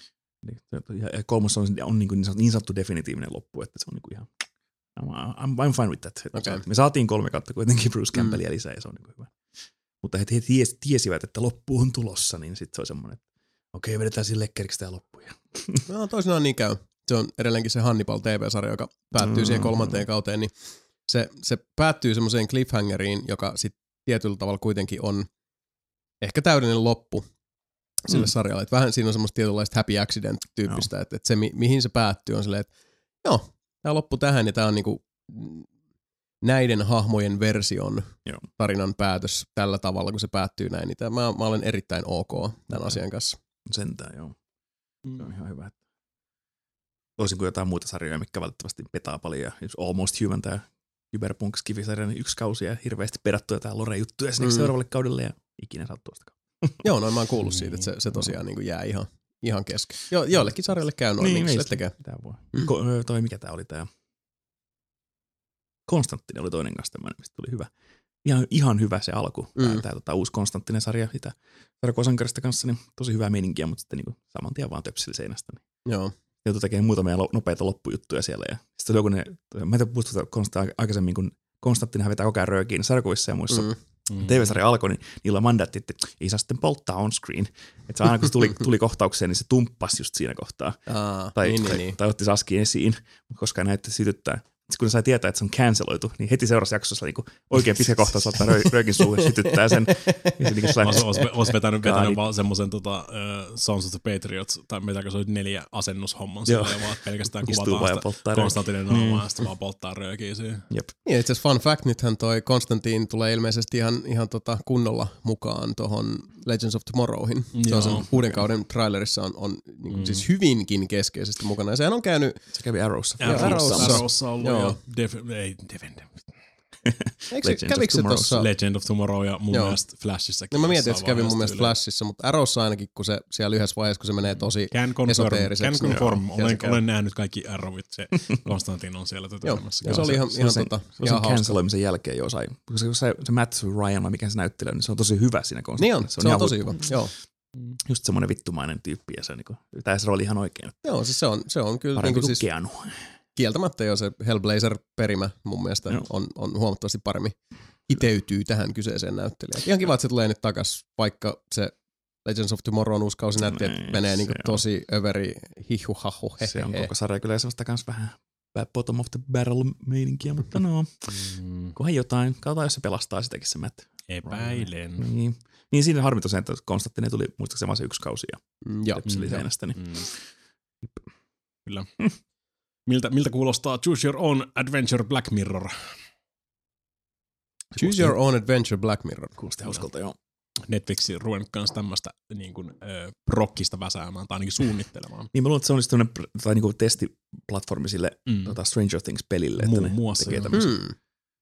Eli- Ja ja kolmas on, on niin, kuin niin, sanottu, niin sanottu definitiivinen loppu, että se on niin kuin ihan, I'm, I'm fine with that. Että Okay. Me saatiin kolme kautta kuitenkin Bruce Campbellia mm. lisää ja se on niin kuin hyvä. Mutta he, he ties, tiesivät, että loppu on tulossa, niin sitten se on semmoinen, että okei, vedetään sille lekkeriksi tämä loppu. No toisinaan niin käy. Se on edelleenkin se Hannibal T V-sarja, joka päättyy Mm. siihen kolmanteen kauteen, niin se, se päättyy semmoiseen cliffhangeriin, joka sitten tietyllä tavalla kuitenkin on ehkä täydellinen loppu sille Mm. sarjalle. Et vähän siinä on semmoista tietynlaista happy accident-tyyppistä, että et se mi, mihin se päättyy on silleen, että joo, tämä loppu tähän ja tämä on niinku näiden hahmojen version Joo. tarinan päätös tällä tavalla, kun se päättyy näin. Niin tää, mä, mä olen erittäin ok tämän Okay. asian kanssa. Sentään, joo. Se on ihan hyvä. Toisin kuin jotain muita sarjoja, mitkä välttämättä petaa paljon. Ja Almost Human, tämä Cyberpunk-skifisarja, niin yksi kausi ja hirveästi pedattu jotain lore-juttuja sinne Mm. mm. seuraavalle kaudelle ja ikinä saa tuosta kautta. Joo, noin mä oon kuullut siitä, että se, se tosiaan niin kuin jää ihan, ihan kesken. Jo, joillekin sarjoille käy noin, niin, niin se tekee. Tää voi. Mm. Mm. Ko- toi mikä tää oli tää? Konstanttinen oli toinen kanssa tämmöinen, mistä tuli hyvä. Ihan, ihan hyvä se alku. Mm. Tää, tää tota, uusi Konstanttinen sarja, sitä Sarko-sankarista kanssa, niin tosi hyvää meininkiä, mutta sitten niin saman tien vaan töpsili seinästä. Niin Joo. joutui tekemään muutamia lo- nopeita loppujuttuja siellä. Ja sitten oli joku ne, mä en tiedä muistuta Konstantin aikaisemmin, kun Konstanttinhan vetää koko ajan röökiin sarkuissa ja muissa. Mm. Mm. T V-sarja alkoi, niin niillä on mandaatti, että ei saa sitten polttaa on screen. Että se aina kun se tuli, tuli kohtaukseen, niin se tumppasi just siinä kohtaa. Aa, Tai, niin, tai, niin, niin. tai otti Saskin esiin, mutta koskaan näytti sytyttää. Sitten kun ne sai tietää, että se on canceloitu, niin heti seuraavassa jaksossa niinku oikein pitkä kohtaus ottaa rö, röökin suuhun ja sytyttää sen. Ja se niinku Ois, ois, ois vetänyt, vetänyt God. vaan semmoisen tota, uh, Sons of the Patriots, tai mitäkö se oli neljä asennushomman Joo. sillä vaan pelkästään Istuu kuvataan vaan ja sitä polttaa röökiä. Konstantinen naamaa ja sitten vaan polttaa röökiä siihen. Jep. Niin, itse asiassa fun fact, nythän toi Konstantin tulee ilmeisesti ihan, ihan tota kunnolla mukaan tohon Legends of Tomorrowhin. Se on sen Joo. uuden kauden trailerissa on, on niin Mm. siis hyvinkin keskeisesti mukana. Ja sehän on käynyt, Se kävi Arrowssa. Joo, Arrowssa, Arrowssa. Arrowssa ollut Joo. ja Def, ei, Defend. Eikö se, kävikö se tossa? Legend of Tomorrow ja mun Joo. mielestä Flashissakin. No mä mietin, että se kävi mun mielestä Flashissa, mutta Arrowssa ainakin, kun se siellä yhdessä vaiheessa, kun se menee tosi Can confirm, esoteeriseksi. can confirm. Joo, Olen, olen nähnyt kaikki Arrowit, se Konstantin on siellä tekemässä. Joo, se oli ihan, Se ihan, on sen, tota, se on ihan sen hauska. canceloimisen jälkeen jo sai. Koska se, se Matt Ryan, mikä se näyttelee, niin se on tosi hyvä siinä Konstantissa. Niin on, se on, ihan tosi huippu. hyvä. Joo, Just semmoinen vittumainen tyyppi ja se on niinku, tää se rooli ihan oikein. Joo siis se on, se on kyllä Parempi niin kuin siis Keanu. kieltämättä jo se Hellblazer-perimä mun mielestä Joo. on, on huomattavasti paremmin iteytyy tähän kyseiseen näyttelijään. Ihan kiva, että se tulee nyt takas, vaikka se Legends of Tomorrow uusi kausi näytti, että Niin, menee se niinku on. tosi överi hihuhahu Se on hehehe. koko sarja kyllä semmoista kans vähän bottom of the barrel meininkiä, mutta no, Mm, kunhan jotain. Katsotaan, jos se pelastaa sitäkin se Matt. epäilen. Niin. Niin siinä harmi tosiaan, että Konstanttinen tuli muistaakseni vaan se yksi kausi ja Mm, Joo. tepseli Mm, seinästä. Niin. Mm. Kyllä. Miltä, miltä kuulostaa Choose Your Own Adventure Black Mirror? Choose Your Own Adventure Black Mirror. Kuulosti hauskalta, joo. Netflixin ruvennut kanssa tämmöistä niin kuin, ö, prokkista väsäämään tai ainakin suunnittelemaan. Niin mä luulen, että se on tämmöinen tai niinku testiplatformi sille Mm. tota Stranger Things-pelille, että Muun ne muassa, tekee joo. tämmöisen Mm.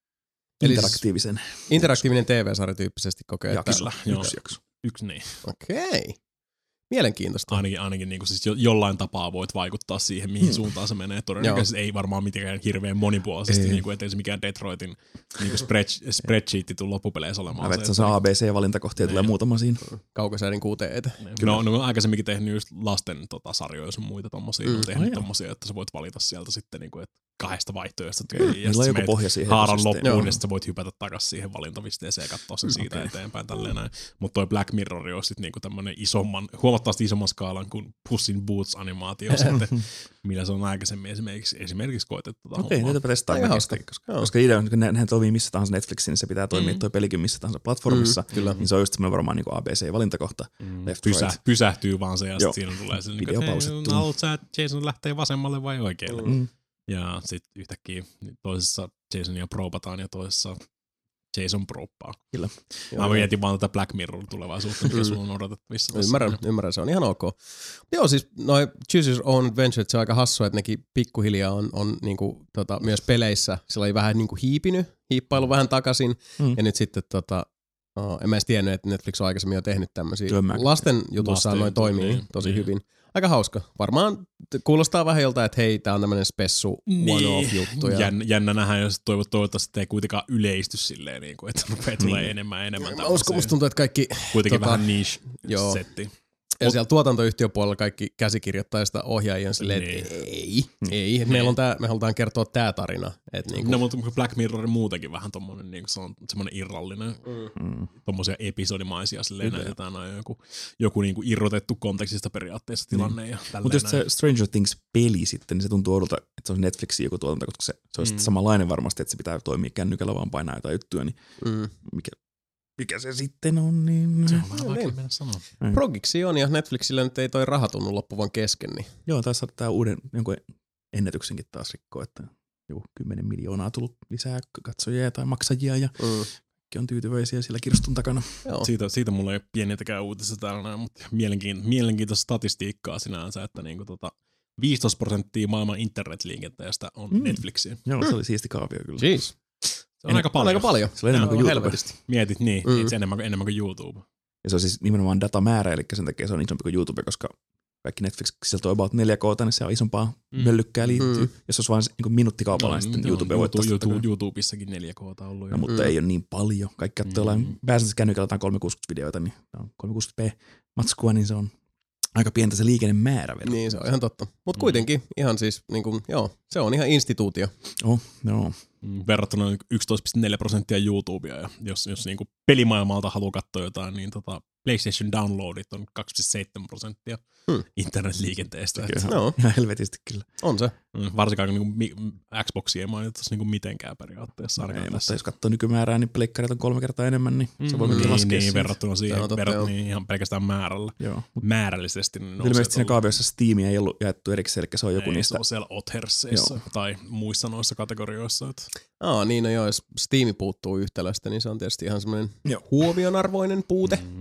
Eli interaktiivisen interaktiivinen T V-sarja tyyppisesti kokee. että- Kyllä, joo. yksi jakso. Yksi niin. Okei. Mielenkiintoista. Ainakin, ainakin niin kuin siis jo, jollain tapaa voit vaikuttaa siihen, mihin suuntaan se menee. Todennäköisesti ei varmaan mitenkään hirveän monipuolisesti, Ei. niin kuin, ettei se mikään Detroitin niin kuin spread, spreadsheetti tule loppupeleissä olemaan. Mä vetin se A B C-valintakohtia, tulee Niin. muutama siinä. Kaukosäädin kuuteita. No, no, on aikaisemminkin tehnyt just lasten tota, sarjoja sun muita tommosia. Mm. Mm. On tehnyt Ai joo. tommosia, että sä voit valita sieltä sitten niinku, että kahdesta vaihtoehdosta Okay. tyyliin. Ja Niillä on sit joku meet pohja siihen. haaran ekosysteemiin. loppuun, Joo. ja sit sä voit hypätä takas siihen valintapisteeseen ja katsoa sen siitä Okei. eteenpäin. Tälleen näin. Mutta toi Black Mirror on sitten niinku tämmönen isomman, huomattavasti isomman skaalan kuin Puss in Boots-animaatio sitten, millä se on aikaisemmin esimerkiksi, esimerkiksi koetettu tota Okei, hommaa. niitä testaa Aika hauska. oikeasti, koska, Joo. koska idea on, kun ne- nehän toimii missä tahansa Netflixin, niin se pitää toimia Mm. toi pelikin missä tahansa platformissa. Mm, kyllä. Niin se on just semmoinen varmaan niin A B C-valintakohta. Mm, Left, Pysä, right. pysähtyy vaan se ja Joo. sitten siinä tulee se, niinku, Video että pausettuu. hei, haluat sä, että Jason lähtee vasemmalle vai oikealle? Mm. Ja sitten yhtäkkiä toisessa Jasonia probataan ja toisessa Jason probaa. Kyllä. Joo, Mä mietin vaan tätä Black Mirror tulevaisuutta, mikä sulla on odotettavissa. tässä. Ymmärrän, ymmärrän, se on ihan ok. Joo, siis noi Choose Your Own Adventure, se on aika hassua, että nekin pikkuhiljaa on, on niinku, tota, myös peleissä, sillä oli vähän niinku hiipinyt, hiippailu vähän takaisin, Mm. ja nyt sitten tota, oh, en mä edes tiennyt, että Netflix on aikaisemmin jo tehnyt tämmöisiä. Kyllä mä- Lasten jutussaan Lasten noin juttu, toimii niin, tosi niin. hyvin. Aika hauska. Varmaan t- kuulostaa vähän joltain, että hei, tää on tämmönen spessu one-off juttu. Ja... Jännä, jännä nähdä, jos toivot, toivottavasti ei kuitenkaan yleisty silleen, niin kuin, että rupeaa tulee Niin. enemmän ja enemmän. Mä uskon, musta tuntuu, että kaikki, Kuitenkin tota, vähän niche joo. setti. ja siellä tuotantoyhtiöpuolella kaikki käsikirjoittajista ohjaajia on silleen, että Niin. ei, ei, että meillä on tää, me halutaan kertoa tää tarina. Että niinku, No, mutta Black Mirror on muutenkin vähän tommonen, niin kuin se on semmoinen irrallinen, Mm. tommosia episodimaisia silleen näytetään aina joku, joku niin kuin irrotettu kontekstista periaatteessa tilanne ja tälleen Mutta just se näin. Stranger Things-peli sitten, niin se tuntuu oudolta, että se on Netflixin joku tuotanto, koska se, se on Mm. sitten samanlainen varmasti, että se pitää toimia kännykällä vaan painaa jotain juttuja, niin mm. mikä, mikä se sitten on, niin... Se on vähän Joo, vaikea niin. mennä sanoa. Progiksi on ja Netflixillä nyt ei toi raha tunnu loppuvan kesken. Niin. Joo, taisi saada tää uuden jonkun ennätyksenkin taas rikkoa, että joku kymmenen miljoonaa tullut lisää katsojia tai maksajia ja Mm. kaikki on tyytyväisiä siellä kirstun takana. Joo. Siitä, siitä mulla ei ole pieniäkään uutista täällä, mutta mielenkiin, mielenkiintoista statistiikkaa sinänsä, että niinku tota viisitoista prosenttia maailman internetliikenteestä on Mm. mm. Netflixiin. Joo, se oli siisti kaavio kyllä. Jeez. Se on aika paljon. Aika paljon. Se oli enemmän Joo, kuin YouTube. Helvetisti. Mietit niin, Mm. mm. itse enemmän, kuin- enemmän kuin YouTube. Ja se on siis nimenomaan datamäärä, eli sen takia se on isompi kuin YouTube, koska kaikki Netflix sieltä on about neljä K, niin se on isompaa Mm. möllykkää liittyy. Mm. Jos se olisi vain niin minuuttikaupalla, niin sitten YouTube voi YouTube, ottaa YouTube, sitä. YouTubessakin neljä K ollut. No, jo. mutta Mm. ei ole niin paljon. Kaikki katsoo Mm. jollain pääsänsä kännykällä jotain kolmesataakuusikymmentä-videoita, niin on kolmesataakuusikymmentä p matskua, niin se on aika pientä se liikennemäärä vielä. Niin, se on ihan totta. Mutta Mm. kuitenkin ihan siis, niin kuin, joo, se on ihan instituutio. Oh, joo. Mm, verrattuna yksitoista pilkku neljä prosenttia YouTubea. Ja jos jos niinku pelimaailmalta haluaa katsoa jotain, niin tota PlayStation downloadit on kaksi pilkku seitsemän prosenttia Hmm. internetliikenteestä. Sekin on Joo. ihan, ihan helvetisti kyllä. On se. Mm, Varsinkaan niinku mi- Xboxia ei mainitaisi niinku mitenkään periaatteessa. ainakaan Ei, tässä. mutta jos katsoo nykymäärää, niin pleikkarit on kolme kertaa enemmän, niin se voi Mm, mm, niin, laskea niin, siitä. verrattuna siihen, Joo, totta, verrat, joo. niin ihan pelkästään määrällä. Joo. Määrällisesti. Niin Ilmeisesti siinä kaaviossa Steamia ei ollut jaettu erikseen, eli se on joku ei, niistä. se on siellä Othersseissa tai muissa noissa kategorioissa. Että Aa, niin no joo, jos Steam puuttuu yhtälöstä, niin se on tietysti ihan semmoinen Joo. huomionarvoinen puute. Mm.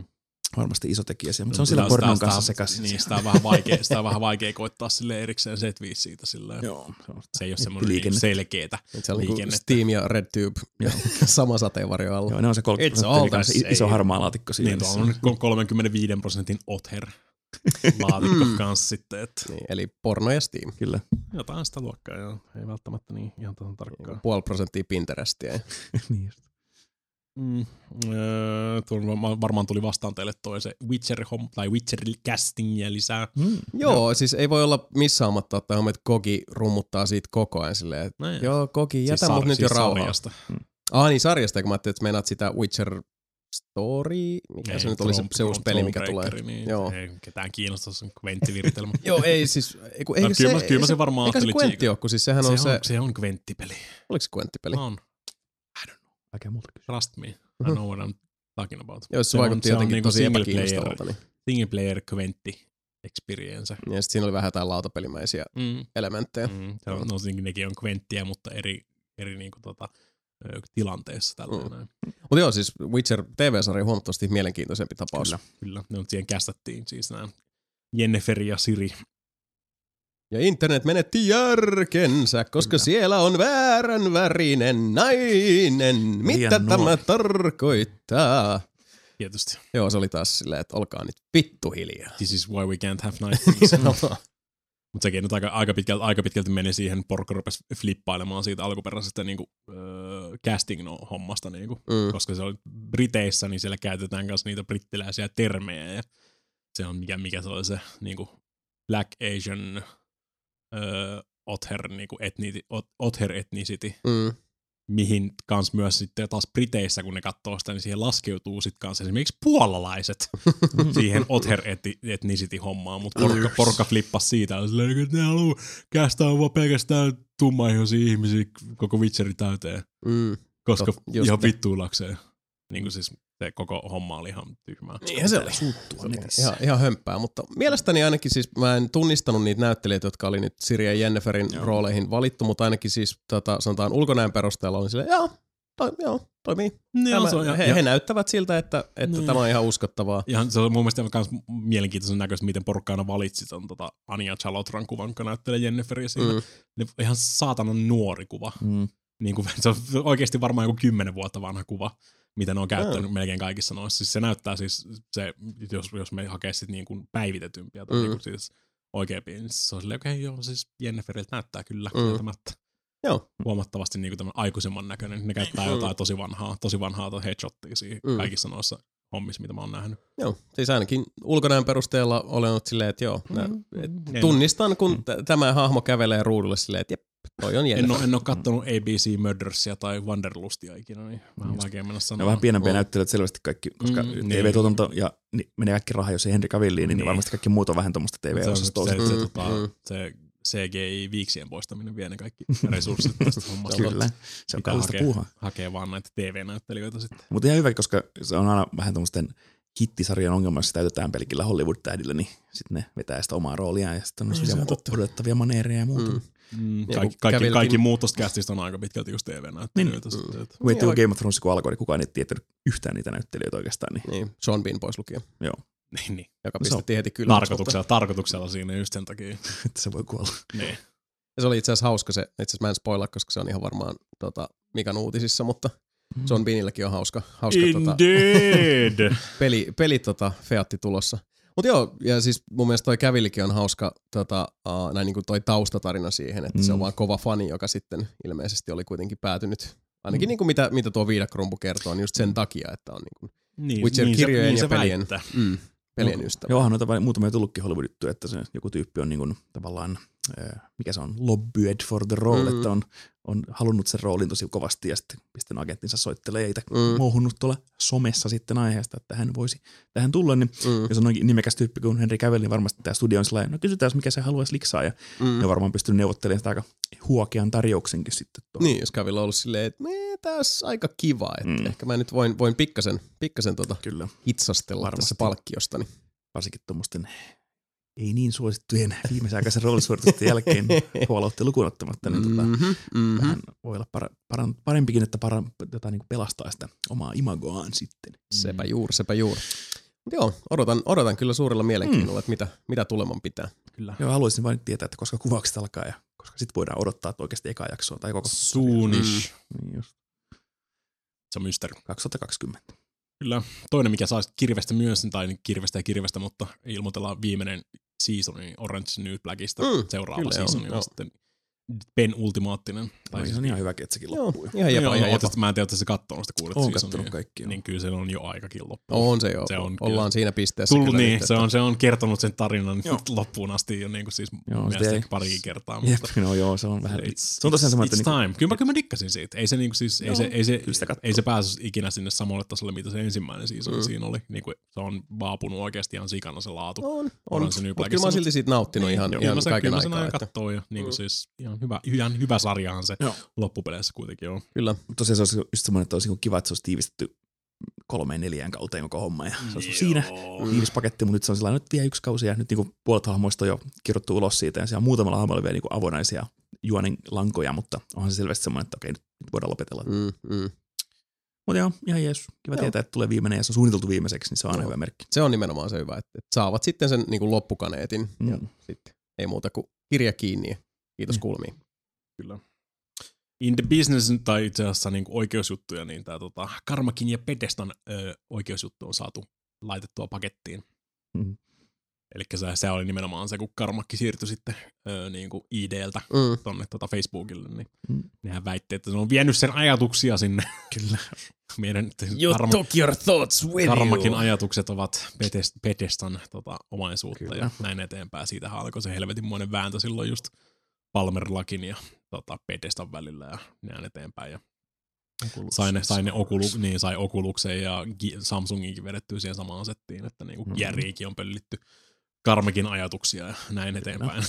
varmasti iso tekijä siellä, mutta se on siellä pornon kanssa sekaisin. Niin, sitä on vähän vaikea, sitä on vähän vaikea koittaa sille erikseen set viisi siitä silleen. Joo, se, on se ei ole semmoinen niin selkeetä se on liikennettä. Steam ja RedTube sama sateenvarjo alla. Joo, ne on se kolmekymmentä prosenttia iso harmaa laatikko siinä. Niin, tuolla on kolmekymmentäviisi prosentin Otter laatikko mm. kanssa sitten. Että. Niin, eli porno ja Steam. Kyllä. Jotain sitä luokkaa, joo. Ei välttämättä niin ihan tasan tarkkaan. Puoli prosenttia Pinterestia. Niin just. Mm, öö, varmaan tuli vastaan teille toi se Witcher hom, tai Witcher castingia lisää. Mm. Joo, siis ei voi olla missaamatta ottaa huomioon, että Kogi rummuttaa siitä koko ajan silleen, että no joo, Kogi, jätä siis mut sar- nyt siis jo rauhaa. Mm. Ah niin, sarjasta, kun mä ajattelin, että meinaat sitä Witcher Story, mikä ei, se nyt oli se, se uusi peli, mikä tulee. Niin, joo. Ei ketään kiinnostaa, se on Quentti-viritelmä. Joo, ei siis, eiku, ei no, se, kyllä, kyllä mä se varmaan eikä se Quentti ole, kun siis sehän se on se. On, se on Quentti-peli. Oliko se Quentti-peli? On. I don't know. Vaikea muuta kysyä. Trust me, I know what I'm talking about. Joo, se, se vaikutti on, jotenkin se tosi epäkiinnostavalta. Niin. Single player Quentti experience. Ja sit siinä oli vähän jotain lautapelimäisiä mm. elementtejä. Mm. Se on, no nekin on Quenttiä, mutta eri, eri niinku tota, tilanteessa tällainen. Mm. Mutta joo, siis Witcher T V-sarja on huomattavasti mielenkiintoisempi tapaus. Kyllä, kyllä. Ne on siihen kästettiin siis nämä Yennefer ja Ciri. Ja internet menetti järkensä, koska kyllä. Siellä on väärän värinen nainen. Mitä Liian tämä nuori. Tarkoittaa? Tietysti. Joo, se oli taas silleen, että olkaa nyt vittu hiljaa. This is why we can't have nice things. Mutta sekin nyt aika, aika, pitkälti, aika pitkälti meni siihen, porukka rupesi flippailemaan siitä alkuperäisestä niinku, äh, casting-hommasta, niinku, mm. koska se oli Briteissä, niin siellä käytetään myös niitä brittiläisiä termejä, ja se on mikä, mikä se oli se niinku, Black Asian äh, Otter, niinku, etniti, Otter ethnicity, mm. mihin kans myös sitten taas Briteissä, kun ne katsoo sitä, niin siihen laskeutuu sitten kanssa esimerkiksi puolalaiset siihen Otter ethnicity-hommaan, mutta porukka, porukka flippasi siitä, että ne haluaa käästää vaan pelkästään tummaihoisia ihmisiä koko Witcherin täyteen, mm. koska Tot, ihan vittuilakseen. Niin kuin siis se koko homma oli ihan tyhmää. Niinhän se oli. Ihan, ihan hömppää, mutta mielestäni ainakin siis, mä en tunnistanut niitä näyttelijöitä, jotka oli nyt Ciri ja Yenneferin joo. rooleihin valittu, mutta ainakin siis tota, sanotaan ulkonäön perusteella oli silleen, joo, toi, joo toimii. Tämä, on, he, he näyttävät siltä, että, että niin. Tämä on ihan uskottavaa. Ihan, se on mun mielestä myös mielenkiintoisen näköistä, miten porukka aina valitsi ton tota Anya Chalotran kuvan, joka näyttelee Yenneferia siinä. Mm. Ihan saatanan nuori kuva. Mm. Niin kuin, se on oikeasti varmaan joku kymmenen vuotta vanha kuva, mitä ne on käyttänyt mm. melkein kaikissa noissa. Siis se näyttää siis, se, jos, jos me hakee sitten niin kuin päivitetympiä tai mm. niin kuin siis oikeampia, niin se on silleen, okei, okay, joo, siis Yenneferiltä näyttää kyllä mm. kieltämättä. Joo. Huomattavasti niin kuin tämän aikuisemman näköinen. Ne käyttää mm. jotain tosi vanhaa, tosi vanhaa headshottia siinä mm. kaikissa noissa hommissa, mitä mä oon nähnyt. Joo, siis ainakin ulkonäön perusteella olen ollut silleen, että joo, mm. et tunnistan, kun mm. t- tämä hahmo kävelee ruudulle silleen, että jep, toi on Yennefer. En ole, en ole kattonut A B C Murdersia tai Wanderlustia ikinä, niin vähän just vaikea mennä sanoa. Ne on vähän pienempiä oh. näyttelijät selvästi kaikki, koska mm, T V-tuotanto ja niin, menee kaikki raha, jos ei Henry Cavilliin, niin, niin varmasti kaikki muut on vähän tuommoista T V-osastoa. Se, se, se, mm, tota, mm. se C G I-viiksien poistaminen vie ne kaikki resurssit tästä hommasta. Kyllä, se on kallista puuhaa. Hakee vaan näitä T V-näyttelijöitä sitten. Mutta ihan hyvä, koska se on aina vähän tuommoisten hittisarjan ongelma, jos täytetään pelkillä Hollywood-tähdillä, niin sitten ne vetää sitä omaa rooliaan ja sitten on sellaisia odottavia maneereja ja muuta. Mm. Mm, kaikki, kaikki, kaikki muut tosta kästistä on aika pitkälti just T V-näyttelijöitä. Niin. Mm. Kun ei tullut Game of Thrones, kun alkoi, niin kukaan ei tietänyt yhtään niitä näyttelijöitä oikeastaan. Niin, niin Sean Bean pois lukien. Joo. Niin, niin. Joka pistettiin heti kyllä. Tarkoituksella, tarkoituksella siinä just sen takia. Että se voi kuolla. Niin. Ja se oli itse asiassa hauska se, itse asiassa mä en spoilaa, koska se on ihan varmaan tota, Mikan uutisissa, mutta Sean Beanilläkin on hauska, hauska tota, peli, peli tota, featti tulossa. Mutta joo, ja siis mun mielestä toi Cavillikin on hauska tota, uh, näin niinku toi taustatarina siihen, että mm. se on vaan kova fani, joka sitten ilmeisesti oli kuitenkin päätynyt, ainakin mm. niinku mitä, mitä tuo viidakrumpu kertoo, niin just sen takia, että on niinku niin, Witcher-kirjojen niin se, ja pelien, mm, pelien no, ystävä. Joo, noita muutamia tullutkin Hollywood-juttuja, että se joku tyyppi on niinku tavallaan, äh, mikä se on, lobbyed for the role, mm. että on, on halunnut sen roolin tosi kovasti ja sitten pistänyt agenttinsa soitteleita, mm. mouhunnut tuolla somessa sitten aiheesta, että hän voisi tähän tulla, niin mm. jos on noin nimekäs tyyppi kuin Henry Cavill, niin varmasti tämä studio on sellainen, no kysytään, mikä se haluaisi liksaa, ja mm. ne on varmaan pystynyt neuvottelemaan sitä aika huokean tarjouksenkin sitten. Tuohon. Niin, jos Cavill on ollut silleen, että tässä aika kiva, että mm. ehkä mä nyt voin, voin pikkasen, pikkasen tota Kyllä. hitsastella varmasti tässä palkkiostani. Varsinkin tuommoisten ei niin suosittujen viimeisaikaisen roolisuoritusten jälkeen huolautti lukuun ottamatta, niin tota, mm-hmm, mm-hmm. vähän voi olla para, para, parempikin, että para, tota, niin pelastaa sitä omaa imagoaan sitten. Sepä juuri, sepä juuri. Joo, odotan, odotan kyllä suurella mielenkiinnolla, mm. että mitä, mitä tuleman pitää. Kyllä. Joo, haluaisin vain tietää, että koska kuvaukset alkaa ja koska sitten voidaan odottaa, että oikeasti eka jaksoa tai koko. Soonish. Mm. Niin just. Se on mysteeri. kaksituhattakaksikymmentä. Kyllä. Toinen, mikä saa kirvestä myös, tai kirvestä ja kirvestä, mutta ilmoitellaan viimeinen seasoni Orange New Blackista. Mm, Seuraava seasoni on sitten penultimaattinen. Tai siis on ihan hyväkin, että sekin loppuu. Joo, ihan jopa, ihan jopa. Mä en tiedä, että se katsoo sitä kuudet Oon kattonut kaikki. Niin kyllä se on jo aikakin loppuun. On se jo. Se on ollaan kyllä siinä pisteessä. Tullut kyllä niin, nyt, se, on, se on kertonut sen tarinan joo. loppuun asti jo niin kuin siis joo, mielestäni parikin kertaa. Jep, mutta no joo, se on vähän. It's, se on tosiaan semmoinen, it's että time. Kyllä mä, kyllä mä dikkasin siitä. Ei se, niin kuin siis, ei se, ei se, ei se päässyt ikinä sinne samalle tasolle, mitä se ensimmäinen season mm. siinä oli. Niin kuin, se on vaapunut oikeasti ihan sikana se laatu. On, on. Mutta kyllä mä oon silti siitä nauttinut ihan, joo, ihan se, kaiken aikaa. Kyllä mä sen kattoo ja niin kuin siis ihan hyvä, ihan hyvä sarjahan se joo. loppupeleissä kuitenkin on. Kyllä. Tosiaan se olisi just semmoinen, että olisi kiva, että se olisi tiivistetty kolmeen neljään kauteen koko homma. Ja se olisi siinä tiivis paketti, mutta nyt se on sellainen, että vielä yksi kausi ja nyt niin puolet hahmoista on jo kirjoittu ulos siitä ja siellä on muutamalla hahmolla vielä niin avonaisia juonen lankoja, mutta onhan se selvästi semmoinen, että okei, nyt voidaan lopetella. Mm, mm. Mutta joo, ihan jees. Kiva joo. tietää, että tulee viimeinen ja se on suunniteltu viimeiseksi, niin se on aina hyvä merkki. Se on nimenomaan se hyvä, että saavat sitten sen niin kuin loppukaneetin mm. ja sitten ei muuta kuin kirja kiinni ja kiitos mm. kuulemiin. Kyllä. In the business, tai itse asiassa niin oikeusjuttuja, niin tämä tota, Karmakin ja Bethesdan ö, oikeusjuttu on saatu laitettua pakettiin. Mm. Eli se, se oli nimenomaan se, kun Karmakki siirtyi sitten ö, niin kuin I D:ltä mm. tuonne tota Facebookille, niin mm. nehän väitti, että se on vienyt sen ajatuksia sinne. Kyllä. Meidän you Karma, took your thoughts with Karmakin you. ajatukset ovat Bethesdan tota, omaisuutta Kyllä. ja näin eteenpäin. Siitähän alkoi se helvetinmoinen vääntö silloin just Palmer-lakin ja tota, Bethesdan välillä ja näin eteenpäin. Ja sai ne, sai ne okulu, niin, sai Oculukseen ja Samsunginkin vedettyä siihen samaan settiin, että niinku mm-hmm. Jerrykin on pöllitty Karmakin ajatuksia ja näin eteenpäin.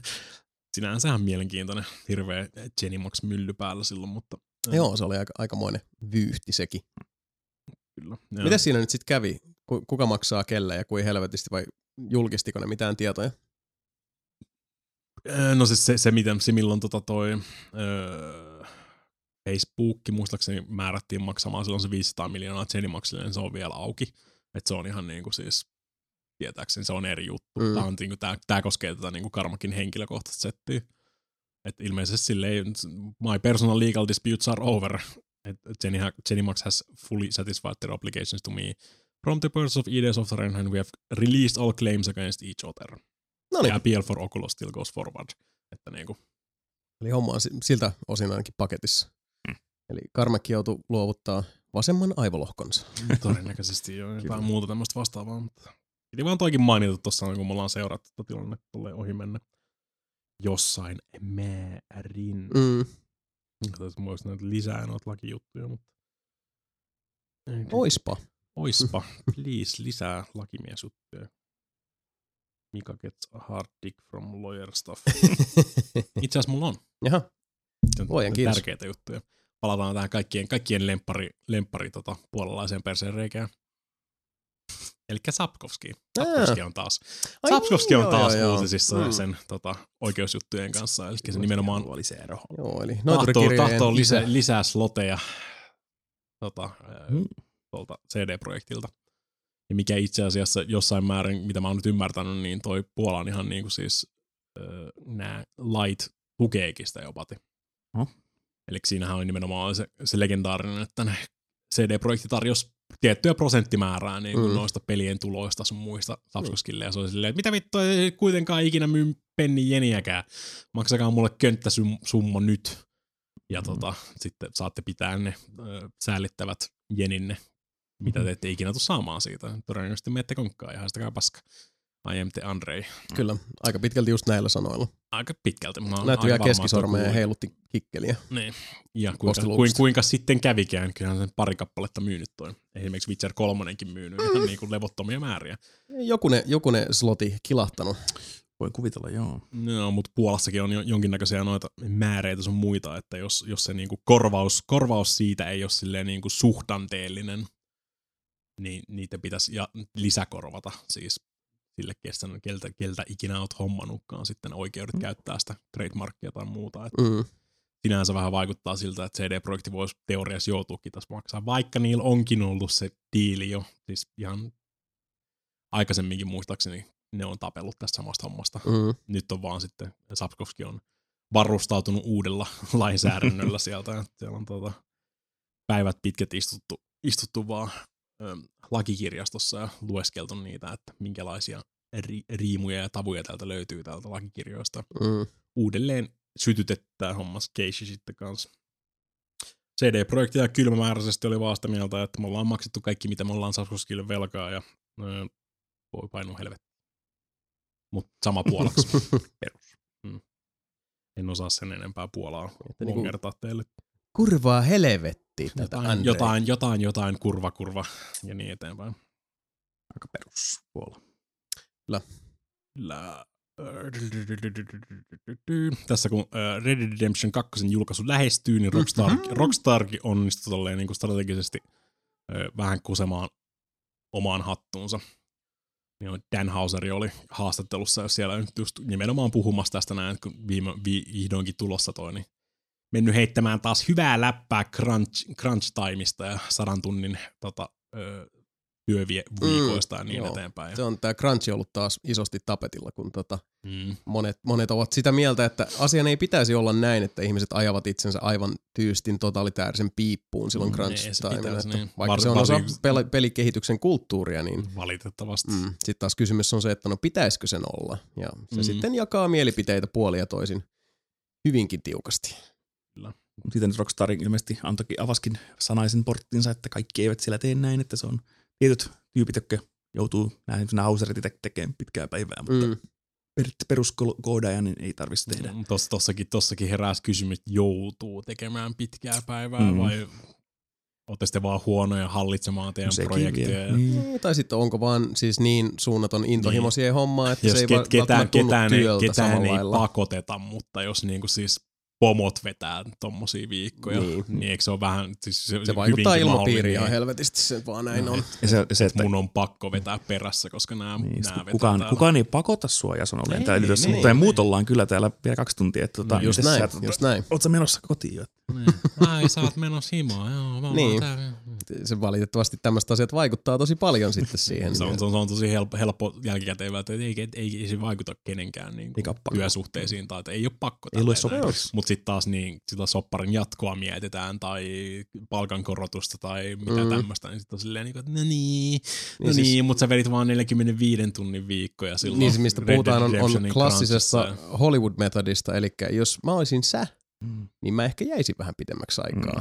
Sinänsähän mielenkiintoinen, hirveä Genimax mylly päällä silloin, mutta... Joo, se oli aika, aikamoinen vyyhti sekin. Kyllä. Miten siinä nyt sitten kävi? Kuka maksaa kelle ja kuin helvetisti vai julkistiko ne mitään tietoja? No siis se, se, miten, se milloin tota toi öö, Facebook muistaakseni määrättiin maksamaan silloin se viisisataa miljoonaa Genimaxille, niin se on vielä auki. Että se on ihan niinku siis, tietääkseni se on eri juttu. Mm. Tää, on, niinku, tää, tää koskee tätä niinku Karmakin henkilökohtaista settiä. Että ilmeisesti silleen, my personal legal disputes are over. Genimax has fully satisfied their obligations to me. From the purchase of I D Software and we have released all claims against each other. Ja appeal for Oculus still goes forward. Että niinku. Eli homma on siltä osin ainakin paketissa. Hmm. Eli Karmakki joutui luovuttaa vasemman aivolohkonsa. Todennäköisesti jo jotain muuta tämmöistä vastaavaa. Mutta piti vaan toikin mainita tuossa, kun me ollaan seurattu tätä tilannetta tolleen ohi mennä jossain määrin. Mm. Katsotaan, mä olisin näitä lisää noita lakijuttuja, mutta... Oispa. Oispa. Please, lisää lakimiesjuttuja. Mika gets a hard dick from lawyer stuff. Itse asiassa mulla on. Jaha. Voijan kiitos. Tärkeitä juttuja. Palataan tähän kaikkien, kaikkien lemppari, lemppari tota, puolalaiseen perseen reikään. Elikkä Sapkowski. Sapkowski on taas. Ai Sapkowski on taas joo, uutisissa joo. sen tota, oikeusjuttujen kanssa. Eli se nimenomaan joo, eli tahtoo, tahtoo lisää, lisää sloteja tota, hmm. tuolta C D-projektilta. Ja mikä itse asiassa jossain määrin, mitä mä oon nyt ymmärtänyt, niin toi Puola on ihan niinku siis äh, nää lait tukeekin sitä jopati. Oh. Eli siinähän on nimenomaan se, se legendaarinen, että ne C D-projekti tarjosi tiettyä prosenttimäärää niin kuin mm. noista pelien tuloista sun muista Sapkowskille. Ja se oli silleen, että mitä vittua, ei kuitenkaan ikinä myy penni jeniäkään. Maksakaa mulle könttäsumma nyt. Ja mm. tota, sitten saatte pitää ne ö, säällittävät jeninne, mitä te ette ikinä tule saamaan siitä. Todennäköisesti menette konkkaan ja haistakaa paska. I am the Andrei. Kyllä, aika pitkälti just näillä sanoilla. Aika pitkälti. Näytti vielä keskisormea ja heilutti kikkeliä. Niin. Ja kuinka, kuinka, kuinka sitten kävikään, kyllähän sen pari kappaletta myynyt toi. Esimerkiksi Witcher kolmonenkin myynyt mm. ihan niin kuin levottomia määriä. Jokunen, jokunen sloti kilahtanut. Voin kuvitella, joo. No, mutta Puolassakin on jo, jonkinnäköisiä noita määreitä sun muita, että jos, jos se niinku korvaus, korvaus siitä ei ole silleen niinku suhdanteellinen, niin niitä pitäisi ja lisäkorvata siis sille kestän, keltä, keltä ikinä oot hommannutkaan sitten oikeudet mm. käyttää sitä trademarkia tai muuta. Että mm. sinänsä vähän vaikuttaa siltä, että C D-projekti voisi teoriassa joutuukin tässä maksaa, vaikka niillä onkin ollut se diili jo, siis ihan aikaisemminkin muistaakseni ne on tapellut tästä samasta hommasta. Mm. Nyt on vaan sitten, Sapkowski on varustautunut uudella lainsäädännöllä sieltä. Siellä on tuota, päivät pitkät istuttu, istuttu vaan ö, lakikirjastossa ja lueskeltu niitä, että minkälaisia ri, riimuja ja tavuja täältä löytyy täältä lakikirjoista. Mm. Uudelleen sytytetään hommas Keishi sitten kanssa. C D-projektia kylmämääräisesti oli vaan sitä mieltä, että me ollaan maksettu kaikki, mitä me ollaan Sapkowskille velkaa ja ö, voi painua helvettiin. Mutta sama puolaksi. Perus. Mm. En osaa sen enempää puolaa lonkertaa teille. Kurvaa helvettiin tätä Jotain, Andrei. jotain, jotain, jotain, kurva, kurva ja niin eteenpäin. Aika peruspuola. Kyllä. Kyllä. Tässä kun Red Dead Redemption kaksi julkaisu lähestyy, niin Rockstar, Mm-hmm. Rockstarkin onnistui tolleen niin kuin strategisesti vähän kusemaan omaan hattuunsa. Niin Dan Hauseri oli haastattelussa, jos siellä nyt just nimenomaan puhumassa tästä näin, kun viime, vi, vihdoinkin tulossa toi, niin mennyt heittämään taas hyvää läppää crunch, crunch timeista ja sadan tunnin tota, ö, työviikoista mm, ja niin joo. eteenpäin. Se on tää crunch ollut taas isosti tapetilla, kun tota, Mm. monet, monet ovat sitä mieltä, että asian ei pitäisi olla näin, että ihmiset ajavat itsensä aivan tyystin totalitäärisen piippuun silloin Mm, crunch ei se timella. pitäisi, Että niin. vaikka Var- se on osa varsinkin- pel- pelikehityksen kulttuuria, niin Valitettavasti. mm, sitten taas kysymys on se, että no pitäisikö sen olla. Ja se Mm. sitten jakaa mielipiteitä puolia toisin hyvinkin tiukasti. Siitä nyt Rockstar ilmeisesti antoikin avaskin sanaisen porttinsa, että kaikki eivät siellä tee näin, että se on tietyt tyypit, jotka joutuu nämä hauserit itse tekemään pitkää päivää, mutta Mm. per, peruskoodaaja niin ei tarvitse tehdä. Mm, Tos, tossakin, tossakin heräsi kysymys, että joutuu tekemään pitkää päivää Mm. vai ootte sitten vaan huonoja hallitsemaan teidän Sekin projekteja. vielä. Ja Niin. Niin, tai sitten onko vaan siis niin suunnaton intohimo Niin. siihen hommaan, että jos se ei ket, va- ketään, välttämättä tunnu ketään, ei, työltä ketään samalla ei lailla. pakoteta, mutta jos niinku siis pomot vetää tommosia viikkoja, Niin. niin, niin eikö se ole vähän siis se, Se vaikuttaa hyvinkin ilmapiiriin ihan mahdollinen, helvetisti, se vaan näin No, on. Ja se, se, että mun on pakko vetää perässä, koska nämä niin, vetää kukaan, täällä. kukaan ei pakota sua Jasonolleen Ei, täällä niin, yhdessä, niin, mutta me niin. muut ollaan kyllä täällä vielä kaksi tuntia. Että, tota, Niin, Just mites näin, sä, just näin. Oot sä menossa kotiin jo? Niin. Ai, sä oot menossa himaan, joo. Mä Niin. täällä. Se valitettavasti tämmöiset asiat vaikuttaa tosi paljon sitten siihen. Se on, se on, se on tosi helppo, helppo jälkikäteen, että ei, ei, ei, ei se vaikuta kenenkään niin Eikä oo pakko. työsuhteisiin tai että ei ole pakko. Ei lue tälleen näin. sopparissa. Mut sitten taas niin, sitä sopparin jatkoa mietitään tai palkankorotusta tai mitä Mm. mm. tämmöistä, niin sitten on silleen, että no niin, no Niin niin, siis- niin mutta sä vedit vaan neljäkymmentäviisi tunnin viikkoja silloin. Niin se, mistä Red Dead puhutaan, on, on Redemptionin klassisesta crunchissa. Hollywood-metodista, eli jos mä olisin sä, Mm. niin mä ehkä jäisin vähän pidemmäksi aikaa. Mm.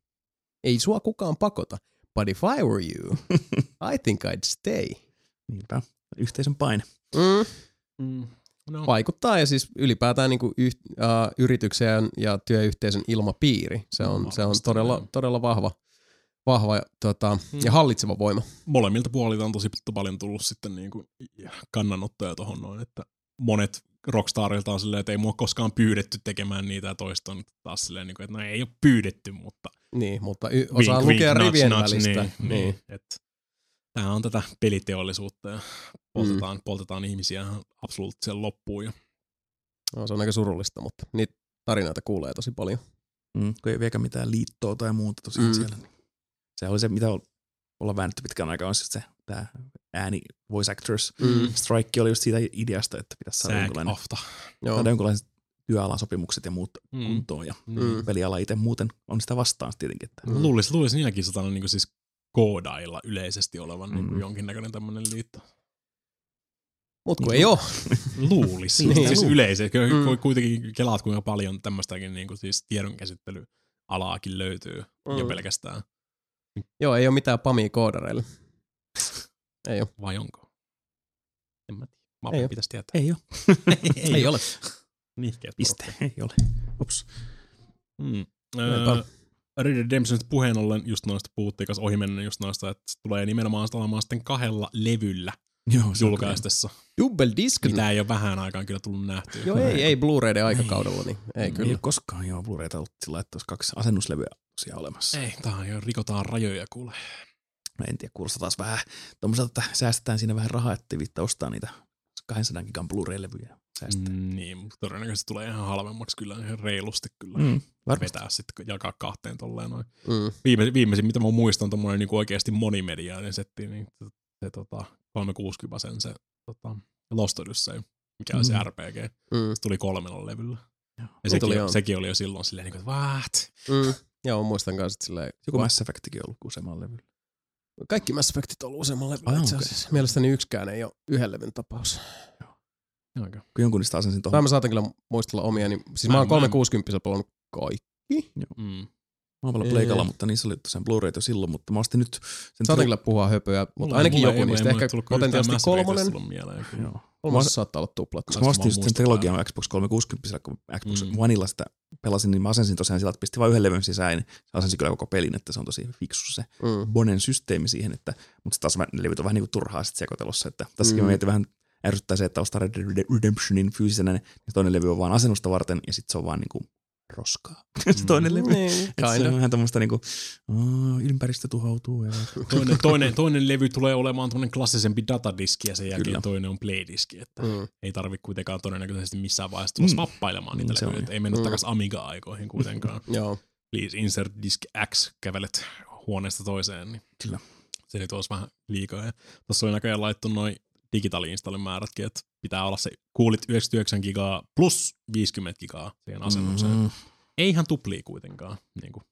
Ei sua kukaan pakota, but if I were you, I think I'd stay. Niinpä, yhteisön paine. Mm. Mm. No. Vaikuttaa ja siis ylipäätään niin kuin yh, äh, yrityksen ja työyhteisön ilmapiiri. Se on, No, se on varmasti todella, näin. todella vahva, vahva tota, Mm. ja hallitseva voima. Molemmilta puolilta on tosi paljon tullut sitten niin kuin kannanottoja tuohon noin, että monet Rockstarilta on silleen, että ei mua koskaan pyydetty tekemään niitä ja toista on taas silleen, niin kuin, että no ei ole pyydetty, mutta Niin, mutta y- osaa wink, lukea wink, rivien nudge, nudge, välistä. Niin, Niin. niin. Että tämä on tätä peliteollisuutta ja poltetaan, mm. poltetaan ihmisiä absoluuttisen loppuun. Ja No, se on aika surullista, mutta niitä tarinoita kuulee tosi paljon. Mm, kun ei vieläkään mitään liittoa tai muuta tosiaan Mm. siellä. Niin. Se oli se, mitä ollaan väännetty pitkään aikaa, on siis se tämä ääni voice actors Mm. strike oli just siitä ideasta, että pitäisi saada Sag jonkunlainen, ofta. Joo. saada jonkunlaiset työalasopimukset ja muut Mm. kuntoon. Ja Mm. peliala itse muuten on sitä vastaan tietenkin. Että Mm. Luulisin, luulisin niilläkin satana niin siis koodailla yleisesti olevan niin Mm. kuin jonkinnäköinen tämmöinen liitto. Mut kun ei oo. Luulisi. Niin, niin, siis luul- yleisesti. Mm. Kuitenkin kelaat, kuinka paljon tämmöistäkin niin kuin siis tiedonkäsittelyalaakin löytyy Mm. jo pelkästään. Joo, ei oo mitään pamia koodareille. Ei oo. Vai onko? En mä tiedä. Mä Ei oo. pitäisi tietää. ei ole. Ei, ei ole. Nihkeät Piste. Ei ole. Ups. Mm. Näinpä. Öö, Red Dead Redemption puheen ollen just noista puhuttiin kanssa ohimennen just noista, että se tulee nimenomaan olemaan sitten kahdella levyllä Joo, se on julkaistessa. Double disc. Mitä ei ole vähän aikaan kyllä tullut nähtyä. Joo, ei, ei Blu-rayden aikakaudella, niin ei Ei kyllä. ole koskaan joo Blu-rayta ollut sillä, että olisi kaksi asennuslevyä tosiaan olemassa. Ei, tää on jo rikotaan rajoja kuule. No en tiedä, kuulostaa taas vähän tommoselta, että säästetään siinä vähän rahaa, ettei viittaa ostaa niitä kaksisataa gigan Blu-ray-levyjä. Säästetään. Mm, niin, mutta todennäköisesti tulee ihan halvemmaksi kyllä, ihan reilusti kyllä. Mm, varmasti. Vetää sitten, jakaa kahteen tolleen noin. Mm. Viime, viimeisin, mitä mä muistan, tommonen niin oikeasti monimediainen setti, niin se, se tota, kolmesataakuusikymmentä sen se tota, Lost Odyssey, mikä oli se Mm. R P G. Mm. Se tuli kolmella levyllä. Joo. Ja Se sekin, tuli, joo. sekin oli jo silloin silleen, niin kuin, että what? Mm. Joo, muistan kanssa, että silleen, Joku Mass Effectikin on ollut useammalla levyllä. kaikki Mass Effectit on ollut useammalla Ai, levyllä itse okei. asiassa. Mielestäni yksikään ei ole yhden levyn tapaus. Okay. Kun jonkun niistä asensin Tai tuohon. mä saatan kyllä muistella omia, niin siis Mä- mä oon mä- kolmesataakuusikymmentä pelannut kaikki. Mm. Mä oon paljon Ee. pleikalla, mutta niissä oli tosiaan Blu-rayt jo silloin, mutta mä ostin nyt sen Saatan tri- kyllä puhua höpöä, mutta Mulla- ainakin mulla joku ei- niistä. ei mulle Ehkä tullut kyllä potentiaalisesti yhtään Mass Effectista kolmonen. silloin mieleen, kyllä. Joo. Kolmas Mä- saattaa olla tuplat. Koska mä Mä ostin just sen muistan trilogian Xbox kolmesataakuusikymmentä, kun Xbox Mm. Oneilla sitä pelasin, niin mä asensin tosiaan sillä, että pistin vain yhden levyn sisään, niin se asensi kyllä koko pelin, että se on tosi fiksu se Mm. Bonen systeemi siihen, että, mutta sitten taas mä- ne levyt on vähän niin kuin turhaa sitten sekoitelussa, että tässäkin Mm. mä mietin vähän ärsyttää se, että ostaa Red Dead Redemptionin fyysisenä, niin toinen levy on vaan asennusta varten, ja sitten se on vaan niin kuin roskaa. se toinen levy. Niin, Että se kinda. on vähän tämmöistä niinku, aah, ympäristö tuhoutuu. Ja Toinen, toinen, toinen levy tulee olemaan tuollainen klassisempi datadiski ja sen jälkeen Kyllä. toinen on playdiski, että Mm. ei tarvitse kuitenkaan todennäköisesti missään vaiheessa tulla Mm. swappailemaan niitä Niin se on levyjä. jo. Ei mennyt Mm. takaisin Amiga-aikoihin kuitenkaan. Joo. Please insert disk X, kävelet huoneesta toiseen, niin Kyllä. se nyt olisi vähän liikaa. Ja tuossa oli näköjään laittu noin digitaali-installin määrätkin, että pitää olla se, kuulit yhdeksänkymmentäyhdeksän gigaa plus viisikymmentä gigaa siihen asennukseen. Mm. Ei ihan tuplia kuitenkaan. Niin kuin.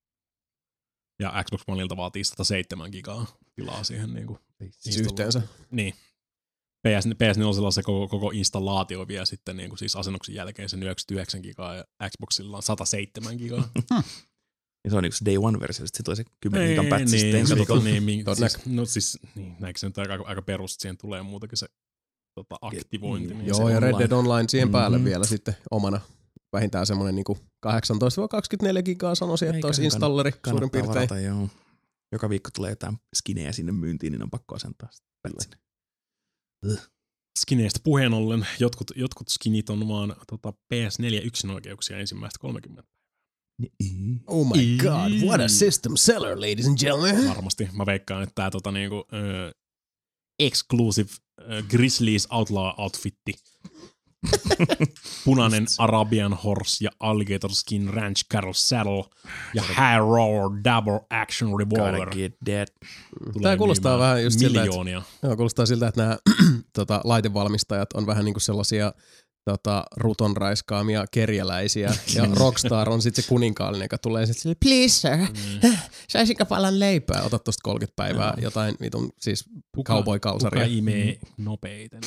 Ja Xbox Oneilta vaatii sata seitsemän gigaa tilaa siihen. Niin kuin, Siis yhteensä. niin. P S, P S neljä se koko, koko installaatio vie sitten niin kuin siis asennuksen jälkeen sen yhdeksänkymmentäyhdeksän gigaa ja Xboxilla on sata seitsemän gigaa. Ja se on niinku se day one versio, sitten tulee se kymmenen gigan patch sitten ensi niin, viikolla. niin, niin, Todennäkö- siis, no siis, niin, näinkö se nyt aika, aika perus, että siihen tulee muutakin se tota, aktivointi. Niin, Niin, Joo, se ja Red online. Dead Online siihen päälle Mhm. vielä sitten omana vähintään semmoinen niinku kahdeksantoista kaksikymmentäneljä gigaa sanoisin, että olisi Eiköhän installeri suurin Kannattaa piirtein. varata, joo. Joka viikko tulee jotain skinejä sinne myyntiin, niin on pakko asentaa sitten patchin. Skineistä puheen ollen, jotkut, jotkut skinit on vaan tota, P S neljä yksinoikeuksia ensimmäistä kolmekymmentä. Niin. Oh my god, what a system seller, ladies and gentlemen. Varmasti. Mä veikkaan, että tää tota, niinku, ö, exclusive ö, Grizzlies Outlaw outfitti. Punainen Arabian Horse ja Alligator Skin Ranch Cattle Saddle ja High Roar Double Action Revolver. Gotta get that. Tulee Tää kuulostaa myymään vähän just siltä, että- miljoonia. Joo, kuulostaa siltä, että nämä tota, laitevalmistajat on vähän niinku sellaisia tota, ruton raiskaamia kerjäläisiä, ja Rockstar on sitten se kuninkaallinen, joka tulee sitten silleen, please sir, Mm. saisinko palan leipää? Ota tosta kolmekymmentä päivää Joo. jotain vitun siis Kuka- cowboy-kalsaria. Kuka imee nopeiten?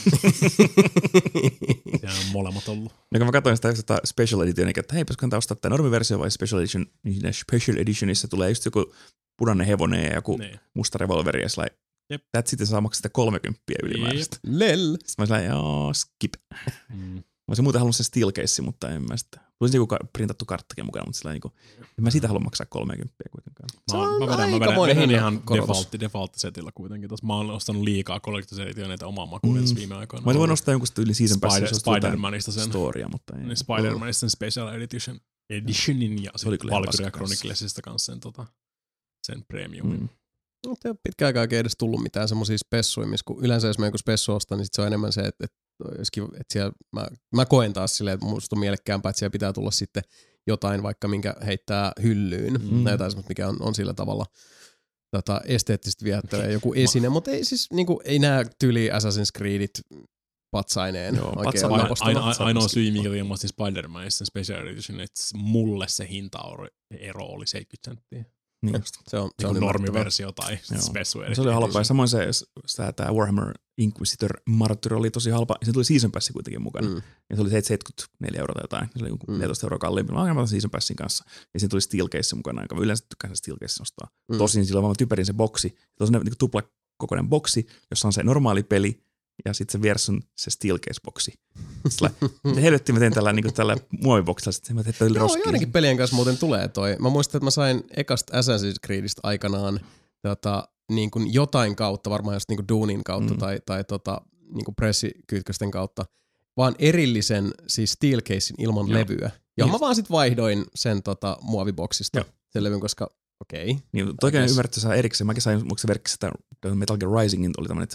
Sehän on molemmat ollut. No kun mä katsoin sitä, sitä Special Editionia, että hei, pitäisikö ostaa tämä normiversio vai Special Edition, niin siinä Special Editionissa tulee just joku punainen hevonen ja joku Niin. musta revolveri, ja sillä Jep. that's sitten saa maksaa sitä kolmekymmentä ylimääräistä. Lel. Sitten mä olin joo, skip. Mm. Mä olisin muuten halunnut sen steel case, mutta en mä sitä. Tulisi joku ka- printattu karttakin mukana, mutta sillä niinku, en mä siitä halua maksaa kolmekymmentä kuitenkaan. Se Mä, on mä vedän, mä vedän, aikamoinen vedän hinnan ihan korotus. defaultti, defaultti-setillä kuitenkin. Tossa mä oon ostanut liikaa Collector's Editioneita omaan makuun mm. viime aikoina. Mä olisin voinut ostaa jonkun sitten yli season passin, Spider, jos olisi jotain Spider-Manista sen, storia, mutta ei. niin Spider-Manista sen Special Edition, Editionin ja Se oli sitten kyllä ihan Valkyria paska kanssa. Chroniclesista kanssa sen, tota, sen premiumin. Mm. Mutta ei ole pitkään aikaa oikein edes tullut mitään semmoisia spessuja, missä kun yleensä jos mä joku spessu ostan, niin sit se on enemmän se, että, että, että siellä, mä, mä koen taas silleen, että musta on mielekkäämpää, että siellä pitää tulla sitten jotain vaikka minkä heittää hyllyyn, Mm. tai jotain semmoista, mikä on, on sillä tavalla tota, esteettisesti viehättävä joku esine, mutta ei siis niinku, ei nää tyyli Assassin's Creedit patsaineen Joo, oikein patsa- ole Aino, napostanut. aino, ainoa syy, minkä takia mä ostin Spider-Manista sen Special Edition, että mulle se hintaero oli seitsemänkymmentä senttiä. Niin just. Se on, se Se on on ymmärrettävää. normiversio tai Joo. Special Se Edition. oli halpa. Ja samoin se, se tämä Warhammer Inquisitor Martyr oli tosi halpa. Ja se tuli season passi kuitenkin mukana. Mm. Ja se oli seitsemänkymmentäneljä euroa tai jotain. Se oli joku Mm. neljätoista euroa kalliimpi. Mä oon season passin kanssa. Ja siinä tuli steel case mukana. Joka mä yleensä tykkään steel case nostaa. Mm. Tosin sillä on vaan typerin se boksi. Se on sellainen niin tupla kokoinen boksi, jossa on se normaali peli. Ja sitten se vieressä on se steel case boksi. Sillä helvetti mä teen tällä, niin tällä muoviboksilla. Sitten mä teen tällä Joo, roskiin. joidenkin pelien kanssa muuten tulee toi. Mä muistan, että mä sain ekasta Assassin's Creedistä aikanaan tota, niin kuin jotain kautta, varmaan just niin kuin Doonin kautta Mm. tai, tai tota, niin kuin pressikytkösten kautta, vaan erillisen siis steel casein ilman Joo. levyä. Ja Niin. mä vaan sit vaihdoin sen tota, muoviboksista Joo. sen levyn, koska okei. Okay. Niin, toki Yes. ymmärrät, että saa erikseen. Mäkin sain, muista verkkissä tämä Metal Gear Risingin oli tämmöinen, että se on niin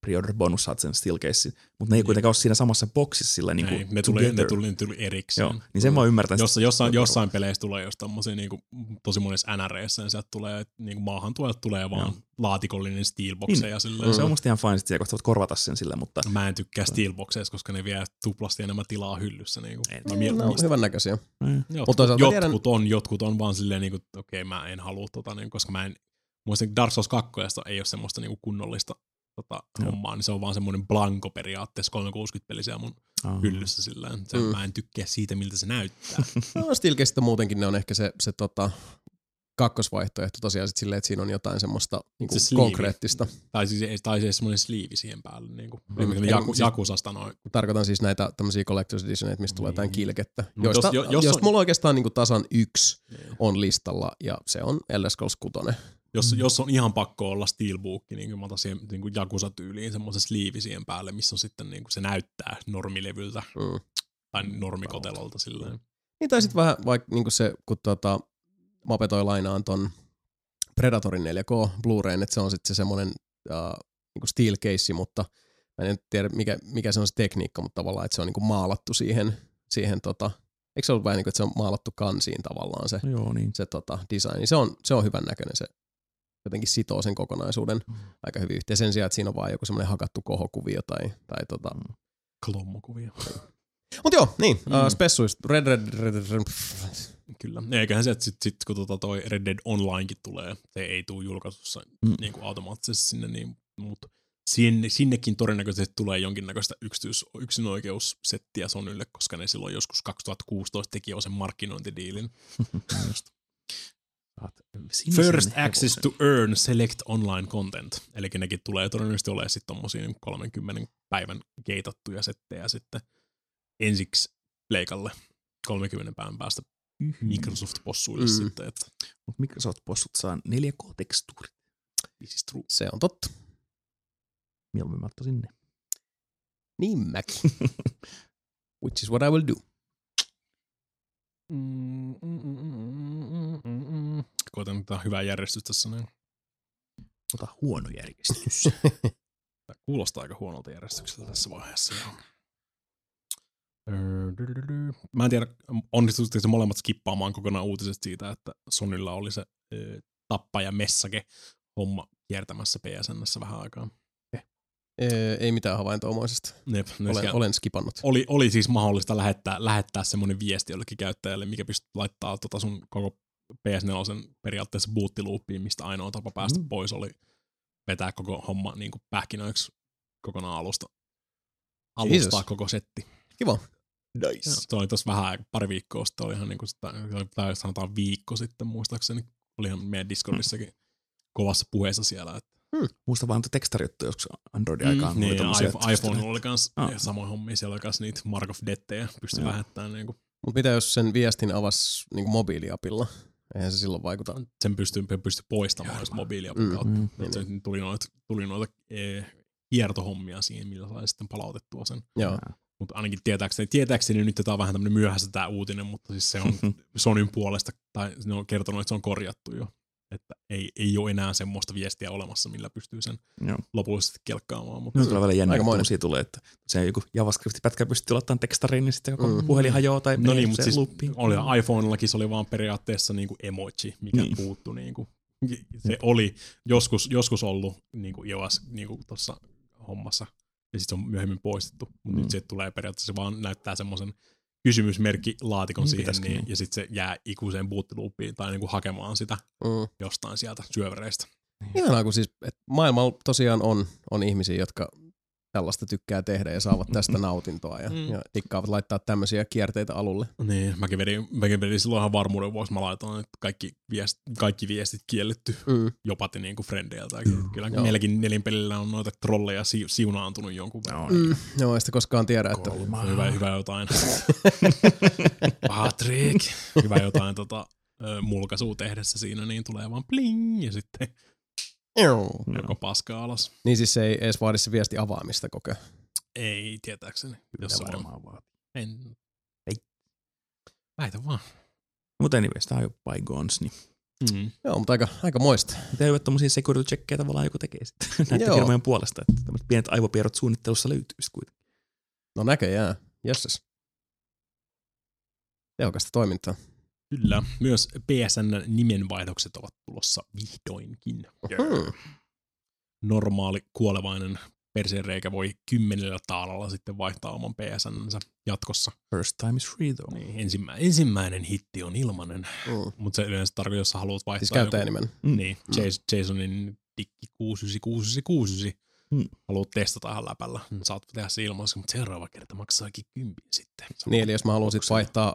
pre-order bonus saat sen Steelcasein, mutta ne ei kuitenkaan ole siinä samassa boksissa sillä niin kuin ne tuli, ne tuli, ne tuli erikseen. Joo, niin sen mä ymmärtän. Joss, jossain, jossain peleissä tulee jos tommosia niin kuin, tosi monessa N R E:ssä, niin sieltä tulee, niin kuin maahan tuojalta tulee vaan Joo. laatikollinen steelboxeja. Niin. Mm. Se on musta ihan fine, että siellä kohta voit korvata sen sillä, mutta... Mä en tykkää steelboxeissa, koska ne vie tuplasti enemmän tilaa hyllyssä. Niin kuin. Mä miel- no, hyvän näköisiä. Mm. Jotkut, jotkut, tiedän... on, jotkut on vaan silleen, niin kuin, että okei, okay, mä en halua tota, niin, koska mä en... Muistan, Dark Souls kaksi ei ole semmoista niin kuin kunnollista tota, hommaa, niin se on vaan semmoinen blanko periaatteessa kolmesataakuusikymmentä-peli siellä mun Aha. hyllyssä silleen. Se, mm. Mä en tykkää siitä, miltä se näyttää. No Steelcaseista muutenkin ne on ehkä se, se tota, kakkosvaihtoehto tosiaan sit silleen, että siinä on jotain semmoista niinku se konkreettista. Tai siis, tai siis semmoinen sleevi siihen päälle. Niinku. Mm. Jaku, siis, Jakusasta noin. Tarkoitan siis näitä tämmöisiä Collector's Editioneita, mistä mm. tulee jotain kilkettä. No, josta, jos, jos, jos on, mulla oikeastaan niinku tasan yksi yeah. on listalla ja se on Elder Scrolls kuusi. Jos, mm. jos on ihan pakko olla steelbook, niin kyllä mä otan siihen niin kuin Jakusa-tyyliin semmoisen sleevi siihen päälle, missä on sitten niin kuin se näyttää normilevyltä mm. tai normikotelolta silleen. Niin tai sitten vähän vaikka niin kuin se, kun tota, Mape toi lainaan ton Predatorin neljä K Blu-rayn, että se on sitten se semmoinen uh, niin steel case, mutta mä en tiedä mikä, mikä se on se tekniikka, mutta tavallaan, että se on niin kuin maalattu siihen, siihen tota, eikö se ollut vähän niin kuin, että se on maalattu kansiin tavallaan se, Joo, niin. se tota, design. Se on, se on hyvän näköinen se. Jotenkin sitoo sen kokonaisuuden mm. aika hyvin yhteen. Sen sijaan, että siinä on vaan joku semmoinen hakattu kohokuvio tai, tai tota... Klommokuvio. Mut joo, niin. Mm. Uh, spessuista. Red Red Red Red... Kyllä. Eiköhän se, että sit, sit, kun tota toi Red Dead Onlinekin tulee, se ei tule julkaisussa mm. niin kuin automaattisesti sinne, niin, mutta sinne, sinnekin todennäköisesti tulee jonkinnäköistä yksityis, yksinoikeussettiä Sonylle, koska ne silloin joskus kaksituhattakuusitoista teki jo sen markkinointidiilin. First access to earn select online content. Eli nekin tulee todennäköisesti olemaan sitten tommosia kolmenkymmenen päivän keitattuja settejä sitten ensiksi Pleikalle kolmenkymmenen päivän päästä Microsoft-possuille mm. sitten. Että. Mut Microsoft-possut saa neljä K-tekstuurit. Se on totta. Mieluummin mä ottaisin ne. Niin mäkin. Which is what I will do. Mm, mm, mm, mm, mm, mm. Koitan ottaa hyvää järjestystä tässä näin. Ota huono järjestys. Tämä kuulostaa aika huonolta järjestykseltä tässä vaiheessa. Mä en tiedä, onnistutko molemmat skippaamaan kokonaan uutiset siitä, että Sonylla oli se tappaja message homma kiertämässä P S N:ssä vähän aikaa. Ei mitään havaintoomaisesta. Jep, olen, olen skipannut. Oli, oli siis mahdollista lähettää, lähettää semmoinen viesti jollekin käyttäjälle, mikä pystyt laittaa tota sun koko P S neljä periaatteessa boottiloopiin, mistä ainoa tapa päästä mm. pois oli vetää koko homma niin kuin pähkinöiksi kokonaan alusta. Alustaa Jesus. Koko setti. Kiva. Nice. Ja, se oli tossa vähän pari viikkoa sitten, oli ihan niin kuin sitä, tai sanotaan viikko sitten muistaakseni, oli ihan meidän Discordissakin mm. kovassa puheessa siellä, että Hmm. Muista vaan tekstarijuttu joskus Android-aikaan. Mm, niin, iPhone, iPhone oli kans ah. samoin hommia, siellä oli kans niitä Mark of Dettejä, pystyi lähettämään. Niin mutta mitä jos sen viestin avasi niin mobiiliapilla? Eihän se silloin vaikuta. Sen pystyy, pystyy poistamaan jos mobiiliapin mm, kautta. Mm, niin. Tuli noita, tuli noita e, hiertohommia siihen, millä sai sitten palautettua sen. Mutta ainakin tietääkseni, tietääkseni nyt tämä on vähän tämmöinen myöhässä tämä uutinen, mutta siis se on Sonyn puolesta, tai ne on kertonut, että se on korjattu jo. Että ei, ei ole enää semmoista viestiä olemassa, millä pystyy sen Joo. lopullisesti kelkkaamaan. Mutta nyt tulee vielä jännä, kun uusia tulee, että se joku JavaScript-pätkä pystyy laittamaan tekstariin, niin sitten koko mm. puhelin hajoaa tai no niin, mutta siis loopiin. Oli iPhonellakin se oli vaan periaatteessa niinku emoji, mikä niin. puuttui. Niinku. Se oli joskus, joskus ollut niinku iOS niinku tuossa hommassa, ja sitten se on myöhemmin poistettu. Mutta mm. nyt se tulee periaatteessa, se vaan näyttää semmoisen kysymysmerkkilaatikon mm, siihen, niin, ja sitten se jää ikuiseen boottiloopiin tai niinku hakemaan sitä mm. jostain sieltä syövereistä. Ihanaa, kun siis, että maailmalla tosiaan on, on ihmisiä, jotka tällaista tykkää tehdä ja saavat tästä nautintoa ja, mm. ja tikkaavat laittaa tämmöisiä kierteitä alulle. Niin, mäkin vedin, mäkin vedin silloin ihan varmuuden vuoksi, mä laitoin, että kaikki, viest, kaikki viestit kielletty, mm. jopati niinku frendeiltä. Mm. Kyllä Joo. meilläkin nelinpelillä on noita trolleja si- siunaantunut jonkun verran. Mm. Joo, ei sitä koskaan tiedä, että... Hyvä, hyvä jotain. Patrick! Hyvä jotain tota, mulkaisua tehdessä siinä, niin tulee vaan bling ja sitten... Joo. Joko paskaa alas. Niin siis se ei edes vaadi se viesti avaamista kokea. Ei tietääkseni. Jos se varmaan vaati. En. Ei. Väitä vaan. Mutta anyways, tää on jo bygones, niin Mm. Joo, mutta aika, aika moista. Mitä hyvät tommosia security checkkejä tavallaan joku tekee sitten näiden Joo. firmojen puolesta, että tämmöiset pienet aivopierrot suunnittelussa löytyisi kuitenkin. No näköjään. Jesses. Tehokasta toimintaa. Kyllä. Myös P S N nimenvaihdokset ovat tulossa vihdoinkin. Hmm. Normaali kuolevainen perseenreikä voi kymmenellä taalalla sitten vaihtaa oman P S N:nsä jatkossa. First time is free though. Niin, ensimmä, ensimmäinen hitti on ilmanen, Mm. mutta se yleensä tarkoittaa, jos sä haluat vaihtaa Siis käyttäjänimen. Mm. Niin, Jas- Jasonin dikki kuusi yhdeksän kuusi yhdeksän kuusi yhdeksän. Mm. Haluat testata ihan läpällä. Saat tehdä se ilmaisen, mutta seuraava kerta maksaakin kympin sitten. Niin, eli jos mä haluan sit vaihtaa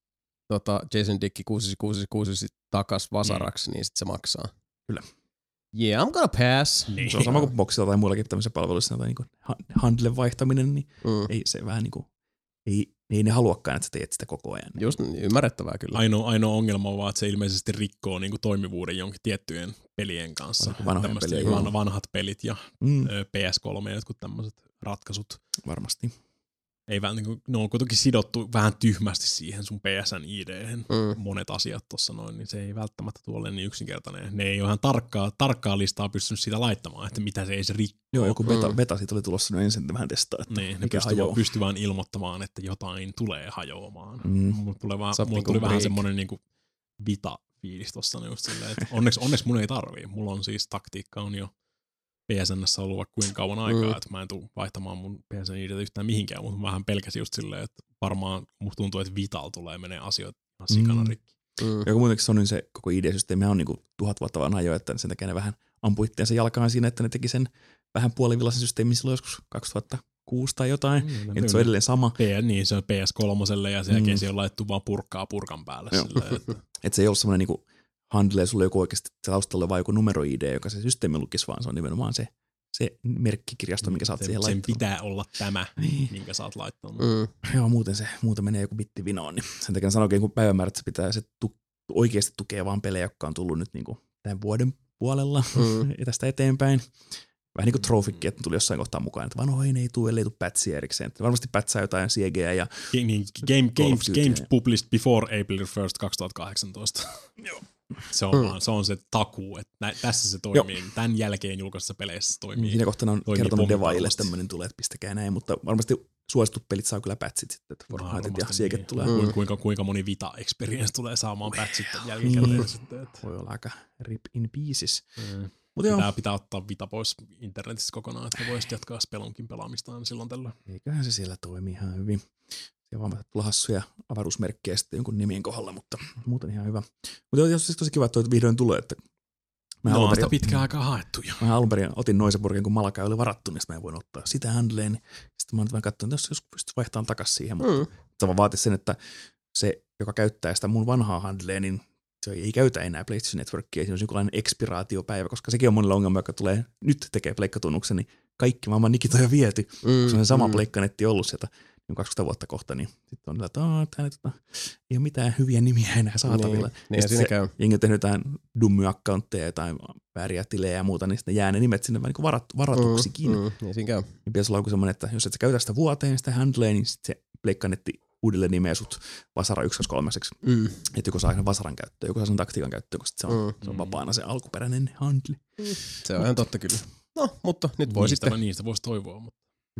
tota, Jason Dick kuusi kuusi kuusi sit takas vasaraksi, mm. niin sit se maksaa. Kyllä. Yeah, I'm gonna pass. Niin. Se on sama kuin Boxilla tai muillakin tämmöisissä palveluissa, tai niin handle vaihtaminen, niin Mm. ei se vähän niin kuin, ei, ei ne haluakaan, että sä teet sitä koko ajan. Just ymmärrettävää kyllä. Ainoa, ainoa ongelma on vaan, että se ilmeisesti rikkoo niinku toimivuuden jonkin tiettyjen pelien kanssa. Vanhojen Tämmöset pelien, van, joo. vanhat pelit ja Mm, ö, P S kolme ja jotkut tämmöiset ratkaisut. varmasti. Ei vähän, niinku, ne on kuitenkin sidottu vähän tyhmästi siihen sun P S N I D:hen. Mm. Monet asiat tuossa noin, niin se ei välttämättä tuolle niin yksinkertainen. Ne ei ole ihan tarkkaa, tarkkaa listaa pystynyt siitä laittamaan, että mitä se ei se rikko. Joo, joku beta, Mm. beta siitä oli tulossa, niin ensin vähän testaa, että Niin, ne mikä pystyy, hajoaa. pystyy vaan ilmoittamaan, että jotain tulee hajoamaan. Mm. Mulla tulee, vaan, Something mulla tuli vähän break. semmonen niinku vita-fiilis tossa niin just silleen, että onneksi, onneksi mun ei tarvii. Mulla on siis taktiikka on jo P S N:ssä ollut vaikka kuinka kauan aikaa, Mm. että mä en tule vaihtamaan mun P S N I D:tä yhtään mihinkään, mutta mä vähän pelkäsin just silleen, että varmaan musta tuntuu, että Vital tulee menee asioita ihan sikana Mm. rikki. Mm. Ja kun muutenkin Sonyn se koko I D-systeemi on niinku tuhat vuotta vanha jo, että sen takia ne vähän ampui itseänsä jalkaan siinä, että ne teki sen vähän puolivillaisen systeemin silloin joskus kaksituhattakuusi tai jotain. Mm, Nyt se on edelleen sama. P, niin, se on P S kolme ja sen Mm. jälkeen siellä on laittu vaan purkkaa purkan päälle. Joo. Silleen, että Että se ei ole semmoinen niinku handle, ja sulla on joku oikeasti taustalla vaan joku numero I D, joka se systeemi lukisi, vaan se on nimenomaan se, se merkkikirjasto, mikä sä oot sen, siihen sen laittanut. pitää olla tämä, Niin. minkä sä oot laittanut. Mm. Joo, muuten se muuten menee joku bitti vinoon, niin sen takia sanoikin, kun päivämäärät se pitää, se tu, oikeasti tukee vaan pelejä, jotka on tullut nyt niinku tämän vuoden puolella Mm. ja tästä eteenpäin. Vähän niin kuin Trophikin, että tuli jossain kohtaa mukaan, että vanhoihin ei tule, ellei tule pätsiä erikseen. Että varmasti pätsää jotain C G:ää ja Niin, game, Call of games, Duty. games published before April first kaksituhattakahdeksantoista. Joo. Se on, Mm. vaan, se on se takuu, että nä, tässä se toimii. Joo. Tämän jälkeen julkaisessa peleissä se toimii. siinä kohtaa on toimii kertonut devaille, pommivarmasti. että tämmöinen tulee, että pistäkää näin, mutta varmasti suositut pelit saa kyllä pätsit sitten, että Fortnite ja C G tulee. Niin. Mm. Kuinka, kuinka moni Vita Experience tulee saamaan patchit jälkikäteen Niin. sitten. Että. Voi olla aika rip in pieces. Mm. Mutta joo, Pitää, pitää ottaa Vita pois internetistä kokonaan, että voisit jatkaa Spelunkin pelaamistaan silloin tällöin. eiköhän se siellä toimi ihan hyvin. Ja vaan tulla hassuja avaruusmerkkejä sitten jonkun nimien kohdalla, mutta muuten ihan hyvä. Mutta jos siis tosi kiva, että toi vihdoin tulee, että mä No alun on sitä perin- pitkään aikaa haettu jo. Mä alun perin otin Noiseburgin, kun Malaka oli varattu, niin sitten mä en voinut ottaa sitä handleen. Sitten mä oon vaan katsonut, että jos, jos pystyt vaihtamaan takaisin siihen, mutta Mm. se vaan vaatii sen, että se, joka käyttää sitä mun vanhaa handlea, niin se ei käytä enää PlayStation Networkia, siinä on jonkinlainen ekspiraatiopäivä, koska sekin on monilla ongelma, joka tulee nyt tekee pleikkatunnuksen, niin kaikki maailman nikit on jo viety. Mm. Se on se sama mm. pleikkanetti ollut sieltä niin kaksikymmentä vuotta kohta, niin sitten on että aah, täällä tota, ei ole mitään hyviä nimiä enää saatavilla. Niin, niin ja siinä se, käy. jengi on tehnyt jotain dummy-accountteja, jotain vääriä tilejä ja muuta, niin sitten jää ne nimet sinne vähän niin kuin varat, varatuksikin. Mm, mm, niin siinä käy. Niin pitäisi olla joku semmoinen, että jos et sä käytä sitä vuoteen sitä handlea, niin sitten se pleikkanetti uudelleen nimeä sut Vasara yksi kaksi kolme. Mm. Että joku saa sen Vasaran käyttöön, joku saa sen taktiikan käyttöön, koska se on, Mm. se on vapaana se alkuperäinen handle. Se on ihan totta kyllä. No, mutta nyt voi Niistä, sitten. niistä voisi toivoa, mutta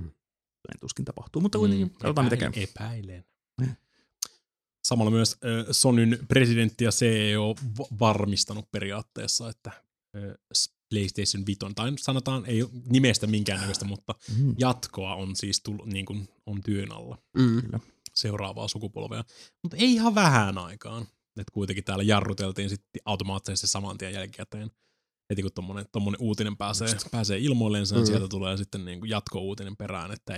Näin tuskin tapahtuu, mutta kuitenkin Mm, katsotaan mitä käy. epäilen- Epäilen. Niin. Samalla myös äh, Sonyn presidentti ja C E O v- varmistanut periaatteessa, että äh, PlayStation Viton, tai sanotaan ei ole nimestä minkäännäköistä, mutta Mm. jatkoa on siis tullut, niin kuin on työn alla Mm. seuraavaa sukupolvea. Mutta ei ihan vähän aikaan. Että kuitenkin täällä jarruteltiin sitten automaattisesti saman tien jälkikäteen. Heti kun tommonen, tommonen uutinen pääsee, pääsee ilmoilleen, sen Mm. sieltä tulee sitten niinku jatko-uutinen perään, että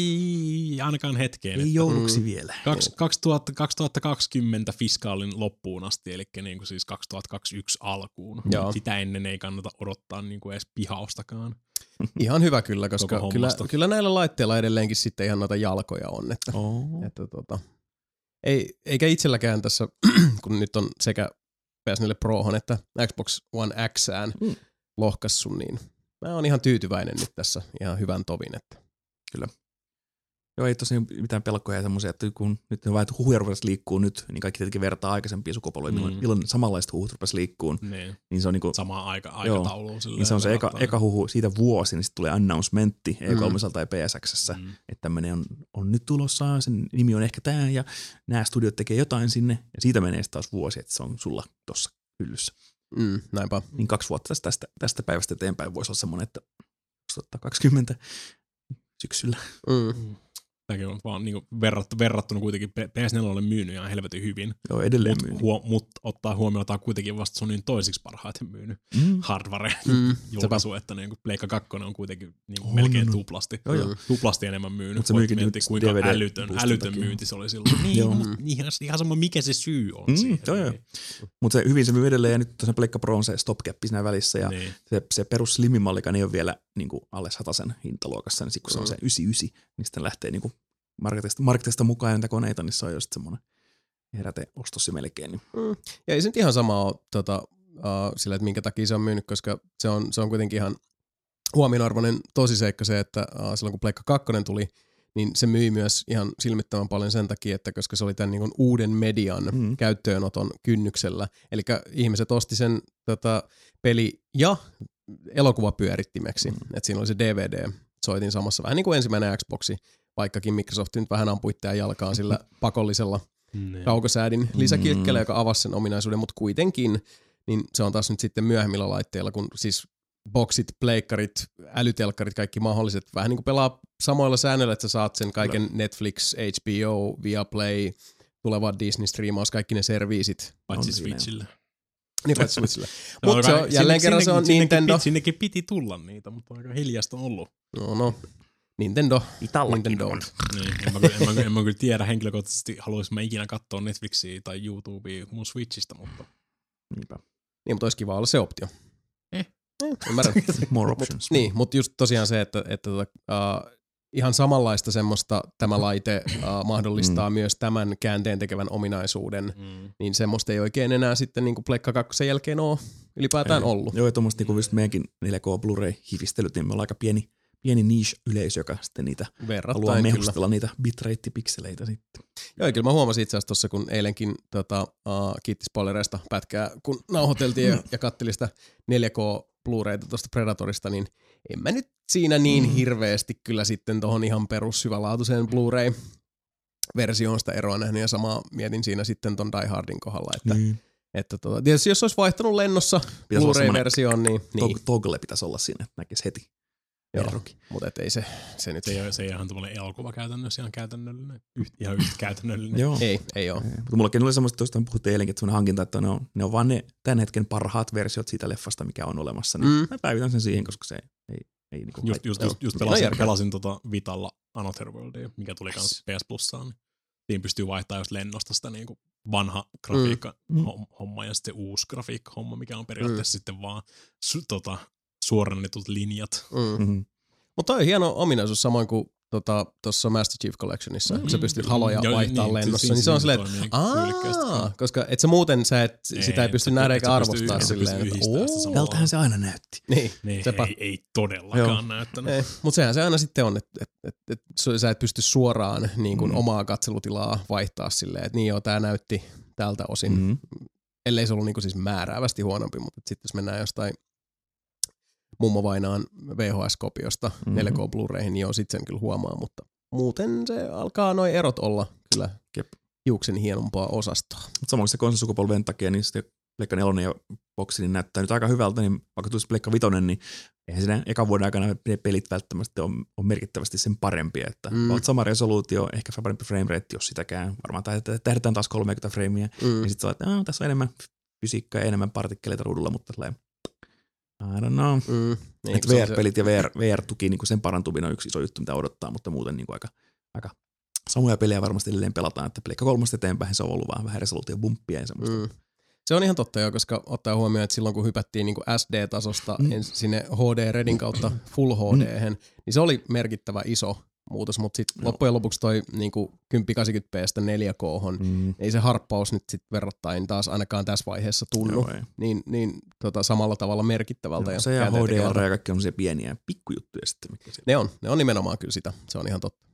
ei ainakaan hetkeen. Ei että jouluksi Mm. vielä. Kaks- kaksituhatta kaksituhattakaksikymmentä fiskaalin loppuun asti, eli niinku siis kaksituhattakaksikymmentäyksi alkuun. Joo. Sitä ennen ei kannata odottaa niinku edes pihaustakaan. Ihan hyvä kyllä, koska Koko kyllä, hommasta. kyllä näillä laitteilla edelleenkin sitten ihan noita jalkoja on. Että, Oh. että tota, ei, eikä itselläkään tässä, kun nyt on sekä P S neljä Prohon että Xbox One Xään Mm. lohkassu, niin mä oon ihan tyytyväinen nyt tässä ihan hyvän tovin. Että. Joo, ei tosiaan mitään pelkoja ja semmoisia, että kun nyt ne vaan, että huhuja rupesi liikkuu nyt, niin kaikki tietenkin vertaa aikaisempia sukupolvia, mm. milloin, milloin samanlaiset huhut rupesi liikkuun. Niin. Niin se on niinku, samaa aika, aikataulua. Niin se on se eka, eka huhu siitä vuosi, niin sitten tulee announcementti E kolme Mm. tai P S X:ssä, Mm. että tämmöinen on, on nyt tulossa, sen nimi on ehkä tää ja nämä studiot tekee jotain sinne ja siitä menee sitten taas vuosi, että se on sulla tossa hyllyssä. Mm, näinpä. Niin kaksi vuotta tästä, tästä, tästä päivästä eteenpäin voisi olla semmoinen, että kaksituhattakaksikymmentä syksyllä. Mm. Tämäkin on vaan niin verrattu, verrattuna kuitenkin P S neljä on myynyt ihan helvetin hyvin. Joo, edelleen Mutta myynyt. huo, mut ottaa huomioon, että on kuitenkin vasta Sonyn toisiksi parhaiten myynyt Mm. hardware Mm. julkaisu, että niin kuin Pleikka kaksi on kuitenkin niin kuin On, melkein on. tuplasti. Joo, joo. Tuplasti enemmän myynyt. Mut se Voit myykin miettiä, nyt kuinka D V D älytön, boostin älytön takia. myynti se oli silloin. Niin, Joo. mutta ihan, ihan sama mikä se syy on Mm, siihen. joo, joo. Niin. Mutta se hyvin se myy edelleen ja nyt tosiaan Pleikka Pro on se stopgap siinä välissä ja Niin. se, se perus slimmimallikaan ei ole vielä niin kuin alle satasen hintaluokassa, niin sit kun se on se yhdeksänkymmentäyhdeksän, niin sitten lähtee niin kuin marketista, marketista mukaan näitä koneita, niin se on jo sitten semmoinen heräte ostos melkein. Niin. Mm. Ja ei se nyt ihan sama ole tota, uh, sillä, että minkä takia se on myynyt, koska se on, se on kuitenkin ihan huomionarvoinen tosiseikka se, että uh, silloin kun Pleikka kaksi tuli, niin se myi myös ihan silmittävän paljon sen takia, että koska se oli tämän niin kuin uuden median Mm. käyttöönoton kynnyksellä. Eli ihmiset osti sen tota, peli- ja elokuvapyörittimeksi. Mm. Että siinä oli se D V D-soitin samassa, vähän niin kuin ensimmäinen Xboxi, vaikkakin Microsoft nyt vähän ampui itseään jalkaan sillä pakollisella Niin. kaukosäädin lisäkilkkellä, joka avasi sen ominaisuuden, mutta kuitenkin niin se on taas nyt sitten myöhemmillä laitteilla, kun siis boxit, pleikkarit, älytelkkarit, kaikki mahdolliset, vähän niin kuin pelaa samoilla säännöillä, että sä saat sen kaiken Kyllä. Netflix, H B O, Viaplay, tuleva Disney-striimaus, kaikki ne serviisit. Paitsi On siinä. Switchille. Niin paitsi Switchille. No, Mutta se on, jälleen kerran se on sinnekin, Nintendo. Sinnekin, sinnekin piti tulla niitä, mutta aika hiljasta on ollut. No no, Nintendo. Itallakin Nintendo. on. Niin, en, mä, kyllä- en, mä, en mä kyllä tiedä henkilökohtaisesti, haluaisin mä ikinä katsoa Netflixiä tai YouTubea mun Switchistä, mutta Niinpä. Niin, mutta olisi kiva olla se optio. Eh. Eh, ymmärrän. More Mut, options. niin, mutta just tosiaan se, että, että tota, uh, ihan samanlaista semmoista tämä laite uh, mahdollistaa mm. myös tämän käänteen tekevän ominaisuuden, mm. niin semmoista ei oikein enää sitten niin kuin Pleikka kakkosen jälkeen ole ylipäätään Ei. ollut. Joo, ja tuommoista niin just meidänkin neljä K Blu-ray-hivistelyt, niin me ollaan aika pieni, pieni niche-yleisö, joka sitten niitä haluaa Verrattain kyllä. mehustella niitä bitrate-pikseleitä sitten. Joo, kyllä mä huomasin itse asiassa tuossa, kun eilenkin tota, uh, kiitti spoilereista pätkää, kun nauhoiteltiin ja, ja kattelin sitä neljä K Blu-rayta tuosta Predatorista, niin en mä nyt siinä niin Mm. hirveästi kyllä sitten tohon ihan perussyvälaatuiseen Blu-ray-versioon sitä eroa nähnyt, ja samaa mietin siinä sitten ton Die Hardin kohdalla, että, Niin. että tota, tietysti jos olisi vaihtanut lennossa Pitäisi olla Blu-ray-versioon, niin, niin Tog- Toggle pitäisi olla siinä, että näkisi heti. joo, Erokin. mutta ei se, se nyt, Se ei, ole, se ei ole ihan tämmöinen elokuva käytännössä, ihan käytännöllinen. Yht, ihan yhtä käytännöllinen. Joo. ei, ei ole. Ei, mutta mullakin oli semmoista, josta puhuttiin eilenkin, että semmoinen hankinta, että ne on, ne on vaan ne tämän hetken parhaat versiot siitä leffasta, mikä on olemassa. Niin Mm. mä päivitän sen siihen, koska se ei, ei, ei niinku Just, just, Joo. just, just No pelasin, järkeä. pelasin tota Vitalla Another Worldia, mikä tuli kans P S Plussaan. Niin siinä pystyy vaihtamaan just lennosta sitä niinku vanha grafiikka Mm. homma ja sitten uusi grafiikka homma, mikä on periaatteessa mm. sitten vaan su, tota, suorannetut linjat. Mm. Mm-hmm. Mutta toi on hieno ominaisuus, samoin kuin tuossa tota, Master Chief Collectionissa, mm. kun sä pystyt haloja Joo, vaihtaa niin, lennossa, siis niin se on siinä silleen, toimii että tyylikkäästi. aah, koska et sä muuten sä et, Ei, sitä ei pysty et sä- nähdä et eikä sä arvostaa pysty- et sä silleen, pysty että yhdistämään sitä oo. samalla. Tältähän se aina näytti. Niin, Niin, sepä. ei, ei todellakaan Joo. näyttänyt. Ei, mutta sehän se aina sitten on, että et, et, et, sä et pysty suoraan niin kuin Mm. omaa katselutilaa vaihtaa silleen, että niin joo, tää näytti tältä osin, Mm-hmm. ellei se ollut niin kuin siis määräävästi huonompi, mutta sitten jos mennään jostain mummo vainaan V H S-kopiosta Mhm. neljä K Blu-rayhin, niin joo, sit sen kyllä huomaa, mutta muuten se alkaa noi erot olla kyllä Jep. hiuksen hienompaa osastoa. Mutta samoin se konsolisukupolven takia, niin sitten Pleikka nelonen ja boksi niin näyttää nyt aika hyvältä, niin vaikka tulisi Pleikka vitonen, niin eihän siinä ekan vuoden aikana ne pelit välttämättä on, on merkittävästi sen parempia. Että Mm. mm. olet sama resoluutio, ehkä parempi frame rate, jos sitäkään. Varmaan tähdetään taas kolmekymmentä frameja. Mm. Ja sitten sä olet, että tässä on enemmän fysiikkaa ja enemmän partikkeleita ruudulla, mutta tälleen, I don't know. Mm. Niin, Että kun se on V R-pelit ja V R, V R-tuki, niin sen parantuminen on yksi iso juttu, mitä odottaa, mutta muuten niin kuin aika, aika samoja pelejä varmasti edelleen pelataan, että Pleikka kolmosta eteenpäin se on ollut vaan vähän resoluutiobumppia ja semmoista. Mm. Se on ihan totta jo, koska ottaa huomioon, että silloin kun hypättiin niin kuin S D-tasosta Mm. mm. sinne H D-redin kautta Full H D-hän, niin se oli merkittävä iso muutos, mutta sitten Joo. loppujen lopuksi toi niin kuin kymmenen kahdeksankymmentä p neljä K-hon, Mm. ei se harppaus nyt sitten verrattain taas ainakaan tässä vaiheessa tunnu Joo, ei. niin, niin tota, samalla tavalla merkittävältä. Joo, se ja H käänteen D R tekevältä. ja kaikki on se pieniä pikkujuttuja sitten. Mitkä se... Ne on, ne on nimenomaan kyllä sitä, se on ihan totta.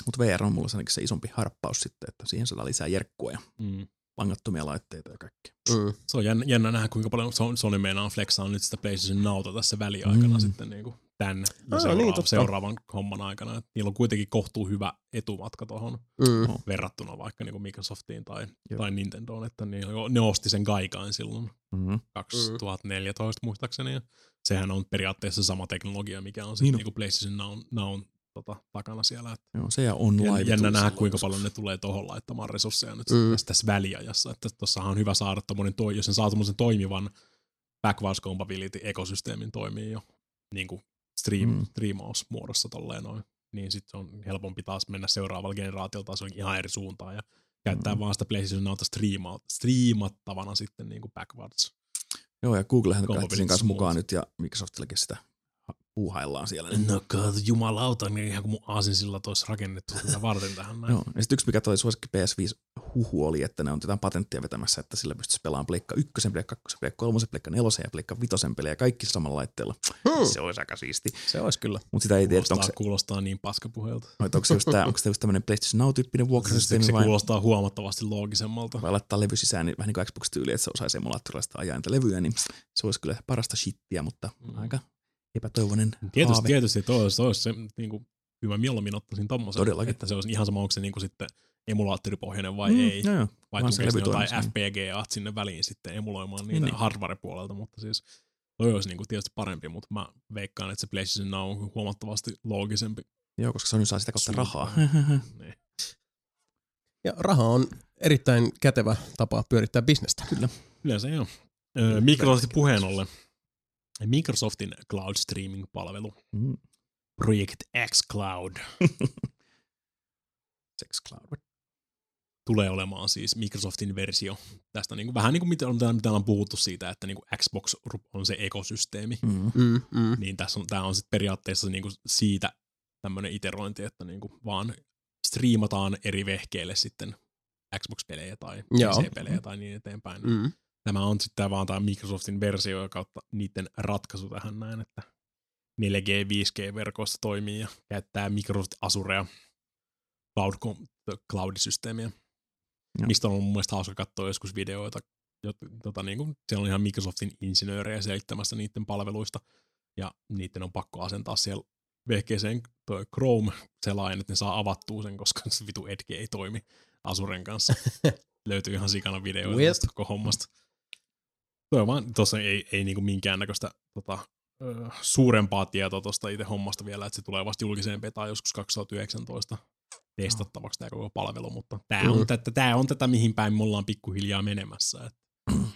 Mutta V R on mulla ainakin se isompi harppaus sitten, että siihen saadaan lisää jerkkua ja Mm. langattomia laitteita ja kaikkea. Mm. Se on jännä, jännä nähdä, kuinka paljon Sony meinaa flexaa nyt sitä PlayStation Nowta tässä väliaikana Mm. sitten niin kuin tänne ja Ah, seuraava, niin, totta. seuraavan homman aikana. Et niillä on kuitenkin kohtuu hyvä etumatka tuohon Mm. No. verrattuna vaikka niin kuin Microsoftiin tai, Joo. tai Nintendoon, että ne, ne osti sen Gaikain silloin Mm-hmm. kaksituhattaneljätoista muistaakseni. Ja sehän on periaatteessa sama teknologia, mikä on sitten Niin niin kuin PlayStation Now, Now tota, takana siellä. Et Joo, se ja on jännä, live. jännä nähdä, silloin kuinka joskus. paljon ne tulee tuohon laittamaan resursseja nyt Mm. tässä, tässä väliajassa. Että tossahan on hyvä saada tommonen, toi, jos sen saa tommosen toimivan backwards compatibility-ekosysteemin toimii jo niin kuin stream, Mm. striimausmuodossa tolleen noin, niin sitten on helpompi taas mennä seuraavalla generaatiolta taas ihan eri suuntaan ja käyttää Mm. vaan sitä PlayStation Nowta striima, striimattavana sitten niin kuin backwards. Joo, ja Googlehän lähti Compatibility sen kanssa smooth. mukaan nyt, ja Microsoftillakin sitä ha- puuhaillaan siellä. Niin. No god, jumalauta, niin ihan kuin mun aasinsilla olisi rakennettu sitä varten tähän näin. Joo, ja sitten yksi, mikä toi suosikki P S viisi huhu oli, että ne on jotain patenttia vetämässä, että sillä pystyisi pelaamaan Pleikka ykkösen, Pleikka kakkosen, Pleikka kolmosen, Pleikka nelosen ja Pleikka vitosen pelejä kaikki samalla laitteella. Hmm. Se olisi aika siisti. Se olisi kyllä. Mutta sitä ei tiedä, että Kuulostaa, onko se, kuulostaa niin paskapuheelta. että onko se just, tää, onko se just tämmöinen PlayStation Now-tyyppinen Se, vuokrasysteemi se vai, kuulostaa huomattavasti loogisemmalta. vai laittaa levy sisään, niin vähän niin kuin Xbox-tyyli, että se osaisi emulaattorilla sitä ajaa niitä levyjä, niin se olisi kyllä parasta shittiä, mutta Mm. aika epätoivoinen Tietysti, haave. tietysti toi olisi, toi olisi se, niin kuin, hyvä mieluummin ottaisin tommosen, Todellakin. että se olisi ihan sama, onko se niin kuin sitten emulaattoripohjainen vai Mm, ei, joo, joo. vai Vaan se tukeeko levy jotain toimisi, F P G-at sinne väliin sitten emuloimaan niitä Niin, niin, niin. hardware-puolelta, mutta siis toi olisi niin kuin tietysti parempi, mutta mä veikkaan, että se PlayStation Now on huomattavasti loogisempi. Joo, koska Sony saa sitä kautta Suuntaan. rahaa. Niin. Ja raha on erittäin kätevä tapa pyörittää bisnestä. Kyllä. Yleensä joo. Öö, Microsoftin puheen ollen. Microsoftin cloud streaming-palvelu, Mm. Project X Cloud, Sex Cloud. tulee olemaan siis Microsoftin versio tästä, niin kuin, vähän niin kuin mitä on, mitä on puhuttu siitä, että niin kuin Xbox on se ekosysteemi, Mm. Mm, mm. niin tässä on, tämä on sitten periaatteessa niin kuin siitä tämmöinen iterointi, että niin kuin vaan striimataan eri vehkeille sitten Xbox-pelejä tai Joo. P C-pelejä tai niin eteenpäin. Mm. Tämä on sitten vaan tämä Microsoftin versio ja kautta niiden ratkaisu tähän näin, että neljä G, viisi G-verkoista toimii ja käyttää Microsoft Azurea cloud, cloud-systeemiä, Joo. mistä on mun mielestä hauska katsoa joskus videoita. Jot, tota, niin kuin, siellä on ihan Microsoftin insinöörejä selittämässä niiden palveluista ja niiden on pakko asentaa siellä vehkeeseen toi Chrome-selain, että ne saa avattua sen, koska se vitu Edge ei toimi Azuren kanssa. Löytyy ihan sikana videoita Yep. tästä koko hommasta. Tuo vaan, tuossa ei, ei niinku minkäännäköistä tota, ö, suurempaa tietoa tuosta itse hommasta vielä, että se tulee vasta julkiseen betaan joskus kaksituhattayhdeksäntoista testattavaksi tämä koko palvelu, mutta tämä Mm. on, tätä, tämä on tätä, mihin päin me ollaan pikkuhiljaa menemässä. Et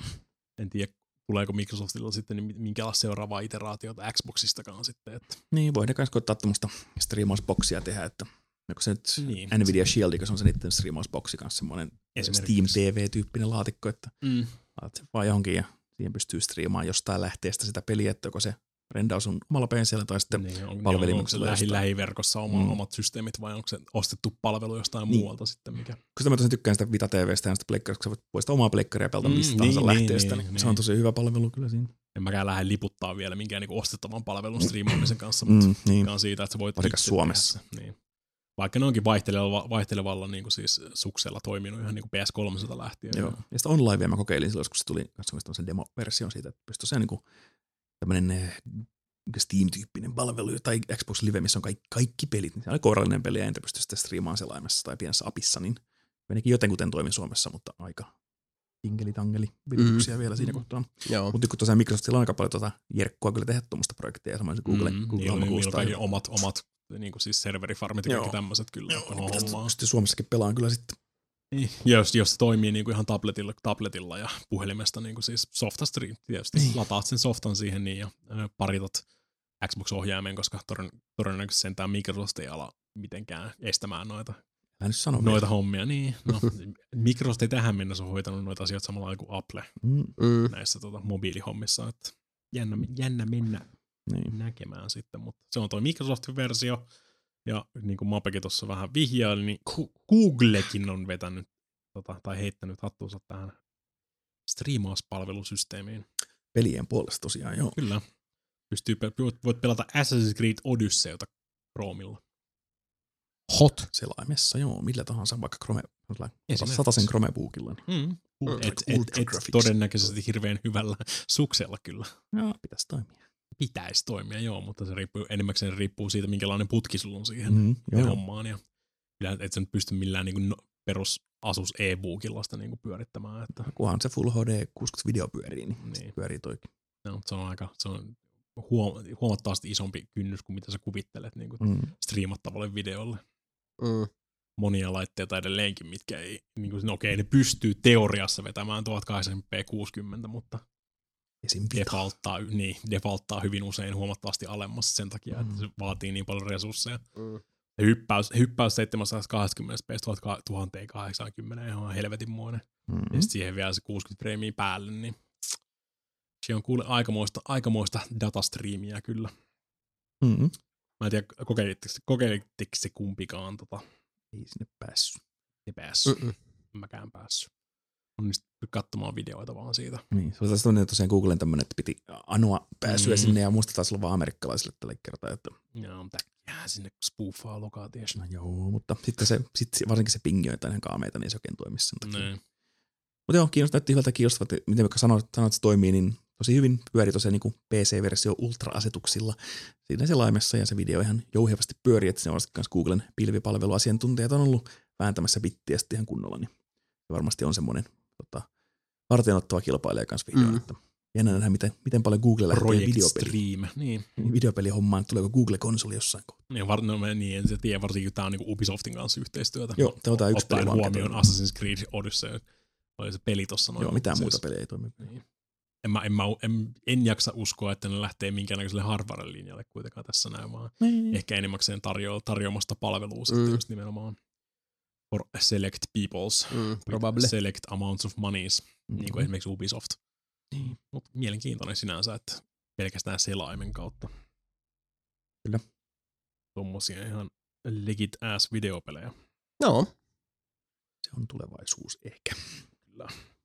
en tiedä, tuleeko Microsoftilla sitten niin minkälaista seuraavaa iteraatiota Xboxistakaan sitten. Että. Niin, voidaan myös koittaa tuommoista striimausboksia tehdä, että onko se nyt Niin. Nvidia Shield, kun se on se niiden striimausboksi kanssa semmoinen Steam T V-tyyppinen laatikko, että Mm. laitat sen vaan johonkin ja siihen pystyy striimaamaan jostain lähteestä sitä peliä, että joko se rendaus on omalla P C:llä tai sitten Niin, on, palvelimen onko se tulee lähi, jostain. lähiverkossa oma, Mm. omat systeemit vai onko se ostettu palvelu jostain Niin. muualta sitten mikä? Koska mä tosi tykkään sitä Vita T V:stä ja sitä pleikkarista, kun sä voit poistaa omaa pleikkaria ja pelata Mm, mistä tahansa niin, lähteestä, niin, niin, niin, se on niin. tosi hyvä palvelu kyllä siinä. En mäkään lähde liputtaa vielä minkään niinku ostettavan palvelun striimaamisen kanssa, mutta Mm, niin. on siitä, että sä voit Varsinkaan itse Suomessa. tehdä se. Niin. Vaikka ne onkin vaihtelevalla, vaihtelevalla niin kuin siis suksella toiminut ihan niin kuin P S kolme lähtien. Joo. Ja sitä OnLivea mä kokeilin silloin, kun se tuli katsomaan demo-version siitä, että pystyy tosiaan niin tämmöinen Steam-tyyppinen palvelu tai Xbox Live, missä on kaikki, kaikki pelit. Se oli kourallinen peli ja entä pysty sitä striimaan selaimessa tai pienessä apissa, niin menikin jotenkuten toimi Suomessa, mutta aika tingeli-tangeli virityksiä mm. vielä siinä Mm. kohtaa. Joo. Mutta kun tosiaan Microsoftilla on aika paljon tuota jerkkua kyllä tehdä tuommoista projektia ja samoin se Google, Mm, Google niillä on, Home niillä on kaikki kuulostaa. omat, omat niin kuin siis serverifarmit ja Joo. kaikki tämmöiset kyllä. Joo, tuohon niin pitäisi hommaan. pystyä Suomessakin pelaan kyllä sitten. Niin. Jos, jos se toimii niin kuin ihan tabletilla, tabletilla ja puhelimesta, niin kuin siis softastream tietysti. Niin. Lataat sen softan siihen niin ja ö, paritat Xbox-ohjaimen, koska toden, todennäköisesti sentään Microsoft ei ala mitenkään estämään noita, Mä nyt sano noita hommia. Niin, no, Microsoft ei tähän mennessä ole hoitanut noita asioita samalla lailla kuin Apple Mm, Mm. näissä tota, mobiilihommissa. Että jännä, jännä mennä niin. näkemään sitten, mutta se on tuo Microsoftin versio. Ja niin kuin Mapekin tuossa vähän vihjaili, niin Googlekin on vetänyt tota, tai heittänyt hattuunsa tähän striimauspalvelusysteemiin. Pelien puolesta tosiaan, joo. Kyllä. Pystyy, pe- voit pelata Assassin's Creed Odysseyta Chromella. Hot. Selaimessa, joo, millä tahansa, vaikka Chrome, Esimerkiksi. satasen Chrome-bookilla. Niin. Mm. Ultra, Et, et, ultra et graphics. todennäköisesti hirveän hyvällä suksella kyllä. Joo, pitäisi toimia. Pitäisi toimia, joo, mutta se riippuu, enimmäkseen riippuu siitä, minkälainen putki sulla on siihen Mm, joo. hommaan. Ja et sä nyt pysty millään niin kuin perus Asus e-bookilla sitä niin kuin pyörittämään. Että. Kunhan se Full H D kuusikymmentä video pyörii, niin, Niin. pyörii toikin. No, se on aika se on huom- huomattavasti isompi kynnys kuin mitä sä kuvittelet niin kuin Mm. striimattavalle videolle. Mm. Monia laitteita edelleenkin, mitkä ei, niin kuin, no okei, ne pystyy teoriassa vetämään tuhatkahdeksankymmentä p kuusikymmentä, mutta Esim. Vita. defaulttaa, niin, defaulttaa hyvin usein huomattavasti alemmas sen takia, Mm. että se vaatii niin paljon resursseja. Mm. Ja hyppäys, hyppäys seitsemänsataakaksikymmentä p tuhatkahdeksankymmentä on helvetinmoinen. Mm. Ja sitten siihen vielä se kuusikymmentä freimiä päälle, niin se on kuule aikamoista, aikamoista datastriimiä kyllä. Mm. Mä en tiedä, kokeilitteko, kokeilitteko se kumpikaan tota, Ei sinne päässyt. ei päässyt. Mm-mm. En mäkään päässyt. Onnistunut katsomaan videoita vaan siitä. Niin, se oli taas toinen tosiaan Googlen tämmönen, että piti anoa pääsyä Mm. sinne ja muista taisi olla vaan amerikkalaisille tällä kertaa. Että, Joo, mutta jää sinne spoofaa lokaatiossa. no joo, mutta sitten se, sit se- varsinkin se pingi on jotain ihan kaameita, niin se oikein toimisi sen takia. Niin. Mutta joo, kiinnostaa, että hyvältä kiinnostavat, miten vaikka sanoit, sanoit, että se toimii, niin tosi hyvin pyörii tosiaan niin kuin P C-versio ultra-asetuksilla siinä selaimessa ja se video ihan jouhevasti pyörii, että se on myös Googlen pilvipalveluasiantuntijat on ollut vääntämässä bittiä sitten ihan kunnolla, niin se varmasti on semmoinen tota, varteenottava kilpailija kanssa video, Mm. että jännä nähdä, miten, miten paljon Google lähtee Project videopeli, Stream. Niin. videopelihommaan, tuleeko Google-konsoli jossain kohtaa. Niin, var, no, mä niin, en se tiedä, varsinkin tämä on niin Ubisoftin kanssa yhteistyötä. Joo, tämä on tämä yksi peli Ottaen vaan huomioon kätellä. Assassin's Creed Odyssey. Oli se peli tossa noin. Joo, mitään mutta muuta siis- peliä ei toimi. Niin. En, mä, en, mä, en, en jaksa uskoa, että ne lähtee minkäännäköiselle hardwaren linjalle kuitenkaan tässä näin, vaan Niin. ehkä enimmäkseen tarjoa, tarjoamasta palvelua sitten Mm. just nimenomaan for select peoples, Mm, with probably. select amounts of monies, Mm. niin kuin esimerkiksi Ubisoft. Niin. Mutta mielenkiintoinen sinänsä, että pelkästään selaimen kautta. Kyllä. Tuommoisia ihan legit ass videopelejä. Joo. Se on tulevaisuus ehkä. Kyllä.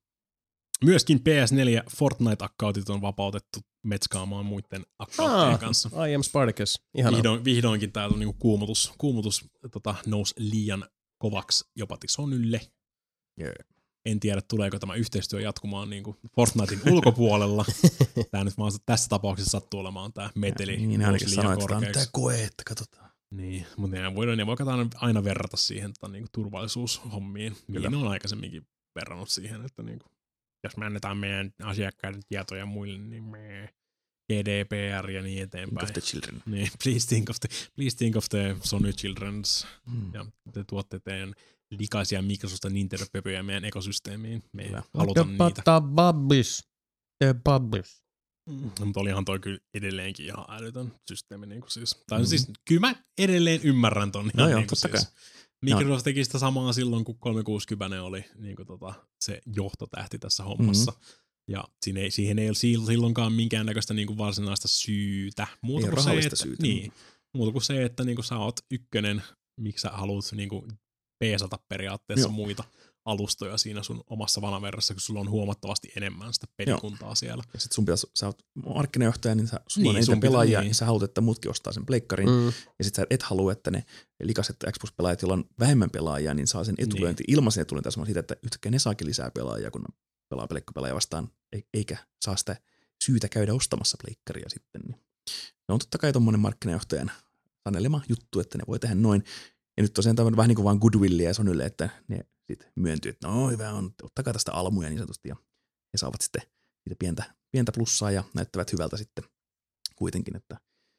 Myöskin P S neljä Fortnite-akkautit on vapautettu metskaamaan muiden akkautteen Ah, kanssa. I am Spartacus. Ihanaa. Vihdoin, vihdoinkin tää niinku kuumutus, kuumutus tota, nousi liian kovaksi jopa Sonylle. Yeah. En tiedä, tuleeko tämä yhteistyö jatkumaan niinku Fortnitein ulkopuolella. Tää nyt vaan tässä tapauksessa sattuu olemaan tää meteli. Niin, ne nousi ainakin liian sanoi, että tämä on korkeaksi. tämä koe, että katsotaan. Niin, mutta ne voi, ne voi aina, aina verrata siihen tota, niinku turvallisuushommiin, mihin ne on aikaisemminkin verrannut siihen, että niinku, jos me annetaan meidän asiakkaiden tietoja muille, niin me G D P R ja niin Think eteenpäin. of the children. Niin, please think of the, please think of the Sony Children's. Mm. Ja te tuotte teidän likaisia Microsoft ja Nintendo-pöpöjä meidän ekosysteemiin. Me ei Kyllä. haluta niitä. The Bubbies. The Bubbies. Mm. Mutta olihan toi kyllä edelleenkin ihan älytön systeemi. Niin kuin siis. Tai Mm. siis, kyllä mä edelleen ymmärrän ton. No ihan joo, niin kuin totta siis. kai. Microsoft teki sitä samaa silloin, kun kolmesataakuusikymmentä oli niin kuin tota, se johtotähti tässä hommassa. Mm-hmm. Ja siinä ei, siihen ei ole silloinkaan minkäännäköistä niin kuin varsinaista syytä. Muuta Ei kuin se, rahallista että, syytä. Niin, muuta kuin se, että niin kuin sä oot ykkönen, miksi sä haluat niin kuin peesata periaatteessa Joo. muita alustoja siinä sun omassa vanaverrassa, kun sulla on huomattavasti enemmän sitä pelikuntaa siellä. Ja sit sun pitäisi, sä oot markkinajohtaja, niin sä, sulla Niin, on eniten sun pitää- pelaajia, niin. niin sä haluat, että muutkin ostaa sen pleikkarin. Mm. Ja sit sä et halua, että ne likaset Xbox-pelaajat, joilla on vähemmän pelaajia, niin saa sen etulyönti, niin. ilmaisen etulyönti siitä, että yhtäkkiä ne saakin lisää pelaajia, kun ne pelaa pleikkapelaajia vastaan, e- eikä saa sitä syytä käydä ostamassa pleikkaria sitten. Niin. Se on totta kai tommonen markkinajohtajan sanelema juttu, että ne voi tehdä noin. Ja nyt tosiaan tämä on vähän niin kuin vaan goodwillia Sonylle, että ne sitten myöntyy, että no hyvä on, ottakaa tästä almuja niin sanotusti, ja he saavat sitten siitä pientä, pientä plussaa ja näyttävät hyvältä sitten kuitenkin, että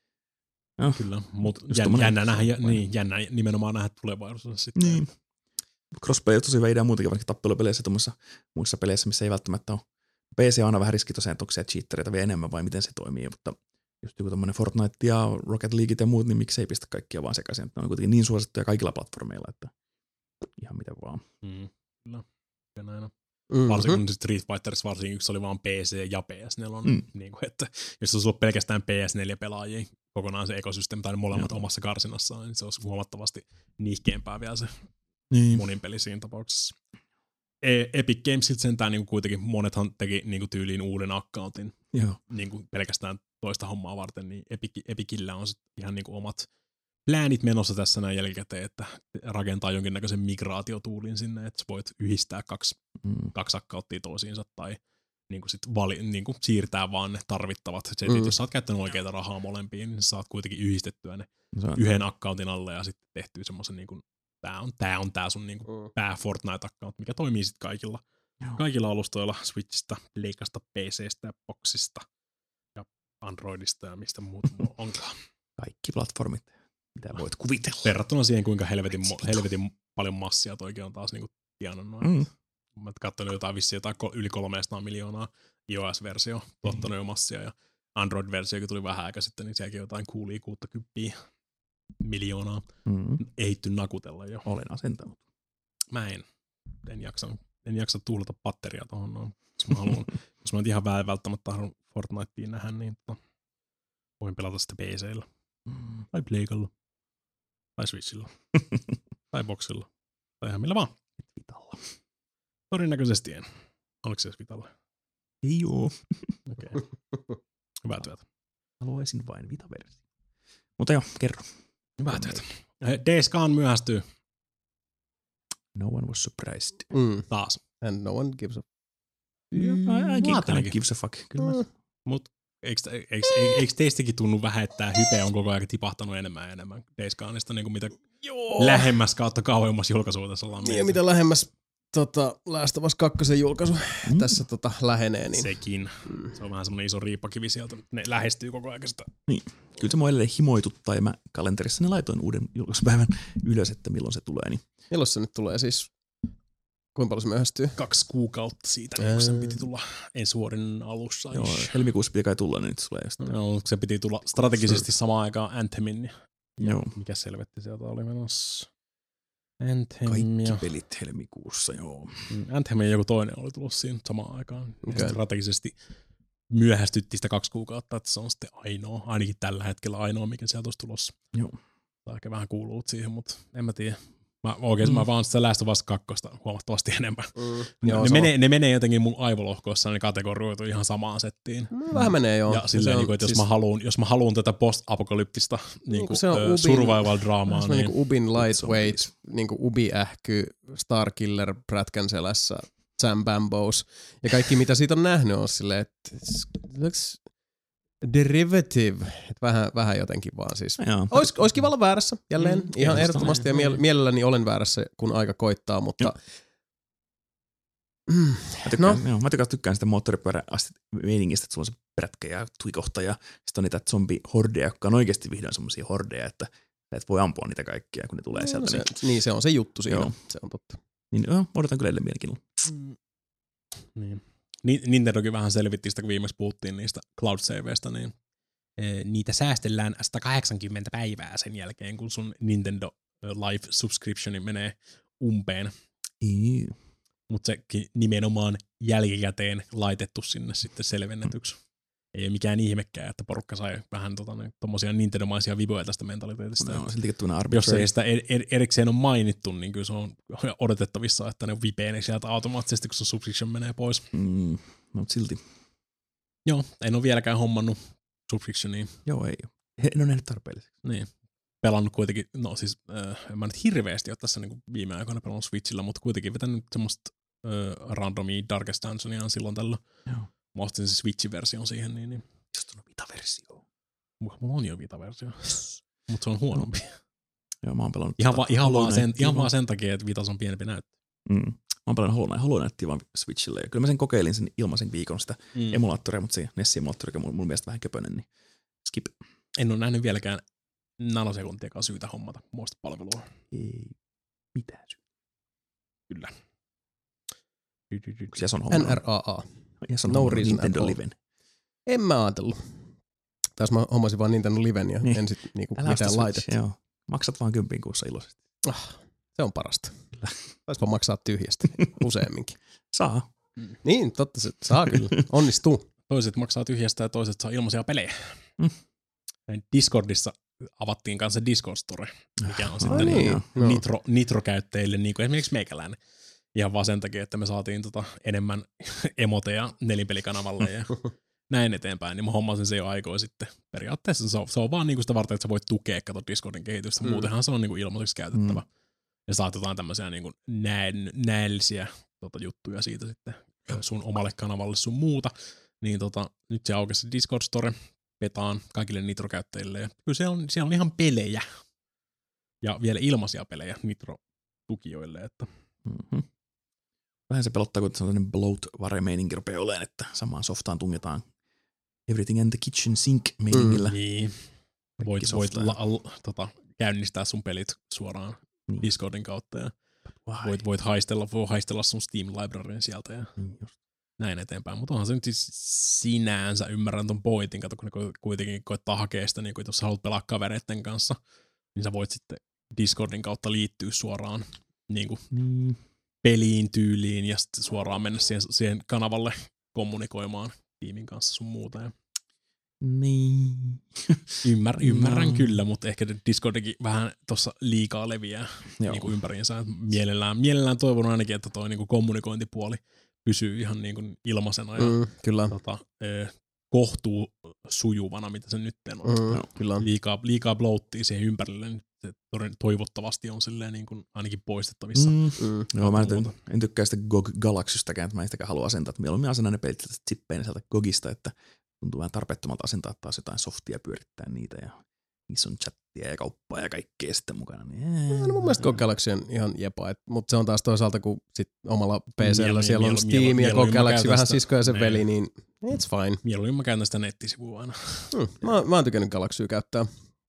no, Kyllä, mutta just jän, tommonen- jännä, nähdä, ja, niin, jännä nimenomaan nähdä tulevaisuudessa sitten. niin. Crossplay on tosi hyvä idea muutenkin, vaikka tappelupeleissä ja tuommoissa muissa peleissä, missä ei välttämättä ole. P C on aina vähän riski tosiaan, että onko siellä cheattereita vielä enemmän vai miten se toimii, mutta just joku tommoinen Fortnite ja Rocket League ja muut, niin miksei pistä kaikkia vaan sekaisin. Ne on kuitenkin niin suosittuja kaikilla platformeilla, että ihan miten vaan. Mm, kyllä, ja näin on. Mm-hmm. Varsinkin kun Street Fighterissa varsinkin yksi oli vaan P C ja P S neljä. Mm. Niin kuin, että jos olisi ollut pelkästään P S neljä pelaajia kokonaan se ekosysteemi tai molemmat Joo. omassa karsinassaan, niin se olisi huomattavasti niihkeämpää vielä se Niin. monin peli siinä tapauksessa. E- Epic Gamesilta sentään niin kuin kuitenkin monethan teki niin kuin tyyliin uuden accountin Joo. niin kuin pelkästään toista hommaa varten, niin Epic, Epicillä on sit ihan niin kuin omat läänit menossa tässä näin jälkikäteen, että rakentaa jonkinnäköisen migraatiotuulin sinne, että sä voit yhdistää kaksi, mm. kaksi akkauttia toisiinsa tai niin kuin sit vali, niin kuin siirtää vaan ne tarvittavat setit. Mm. Jos sä oot käyttänyt oikeita rahaa molempiin, niin sä saat kuitenkin yhdistettyä ne yhden accountin alle ja sitten tehtyä semmoisen niin kuin tää on tää, on tää sun niin kuin mm. pää Fortnite-account, mikä toimii sitten kaikilla, kaikilla alustoilla, Switchistä, Pleikasta, P C:stä ja Boxista ja Androidista ja mistä muuta onkaan. Kaikki platformit, mitä voit kuvitella. Verrattuna siihen, kuinka helvetin, helvetin paljon massia toikin on taas niinku tienannut. Mm. Mä oon katsonut jotain vissiin jotain yli kolmesataa miljoonaa iOS-versio, tuottanut jo massia ja Android-versio, joka tuli vähän aika sitten, niin sielläkin jotain kuulia kuusikymmentä miljoonaa. Mm. Ehitty nakutella jo. Olen asentanut. Mä en. En jaksa, en jaksa tuhlata patteria tohon noin. Jos mä haluan, jos mä nyt ihan välttämättä haluan Fortniteen nähdä, niin to, voin pelata sitä P C:llä. Mm. Tai Pleikalla. Tai Switchillä. Tai Boxilla. Tai ihan millä vaan. Vitalla. Todennäköisesti en. Oliko se edes Vitalla? Ei oo. Okei. Okay. Hyvää työtä. Haluaisin vain Vita-versio. Mutta joo, kerro. Hyvää työtä. Days Gone myöhästyy. No one was surprised. Mm. Taas. And no one gives a fuck. gives a fuck. Kyllä mm. Mut eikö, eikö, eikö, eikö teistäkin tunnu vähän, että tämä hype on koko ajan tipahtanut enemmän ja enemmän Days Goneista, niin kuin mitä Joo. lähemmäs kautta kauemmas julkaisua tässä ollaan niin, ja mitä lähemmäs tota, Last of Us kakkosen julkaisu mm. tässä tota, lähenee. Niin. Sekin. Mm. Se on vähän semmoinen iso riippakivi sieltä. Ne lähestyy koko ajan sitä. Niin. Kyllä se mua edelleen himoituttaa ja mä kalenterissani laitoin uuden julkaisupäivän ylös, että milloin se tulee. Niin. Milloin se nyt tulee siis? Kuinka paljon se myöhästyy? Kaksi kuukautta siitä, niin kun sen piti tulla ensi vuoden alussa. Joo, helmikuussa piti kai tulla, niin nyt se tulee jostain. No, se piti tulla strategisesti samaan aikaan Anthemin. Ja joo. Mikä selvetti sieltä oli menossa? Anthem Kaikki ja pelit helmikuussa, joo. Anthem ja joku toinen oli tullut siinä samaan aikaan. Okay. Strategisesti myöhästytti sitä kaksi kuukautta, että se on sitten ainoa, ainakin tällä hetkellä ainoa, mikä sieltä olisi tulossa. Joo. Tai ehkä vähän kuuluu siihen, mutta en mä tiedä. Mä, oikein mm. mä vaan sitä Last of Us kakkosta huomattavasti enemmän. Mm. Joo, ne, menee, ne menee jotenkin mun aivolohkoissa, ne kategorioitu ihan samaan settiin. Mm, vähän menee joo. Ja silleen, niin kuin, että siis, jos, mä haluun, jos mä haluun tätä post-apokalyptista niin kuin, uh, survival-draamaa. Se on niin kuin Ubin Lightweight, niin kuin Ubi-ähky, Starkiller, Prätkän selässä, Sam Bambos. Ja kaikki mitä siitä on nähnyt on silleen, että derivative, että vähän, vähän jotenkin vaan siis. Ois, ois kiva olla väärässä jälleen, mm, ihan ehdottomasti ja miel, mielelläni olen väärässä, kun aika koittaa, mutta mm, mä tykkään, no. joo, mä tykkään, tykkään sitä moottoripyörä-meiningistä, että sulla on se prätkä ja tuikohta ja sitten on niitä zombi-hordeja, jotka on oikeasti vihdoin semmosia hordeja, että et voi ampua niitä kaikkia, kun ne tulee no, sieltä. Se, niin. niin se on se juttu siinä, joo. Se on totta. Niin joo, odotan kyllä edelleen mielenkiinnolla. Mm. Niin. Nintendokin vähän selvitti sitä, kun viimeksi puhuttiin niistä cloud saveista, niin e, niitä säästellään sata kahdeksankymmentä päivää sen jälkeen, kun sun Nintendo Live subscriptioni menee umpeen. Mutta sekin nimenomaan jälkikäteen laitettu sinne sitten selvennetyksi. Ei ole mikään ihmekään, että porukka sai vähän tota, tommosia Nintendo-maisia viboja tästä mentaliteetista. No, jos ei sitä er, er, erikseen on mainittu, niin kyllä se on odotettavissa, että ne vipee ne sieltä automaattisesti, kun se subscription menee pois. Mm, no silti. Joo, en ole vieläkään hommannut subscriptionia. Joo, ei ole. En ole nähnyt tarpeelliseksi. Niin. Pelannut kuitenkin, no siis, äh, en mä nyt hirveästi ole tässä niin viime aikoina pelannut Switchillä, mutta kuitenkin vetänyt semmoista äh, randomia Darkest Dungeonia silloin tällä. Joo. Mä ostin se Switch-version siihen, niin... niin. Just on Vita-versio. Mulla on jo Vita-versio, mutta se on huonompi. Joo, mä oon pelannut... Ihan, va- ihan, vaan, sen, ihan vaan sen takia, että Vitas on pienempi näyttö. Mm. Mä oon pelannut Hollow Knight. Hollow Knightia vaan Switchille. Ja kyllä mä sen kokeilin sen ilmaisen viikon sitä mm. emulaattoria, mutta se N E S-emulaattori on mun, mun mielestä vähän köpönen, niin skip. En ole nähnyt vieläkään nanosekuntiakaan syytä hommata muista palvelua. Ei mitään syytä. Kyllä. Ja se on homma. N R A A. Ja se on no Nintendo Liven. En mä ajatellut. Taas mä hommasin vaan Nintendo Liven ja niin. en sit niinku mitään laitetta. Joo. Maksat vaan kympin kuussa iloisesti. Ah, se on parasta. Taispa maksaa tyhjästi useamminkin. Saa. Mm. Niin, totta se saa kyllä. Onnistuu. Toiset maksaa tyhjästä ja toiset saa ilmaisia pelejä. Mm. Discordissa avattiin kanssa Discord Store, mikä on ah, sitten niin. no. nitro, nitro-käyttäjille, niin kuin esimerkiksi meikäläinen. Ihan vaan sen takia, että me saatiin tota enemmän emoteja nelinpelikanavalle ja näin eteenpäin, niin mä hommasin se jo aikoin sitten. Periaatteessa se on, se on vaan niinku sitä varten, että sä voit tukea kato Discordin kehitystä. Mm. Muutenhan se on niinku ilmaiseksi käytettävä. Mm. Ja saat jotain tämmöisiä niinku näen, näellisiä tota, juttuja siitä sitten sun omalle kanavalle sun muuta. Niin tota, nyt se aukesi se Discord Store petaan kaikille Nitro-käyttäjille. Ja kyllä siellä on, siellä on ihan pelejä. Ja vielä ilmaisia pelejä Nitro-tukijoille. Että. Mm-hmm. Vähän se pelottaa, kun sellainen bloatware-meininki rupeaa olemaan, että samaan softaan tungetaan everything in the kitchen sink-meiningillä. Mm, niin. Voit, voit la, la, tota, käynnistää sun pelit suoraan niin. Discordin kautta ja voit, voit haistella, voi haistella sun Steam-libraryn sieltä ja niin just. Näin eteenpäin. Mutta onhan se nyt siis sinänsä ymmärrän ton pointin, kato kun ne kuitenkin koittaa hakea sitä, niin kun jos sä haluat pelaa kavereiden kanssa, niin sä voit sitten Discordin kautta liittyä suoraan niin kuin niin. peliin, tyyliin ja sitten suoraan mennä siihen, siihen kanavalle kommunikoimaan tiimin kanssa sun muuta. Ja niin. Ymmär, ymmärrän no. kyllä, mutta ehkä Discordikin vähän tuossa liikaa leviää niin kuin ympäriinsä. Mielellään, mielellään toivon ainakin, että toi niin kuin kommunikointipuoli pysyy ihan niin kuin ilmaisena ja mm, kyllä. Tota, eh, kohtuu sujuvana, mitä se nyt on. Mm, kyllä. Liikaa, liikaa bloattia siihen ympärille, niin se toivottavasti on silleen niin kuin ainakin poistettavissa. Mm. Mm. Joo, mä en, en tykkää sitä G O G Galaxystäkään, että mä en sitäkään halua asentaa. Että mieluummin asennan ne pelit zippeinä sieltä G O Gista, että tuntuu vähän tarpeettomalta asentaa taas jotain softia pyörittää niitä ja niissä on chattia ja kauppaa ja kaikkea sitten mukana. Niin, no, mun mielestä G O G Galaxy on ihan jepa, mutta se on taas toisaalta, kun sit omalla P C:llä siellä on Steam ja G O G Galaxy vähän sisko ja sen veli, niin it's fine. Mieluummin mä käytän sitä nettisivua aina. Hmm, mä, mä oon tykännyt Galaxyä käyttää,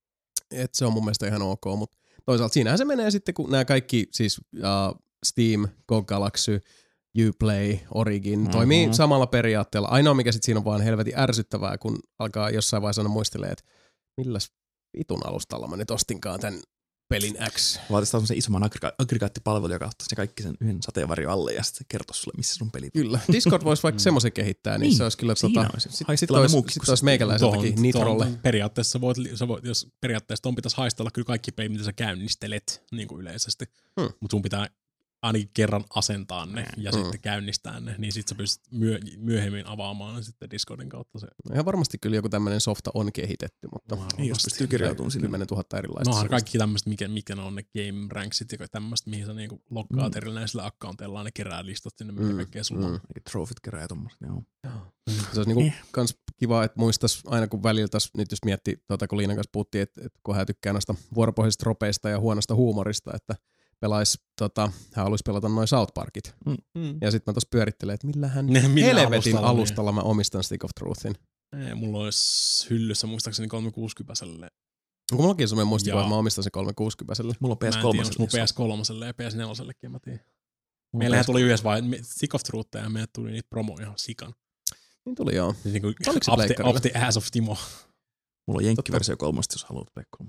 et se on mun mielestä ihan ok, mutta toisaalta siinähän se menee sitten, kun nämä kaikki siis uh, Steam, G O G Galaxy, Uplay, Origin, mm-hmm. toimii samalla periaatteella. Ainoa mikä sitten siinä on vaan helvetin ärsyttävää, kun alkaa jossain vaiheessa aina muistelee, että milläs vitun alustalla mä nyt ostinkaan tämän pelin X. Vaatisi taas semmoisen isomman aggregaat- aggregaattipalvelu, joka ottaisi ne kaikki sen yhden sateenvarjon alle ja sitten kertoisi sulle, missä sun pelit on. Kyllä. Discord voisi vaikka semmoisen kehittää, niin, niin se olisi kyllä tota, sitten sit olisi, sit olisi meikäläiseltäkin Nitrolle. Periaatteessa voit, sä voit, jos periaatteessa ton pitäisi haistella kyllä kaikki pelit, mitä sä käynnistelet niin kuin yleisesti, hmm. mutta sun pitää ainakin kerran asentaa ne ja mm. sitten käynnistää ne, niin sitten sä pystyt myö- myöhemmin avaamaan sitten Discordin kautta se. Ihan varmasti kyllä joku tämmöinen softa on kehitetty, mutta niin, jos pystyy kirjautumaan sinne. kymmenen tuhatta erilaista. Nohan kaikki tämmöiset, mikä, mikä ne on ne game ranksit ja tämmöiset, mihin sä niinku loggaat mm. erinäisillä accounteilla, ne kerää listat sinne, mikä mm. kaikkea sulla on. Mm. Trofit kerää ja tommoset, joo. Mm. Se olisi niinku eh. kans kiva, että muistais aina kun välillä nyt jos miettii, tuota, kun Liinan kanssa puhuttiin, että, että kun hän tykkää noista vuoropohjaisista tropeista ja huonosta huumorista, että pelaisi, tota, hän haluaisi pelata noin South Parkit. Mm. Ja sitten mä tuossa pyörittelen, että millähän ne, millä helvetin alustalla, alustalla mä omistan Stick of Truthin. Ei, mulla olisi hyllyssä muistaakseni kolmesataakuusikymmentä. Onko mullakin semmoinen muistikuva, että mä omistan sen kolmesataakuusikymmentä? Mulla on P S kolme. Mulla P S kolme ja P S neljä, mä tiedän. Meillähän tuli yhdessä vaiheessa Stick of Truthia ja meille tuli niitä promo ihan sikan. Niin tuli joo. Siis niin kuin up the ass of Timo. Mulla on jenkkiversio kolmosta, jos haluat P kolme.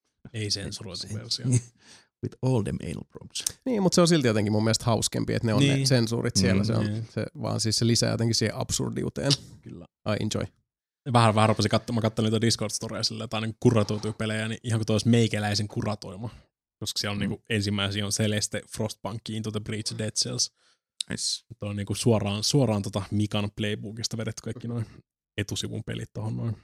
Ei sensuroitu versio. With all them anal probes. Niin, mutta se on silti jotenkin mun mielestä hauskempi, että ne on niin. ne sensuurit siellä. Mm, se on, niin. se, vaan siis se lisää jotenkin siihen absurdiuteen. Kyllä. I enjoy. Vähän, vähän rupesin katsomaan, mä katselin niitä Discord-storeja silleen, tai niin kuratoituja pelejä, niin ihan kuin toi olisi meikäläisen kuratoima. Koska siellä on mm. niinku, ensimmäisiä on Celeste, Frostpunk, Into the Breach, Dead Cells. Nice. Tuo on niinku suoraan, suoraan tota Mikan playbookista vedetty kaikki noin etusivun pelit tohon noin.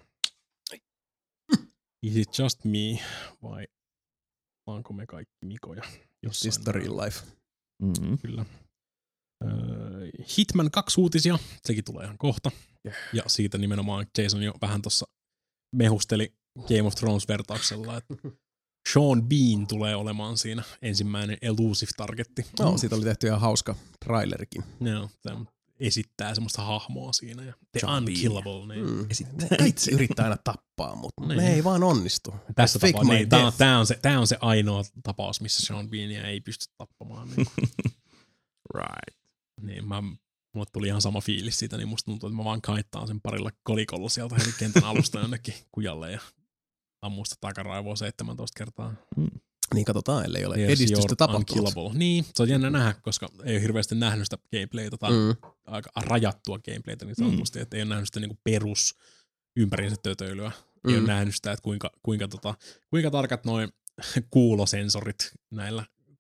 Is it just me, vai onko me kaikki Mikoja? Is the real life. Mm-hmm. Kyllä. Hitman kaksi uutisia, sekin tulee ihan kohta. Yeah. Ja siitä nimenomaan Jason jo vähän tuossa mehusteli Game of Thrones-vertauksella, että Sean Bean tulee olemaan siinä ensimmäinen elusive targetti. No, mm. siitä oli tehty ihan hauska trailerikin. Joo, se esittää semmoista hahmoa siinä. Ja The John Unkillable. Niin. Mm. Kaikki yrittää aina tappaa, mutta niin. ne ei vaan onnistu. Tässä tapaa, niin, tämä, on, tämä, on se, tämä on se ainoa tapaus, missä Sean Beania ei pysty tappamaan. Niin. Right. Niin, mä, mulle tuli ihan sama fiilis siitä, niin musta tuntuu, että mä vaan kaittaan sen parilla kolikolla sieltä heti kentän alusta jonnekin kujalle ja ammun sitä takaraivoa seitsemäntoista kertaa. Mm. Niin katsotaan, ellei ole yes, edistystä tapahtunut. Niin, se on jännä nähdä, koska ei ole hirveästi nähnyt sitä gameplaytä tai mm. aika rajattua gameplaytä niin sanotusti, mm. että ei ole nähnyt sitä niinku perus ympäriinsä tötöilyä. Mm. Ei ole nähnyt sitä, että kuinka, kuinka, tota, kuinka tarkat noin kuulosensorit näillä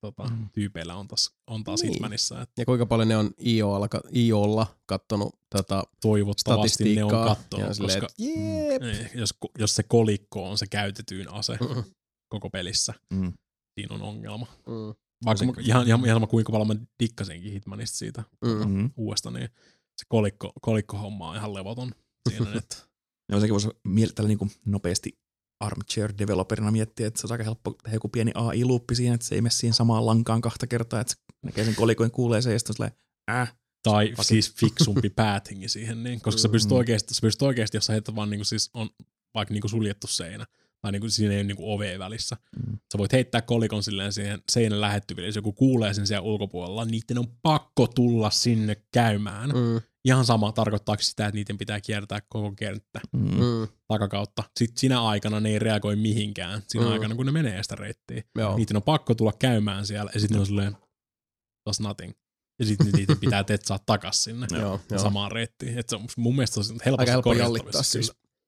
tota, Mm. tyypeillä on taas, on taas Niin. Hitmanissa. Et Ja kuinka paljon ne on I O-lla, I O-lla kattonut tota, toivottavasti ne on statistiikkaa. kattonut, ja silleen, koska et jeep. niin, jos, jos se kolikko on se käytetyin ase Mm, koko pelissä, Mm. siinä on ongelma. mm, Vaikka mä, ihan, ihan, ihan sama kuinka paljon mä dikkasinkin Hitmanista siitä mm. Mm. uudesta, niin se kolikko, kolikkohomma on ihan levoton siinä, että Ja sekin voisi miettiä tällä niin nopeasti armchair developerina miettiä, että se on aika helppo tehdä joku pieni A I-luuppi siihen, että se ei mene siihen samaan lankaan kahta kertaa, että se näkee sen kolikoin, kuulee sen ja sitten on silleen, äh. tai Fuck siis fiksumpi pathingi siihen, niin, koska sä pystyt Mm. oikeasti, sä pystyt oikeasti, jos sä heität vaan niinku siis on vaikka niinku suljettu seinä, tai niinku siinä ei ole niinku ovea välissä. Mm. Sä voit heittää kolikon silleen siihen seinän lähettyville, jos joku kuulee sen siellä ulkopuolella, niiden on pakko tulla sinne käymään. Mm, Ihan sama tarkoittaako sitä, että niiden pitää kiertää koko kenttä Mm. mm. takakautta. Sitten sinä aikana ne ei reagoi mihinkään, siinä Mm. aikana kun ne menee sitä reittiä. Joo. Niiden on pakko tulla käymään siellä, ja sitten ne on silleen, that's nothing. Ja sitten niiden pitää tetsaa takas sinne Joo, joo. samaan reittiin. Et se on mun mielestä se on helposti Aika helppo korjattavissa. jallittaa siis.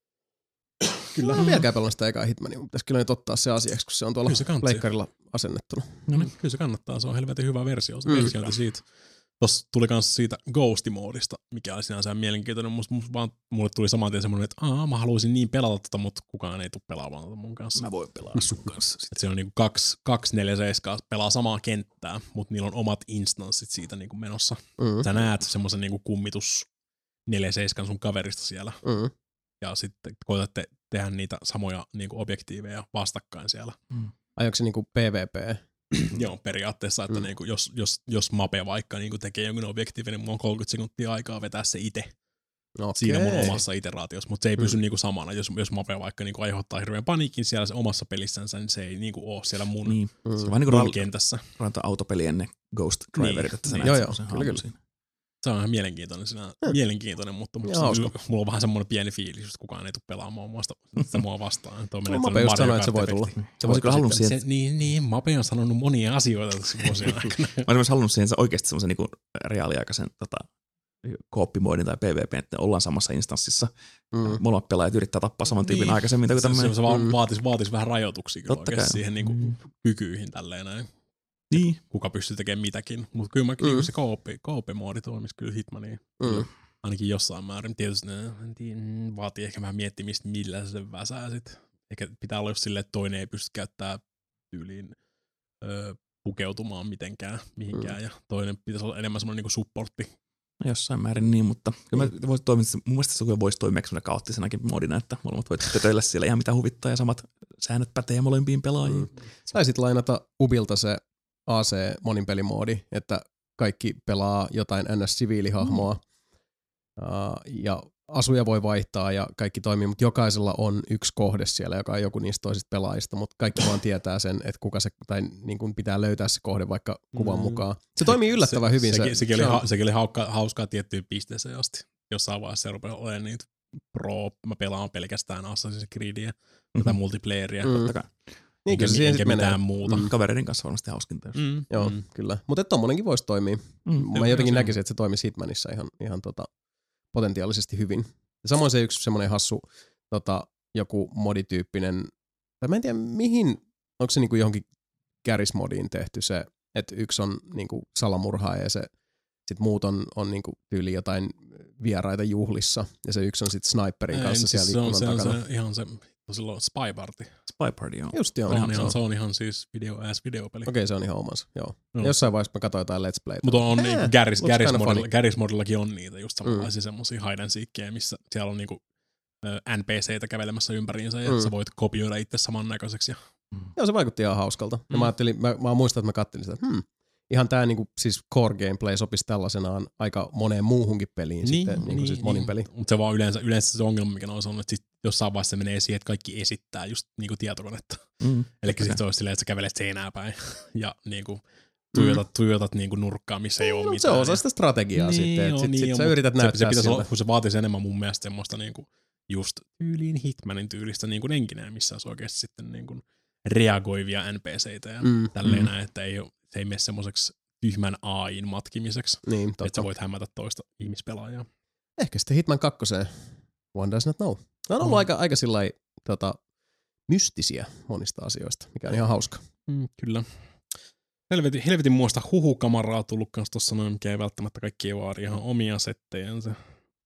Kyllä. Mä en vieläkään pelannut sitä ekaa Hitmania, mutta pitäisi kyllä nyt ottaa se asiaksi, kun se on tuolla Kyllä se kansi. leikkarilla asennettuna. No niin, kyllä se kannattaa, se on helvetin hyvä versio. Se Mm. versiointi siitä. Tuossa tuli myös siitä Ghosti-moodista, mikä oli sinänsä mielenkiintoinen. Musta, musta vaan, mulle tuli saman tien semmoinen, että Aa, mä haluaisin niin pelata tota, mutta kukaan ei tule pelaamaan tota mun kanssa. Mä voin pelaa sun kanssa. Et se on niinku kaksi, kaksi neljä seitsemän pelaa samaa kenttää, mutta niillä on omat instanssit siitä niinku menossa. Mm, Sä näet semmoisen niinku kummitus neljä seitsemän sun kaverista siellä. mm. Ja sitten koetatte tehdä niitä samoja niinku objektiiveja vastakkain siellä. Ai onko se niinku P V P? Joo, periaatteessa, että Mm. niinku, jos, jos, jos Mape vaikka niinku tekee jonkun objektiivin, niin mulla on kolmekymmentä sekuntia aikaa vetää se itse Okei. siinä mun omassa iteraatiossa, mutta se ei pysy Mm. niinku samana. Jos, jos Mape vaikka niinku aiheuttaa hirveän paniikin siellä se omassa pelissänsä, niin se ei niinku ole siellä mun, Niin. Mm. Se on vähän niin mun kuin kentässä. ranta autopelien ne Ghost Driverit, Niin. että sä Niin. näet Joo, semmoisen joo, hahmon kyllä, siinä. Se on ihan mielenkiintoinen, sinä, Hmm. mielenkiintoinen, mutta Joo, musta, hauska. mulla on vähän semmoinen pieni fiilis, että kukaan ei tule pelaamaan muasta, sitä mua vastaan. Tuo menee No, Mape tuonne just Mario sanoi, että se voi Kart-efektiin. tulla. Se voisi kyllä halunnut siihen, Se, niin, niin, Mape on sanonut monia asioita tässä vuosien aikana. mä olisin myös halunnut siihen oikeasti semmoisen niin reaaliaikaisen tota, kooppimoodin tai P V P, että ollaan samassa instanssissa. Mm. Molemmat pelaajat yrittää tappaa saman tyypin Niin. aikaisemmin. Tai Se, se, tämmöinen. se vaan Mm. vaatis, vaatis vähän rajoituksia kyllä Totta oikeasti kai. siihen niinku Mm. kykyihin tälleen näin. Niin. Kuka pystyy tekemään mitäkin. Mutta kyllä mä, Mm. mm. se koopi-moodi toimisi kyllä Hitmaniin. Mm. Ainakin jossain määrin. Tietysti ne en tiedä, mm, vaatii ehkä vähän miettimistä, millä se väsää sit. Eikä pitää olla just silleen, että toinen ei pysty käyttämään tyyliin ö, pukeutumaan mitenkään mihinkään. Mm. Ja toinen pitäisi olla enemmän semmoinen niinku supportti. Jossain määrin niin, mutta kyllä mä voisi toimia, mun mielestä se kyllä voisi toimia semmoinen kaoottisenakin moodina, että molemmat voit tötöillä siellä ihan mitä huvittaa ja samat säännöt pätee molempiin pelaajiin. Mm. Saisit lainata Ubilta se A C moninpelimoodi, että kaikki pelaa jotain N S-siviilihahmoa mm. uh, ja asuja voi vaihtaa ja kaikki toimii, mutta jokaisella on yksi kohde siellä, joka on joku niistä toisista pelaajista, mutta kaikki vaan tietää sen, että kuka se, tai niin kuin pitää löytää se kohde vaikka kuvan Mm. mukaan. Se toimii yllättävän se, hyvin. Sekin, se, sekin, se oli, on- ha, sekin oli haukka, hauskaa tiettyyn pisteeseen asti. Jossain vaiheessa se rupeaa olemaan niitä pro, mä pelaan pelkästään Assassin's Creedia, Mhm. tätä multiplayeria, Mm. Totta kai. Niin, kyllä se enkä, siihen enkä sit menee. mitään muuta. Mm. Kavereiden kanssa varmasti hauskinta. Jos. Mm. Joo, Mm. kyllä. Mutta tommonenkin voisi toimia. Mm. Mä Joo, jotenkin se- näkisin, että se toimisi Hitmanissa ihan, ihan tota, potentiaalisesti hyvin. Ja samoin se yksi semmoinen hassu tota, joku modityyppinen, tai mä en tiedä mihin, onko se niinku johonkin Garry's-modiin tehty se, että yksi on niinku salamurhaaja ja se sit muut on, on niinku tyyli jotain vieraita juhlissa ja se yksi on sit sniperin Ei, kanssa siis siellä se on, ikkunan se on takana. se, ihan se, silloin Spy Party. Spy Party, joo. Just joo. Se on, se ihan, on. se on ihan siis video ass videopeli. Okei, okay, se on ihan omansa, joo. No. Ja jossain vaiheessa mä katsoin jotain Let's Playtä. Mutta on Ää, niinku Garry's, looks Garry's, kinda modilla, funny. Garry's modillakin on niitä just samanlaisia mm. semmosia hide and seekkejä, missä siellä on niinku ö, N P C:tä kävelemässä ympäriinsä ja Mm. sä voit kopioida itse samannäköiseksi. Ja Joo, se vaikutti ihan hauskalta. Ja Mm. mä ajattelin, mä, mä muistan, että mä kattelin sitä, että hmm, ihan tää niinku, siis core gameplay sopisi tällaisenaan aika moneen muuhunkin peliin sitten, niin kuin siis monin peli. Mutta se vaan yleensä, yleensä se ongelma, mikä noissa on, että sit jossain vaiheessa se menee siihen, että kaikki esittää just niinku tietokonetta. Mm. Eli Totta sit kai. se olisi silleen, että sä kävelet seinää päin ja niinku tuijotat, tuijotat niinku nurkkaa, missä ei ole No, mitään. se on osa sitä strategiaa Niin sitten, että on, sit, niin sit on, sä mut yrität se, näyttää se pitäisi siltä. olla, kun se vaatisi enemmän mun mielestä semmoista niinku just tyyliin Hitmanin tyylistä niin kuin enkineen, missä olisi oikeasti sitten niin kuin reagoivia N P C:itä ja Mm, tälleen mm. näin, että ei ole, se ei mene semmoiseksi tyhmän A I:n matkimiseksi, Niin, että totta. sä voit hämätä toista ihmispelaajaa. Ehkä sitten Hitman kakkoseen. One does not know. Ne on ollut Mm. aika, aika sillai, tota, mystisiä monista asioista, mikä on ihan hauska. Mm, kyllä. Helvetin, helvetin muista huhukamaraa tullut kans tossa noin, mikä ei välttämättä kaikki ei vaadi ihan omia settejänsä.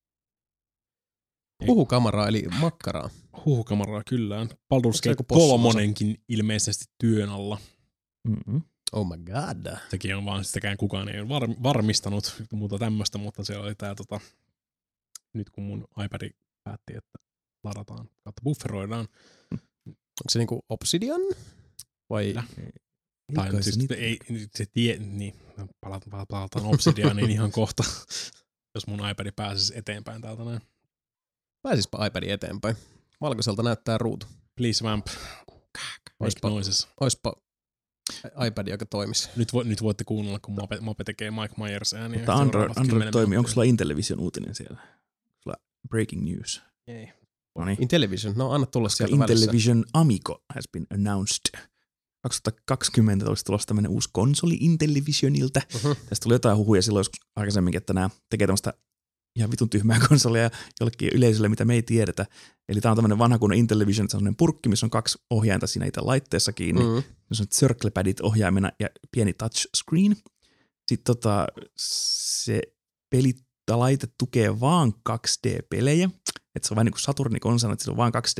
Huhukamaraa eli makkaraa. Huhukamaraa kyllä. Baldur's Gate kolmonenkin ilmeisesti työn alla. Mm-hmm. Oh my god. Sekin on vaan, sitäkään kukaan ei ole var, varmistanut muuta tämmöistä, mutta se oli tää tota, nyt kun mun iPad päätti, että ladataan, kautta bufferoidaan. Onko se niinku Obsidian? Vai? Tai siis niitä... ei, se tie, niin, palataan, palataan Obsidianiin ihan kohta, jos mun iPad pääsisi eteenpäin täältä näin. Pääsispä iPadin eteenpäin. Valkoiselta näyttää ruutu. Please vamp. Oispa, oispa iPad, joka toimisi. Nyt, vo, nyt voitte kuunnella, kun Mape, Mape tekee Mike Myers ääniä. Mutta Android, Android toimii. Onko sulla Intellivision uutinen siellä? Onko sulla breaking news? Ei. Noniin. Intellivision, no anna tulla sieltä välissä. Intellivision Amico has been announced. kaksituhattakaksikymmentä olisi tulossa tämmöinen uusi konsoli Intellivisionilta. Uh-huh. Tästä tuli jotain huhuja silloin joskus aikaisemminkin, että nämä tekee tämmöistä ihan vitun tyhmää konsolia jollekin yleisölle, mitä me ei tiedetä. Eli tämä on tämmöinen vanha kunnon Intellivision, että se on sellainen purkki, missä on kaksi ohjainta siinä itse laitteessa kiinni. Mm-hmm. Se on circlepadit ohjaimena ja pieni touchscreen. Sitten tota, se pelilaite tukee vaan kaksi D-pelejä. Että se on vähän niin kuin Saturni-konsoli, että sillä on vaan kaksi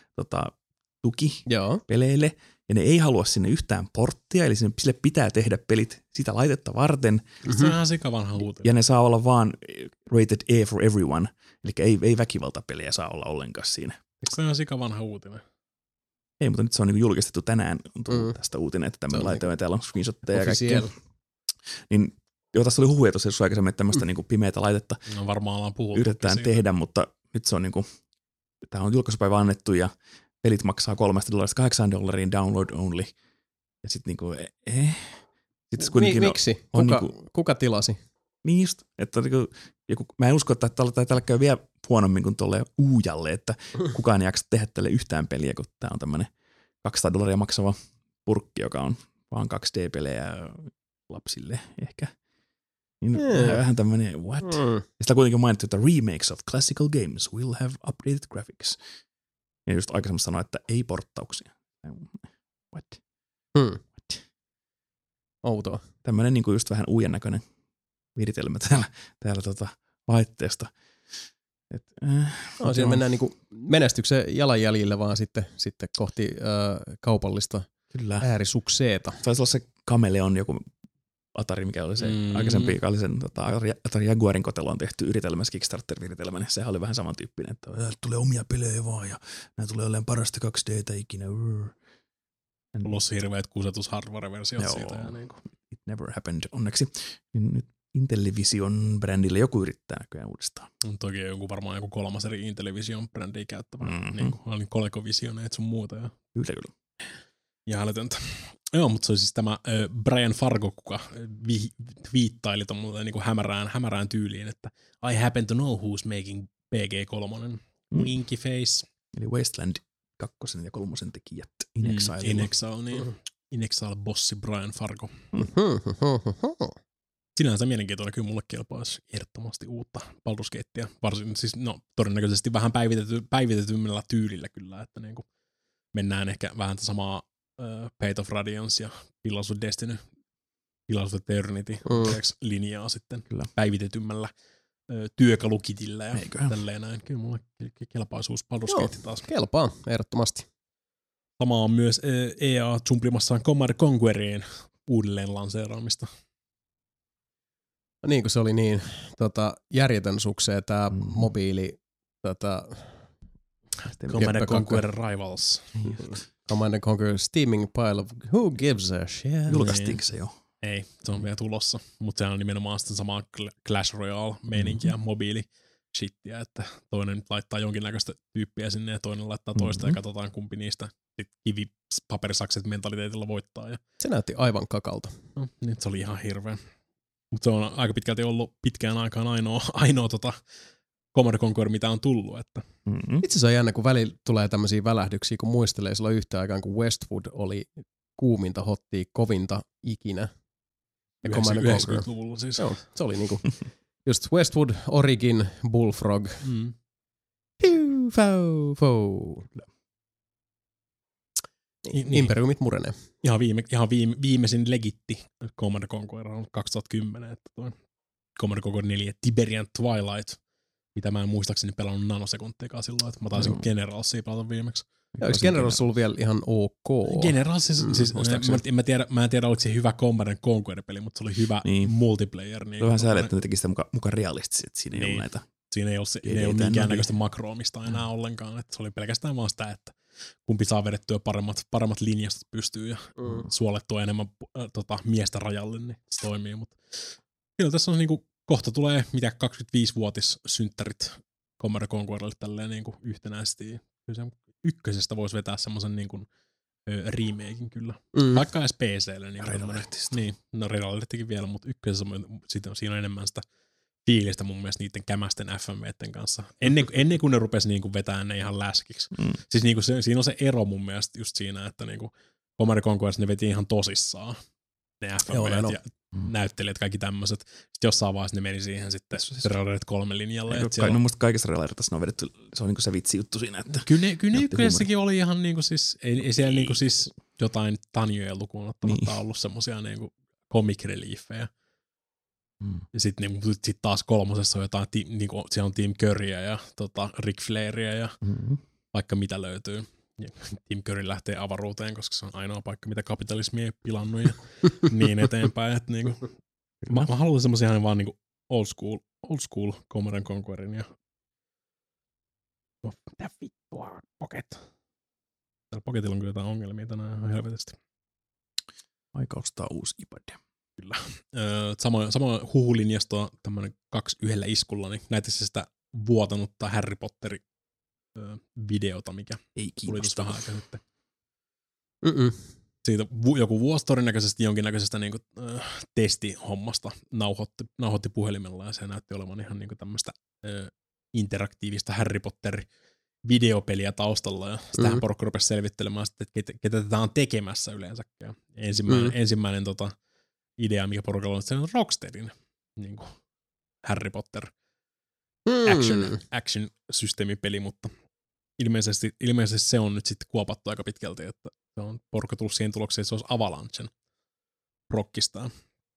D-tuki tota, peleille. Ja ne ei halua sinne yhtään porttia, eli sinne, sille pitää tehdä pelit sitä laitetta varten. Mm-hmm. Se on ihan sikavanha uutinen. Ja ne saa olla vaan rated E for everyone, eli ei, ei väkivaltapelejä saa olla ollenkaan siinä. Eikö se on ihan sikavanha uutinen? Ei, mutta nyt se on niin julkistettu tänään on tullut mm. tästä uutinen, että tämmöinen laite on, täällä on screenshotteja ja kaikkea. Niin, joo, tässä oli huhuja tosiaan jossain aikaisemmin, että tämmöistä mm. niin pimeätä laitetta no, varmaan ollaan puhuttu yritetään siitä tehdä, mutta nyt se on niin kuin, tämä on julkaisupäivä annettu ja pelit maksaa kolmesta dollarista kahdeksaan dollariin download only. Ja sit niinku, eh. Sit Mi- miksi? On, kuka, niinku, kuka tilasi? Niin just, että niinku, joku, mä en usko, että tällä, tällä käy vielä huonommin kuin tuolle uujalle, että kukaan ei jaksa tehdä tälle yhtään peliä, kun tää on tämmönen kaksisataa dollaria maksava purkki, joka on vaan kaksi D-pelejä lapsille ehkä. Niin yeah. Vähän tämmönen, what? Mm. Ja sitä kuitenkin mainittu, että remakes of classical games will have updated graphics. Ja just aikaisemmin sanoin, että ei porttauksia. What? Hmm. What? Outoa. Tämmöinen niin kuin just vähän uuden näköinen viritelmä täällä, täällä tota laitteesta. Et, äh, no, siinä on. Mennään niin kuin menestyksen jalanjäljille vaan sitten, sitten kohti äh, kaupallista Kyllä. äärisukseeta. Taisi olla se Kameleon joku Atari, mikä oli se mm. aikaisempi, joka oli sen tota, Atari Jaguarin koteloon tehty yritelmässä Kickstarter-viritelmä, niin sehän oli vähän samantyyppinen, että tulee omia pelejä vaan ja nämä tulee olemaan parasta kaksi D:tä ikinä. Plus hirveät kusetus hardware-versiot siitä. Ja niin kuin. It never happened, onneksi. Nyt Intellivision-brändille joku yrittää näköjään uudestaan. Toki joku varmaan joku kolmas eri Intellivision-brändiä käyttävä. Mm-hmm. Niin kuin oli ColecoVisioneet sun muuta. Ja... Kyllä, kyllä. Ja älytöntä. Joo, mutta se on siis tämä äh, Brian Fargo, kuka vi- viittaili tuommoinen niin kuin hämärään, hämärään tyyliin, että I happen to know who's making P G kolme. Mm. Winky face. Eli Wasteland kakkosen ja kolmosen tekijät In Exile. Mm, In Exile, niin. Mm. In Exile bossi Brian Fargo. Mm. Sinänsä mielenkiintoinen, kyllä mulle kelpaisi ehdottomasti uutta Baldur's Gatea. Varsin, siis no todennäköisesti vähän päivitety, päivitetymmällä tyylillä kyllä, että niin kuin mennään ehkä vähän samaa uh, Fate of Radiance ja Pillars of Destiny, Pillars of Eternity mm. linjaa sitten kyllä. Päivitetymmällä uh, työkalukitillä ja Eiköhän. Tälleen näin. Kyllä mulle kelpaisi uusi Baldur's Gate taas. Kelpaa, ehdottomasti. Sama on myös uh, E A jumplimassaan Command Conquerien uudelleen lanseeraamista. No niin kuin se oli niin tota, järjetön sukseen tää mm. mobiili tota, Command and Conquer Rivals. Command and Conquer Steaming Pile of Who Gives a Shit. Julkaistiinko se jo? Ei, se on vielä tulossa, mutta sehän on nimenomaan sitten samaa Clash Royale-meininkiä, mm-hmm. mobiili shittiä, että toinen nyt laittaa jonkinnäköistä tyyppiä sinne ja toinen laittaa toista mm-hmm. ja katsotaan kumpi niistä kivi paperisakset mentaliteetilla voittaa. Ja... Se näytti aivan kakalta. No, nyt se oli ihan hirveä. Mutta se on aika pitkälti ollut pitkään aikaan ainoa, ainoa tota Command Conquer, mitä on tullut. Että. Mm-hmm. Itse asiassa on jännä, kun välillä tulee tämmöisiä välähdyksiä, kun muistelee silloin yhtä aikaan, kun Westwood oli kuuminta hottia, kovinta ikinä. Ja Command Conquer. Siis. Joo, se oli niinku just Westwood, Origin, Bullfrog. Mm. Piu, fau, fau. niin. Imperiumit murenee. Ihan, viime, ihan viime, viimeisin legitti Command and Conquer on kaksituhattakymmenen, että toi Command and Conquer neljä Tiberian Twilight, mitä mä en muistaakseni pelannut nanosekuntiakaan silloin, että mä taisin mm. Generalsia pelata viimeksi. Ja eikö Generals ollut vielä ihan ok? Generals, siis, mm, siis mä, en, mä, tiedä, mä en tiedä, oliko se hyvä Command and Conquer-peli, mutta se oli hyvä niin. multiplayer. Niin vähän sääli, että ne teki sitä muka, muka realistisesti, että siinä ei niin. ollut näitä. Siinä ei ollut, ei ei ollut minkäännäköistä makroomista enää mm. ollenkaan, että se oli pelkästään vaan sitä, että kumpi saa vedettyä paremmat, paremmat linjastot pystyy ja mm. suolettua enemmän äh, tota, miestä rajalle, niin se toimii. Mutta kyllä tässä on niinku, kohta tulee mitä kaksikymmentäviisivuotissynttärit Command and Conquerille tälleen niinku yhtenäisesti. Kyllä se ykkösestä voisi vetää semmoisen niinku, remakein kyllä. Mm. Vaikka edes P C:lle. Niin, niin, no Red Alertikin vielä, mutta ykkösessä siitä, siinä on enemmän sitä fiilistä mun mielestä niiden kämästen F M V:ten kanssa. Ennen, ennen kuin ne rupesi niinku vetämään ne ihan läskiksi. Mm. Siis niinku se, siinä on se ero mun mielestä just siinä, että niinku Command and Conquer ne veti ihan tosissaan ne F M V:t ja mm. näyttelijät, kaikki tämmöiset. Sitten jossain vaiheessa ne meni siihen sitten Red Alert kolme linjalle. Ei, kai, no musta kaikessa Red Alertissa on vedetty, se on niinku se vitsi juttu siinä. Että kyllä ne, kyllä ne ykkösessäkin oli ihan niinku siis, ei, ei siellä niinku siis jotain Tanjoja lukuun ottamatta niin. ollut semmosia niinku comic reliefejä. Mm. Ja sitten niinku, sit taas kolmosessa on jotain, ti, niinku, siellä on Team Curryä ja tota, Ric Flairia ja mm-hmm. vaikka mitä löytyy. Ja Team Curry lähtee avaruuteen, koska se on ainoa paikka, mitä kapitalismi ei pilannut ja niin eteenpäin. Et niinku, mä, mä haluan semmosia ihan vaan niinku old school, old school Command and Conquerin ja oh, mitä vittua, Pocket. Täällä Pocketilla on kyllä jotain ongelmia tänään ihan helvetisti. Aika ostaa uusi iPad. Kyllä. Öö, samoin samoin huhulinjastoa tämmönen kaksi yhdellä iskulla, niin näitä se sitä vuotanutta Harry Potteri öö, videota, mikä ei tuli tuossa vähän aika sitten. Mm-mm. Siitä vu- joku vuosi todennäköisesti jonkinnäköisestä niinku, öö, testihommasta nauhoitti, nauhoitti puhelimella ja se näytti olevan ihan niinku tämmöistä öö, interaktiivista Harry Potter videopeliä taustalla ja sitähän mm-hmm. porukka rupesi selvittelemään sitten, että ketä, ketä tätä on tekemässä yleensäkään. Ensimmäinen, mm-hmm. ensimmäinen tota, idea, mikä porukalla on, että se on Rocksteadin niin kuin Harry Potter mm. action, action systeemipeli, mutta ilmeisesti, ilmeisesti se on nyt sitten kuopattu aika pitkälti, että se on porukka tullut siihen tulokseen, että se olisi Avalanchen rockistaan.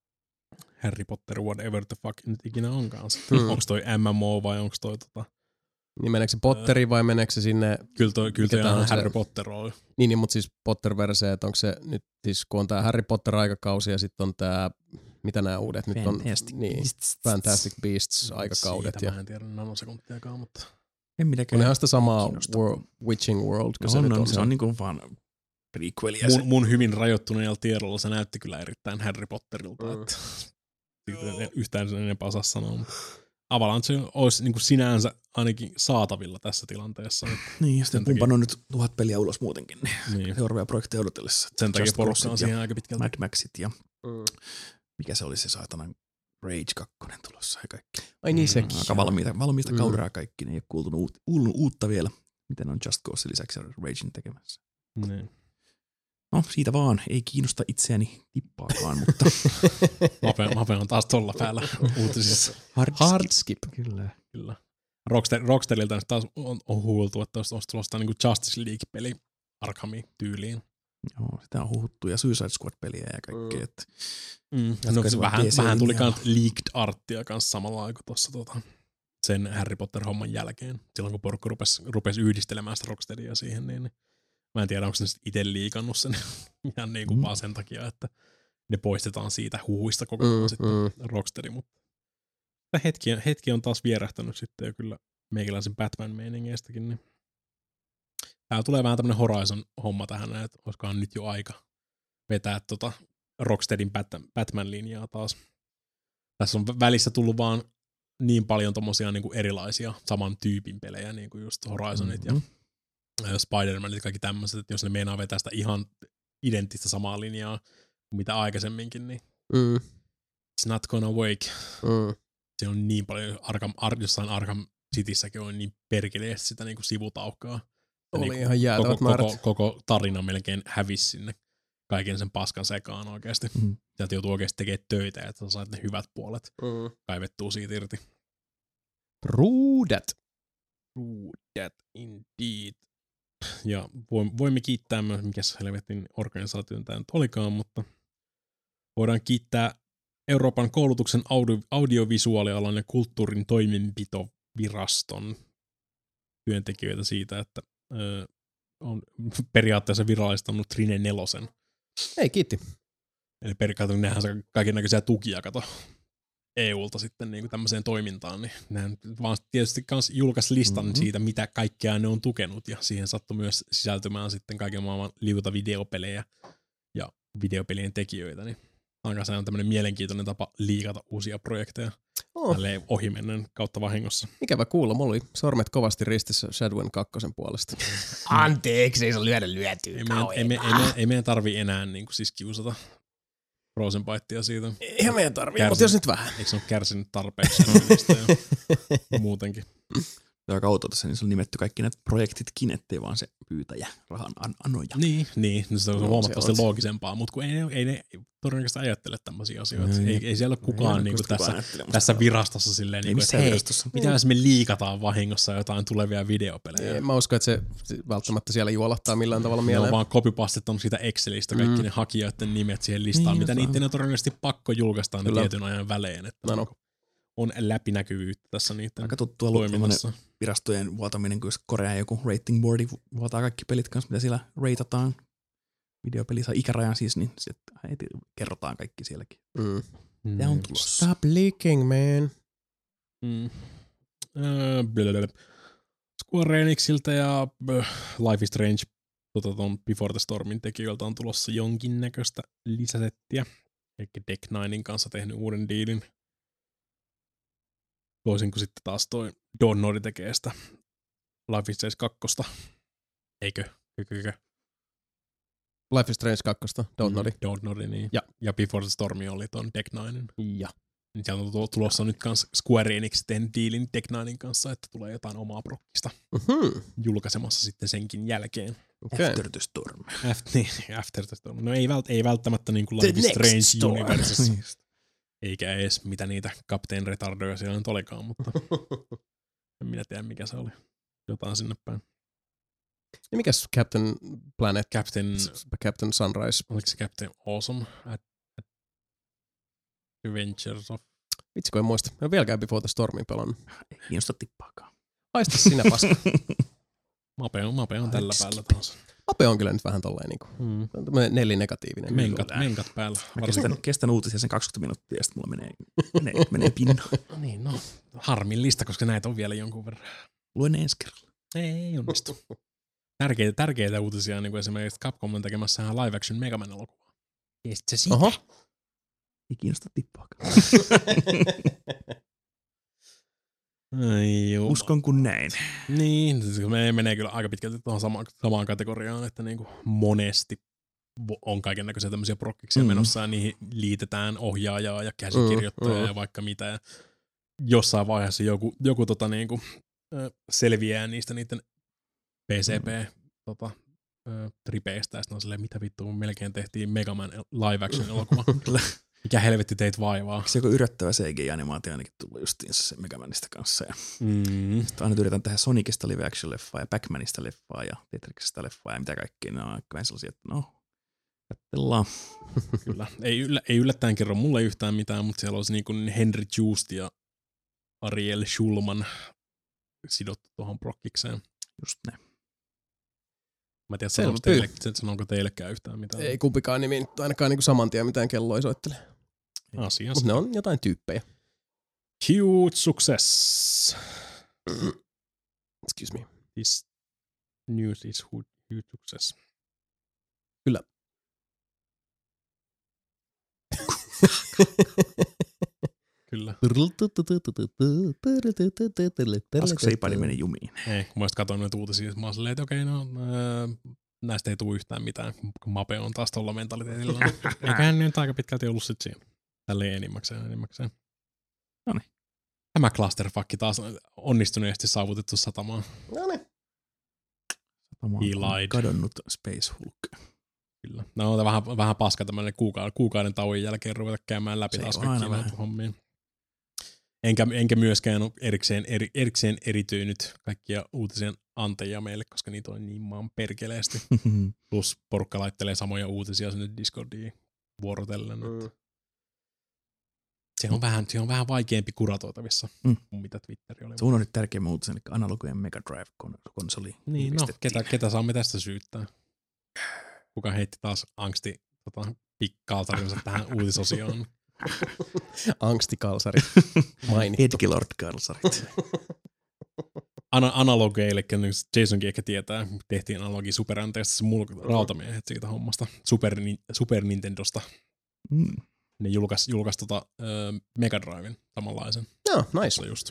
Harry Potter, whatever the fuck nyt ikinä onkaan. Mm. Onko toi M M O vai onko toi tota... Niin meneekö se Potteri vai meneekö se sinne... Kyllä toi, kyllä toi on Harry Potter oli. Niin, niin, mutta siis Potter-versio, että onko se nyt, siis kun on tää Harry Potter-aikakausi ja sitten on tää, mitä nämä uudet nyt on? Fantastic niin, Beasts. Fantastic Beasts-aikakaudet. Siitä ja... mä en tiedä nanosekuntiakaan, mutta... En minäkään. On ihan sitä samaa world, Witching World, kun no, se on, nyt on. on. Se on niin kuin vaan prequelia. Mun, mun hyvin rajoittuneella tiedolla se näytti kyllä erittäin Harry Potterilta, mm. että siitä yhtään sen enempää osaa sanoa, mutta... Avalanche olisi niin kuin sinänsä ainakin saatavilla tässä tilanteessa. Niin, ja sitten pumpannut nyt tuhat peliä ulos muutenkin, niin, niin. seuraavia projekteja odotellessa. Sen takia porukka on siihen aika pitkälti. Mad Maxit ja mm. mikä se oli se saatana Rage kaksi tulossa ja kaikki. Ai niin sekin. Aika valmiita, valmiista mm. kauraa kaikki, ne ei ole kuultu uut, uutta vielä, miten on Just Cause lisäksi Ragein tekemässä. Niin. No siitä vaan, ei kiinnosta itseäni tippaakaan, mutta... Mape, Mape on taas tolla päällä uutisissa. Hardskip. Hardskip. Kyllä. Kyllä. Rockster, Rocksterilta taas on, on huultu, että olisi tulosta niin kuin Justice League-peli Arkhamin tyyliin. Joo, sitä on huhuttu ja Suicide Squad-peliä ja kaikkea. Mm. Että mm. No, se vähän, vähän tuli kans leaked arttia kanssa samalla aikaa tuossa tota, sen Harry Potter-homman jälkeen. Silloin kun porukka rupesi, rupesi yhdistelemään sitä Rocksteadia siihen, niin mä en tiedä, onko ne itse liikannut sen ihan niin kuin mm. vaan sen takia, että ne poistetaan siitä huhuista kokonaan mm, sitten mm. Rocksteadi, mutta hetki, hetki on taas vierähtänyt sitten jo kyllä meikäläisen Batman-meiningeistäkin, niin täällä tulee vähän tämmönen Horizon-homma tähän, että olisikohan nyt jo aika vetää tota Rocksteadin Batman-linjaa taas. Tässä on välissä tullut vaan niin paljon tommosia niin kuin erilaisia saman tyypin pelejä, niin kuin just Horizonit mm-hmm. ja Spider-Manit ja kaikki tämmöiset, että jos ne meinaa vetää sitä ihan identtistä samaa linjaa kuin mitä aikaisemminkin, niin mm. it's not gonna work. Mm. Se on niin paljon, Arkham, Ar- jossain Arkham Cityssäkin on niin perkeleesti sitä niin kuin sivutaukkaa. Oli niin ihan jäätävät koko, määrät. Koko, koko tarina melkein hävisi sinne kaiken sen paskan sekaan oikeasti. Mm. Sieltä joutuu oikeasti tekemään töitä, että sä saat ne hyvät puolet mm. kaivettua siitä irti. True that. True that indeed. Ja voimme kiittää myös, mikä helvetin organisaation tämä nyt olikaan, mutta voidaan kiittää Euroopan koulutuksen audio, audiovisuaalialan ja kulttuurin toimenpitoviraston työntekijöitä siitä, että ö, on periaatteessa virallistanut Trine nelosen. Ei, kiitti. Eli periaatteessa nehän saa kaikennäköisiä tukia, kato, E U:lta sitten niin kuin tämmöiseen toimintaan, niin nehän vaan tietysti kans julkaisi listan mm-hmm. siitä, mitä kaikkea ne on tukenut, ja siihen sattui myös sisältymään sitten kaiken maailman liuta videopelejä ja videopelien tekijöitä, niin aika se on tämmöinen mielenkiintoinen tapa liikata uusia projekteja oh. tälleen ohimennen kautta vahingossa. Ikävä kuulla, mulla oli sormet kovasti ristissä Shadowin kakkosen puolesta. Anteeksi, ei se lyödä lyötyä. Ei meidän, ei, me, ei, me, ei meidän tarvi enää niin kuin siis kiusata Frozenbytea siitä. Eihän meidän tarvii, mutta jos nyt vähän. Eikö se ole kärsinyt tarpeeksi niistä jo muutenkin? Tämä kautta tässä, niin se on nimetty kaikki näitä projektitkin, ettei vaan se pyytäjä rahan an- anoja. Niin, niin. No, se on No, huomattavasti se on. loogisempaa, mutta kun ei ne, ei ne todennäköisesti ajattele tämmöisiä asioita. No, ei, ei siellä ole kukaan ei niinku kukaan tässä, ajattele, tässä virastossa silleen, niinku, että hei, virastossa. mitä jos me liikataan vahingossa jotain tulevia videopelejä. Ei, mä uskon, että se välttämättä siellä juolahtaa millään tavalla Ne mieleen. on vaan copypastettanut siitä Excelistä kaikki mm. ne hakijoiden nimet siihen listaan, Niin, mitä jotain. niiden on todennäköisesti pakko julkaista ne Kyllä. tietyn ajan välein. Että No, no. on läpinäkyvyyttä tässä niiden Aika tuttua ollut toiminnassa. virastojen vuotaminen, kun Korean joku rating boardi vuotaa kaikki pelit kanssa, mitä siellä rateataan. Videopeli saa ikärajan siis, niin sitten heti kerrotaan kaikki sielläkin. Mm. Tämä on tulossa. Stop leaking, man. Mm. Öö, blablabla. Square Enixiltä ja äh, Life is Strange tota, ton Before the Stormin tekijöiltä on tulossa jonkinnäköistä lisäsettiä. Eli Deck Ninein kanssa tehnyt uuden diilin. Toisin kuin sitten taas toi Dontnod tekee sitä Life is Strange kaksi. Eikö? Eikö? Life is Strange kaksi, Dontnod. Mm, Dontnod, niin. Ja. ja Before the Storm oli ton Deck Ninein. Ja. Niin sieltä on tulossa nyt kans Square Enix tehnyt diilin Deck Ninein kanssa, että tulee jotain omaa prokkista Mm-hmm. julkaisemassa sitten senkin jälkeen. Okay. After the Storm. After, niin, after the Storm. No ei, vält, ei välttämättä niin kuin The Life is next Strange storm. universessa. Eikä edes mitä niitä Captain Retardoja siellä nyt olikaan, mutta en minä tiedä mikä se oli. Jotain sinne päin. Ja mikäs Captain Planet? Captain, Captain Sunrise. oliko se Captain Awesome? Ad, ad, Adventures of... Vitsi, kun en muista. En ole vieläkään Before the Stormin pelannut. Ei kiinnosta tippaakaan. Haista sinä paska. Mape on, Mape on tällä päällä taas. Ape on kyllä nyt vähän tolleen niinku. Mm. Tämmönen nelinegatiivinen. Menkat, menkat päällä. Mä kestän, kestän uutisia sen kaksikymmentä minuuttia ja sitten mulla menee, menee, menee pinna. No niin, no. Harmillista, koska näitä on vielä jonkun verran. Luen ensi kerralla. Ei onnistu. Tärkeitä, tärkeitä uutisia, niin kuin esimerkiksi Capcom on tekemässä live action Mega Man -elokuvaa. Tiesitkö se siitä? Oho. Ei kiinnosta tippaakaan. Ai jumala. Uskon kun näin. Niin, se me menee kyllä aika pitkälti tuohon samaan, samaan kategoriaan, että niin kuin monesti on kaiken näköisiä tämmöisiä prokkiksia mm. menossa ja niihin liitetään ohjaajaa ja käsikirjoittajaa mm, mm. ja vaikka mitä. Ja jossain vaiheessa joku, joku tota niin kuin, selviää niistä niiden P C P mm. tota, tripeistä ja sitten on silleen, mitä vittua, melkein tehtiin Mega Man live action elokuva. Mikä helvetti teit vaivaa. Eikö se joku yröttävä C G I-animaatio ainakin tullut justiinsa se Mega Manista kanssa? Ja Mm. sitten aina yritän tehdä Sonicista live action leffaa ja Pac-Manista leffaa ja Tetrixistä leffaa ja mitä kaikkea. Ne on aika sellaisia, että no, katsellaan. Kyllä. Ei, yllä, ei yllättäen kerro mulle yhtään mitään, mutta siellä olisi niin kuin Henry Joost ja Ariel Schulman sidottu tuohon prokkikseen. Just näin. Mä en tiedä, sanooko teille, sanooko teillekään yhtään mitään. Ei kumpikaan nimi nyt ainakaan niinku saman tien mitään kelloa soittele. Asiassa. Mutta ne on jotain tyyppejä. Huge success. Excuse me. This news is huge success. Kyllä. Kyllä. Asko Seipani meni jumiin. Ei, kun mä olisin katsonut noita uutisia, mä oon silleen, että okei, no ää, näistä ei tule yhtään mitään, kun Mape on taas tuolla mentaliteetilla. Eiköhän nyt aika pitkälti ollut sit siinä. Tälleen enimmäkseen, enimmäkseen. Noniin. Tämä clusterfuck taas onnistuneesti saavutettu satamaan. Noniin. Satama He on lied. kadonnut Space Hulk. Kyllä. No on vähän, vähän paska tämmöinen kuukauden, kuukauden tauon jälkeen ruveta käymään läpi Se taas on aina kaikkia näitä vähän. hommia. Enkä, enkä myöskään ole erikseen, eri, erikseen eritynyt kaikkia uutisen antajia meille, koska niitä on niin maan perkeleesti. Plus porukka laittelee samoja uutisia sinne Discordiin vuorotellen. Mm. Se on, vähän, se on vähän vaikeampi kuratoitavissa mm. kuin mitä Twitteri oli. Se unohdit tärkeimmän uutisen, eli analoginen Mega Drive-konsoli. Niin, no, ketä, ketä saamme tästä syyttää? Kuka heitti taas angsti tota, pikkalsarinsa tähän uutisosioon? Angstikalsarit mainittu. Edgelord-kalsarit. Ana- analogeille, Jasonkin ehkä tietää, tehtiin analogi Super N T S mulla rautamiehet siitä hommasta. Super, Super Nintendosta. Mm. Ne julkaisi julkais tota, äh, Mega Driven samanlaisen. Joo, nice. Just.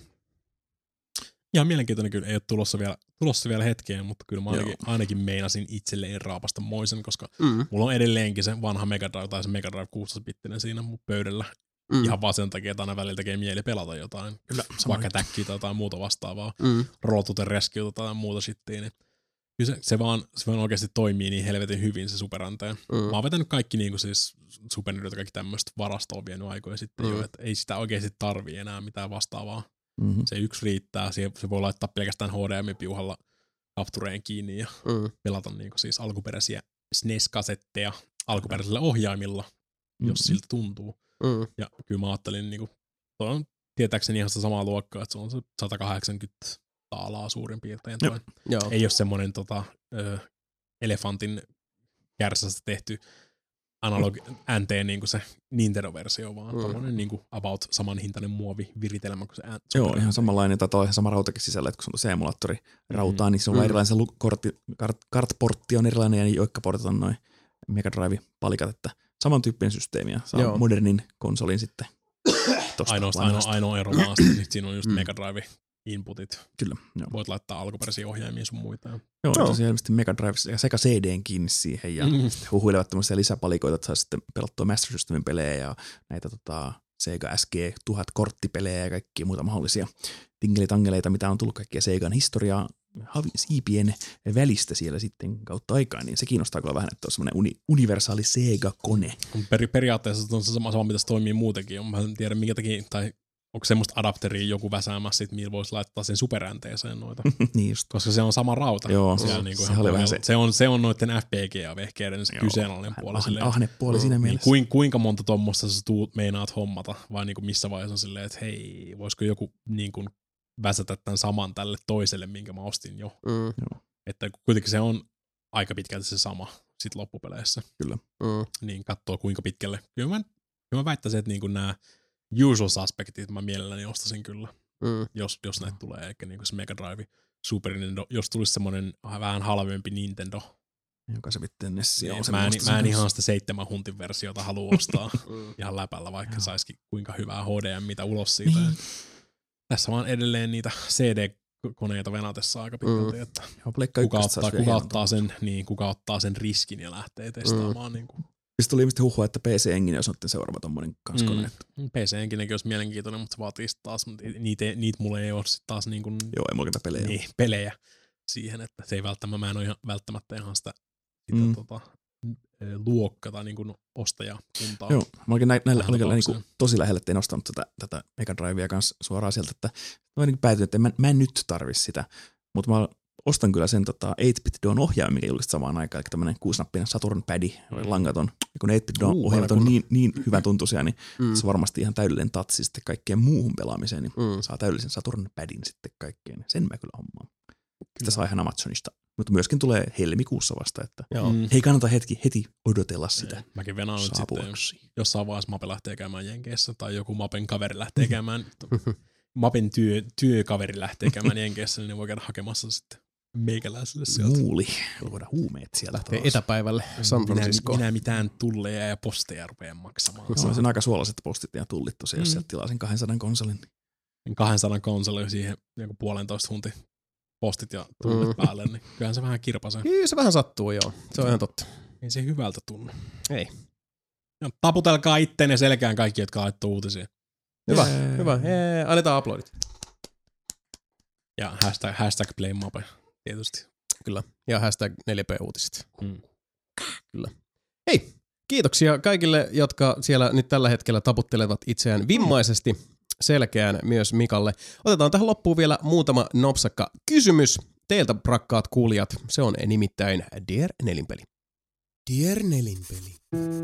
Ihan mielenkiintoinen kyllä, ei ole tulossa vielä, tulossa vielä hetkeen, mutta kyllä mä ainakin, ainakin meinasin itselleen raapasta moisen, koska mm. mulla on edelleenkin se vanha Mega Drive tai se Mega Drive kuusitoista-bittinen siinä mun pöydällä. Mm. Ihan vaan sen takia, että aina välillä tekee mieli pelata jotain, kyllä, vaikka täkkiä tai jotain muuta vastaavaa, mm. Roll to the Rescue tai jotain muuta shittia, niin kyllä se, se, vaan, se vaan oikeasti toimii niin helvetin hyvin se Super N T. Mm. Mä oon vetänyt kaikki niinku siis Super Nintendo, kaikki tämmöistä varastoa vienyt aikoja sitten mm. jo, että ei sitä oikeasti tarvii enää mitään vastaavaa. Mm-hmm. Se yksi riittää, se voi laittaa pelkästään H D M I-piuhalla kaptureen kiinni ja mm. pelata niinku siis alkuperäisiä S N E S-kasetteja alkuperäisillä ohjaimilla, mm-hmm. jos siltä tuntuu. Mm. Ja kyllä mä ajattelin, niinku, toi on tietääkseni ihan sitä samaa luokkaa, että se on se sata kahdeksankymmentä taalaa suurin piirtein. Joo. Ei ole semmoinen tota, ö, elefantin kärsästä tehty analog N T niin kuin se Nintendo-versio, vaan mm. tommoinen niin kuin about samanhintainen muovi viritelmä kuin se N T. Joo, ihan samanlainen, tai on ihan sama rautakin sisällä, että kun se on se emulaattori rautaa, mm. niin se on mm. erilainen se kortti, kart, kartportti on erilainen ja joikkaportit on noin Mega Drive-palikat, että samantyyppinen systeemi ja saa Joo. modernin konsolin sitten. Ainoastaan ainoa, ainoa ero vaan sitten, siinä on just mm. Mega Drive inputit. Kyllä. Jo. Voit laittaa alkuperäisiä ohjaimia sun muita. Joo, no. Se ilmeisesti Mega Drive sekä C D:n kiinni siihen ja mm. sitten huhuilevat tämmöisiä lisäpalikoita, että saa sitten pelattua Master Systemin pelejä ja näitä tota, Sega S G tuhat korttipelejä ja kaikkia muuta mahdollisia tingelitangeleita, mitä on tullut kaikkia Segan historiaa siipien välistä siellä sitten kautta aikaa, niin se kiinnostaa kyllä vähän, että on semmoinen uni, universaali Sega-kone. Per, periaatteessa on se sama, sama, mitä se toimii muutenkin. Mä en tiedä, minkä takia, tai onko semmoista adapteria joku väsäämässä, millä voisi laittaa sen superänteeseen noita. Niin just. Koska se on sama rauta. Joo, se, se, niin se, oli vähän se. se on se on noiden F P G-vehkeiden se kyseenalainen puoli. Ahne, ahne puoli siinä niin, mielessä. Kuinka, kuinka monta tuommoista sä tuut meinaat hommata, vai niin kuin missä vaiheessa on silleen, että hei, voisiko joku niin kuin väsätä tämän saman tälle toiselle, minkä mä ostin jo. Mm. Että kuitenkin se on aika pitkälti se sama sit loppupeleissä. Kyllä. Mm. Niin katsoo kuinka pitkälle. Kyllä mä, kyllä mä väittäisin, että niin kuin nämä usual suspectit mä mielelläni ostasin kyllä, mm. jos, jos näitä tulee, eikä niin kuin se Mega Drive, Super Nintendo, jos tulisi semmoinen vähän halvempi Nintendo. Joka se sitten Nessia on. Mä en, mä en ihan sitä seitsemän huntin versiota halua ostaa ihan läpällä, vaikka saisikin kuinka hyvää H D M mitä ulos siitä. Niin. Tässä vaan edelleen niitä C D-koneita venatessa aika pitkälti, mm. että kuka ottaa, kuka, ottaa sen, niin, kuka ottaa sen riskin ja lähtee testaamaan. Mm. Niin kuin. Sitten tuli ilmeisesti huhua, että P C-engine olisi sitten seuraava tommoinen kanskone. Mm. P C-enginenkin olisi mielenkiintoinen, mutta se vaatii taas, niitä, niitä mulla ei ole sitten taas niin kuin, Joo, ei mulla pelejä. Niin, pelejä siihen, että se ei välttämättä, mä en ole ihan, välttämättä ihan sitä, sitä mm. tota, luokka tai niin kuin ostajakuntaa. Joo, mä olin näillä näillä niin kuin tosi lähellä, ettei nostanut tätä, tätä Mega Drivea kanssa suoraan sieltä, että mä niin päätin, että mä, mä en nyt tarvi sitä, mutta mä ostan kyllä sen tota, eight-bit D O N ohjaimen, mikä julkaisi samaan aikaan, eli tämmöinen kuusinappinen Saturn-pädi, mm. langaton, ja kun eight-bit D O N-ohjaimet on niin, niin hyvä tuntuisia, niin mm. se on varmasti ihan täydellinen tatsi sitten kaikkeen muuhun pelaamiseen, niin mm. saa täydellisen Saturn-pädin sitten kaikkeen, sen mä kyllä hommaan. Sitä saa ihan Amazonista, mutta myöskin tulee helmikuussa vasta, että mm. hei kannata hetki, heti odotella sitä. Ei, mäkin venaan nyt sitten, jossain vaiheessa Mape lähtee käymään Jenkeissä, tai joku Mapen kaveri lähtee käymään, Mapen työ, työkaveri lähtee käymään Jenkeissä, niin ne voi käydä hakemassa sitten meikäläiselle sieltä. Muuli, luoda huumeet sieltä. Lähtee etäpäivälle San Franciscoon. Minä, minä mitään tulleja ja posteja rupean maksamaan. Se on sen aika suolaiset postit ja tullit tosiaan, jos mm. sieltä tilaa sen kahdensadan konsolin. kahdensadan konsoli siihen joku puolentoista hunti postit ja tullit mm. päälle, niin kyllähän se vähän kirpasee. Kyllä se vähän sattuu, joo. Se on ihan totta. Ei se hyvältä tunnu. Ei. Ja taputelkaa itteenne selkään kaikki, jotka laittoi uutisia. Hyvä, Jee. hyvä. Jee. Annetaan aplodit. Ja hashtag, hashtag play Mape, tietysti. Kyllä. Ja hashtag neljä P-uutiset. Mm. Kyllä. Hei, kiitoksia kaikille, jotka siellä nyt tällä hetkellä taputtelevat itseään vimmaisesti selkeään myös Mikalle. Otetaan tähän loppuun vielä muutama nopsakka kysymys teiltä, rakkaat kuulijat. Se on nimittäin Dear Nelinpeli. Dear Nelinpeli.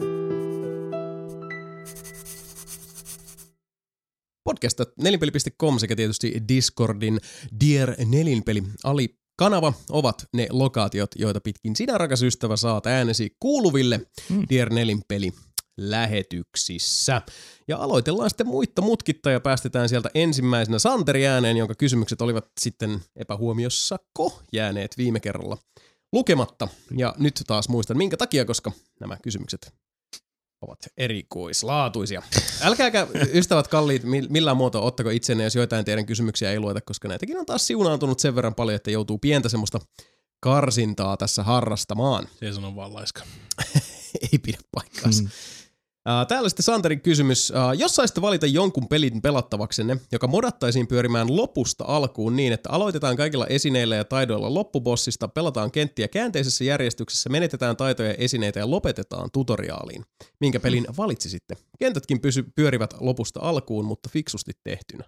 Podcast nelinpeli piste com sekä tietysti Discordin Dear Nelinpeli ali kanava ovat ne lokaatiot, joita pitkin sinä, rakas ystävä, saat äänesi kuuluville mm. Dear Nelinpeli lähetyksissä. Ja aloitellaan sitten muitta mutkitta ja päästetään sieltä ensimmäisenä Santeri ääneen, jonka kysymykset olivat sitten epähuomiossako jääneet viime kerralla lukematta. Ja nyt taas muistan minkä takia, koska nämä kysymykset ovat erikoislaatuisia. Älkääkä ystävät kalliit millään muotoa ottako itsenne, jos joitain teidän kysymyksiä ei lueta, koska näitäkin on taas siunaantunut sen verran paljon, että joutuu pientä semmoista karsintaa tässä harrastamaan. Se on vaan laiska. Ei pidä paikkaansa. Mm. Uh, täällä sitten Santerin kysymys. Uh, jos saisitte valita jonkun pelin pelattavaksenne, joka modattaisiin pyörimään lopusta alkuun niin, että aloitetaan kaikilla esineillä ja taidoilla loppubossista, pelataan kenttiä käänteisessä järjestyksessä, menetetään taitoja ja esineitä ja lopetetaan tutoriaaliin. Minkä pelin mm. valitsisitte? Kentätkin pysy, pyörivät lopusta alkuun, mutta fiksusti tehtynä.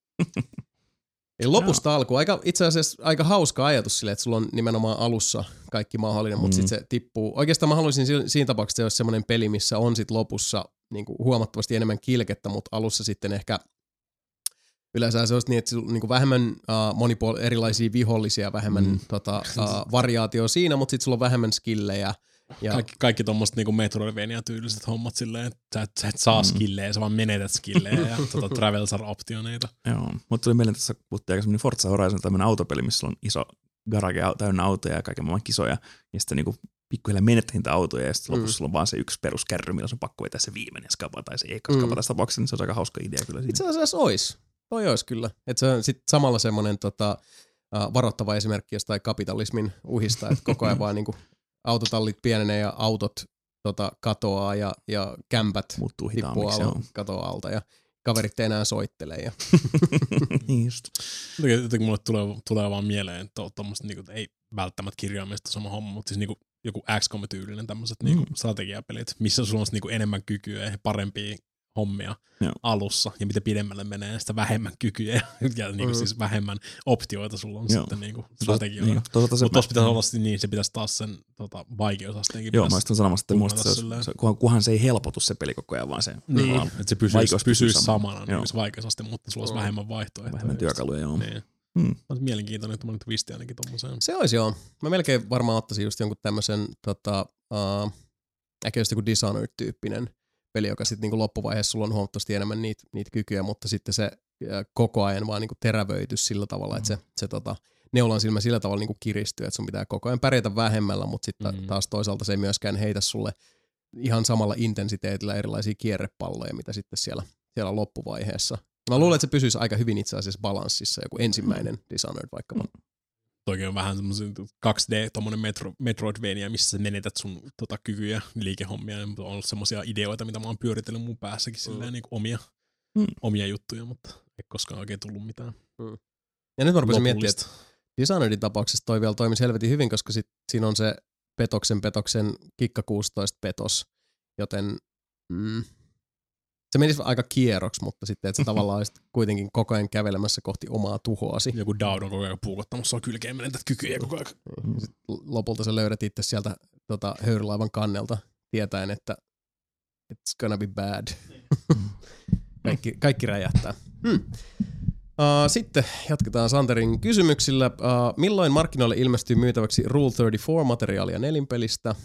Eli lopusta no. alkuun. Aika, itse asiassa aika hauska ajatus sille, että sulla on nimenomaan alussa kaikki mahdollinen, mutta mm. sitten se tippuu. Oikeastaan mä haluaisin siinä tapauksessa, että se olisi semmoinen peli, missä on sitten lopussa niin kuin huomattavasti enemmän kilkettä, mutta alussa sitten ehkä yleensä se olisi niin, että sulla on niin kuin vähemmän uh, monipuol- erilaisia vihollisia, vähemmän mm. tota, uh, variaatio siinä, mutta sitten sulla on vähemmän skillejä. Ja kaikki, kaikki tommoset niinku Metroidvania-tyyliset hommat silleen, että sä et, sä et saa mm. skillejä, sä vaan menetät skillejä ja tota Travelsar-optioneita. Joo, mutta tuli mieleen tässä, puhuttiin aikaisemmin Forza Horizon, tämmöinen autopeli, missä on iso garage täynnä autoja ja kaiken maailman kisoja, ja sitten niinku pikkuhiljaa menetät niitä autoja, ja sitten lopussa mm. sulla on vaan se yksi peruskärry, millä on pakko vetää se viimeinen skapa tai se eka skapa mm. tässä tapauksessa, niin se on aika hauska idea kyllä siinä. Itse asiassa ois. Toi ois kyllä. Että se on sit samalla semmoinen tota, uh, varoittava esimerkki jostain kapitalismin uhista, että koko ajan vaan niinku autotallit pienenee ja autot tota, katoaa ja, ja kämpät muuttuu tippuu al- katoaa alta ja kaverit ei enää soittele. Ja niin just. Jotenkin mulle tulee, tulee vaan mieleen, että on tommoset, niinku, ei välttämättä kirjaimesta sama homma, mutta siis niinku, joku X COM-tyylinen tämmöiset mm. niinku, strategiapelit, missä sulla on niinku, enemmän kykyä ja parempia hommia Joo. alussa, ja mitä pidemmälle menee, sitä vähemmän kykyjä ja, ja niinku, mm. siis vähemmän optioita sulla on Joo. sitten niinku, strategioita. Niin, mutta tuossa pitäisi olla niin, se pitäisi taas sen tota, vaikeusasteenkin. Joo, mä olen sanomassa, että muista, se, se, kunhan se ei helpotu se peli koko ajan, vaan se niin, että se pysyisi, pysyisi samana, niin se vaikeusaste, mutta sulla olisi vähemmän vaihtoehtoja. Vähemmän työkaluja, joo. Niin. Hmm. On mielenkiintoinen, että mä twisti ainakin tommoseen. Se olisi joo. Mä melkein varmaan ottaisin just jonkun tämmöisen tota, uh, ehkä just joku Dishonored-tyyppinen peli, joka sitten niinku loppuvaiheessa sulla on huomattavasti enemmän niitä, niitä kykyjä, mutta sitten se äh, koko ajan vaan niinku terävöitys sillä tavalla, mm. että se, se tota, neulan silmä sillä tavalla niinku kiristyy, että sun pitää koko ajan pärjätä vähemmällä, mutta sitten mm. taas toisaalta se ei myöskään heitä sulle ihan samalla intensiteetillä erilaisia kierrepalloja, mitä sitten siellä, siellä loppuvaiheessa. Mä luulen, että se pysyisi aika hyvin itse asiassa balanssissa, joku ensimmäinen mm. Dishonored vaikkapa. Mm. Toki on vähän semmoisen kaksi D, tommonen metro, Metroidvania, missä sä menetät sun tota, kykyjä, liikehommia. On ollut semmoisia ideoita, mitä mä oon pyöritellyt mun päässäkin, silleen, mm. niin omia, mm. omia juttuja, mutta ei koskaan oikein tullut mitään. Mm. Ja nyt mä rupesin miettimään, että Dishonoredin tapauksessa toi vielä toimi helvetin hyvin, koska sit siinä on se petoksen petoksen kikka kuusitoista petos, joten mm, se menisi aika kierroksi, mutta sitten, että sä tavallaan olisit kuitenkin koko ajan kävelemässä kohti omaa tuhoasi. Joku Daud on koko ajan puukottamassa sua kylkeen, menetät kykyjä koko ajan. Sitten lopulta sä löydät itse sieltä tota, höyrylaivan kannelta, tietäen, että it's gonna be bad. kaikki, kaikki räjähtää. Hmm. Uh, sitten jatketaan Santerin kysymyksillä. Uh, milloin markkinoille ilmestyy myytäväksi Rule kolmekymmentäneljä-materiaalia nelinpelistä?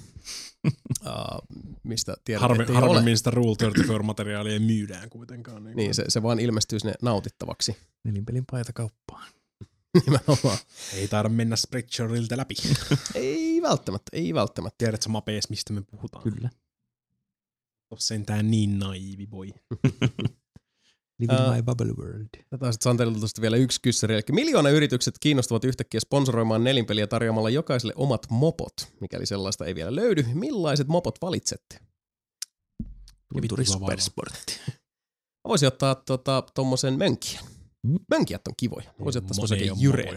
Uh, mistä tiedät, Harmi, harvemmin sitä Rule kolmekymmentäneljä-materiaalia myydään kuitenkaan. Niin, niin se, se vaan ilmestyy sinne nautittavaksi. Nelinpelin paita kauppaan. Nimenomaan. Ei taida mennä Spreadshirilta läpi. Ei välttämättä, ei välttämättä. Tiedätkö mapees, mistä me puhutaan? Kyllä. On sentään niin naivi, boy. Living uh, my bubble world. Tätä on sitten Santerilta vielä yksi kyssäri. Eli miljoona yritykset kiinnostuvat yhtäkkiä sponsoroimaan nelinpeliä tarjoamalla jokaiselle omat mopot. Mikäli sellaista ei vielä löydy, millaiset mopot valitsette? Tunturi Supersportti. Mä voisin ottaa tota, tommosen mönkijän. Mm. Mönkijät on kivoja. Mä voisin ottaa semmoisen jyreen.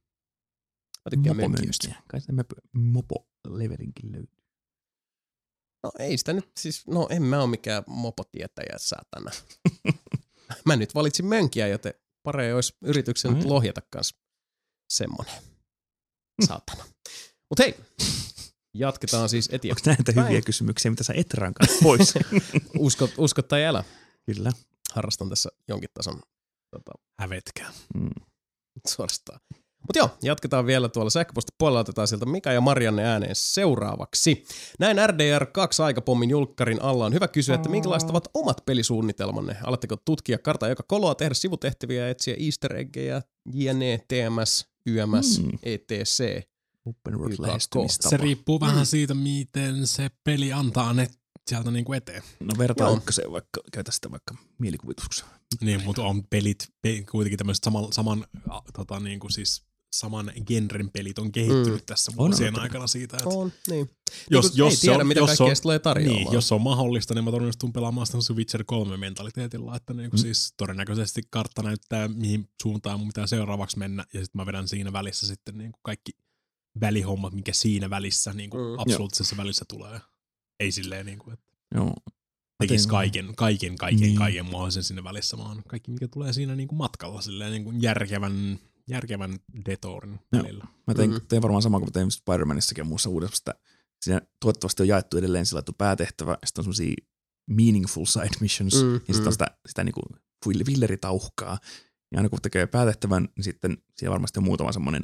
Mä tykkään mönkijöstä. Kai se mopo-levelinkin löytyy. No ei sitä nyt siis, no en mä oo mikään mopotietäjä säätänä. Mä nyt valitsin mönkiä, joten parempi olisi yrityksen nyt lohjata kanssa semmonen. Saatana. Mut hei, jatketaan siis eteenpäin. Onko näitä Päin. hyviä kysymyksiä, mitä sä et rankaa pois? Uskot, uskot tai älä. Kyllä. Harrastan tässä jonkin tason tota, hävetkää. Mm. Suorastaan. Mutta joo, jatketaan vielä tuolla sähköpostipuolella, otetaan sieltä Mika ja Marianne ääneen seuraavaksi. Näin R D R kaksi aikapommin julkkarin alla on hyvä kysyä, että minkälaiset ovat omat pelisuunnitelmanne? Alatteko tutkia kartaa joka koloa, tehdä sivutehtäviä ja etsiä easter eggejä, jne, T M S, Y M S, mm. et cetera. Open world lähestymistapa. Se riippuu vähän Mm. siitä, miten se peli antaa ne sieltä niinku eteen. No vertaa ykköseen vaikka, käytä sitä vaikka mielikuvituksessa. Niin, mutta on pelit, pe, kuitenkin tämmöiset saman, saman, a, tota, niinku siis saman genren pelit on kehittynyt mm. tässä vuosien on, aikana siitä, että on, niin. Jos, niin, jos ei tiedä, on, mitä jos kaikkea on, tulee tarjoamaan. Niin, jos on mahdollista, niin mä todennäköisesti tuun pelaamaan sitä Witcher kolme mentaliteetilla, että niinku mm. siis todennäköisesti kartta näyttää, mihin suuntaan mun pitää seuraavaksi mennä, ja sitten mä vedän siinä välissä sitten niinku kaikki välihommat, mikä siinä välissä, niinku mm. absoluuttisessa Joo. välissä tulee. Ei silleen, niinku, että Joo. tekisi kaiken, kaiken, kaiken, niin. kaiken mahdollisen sinne välissä, vaan kaikki, mikä tulee siinä niinku matkalla, silleen niinku järkevän, järkevän detourin välillä. Mä tein, Mm-hmm. tein varmaan sama kuin tein Spider-Manissakin ja muussa uudessa, että siinä toivottavasti on jaettu edelleen sillä laittu päätehtävä, ja sitten on semmosia meaningful side missions, mm, ja sitten on sitä, sitä niinku filleritauhkaa. Ja aina kun tekee päätehtävän, niin sitten siellä varmasti on muutama semmoinen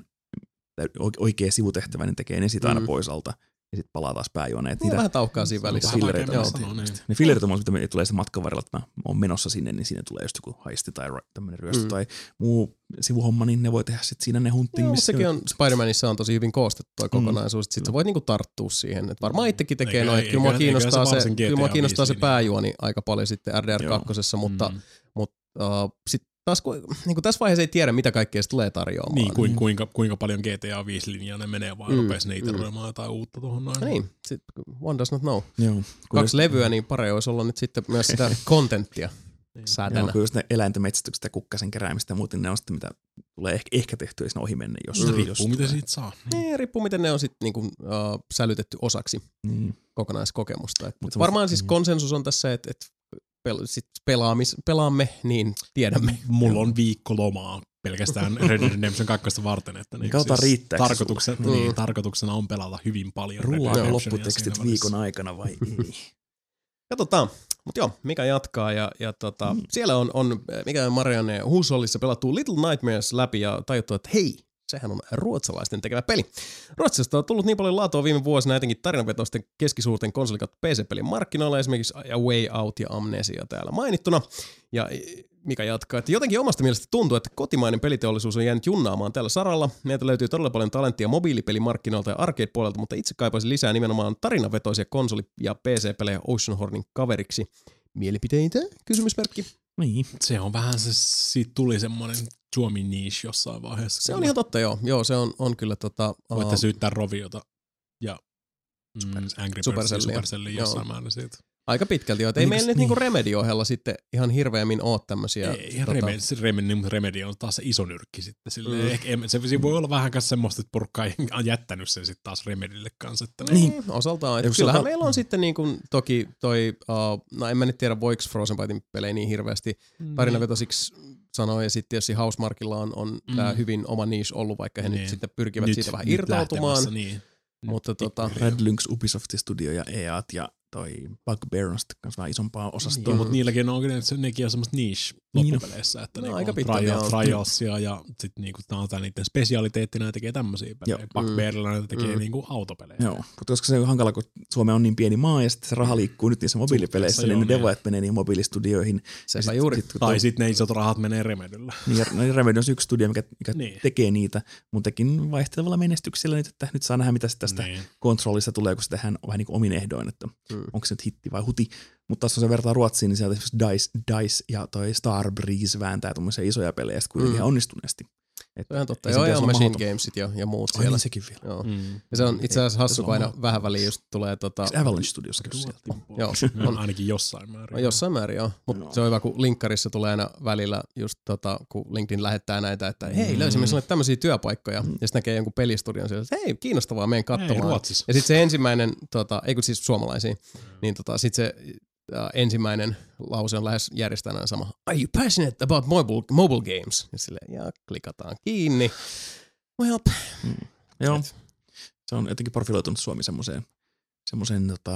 oikea sivutehtävä, niin tekee ne sitä aina mm. pois alta, ja sitten palaa taas pääjuoneen. Niitä vähän tauhkaa siinä välissä. Fillereitä on sanoa, niin. Ne fillerit on mitä tulee se matkan varrella, että mä oon menossa sinne, niin siinä tulee just joku haisti tai tämmöinen ryöstö mm. tai muu sivuhomma, niin ne voi tehdä sitten siinä ne hunting. Joo, sekin on, Spider-Manissa on tosi hyvin koostettu toi kokonaisuus, että sit sä voit niinku tarttua siihen. Et varmaan itsekin tekee noin, kyllä mua kiinnostaa se, se, kyllä mua kiinnostaa se pääjuoni aika paljon sitten R D R kaksi, mutta, mm. mutta uh, sitten taas niin tässä vaiheessa ei tiedä, mitä kaikkea se tulee tarjoamaan. Niin, kuin, kuinka, kuinka paljon G T A viisi linjaa ne menee, vai mm, rupeisi ne iteroimaan mm. jotain uutta tuohon noin. Ja niin, sit one does not know. Joo, Kaksi levyä, niin parempi olisi olla nyt sitten myös sitä kontenttia säädänä. Joo, kun just ne eläintenmetsästykset ja kukkasen keräämistä ja muuten, ne on sitten mitä tulee ehkä, ehkä tehtyä siinä ohi menne, jos mm. riippuu mitä siitä saa. Niin, riippuu miten ne on sitten niinku, uh, sälytetty osaksi mm. kokonaiskokemusta. Et, Mut varmaan siis konsensus on tässä, että et pel- sit pelaamis, pelaamme, niin tiedämme. Mulla on viikko lomaa pelkästään Red Dead Redemption kaksi varten, että niin siis tarkoituksena, niin, mm. tarkoituksena on pelata hyvin paljon. Rullaa lopputekstit viikon aikana vai ei? Katsotaan. Mutta joo, Mika jatkaa ja, ja tota, mm. siellä on, on Mika ja Marianne Huushollissa pelattu Little Nightmares läpi ja tajuttu, että hei, sehän on ruotsalaisten tekemä peli. Ruotsista on tullut niin paljon laatua viime vuosina etenkin tarinavetoisten keskisuurten konsolikautta P C-pelin markkinoilla, esimerkiksi A Way Out ja Amnesia täällä mainittuna. Ja Mika jatkaa, että jotenkin omasta mielestä tuntuu, että kotimainen peliteollisuus on jäänyt junnaamaan tällä saralla. Meiltä löytyy todella paljon talenttia mobiilipelimarkkinoilta ja arcade-puolelta, mutta itse kaipaisin lisää nimenomaan tarinavetoisia konsoli- ja P C-pelejä Oceanhornin kaveriksi. Mielipiteitä? Kysymysmerkki. Niin. Se on vähän se, siitä tuli semmoinen Suomi niche jossain vaiheessa. Se on ihan totta, joo. Joo, se on, on kyllä tota... Voitte uh, syyttää Roviota ja mm, Angry Birds Supercellia jossain määrin siitä. Aika pitkälti joo. Ei meillä nyt niin. niinku Remedy-ohella sitten ihan hirveämmin ole tämmöisiä... Ei, tota... Remedy, Remedy, Remedy on taas se iso nyrkki sitten. Silleen, mm. ehkä, se voi olla vähän kanssa semmoista, että porukka on jättänyt sen sitten taas Remedylle kanssa. Että niin, niin osaltaan. Että kyllähän osalta... meillä on sitten niin kuin toki toi... Uh, no en mä nyt tiedä, voiko Frostbiteen pelejä niin hirveästi mm. tarinavetoisiksi sanoa. Ja sitten tietysti Housemarquilla on, on mm. tämä hyvin oma niche ollut, vaikka he niin. nyt sitten pyrkivät nyt, siitä vähän irtautumaan. Niin. Mutta tota... Red Lynx, Ubisoftin studio ja E A ja toi Bugbear on sitten kanssa vähän isompaa osastoa. Niin, mutta niilläkin on, nekin on semmoista niche loppupeleissä, että no, niinku trial, trialsia ja sitten niinku tää on tää niiden spesialiteettina ja tekee tämmöisiä pelejä. Bugbearilla mm. ne tekee mm. niinku autopelejä. Joo, mutta koska se on hankala, kun Suomi on niin pieni maa ja sitten se raha liikkuu nyt niissä mobiilipeleissä, niin ne devojat menee niihin mobiilistudioihin. Sepä juuri. Sit, tai sitten ne isot rahat menee Remedyllä. Niin, no, Remedy on yksi studio, mikä, mikä niin. tekee niitä, mutta tekin vaihtelevalla menestyksellä nyt, että nyt saa nähdä, mitä tästä niin. kontrollista tulee, kun se tehdään vähän niin kuin omin ehdoin, että mm. onko se nyt hitti vai huti. Mutta taas kun se vertaa Ruotsiin, niin sieltä Dice, Dice ja toi Starbreeze vääntää tuommoisia isoja pelejä sitten kuitenkin mm. ihan onnistuneesti. Että ihan totta. Joo, ja Machine Gamesit ja, ja muut Ai, siellä. Niin sekin vielä. Joo. Mm. Ja se on itse asiassa hassu, kun aina vähän väliin just tulee... Tota... Avalanche Studiossakin sieltä? Joo. On ainakin jossain määrin. On jossain määrin, joo. Mutta no. se on hyvä, kun linkkarissa tulee aina välillä just tota, kun LinkedIn lähettää näitä, että hei, löysimme sinulle tämmöisiä työpaikkoja. Mm. Ja sitten näkee jonkun pelistudion siellä, että hei, kiinnostavaa, menen katsomaan. Ei, Ruotsissa. Ja sitten se ensimmäinen, tota, ei kun siis suomalaisia, mm. niin tota, sitten se uh, ensimmäinen lause on lähes järjestänään sama. Are you passionate about mobile, mobile games? Ja silleen, ja klikataan kiinni. Well, mm. Joo, se on jotenkin profiloitunut Suomi semmoiseen, semmoiseen tota,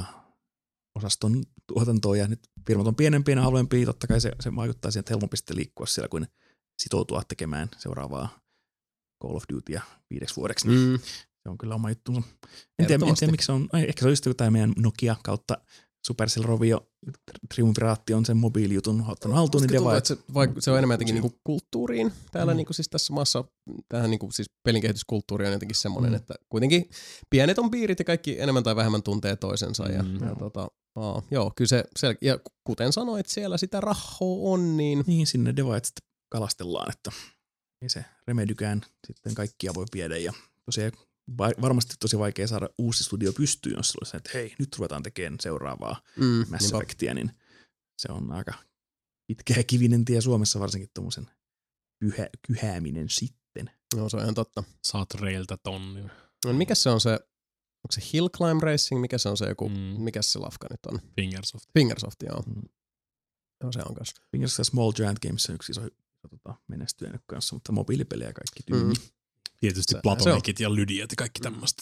osaston tuotantoon, ja nyt firmat on pienempiä ja halvempia, totta kai se, se vaikuttaa siihen, että helpompi sitten liikkua siellä, kuin sitoutua tekemään seuraavaa Call of Dutya viideksi vuodeksi. Mm. Se on kyllä oma juttunsa. En tiedä, en tiedä miksi se on, ehkä se on just tämä meidän Nokia kautta Supercell Rovio Triumviraatti on sen mobiilijutun ottanut haltuun. Niin tuntuu, että se, vaik- se on enemmän jotenkin niinku kulttuuriin. Täällä mm. niinku siis tässä maassa, tähän niinku siis pelinkehityskulttuuri on jotenkin semmoinen, mm. että kuitenkin pienet on piirit ja kaikki enemmän tai vähemmän tuntee toisensa. Mm. Ja, ja tota, aa, joo, kyllä se, sel- ja kuten sanoit, siellä sitä rahoa on, niin... Niin, sinne Deviat sitten kalastellaan, että ei se Remedykään sitten kaikkia voi viedä. Ja tosiaan varmasti tosi vaikea saada uusi studio pystyyn, jos se olisi, että hei, nyt ruvetaan tekemään seuraavaa mm, Mass Effectia, niin se on aika pitkä ja kivinen tie Suomessa varsinkin tuommoisen kyhä, kyhääminen sitten. No se on ihan totta. Saat reiltä tonnin. No mikä se on se, onko se Hill Climb Racing, mikä se on se joku, mm. mikä se lafka nyt on? Fingersoft. Fingersoft, joo. Mm. Joo, se on kanssa. Fingersoft ja Small Giant Games on yksi iso tota, menestyjä nyt kanssa, mutta mobiilipelejä kaikki tyyni. Mm. Tietysti se, Platonikit se ja Lydiat ja kaikki tämmöistä.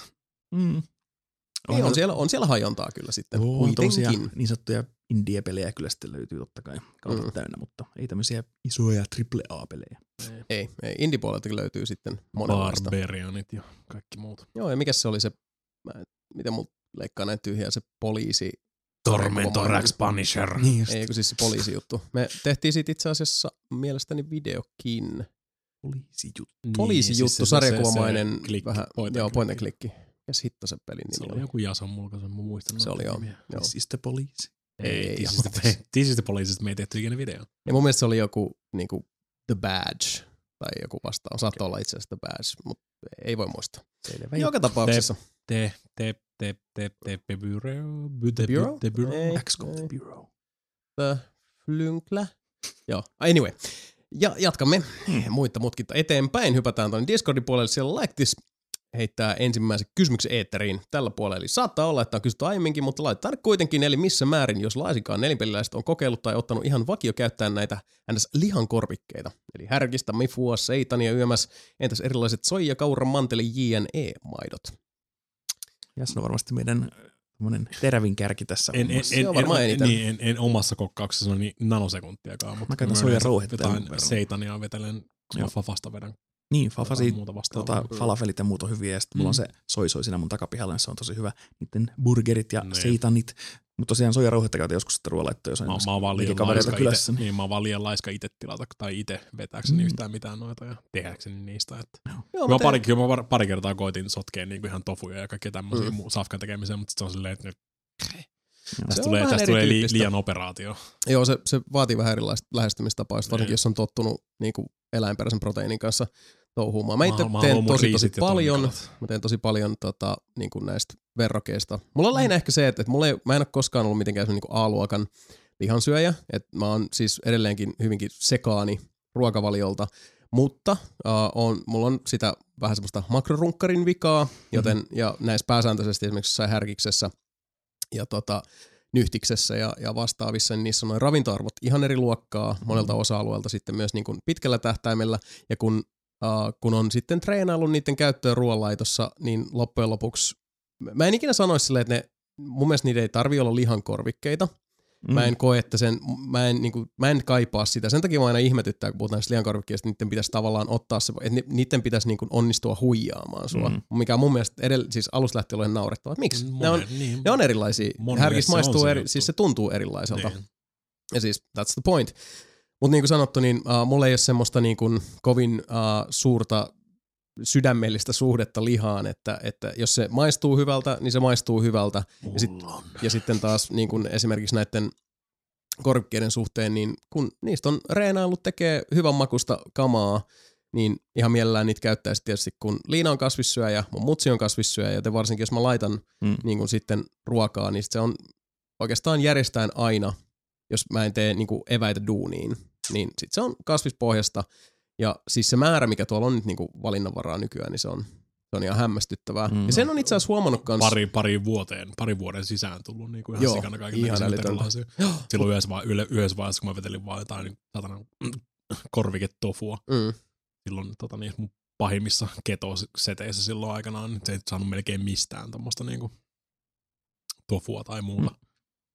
Mm. Niin on, siellä, on siellä hajontaa kyllä sitten. Oo, kuitenkin. Niin sanottuja indie-pelejä kyllä sitten löytyy totta kai kaupat mm. täynnä, mutta ei tämmöisiä isoja triple A-pelejä. Ei, ei, ei. Indie-puoleltakin löytyy sitten monenlaista. Barbarianit ja kaikki muut. Joo, ja mikä se oli se, mä, miten mulla leikkaa näin tyhjää, se poliisi... Tormentor X Punisher. Niin ei, kun siis se poliisijuttu. Me tehtiin siitä itse asiassa mielestäni videokin. Poliisijuttu. Poliisijuttu, niin, siis sarjakuvamainen, se, se, se vähän, point joo, point and click. Ja hitto se pelin nimi oli. Se oli joku Jason mulkaisen, mä muistan. Se oli joo. joo. This is the police. Ei, This is the, this is the police, me ei tehty ikinä video. Ja mun mielestä se oli joku niinku The Badge tai joku vastaan. Saattoi okay. olla itse asiassa The Badge, mutta ei voi muistaa. Joka tapauksessa. Te, te, te, te, te, te, Bureau? The Bureau? The Bureau? X COM The Bureau. The Flynklä. Joo, anyway. Ja jatkamme hmm. muita mutkitta eteenpäin. Hypätään tuonne Discordin puolelle. Siellä Like This heittää ensimmäisen kysymyksen eetteriin tällä puolella. Eli saattaa olla, että on kysytty aiemminkin, mutta laitetaan kuitenkin. Eli missä määrin, jos laisinkaan nelinpeliläiset on kokeillut tai ottanut ihan vakio käyttää näitä ns. Lihankorvikkeita. Eli härkistä, mifua, seitania, yömäs. Entäs erilaiset soija, kaura, manteli, J N E-maidot? Ja se on varmasti meidän terävin kärki tässä. En, en, en, en, niin, en, en omassa kokkauksessa niin nanosekuntiakaan. Mutta mä käytän soijarouhetta. Jotain seitania vetelen, kun Fafasta vedän. Niin, Fafasi, tota, falafelit ja muut on hyviä, ja sitten mm. mulla on se soisoi siinä mun takapihalla, niin se on tosi hyvä. Niiden burgerit ja ne. Seitanit. Mutta tosiaan soijarouhetta käytän joskus sitten ruoanlaittoa, jos on mä, mä oon vaan liian laiska ite, niin, mä oon vaan liian laiska itse tilata tai itse vetääkseni mm. yhtään mitään noita ja tehdäkseni niistä. Että. Joo, mä, pari, kyllä mä pari kertaa koitin sotkea niin ihan tofuja ja kaikkea tämmöisiä mm. safkan tekemiseen, mutta sitten se on silleen, että tästä tulee, tästä tulee li, liian operaatio. Joo, se, se vaatii vähän erilaista lähestymistapaa, varsinkin jos on tottunut niin kuin eläinperäisen proteiinin kanssa touhuumaan. Mä itse teen tosi tosi paljon, mä teen tosi paljon tota, niin kuin näistä verrokeista. Mulla on lähinnä ehkä se, että, että mulla ei, mä en ole koskaan ollut mitenkään niin kuin A-luokan lihansyöjä, että mä oon siis edelleenkin hyvinkin sekaani ruokavaliolta, mutta uh, on, mulla on sitä vähän semmoista makrorunkkarin vikaa, joten mm-hmm. ja näissä pääsääntöisesti esimerkiksi jossain härkiksessä ja tota, nyhtiksessä ja, ja vastaavissa, niin niissä on noin ravintoarvot ihan eri luokkaa monelta osa-alueelta sitten myös niin kuin pitkällä tähtäimellä, ja kun, uh, kun on sitten treenaillut niiden käyttöä ruoanlaitossa, niin loppujen lopuksi, mä en ikinä sanoisi silleen, että ne, mun mielestä niitä ei tarvitse olla lihankorvikkeita. Mm. Mä en koe, että sen, mä en, niin kuin, mä en kaipaa sitä. Sen takia mä aina ihmetyttää, kun puhutaan lihankorvikkeista, niiden pitäisi tavallaan ottaa se, että niiden pitäisi niin kuin onnistua huijaamaan sua. Mm. Mikä on mun mielestä edellä, siis alusta lähtien olen naurettava. Miksi? Monen, ne, on, niin, ne on erilaisia. Härkis maistuu, se eri, siis se tuntuu erilaiselta. Niin. Ja siis that's the point. Mutta niin kuin sanottu, niin uh, mulla ei ole semmoista niin kuin kovin uh, suurta sydämellistä suhdetta lihaan, että, että jos se maistuu hyvältä, niin se maistuu hyvältä. Ja, sit, ja sitten taas niin kun esimerkiksi näiden korvikkeiden suhteen, niin kun niistä on reenaillut, tekee hyvän makusta kamaa, niin ihan mielellään niitä käyttäisi tietysti, kun Liina on kasvissyöjä, mun mutsi on kasvissyöjä, joten varsinkin jos mä laitan mm. niin kun sitten ruokaa, niin se on oikeastaan järjestään aina, jos mä en tee niin kun eväitä duuniin, niin sitten se on kasvispohjasta. Ja siis se määrä, mikä tuolla on nyt niinku valinnanvaraa nykyään, niin se on Se on ihan hämmästyttävää. Mm. Ja sen on itse asiassa huomannut kans... Pari, pari, vuoteen, pari vuoden sisään tullut niin kuin ihan Joo, sikana kaiken ihan näköisiä älytöntä. erilaisia. Silloin yhdessä, va- yle, yhdessä vaiheessa, kun mä vetelin vaan jotain niin, satana, korviketofua. Mm. Silloin tota, niin, mun pahimmissa ketoseteissä silloin aikanaan, niin se ei saanut melkein mistään tommoista niin kuin tofua tai muuta. Mm.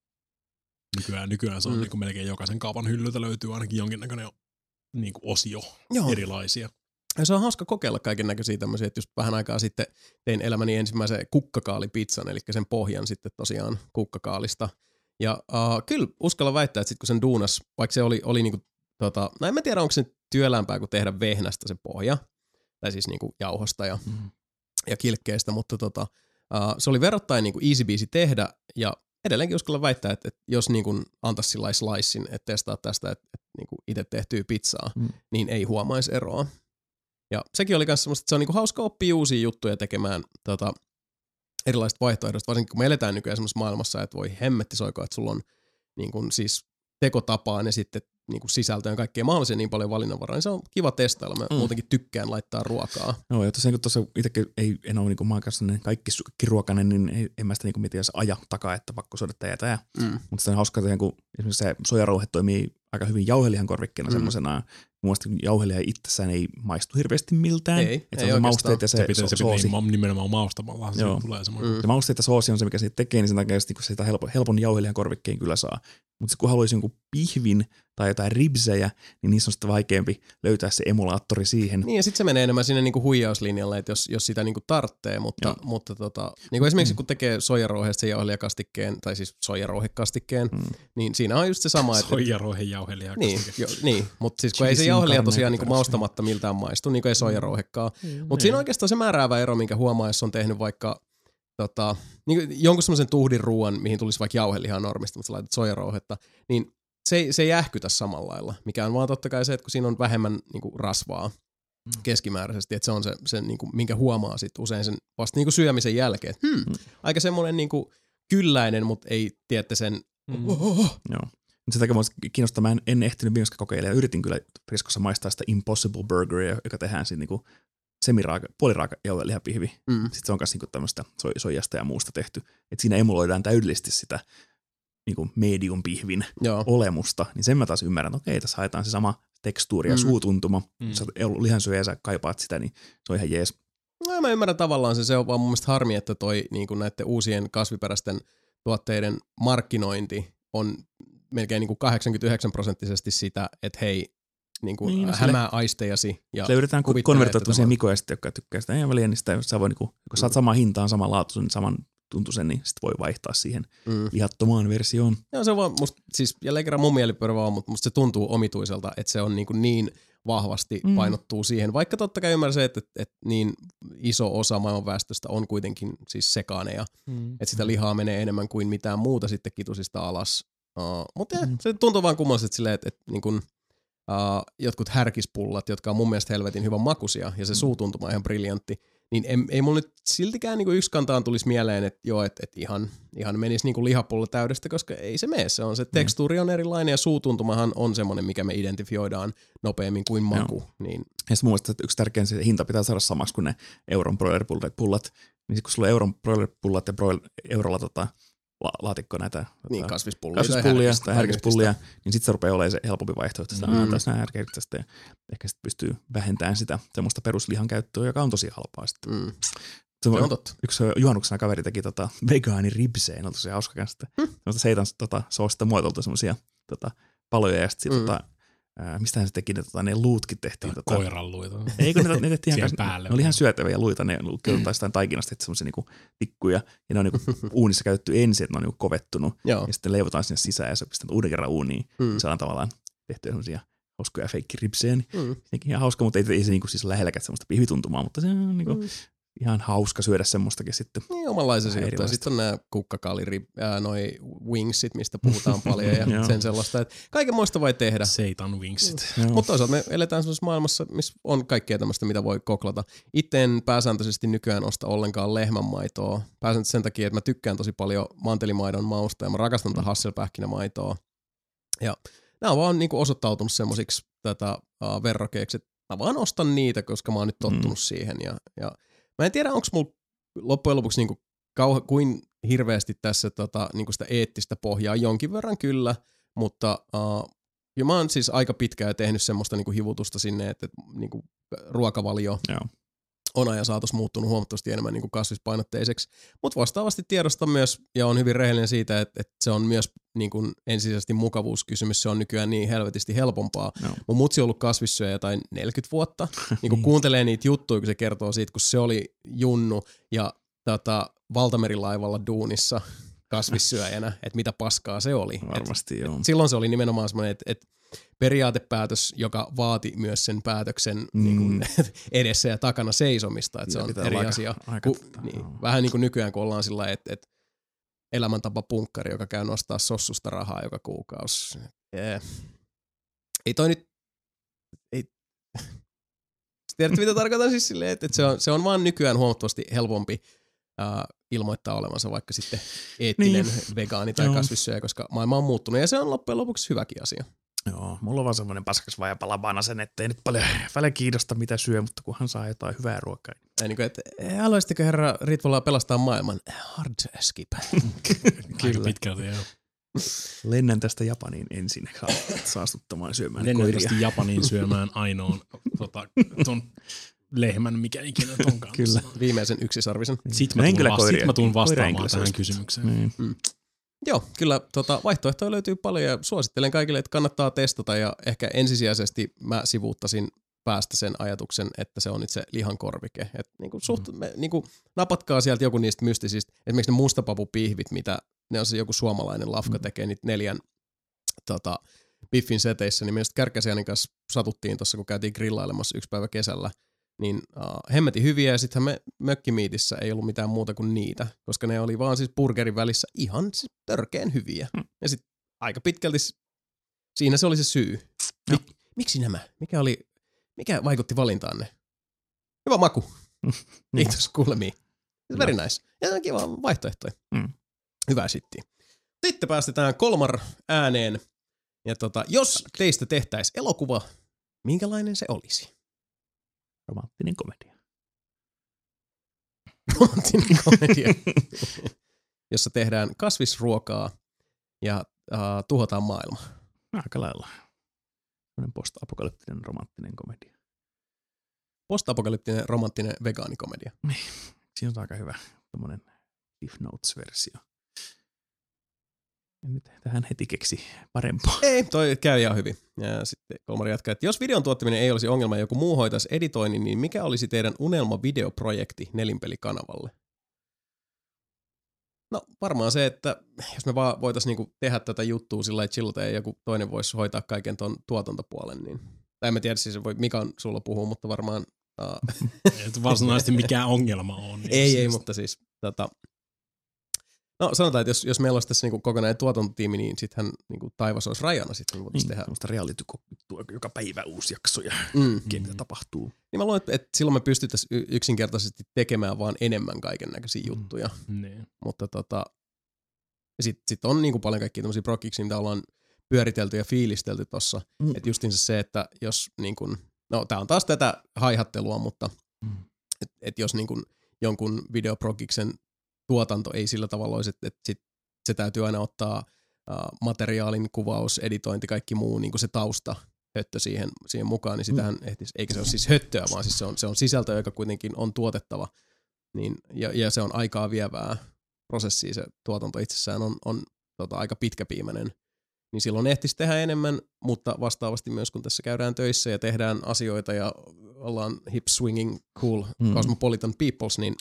Nykyään, nykyään se on Mm. niin kuin melkein jokaisen kaupan hyllyltä löytyy ainakin jonkinnäköinen niin kuin osio Joo. erilaisia. Ja se on hauska kokeilla kaiken näköisiä tämmöisiä, että just vähän aikaa sitten tein elämäni ensimmäisen kukkakaalipizzan, eli sen pohjan sitten tosiaan kukkakaalista. Ja uh, kyllä uskalla väittää, että sitten kun sen duunas, vaikka se oli, oli niinku, tota, no en mä tiedä, onko se työlämpää kuin tehdä vehnästä se pohja, tai siis niinku jauhosta ja, Mm. ja kilkkeestä, mutta tota, uh, se oli verrattain niinku easy biisi tehdä, ja edelleenkin uskalla väittää, että, että jos niinku antaisi sillä slicein, että testaa tästä, että, että niinku itse tehtyä pizzaa, Mm. niin ei huomaisi eroa. Ja sekin oli myös semmoista, että se on niinku hauska oppia uusia juttuja tekemään tota, erilaisista vaihtoehdoista, varsinkin kun me eletään nykyään semmoisessa maailmassa, että voi hemmetti soikoa, että sulla on niinku siis tekotapaan ja sitten niinku sisältöön kaikkea mahdollisia niin paljon valinnanvaraa, niin se on kiva testailla. Mä Mm. muutenkin tykkään laittaa ruokaa. Joo, ja tosiaan kun tuossa itsekin ei, en ole niin maankanssa kaikki, kaikki ruokainen, niin ei, en mä sitä niin miten aja takaa, että pakko syödä tää ja tää. Mm. Mutta se on hauskaa, että kun esimerkiksi se sojarouhe toimii aika hyvin jauhelihan korvikkeena Mm. mm. semmoisena. Mielestäni jauheliha itsessään ei maistu hirveästi miltään. Ei, että ei se on se oikeastaan. mausteet ja se, Se pitää, se so- pitää soosi. niin, nimenomaan maustamalla, se Joo. tulee semmoinen. Mm. Se mausteet ja soosi on se, mikä siitä tekee, niin sen takia sit, kun sitä helpon, helpon jauhelihan korvikkeen kyllä saa. Mutta kun haluaisi jonkun pihvin tai jotain ribsejä, niin niissä on sitten vaikeampi löytää se emulaattori siihen. Niin ja sitten se menee enemmän sinne niinku huijauslinjalle, että jos, jos sitä niinku tarttee, mutta, Joo. mutta tota, niinku esimerkiksi kun tekee soijarouheesta sen jauhelihakastikkeen, tai siis soijarouhekastikkeen, Mm. niin siinä on just se sama, että Soijarouhen jauheliha. Niin, jo, niin. mutta siis kun ei se Cheese jauheliha incarnate tosiaan niinku taas, maustamatta miltään maistu, niin kuin ei soijarouhekaan. Mm. Mutta siinä on oikeastaan se määräävä ero, minkä huomaa, jos on tehnyt vaikka tota, niin jonkun semmoisen tuhdin ruoan, mihin tulisi vaikka jauhelihaa normista, mutta sä laitat soijarouhetta, niin se ei, se ei ähkytä samalla lailla, mikä on vaan totta kai se, että kun siinä on vähemmän niinku rasvaa keskimääräisesti, että se on se, se niinku, minkä huomaa sit usein sen vasta niinku syömisen jälkeen. Hmm, Mm. aika semmoinen niinku kylläinen, mutta ei tiedätte sen, Mm. oh, Joo. Mutta sitä mua kiinnostaa, mä en, en ehtinyt myöskään kokeilla ja yritin kyllä Friskossa maistaa sitä Impossible Burgeria, joka tehdään siitä niinku semiraaka, puoliraaka jauhelihapihvi. mm, Sitten se on myös niinku tämmöistä soi, soijasta ja muusta tehty. Et siinä emuloidaan täydellisesti sitä niinku medium pihvin joo. olemusta, niin sen mä taas ymmärrän, että okei, tässä haetaan se sama tekstuuri ja Mm. suutuntuma. Mm. Jos sä oot lihansyöjä ja sä kaipaat sitä, niin se on ihan jees. No mä ymmärrän tavallaan se, se on vaan mun mielestä harmi, että toi niin kuin näiden uusien kasviperäisten tuotteiden markkinointi on melkein niin kuin kahdeksankymmentäyhdeksän prosenttisesti sitä, että hei, niin kuin Niin, no sille- hämää aistejasi. Ja Sillä yritetään kuvittelee, konvertoida että tämmöisiä tämä- mikoja sitten, jotka tykkää sitä. Ei väliä, niin sitä, sä voi, niinku, kun saat samaan hintaan, saman laatuisen, saman tuntuisen, niin sit voi vaihtaa siihen Mm. lihattomaan versioon. Joo, se on vaan musta, siis jälleen kerran mun mielipide vaan, mutta musta se tuntuu omituiselta, että se on niin, kuin niin vahvasti Mm. painottuu siihen. Vaikka totta kai ymmärrän se, että, että niin iso osa maailman väestöstä on kuitenkin siis sekaaneja. Mm. Että sitä lihaa menee enemmän kuin mitään muuta sitten kitusista alas. Uh, mutta Mm. mm. se tuntuu vaan kummalliselta silleen, että, että niin kun, uh, jotkut härkispullat, jotka on mun mielestä helvetin hyvän makuisia ja se Mm. suutuntuma on ihan briljantti, niin ei, ei mulla nyt siltikään niin yksi kantaan tulisi mieleen, että joo, että, että ihan, ihan menisi niin lihapulla täydestä, koska ei se mene. Se on se tekstuuri on erilainen ja suutuntumahan on semmoinen, mikä me identifioidaan nopeammin kuin maku. Joo. Niin, Ja sitten mun mielestä että yksi tärkein se hinta pitää saada samaksi kuin ne euron broilerpullat. Niin sit kun sulla on euron broilerpullat ja broil, eurolla tota, la, laatikko näitä niin tota, kasvispullia, kasvispullia härkistä- tai härkispullia, niin sitten se rupeaa olemaan se helpompi vaihtoehto. Sitä Mm. mm. tässä härkistä ja ehkä sitten pystyy vähentämään sitä semmoista peruslihan käyttöä, joka on tosi halpaa sitten. Mm. Se Se on on totta. yksi juhannuksena kaveri teki tota vegaaniribsejä, ne on tosi hauska kanssa. Hm. Semmoista seitan tota, soosista muotoilta semmoisia tota, paloja ja sitten Mm. mm. tota, ää, mistähän se teki ne, tota, ne luutkin tehtiin. Tota, Koiranluita. Eikö ne, ne tehtiin ihan, Siihen päälle. ne oli ihan syötäviä luita, ne luutkin jostain taikinasta tehty semmoisia niinku tikkuja ja ne on niinku uunissa käytetty ensin, että ne on niinku kovettunut Joo. ja sitten leivotaan sinne sisään ja se pistetään uuden kerran uuniin. Mm. Se on tavallaan tehty semmoisia hauskoja feikkiripsejä, niin Mm. sekin ihan hauska, mutta ei, ei se niinku siis lähelläkään semmoista pihvituntumaa, mutta se on niinku Mm. ihan hauska syödä semmoistakin sitten. Niin, omanlaisessa Vähän juttu. erilaista. Sitten on nämä kukkakaaliri, ää, noi wingsit, mistä puhutaan paljon ja Joo. sen sellaista. Että kaikenmoista voi tehdä. Seitan wingsit. Joo. Mutta toisaalta me eletään sellaisessa maailmassa, missä on kaikkea tämmöistä, mitä voi koklata. Itse en pääsääntöisesti nykyään osta ollenkaan lehmänmaitoa. Pääsääntöisesti sen takia, että mä tykkään tosi paljon mantelimaidon mausta ja mä rakastan tätä hasselpähkinämaitoa. Ja nämä on vaan niinku osoittautunut semmosiksi tätä uh, verrokeiksi, että mä vaan ostan niitä, koska mä oon nyt tottunut mm. siihen. Ja, ja Mä en tiedä, onko mulla loppujen lopuksi niinku kauha, kuin hirveästi tässä tota, niinku sitä eettistä pohjaa. Jonkin verran kyllä, mutta uh, ja mä oon siis aika pitkään tehnyt semmoista niinku hivutusta sinne, että et, niinku ruokavalio Joo. on ajan saatossa muuttunut huomattavasti enemmän niinku kasvispainotteiseksi. Mutta vastaavasti tiedostan myös, ja on hyvin rehellinen siitä, että, että se on myös niinku ensisijaisesti mukavuuskysymys. Se on nykyään niin helvetisti helpompaa. No. Mun mutsi on ollut kasvissyöjä jotain neljäkymmentä vuotta. Niinku kuuntelee niitä juttuja, kun se kertoo siitä, kun se oli junnu ja tota, valtamerilaivalla duunissa kasvissyöjänä, että mitä paskaa se oli. Varmasti, et, joo. Et silloin se oli nimenomaan semmoinen, että et periaatepäätös, joka vaati myös sen päätöksen mm. niin kuin, edessä ja takana seisomista. Että se on eri aika, asia. Aika, ku, niin, vähän niin kuin nykyään, kun ollaan sillä että et elämäntapa punkkari, joka käy nostaa sossusta rahaa joka kuukausi. Yeah. Ei toi nyt... Ei. Tiedätkö, mitä tarkoitan siis silleen, että et se, on, se on vaan nykyään huomattavasti helpompi Uh, ilmoittaa olevansa vaikka sitten eettinen niin. vegaani tai kasvissyöjä, koska maailma on muuttunut ja se on loppujen lopuksi hyväkin asia. Joo, mulla on vaan semmoinen paskas vai palabana sen, ettei nyt paljon, paljon kiinnosta mitä syö, mutta kunhan saa jotain hyvää ruokaa. Ja niin kuin, että haluaisitteko herra Ritvola pelastaa maailman? Hard skip. Kyllä. Pitkälti, joo. Lennän tästä Japaniin ensin saastuttamaan syömään Lennän koiria. tästä Japaniin syömään ainoan tota, ton lehmän, mikä ikinä ton kanssa. Kyllä, viimeisen yksisarvisen. Sitten mä tuun, vasta- sit mä tuun vastaamaan tähän kysymykseen. Niin. Mm. Joo, kyllä tota, vaihtoehtoja löytyy paljon ja suosittelen kaikille, että kannattaa testata ja ehkä ensisijaisesti mä sivuuttasin päästä sen ajatuksen, että se on itse lihankorvike. Et niinku suht, me, niinku, napatkaa sieltä joku niistä mystisistä, esimerkiksi ne mustapapupihvit, mitä ne on se joku suomalainen lafka tekee niitä neljän tota, biffin seteissä, niin mielestäni Kärkkäsiänin kanssa satuttiin tuossa, kun käytiin grillailemassa yksi päivä kesällä, niin uh, hemmetin hyviä ja sittenhän me mökkimiitissä ei ollut mitään muuta kuin niitä, koska ne oli vaan siis burgerin välissä ihan siis törkeen hyviä. Hmm. Ja sitten aika pitkälti siinä se oli se syy. No. Mik, miksi nämä? Mikä oli, mikä vaikutti valintaanne? Hyvä maku. Kiitos kuulemiin. Very nice. Ja kiva vaihtoehtoja. Hmm. Hyvä sitten. Sitten päästetään Kolmar ääneen. Ja tota, jos teistä tehtäisiin elokuva, minkälainen se olisi? Romanttinen komedia. Romanttinen komedia, jossa tehdään kasvisruokaa ja uh, tuhotaan maailma. Aika lailla. Sellainen post-apokalyptinen romanttinen komedia. Post-apokalyptinen romanttinen vegaanikomedia. Niin, siinä on aika hyvä tommonen Cliff Notes-versio. Ja nyt tähän heti keksi parempaa. Ei, toi käy ihan hyvin. Ja sitten Kolmari jatkaa, että jos videon tuottaminen ei olisi ongelma ja joku muu hoitaisi editoinnin, niin mikä olisi teidän unelma-videoprojekti Nelinpelikanavalle? No varmaan se, että jos me vaan voitaisiin niinku tehdä tätä juttua sillä lailla chillata ja joku toinen voisi hoitaa kaiken ton tuotantopuolen, niin... Tai en mä tiedä siis, voi Mikan sulla puhuu, mutta varmaan... Uh... Et varsinaisesti mikään ongelma on. Niin ei, ei, mutta siis... Tota... No sanotaan, että jos, jos meillä olisi tässä niinku kokonainen tuotantotiimi, niin sittenhän niinku taivas olisi rajana. Sitten me voitaisiin niin, tehdä... Sellaista reality-juttua, joka päivä uusi jakso ja mm. mitä tapahtuu. Niin mä luulen, että silloin me pystyttäisiin yksinkertaisesti tekemään vaan enemmän kaiken näköisiä juttuja. Mm. Mutta tota, sitten sit on niinku paljon kaikkia tämmöisiä prokkiksia, mitä ollaan pyöritelty ja fiilistelty tossa. Mm. Että justiinsa se, että jos niinku, no tää on taas tätä haihattelua, mutta mm. että et jos niinku jonkun videoprokkiksen tuotanto ei sillä tavalla olisi, että et sit se täytyy aina ottaa uh, materiaalin, kuvaus, editointi, kaikki muu, niinku se tausta, höttö siihen, siihen mukaan, niin sitähän mm. ehtis, eikä se ole siis höttöä, vaan siis se on, se on sisältö, joka kuitenkin on tuotettava, niin, ja, ja se on aikaa vievää prosessia, se tuotanto itsessään on, on tota, aika pitkäpiimäinen, niin silloin ehtisi tehdä enemmän, mutta vastaavasti myös kun tässä käydään töissä ja tehdään asioita ja ollaan hip swinging cool mm. cosmopolitan peoples, niin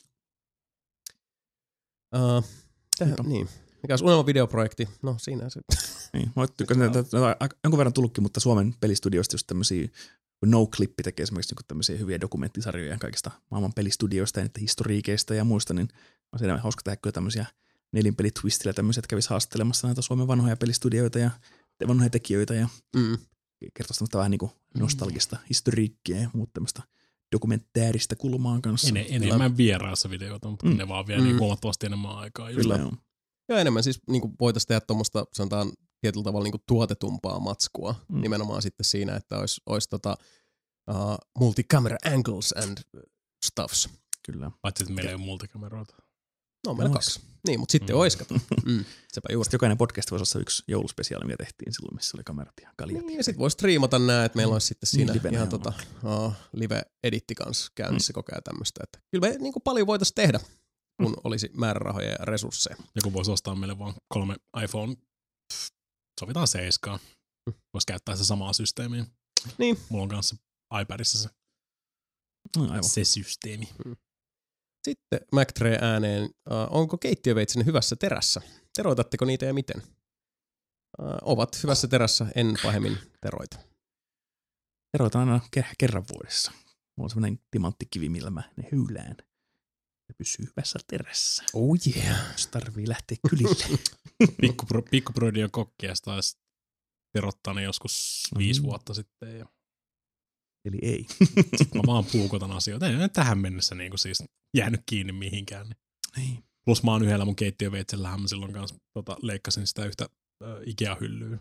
uh, tähän, niin. Mikä olisi unelma videoprojekti? No siinä se. Niin, mä jonkun verran tullutkin, mutta Suomen pelistudioista just tämmöisiä, No-Clippi tekee esimerkiksi niin tämmöisiä hyviä dokumenttisarjoja kaikista maailman pelistudioista ja niitä historiikeista ja muista, niin on siinä hauska tehdä kyllä tämmöisiä nelinpelitwistillä tämmöisiä, että kävisi haastattelemassa näitä Suomen vanhoja pelistudioita ja vanhoja tekijöitä ja mm. kertoisi tämmöistä vähän niin kuin nostalgista mm. historiikkiä ja muuta tämmöistä dokumentääristä kulmaa kanssa. En, enemmän vieraassa videoita, mutta mm. ne vaan vie mm. niin huomattavasti enemmän aikaa. Kyllä joo. Joo, enemmän siis niin kuin voitaisiin tehdä tuommoista, sanotaan tietyllä tavalla niin kuin tuotetumpaa matskua, mm. nimenomaan sitten siinä, että olisi, olisi tota, uh, multi-camera angles and stuffs. Kyllä. Paitsi, että meillä ei ole multikameroita. No, meillä kaksi. Niin, mutta sitten Mm. ois, kato. Mm, sepä juuri. Sitten jokainen podcast voisi olla yksi jouluspesiaali, mitä tehtiin silloin, missä oli kamerat ja kaljat. Niin, ja sitten voisi striimata nää, että meillä olisi sitten siinä Niin, livenä ihan joo. tota, uh, live-editti kanssa käynnissä mm. koko ajan tämmöistä. Että kyllä me niin kuin paljon voitaisiin tehdä, kun mm. olisi määrärahoja ja resursseja. Joku voisi ostaa meille vaan kolme iPhone, pff, sovitaan seiskaa. Mm. Voisi käyttää se samaa systeemiä. Niin. Mulla on kanssa iPadissa se, No, aivan. se systeemi. Mm. Sitten McTree ääneen, uh, onko keittiöveitsinne hyvässä terässä? Teroitatteko niitä ja miten? Uh, ovat hyvässä terässä, en pahemmin teroita. Teroitan aina ke- kerran vuodessa. Mulla on semmoinen timanttikivi, millä mä ne hyylään. Se pysyy hyvässä terässä. Oh yeah. Jos tarvii lähteä kylille. Pikkupro, Pikkuproidi on kokki ja sitä taisi terottaa ne joskus Mm. viisi vuotta sitten. Ja Eli ei. mä vaan puukotan asioita. Ei ole tähän mennessä niin kuin siis jäänyt kiinni mihinkään. Niin. Plus mä oon yhdellä mun keittiöveitsellähän mä silloin kanssa tota, leikkasin sitä yhtä äh, Ikea-hyllyä.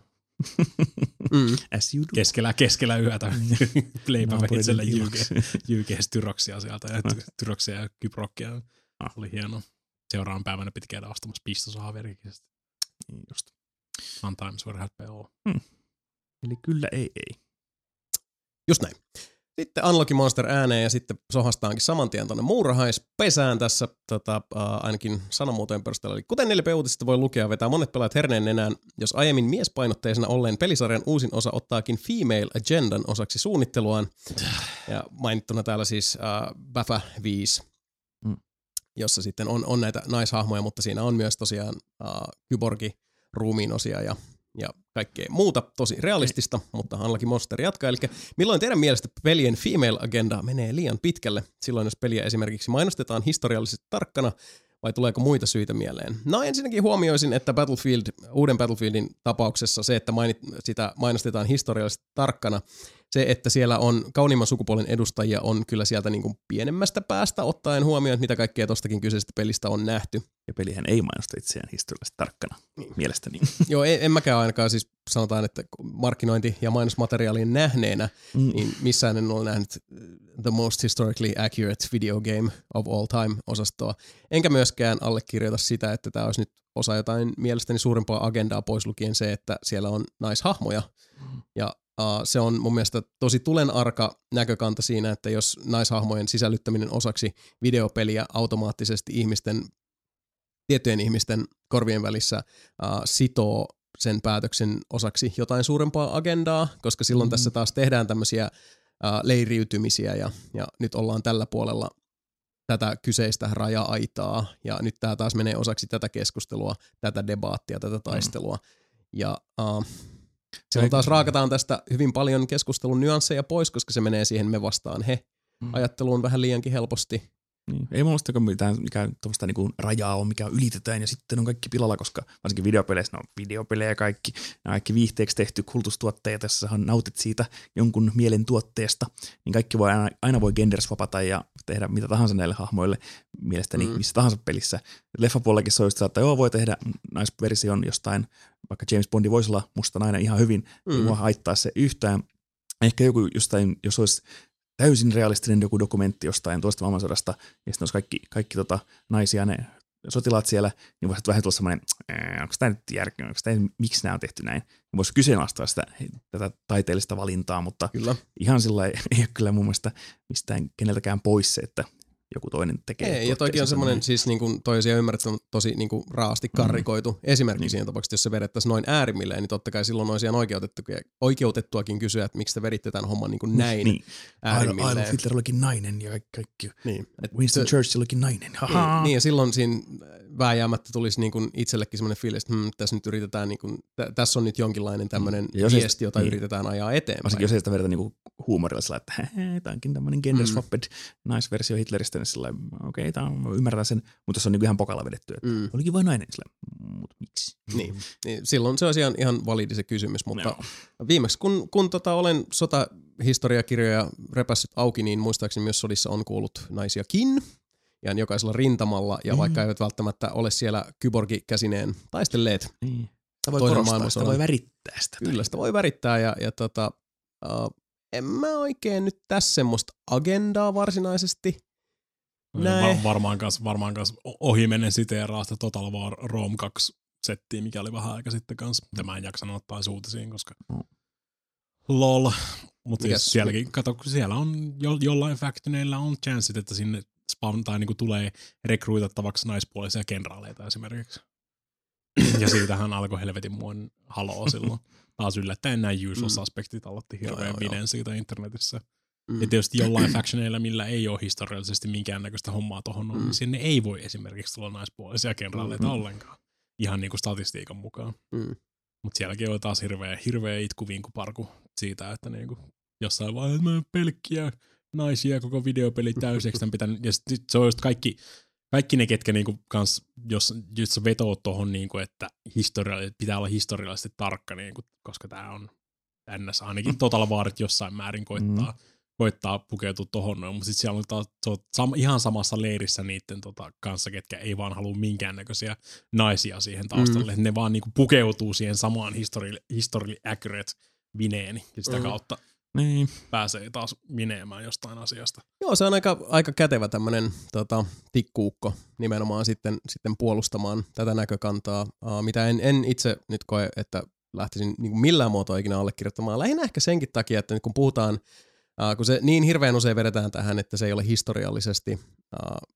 Mm. As you do. Keskellä, keskellä yötä leipäveitsellä Naapureiden jyyke, jyykeäsi tyroksia sieltä ja ty, tyroksia ja kyprokkia. Ah. Oli hieno. Seuraavan päivänä piti käydä ostamassa pistosahaa verkisesti. Niin just. Sometimes we're happy all. Hmm. Eli kyllä ei ei. Just näin. Sitten Unlucky Monster ääneen ja sitten sohastaankin saman tien tuonne muurahaispesään tässä tota, äh, ainakin sanamuotojen perusteella. Eli kuten neljä P-uutisista voi lukea, vetää monet pelaajat herneen nenään, jos aiemmin miespainotteisena olleen pelisarjan uusin osa ottaakin Female Agendan osaksi suunnitteluaan. Ja mainittuna täällä siis äh, B F A viisi, Mm. jossa sitten on, on näitä naishahmoja, mutta siinä on myös tosiaan äh, kyborgi, ruumiinosia ja ja kaikkea muuta tosi realistista, mutta Unlucky Monster jatkaa. Eli milloin teidän mielestä pelien female agenda menee liian pitkälle? Silloin jos peliä esimerkiksi mainostetaan historiallisesti tarkkana, vai tuleeko muita syitä mieleen? No ensinnäkin huomioisin, että Battlefield, uuden Battlefieldin tapauksessa se, että mainit, sitä mainostetaan historiallisesti tarkkana, se, että siellä on kauniimman sukupuolen edustajia, on kyllä sieltä niin kuin pienemmästä päästä ottaen huomioon, että mitä kaikkea tostakin kyseisestä pelistä on nähty. Ja pelihän ei mainosta itseään historiallisesti tarkkana, niin. mielestäni. Joo, en, en mäkään ainakaan siis sanotaan, että markkinointi- ja mainosmateriaalien nähneenä, mm. niin missään en ole nähnyt the most historically accurate video game of all time -osastoa. Enkä myöskään allekirjoita sitä, että tämä olisi nyt osa jotain mielestäni suurempaa agendaa pois lukien se, että siellä on naishahmoja. Mm. Ja uh, se on mun mielestä tosi tulenarka näkökanta siinä, että jos naishahmojen sisällyttäminen osaksi videopeliä automaattisesti ihmisten tiettyjen ihmisten korvien välissä uh, sitoo sen päätöksen osaksi jotain suurempaa agendaa, koska silloin mm-hmm. tässä taas tehdään tämmöisiä uh, leiriytymisiä ja, ja nyt ollaan tällä puolella tätä kyseistä raja-aitaa ja nyt tämä taas menee osaksi tätä keskustelua, tätä debaattia, tätä taistelua mm. ja uh, silloin taas raakataan tästä hyvin paljon keskustelun nyansseja pois, koska se menee siihen me vastaan he mm. ajatteluun vähän liiankin helposti. Niin. Ei mun mielestä mitään mikään tuosta niinku rajaa on, mikä ylitetään ja sitten on kaikki pilalla, koska varsinkin videopeleissä, no videopelejä kaikki, nämä kaikki viihteeksi tehty kulutustuotteet, jos sä nautit siitä jonkun mielen tuotteesta, niin kaikki voi aina, aina voi genderswapata ja tehdä mitä tahansa näille hahmoille mielestäni mm. missä tahansa pelissä. Leffapuolellakin se olisi, että joo, voi tehdä naisversion jostain, vaikka James Bondi voisi olla musta nainen ihan hyvin, mm. ei mua haittaa se yhtään. Ehkä joku jostain, jos olisi täysin realistinen joku dokumentti jostain tuosta maailmansodasta, ja sitten olisi kaikki, kaikki tota, naisia, ne sotilaat siellä, niin voisi vähän tulla semmoinen, onko tämä nyt järkeä, onko tämä, miksi nämä on tehty näin. Voisi kyseenalaistaa sitä, tätä taiteellista valintaa, mutta kyllä. Ihan sillä ei, ei ole kyllä mun mielestä mistään keneltäkään pois se, että joku toinen tekee. Ei, ja toikin on semmoinen siis niin kuin toisia ymmärrettävä, tosi niin kuin raasti karrikoitu mm. esimerkki mm. siinä tapauksessa, jos se vedettäisiin noin äärimmilleen, niin totta kai silloin olisi ihan oikeutettuakin kysyä, että miksi te veditte tämän homman niin kuin näin niin. äärimmilleen. Adolf Hitler olikin nainen ja kaikki. Niin. Winston Churchill olikin nainen. Niin, niin, ja silloin siinä vääjäämättä tulisi niin kuin itsellekin semmoinen fiilis, että hmm, tässä nyt yritetään, niin kuin, t- tässä on nyt jonkinlainen tämmöinen mm. viesti, jota niin. yritetään ajaa eteenpäin. Varsinkin jos ei sitä vedetä niin kuin huumorilla, että hei, tämä onkin tämmöinen gender-swapped mm. naisversio Hitleristä, niin sillä okei, okay, ymmärrän sen, mutta se on niin ihan pokalla vedetty, että mm. olikin vain nainen, sillä mutta miksi? Niin, niin, silloin se olisi ihan, ihan validi se kysymys, mutta no. viimeksi kun, kun tota, olen sotahistoriakirjoja repässyt auki, niin muistaakseni myös sodissa on kuullut naisiakin, ja jokaisella rintamalla, ja mm. vaikka eivät välttämättä ole siellä kyborgi-käsineen taistelleet. Niin. Sitä voi korostaa, sitä voi värittää sitä. Kyllä, sitä voi värittää, ja, ja tota, uh, en mä oikein nyt tässä semmoista agendaa varsinaisesti Näin. Var, varmaan kanssa varmaan kans ohimennen siteeraa sitä Total War Rome kaksi settiä, mikä oli vähän aika sitten kanssa. Tämä en jaksanut ottaa uutisiin, koska lol. Mutta siis sielläkin, kato, kun siellä on jo, jollain factioneilla on chanssit, että sinne spam tai niinku tulee rekryitattavaksi naispuolisia kenraaleita esimerkiksi. Ja siitähän alkoi helvetin muun haloo silloin. Taas yllättäen nämä usual suspectit aloitti hirveän vinen siitä internetissä. Mm. Ja tietysti jollain factioneilla, millä ei ole historiallisesti minkäännäköistä hommaa tohon, mm. niin sinne ei voi esimerkiksi tulla naispuolisia kenraaleita mm. ollenkaan. Ihan niinku statistiikan mukaan. Mm. Mutta sielläkin on taas hirveä, hirveä itkuvinkuparku siitä, että niinku jossain vaiheessa mä pelkkiä naisia koko videopeli täyseksi. Ja sit se on just kaikki, kaikki ne, ketkä niinku kans, jos, jos sä vetoot tohon, niinku, että pitää olla historiallisesti tarkka, niinku, koska tää on ns. Ainakin Total Warit jossain määrin koittaa, mm. koittaa pukeutua tohon noin, mutta sitten siellä on, taas, on sam, ihan samassa leirissä niiden tota, kanssa, ketkä ei vaan halua minkäännäköisiä naisia siihen taustalle. Mm. Ne vaan niinku pukeutuu siihen samaan historially, historially accurate vineeni, ja sitä mm. kautta niin pääsee taas vineemään jostain asiasta. Joo, se on aika, aika kätevä tämmönen tota, tikkuukko nimenomaan sitten, sitten puolustamaan tätä näkökantaa, uh, mitä en, en itse nyt koe, että lähtisin niin kuin millään muotoa ikinä allekirjoittamaan. Lähinnä ehkä senkin takia, että kun puhutaan, uh, kun se niin hirveän usein vedetään tähän, että se ei ole historiallisesti uh,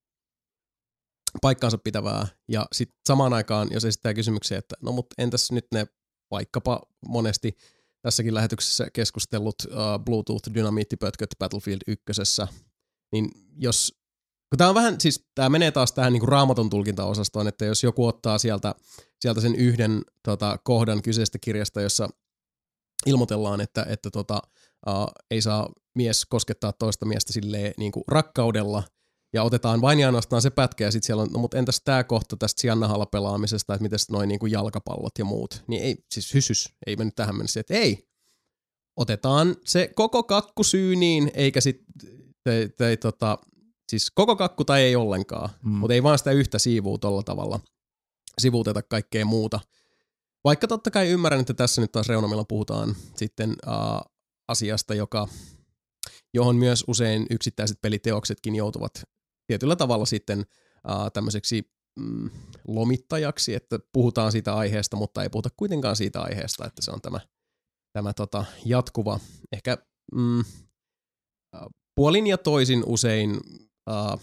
paikkaansa pitävää, ja sitten samaan aikaan, jos esittää kysymyksiä, että no mut entäs nyt ne vaikkapa monesti tässäkin lähetyksessä keskustellut uh, Bluetooth-dynamiittipötköt Battlefield ykkösessä, niin jos, kun tää on vähän, siis tää menee taas tähän niinku Raamatun tulkintaosastoon, että jos joku ottaa sieltä, sieltä sen yhden tota, kohdan kyseisestä kirjasta, jossa ilmoitellaan, että, että tota, uh, ei saa mies koskettaa toista miestä silleen niinku rakkaudella, ja otetaan vain ja ainoastaan se pätkä, ja sitten siellä on, no mutta entäs tää kohta tästä Siannahalla pelaamisesta, että miten noin niinku jalkapallot ja muut. Niin ei, siis hysys, ei mennyt tähän mennessä, että ei. Otetaan se koko kakku syyniin, eikä sitten, te, te, tota, siis koko kakku tai ei ollenkaan, mm. mutta ei vaan sitä yhtä siivua tolla tavalla sivuuteta kaikkea muuta. Vaikka totta kai ymmärrän, että tässä nyt taas reunamilla puhutaan sitten uh, asiasta, joka, johon myös usein yksittäiset peliteoksetkin joutuvat tietyllä tavalla sitten uh, tämmöiseksi mm, lomittajaksi, että puhutaan siitä aiheesta, mutta ei puhuta kuitenkaan siitä aiheesta, että se on tämä, tämä tota, jatkuva, ehkä mm, puolin ja toisin usein uh,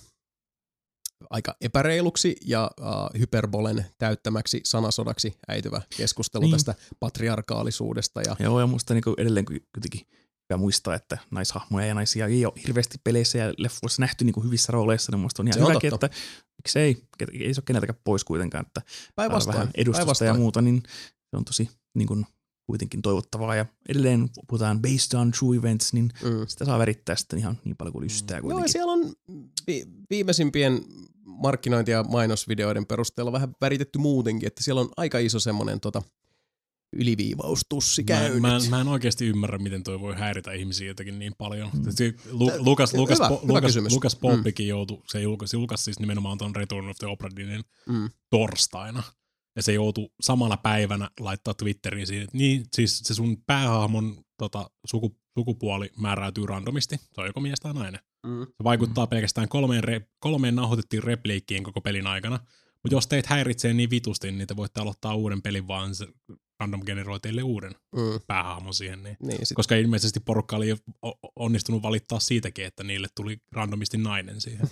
aika epäreiluksi ja uh, hyperbolen täyttämäksi sanasodaksi äityvä keskustelu niin tästä patriarkaalisuudesta. Ja joo, ja musta niin edelleen kuitenkin hyvä muistaa, että naishahmoja ja naisia ei ole hirveästi peleissä ja leffoissa nähty niin hyvissä rooleissa, niin musta on ihan hyväkin, että miksei, ei se ole keneltäkään pois kuitenkaan, että vähän edustusta ja muuta, niin se on tosi niin kuin kuitenkin toivottavaa, ja edelleen puhutaan based on true events, niin mm. sitä saa värittää sitten ihan niin paljon kuin lystää kuitenkin. Joo, siellä on vi- viimeisimpien markkinointi- ja mainosvideoiden perusteella vähän väritetty muutenkin, että siellä on aika iso semmoinen tota, yliviivaustussi käynyt. Mä, mä, mä en oikeasti ymmärrä, miten toi voi häiritä ihmisiä jotenkin niin paljon. Mm. Lu, Lukas, Lukas, hyvä, po, hyvä Lukas, kysymys. Lukas Popekin mm. joutui, se julkaisi, julkaisi siis nimenomaan ton Return of the Obra Dinn mm. torstaina. Ja se joutui samana päivänä laittaa Twitteriin siihen, että niin, siis se sun päähahmon tota, suku, sukupuoli määräytyy randomisti. Se on joko mies tai nainen. Mm. Se vaikuttaa mm. pelkästään kolmeen, re, kolmeen nauhoitettiin repliikkiin koko pelin aikana. Mutta jos teitä häiritsee niin vitusti, niin te voitte aloittaa uuden pelin, vaan se random generoi teille uuden mm. päähahmon siihen. Niin. Niin, koska ilmeisesti porukka oli onnistunut valittaa siitäkin, että niille tuli randomisti nainen siihen.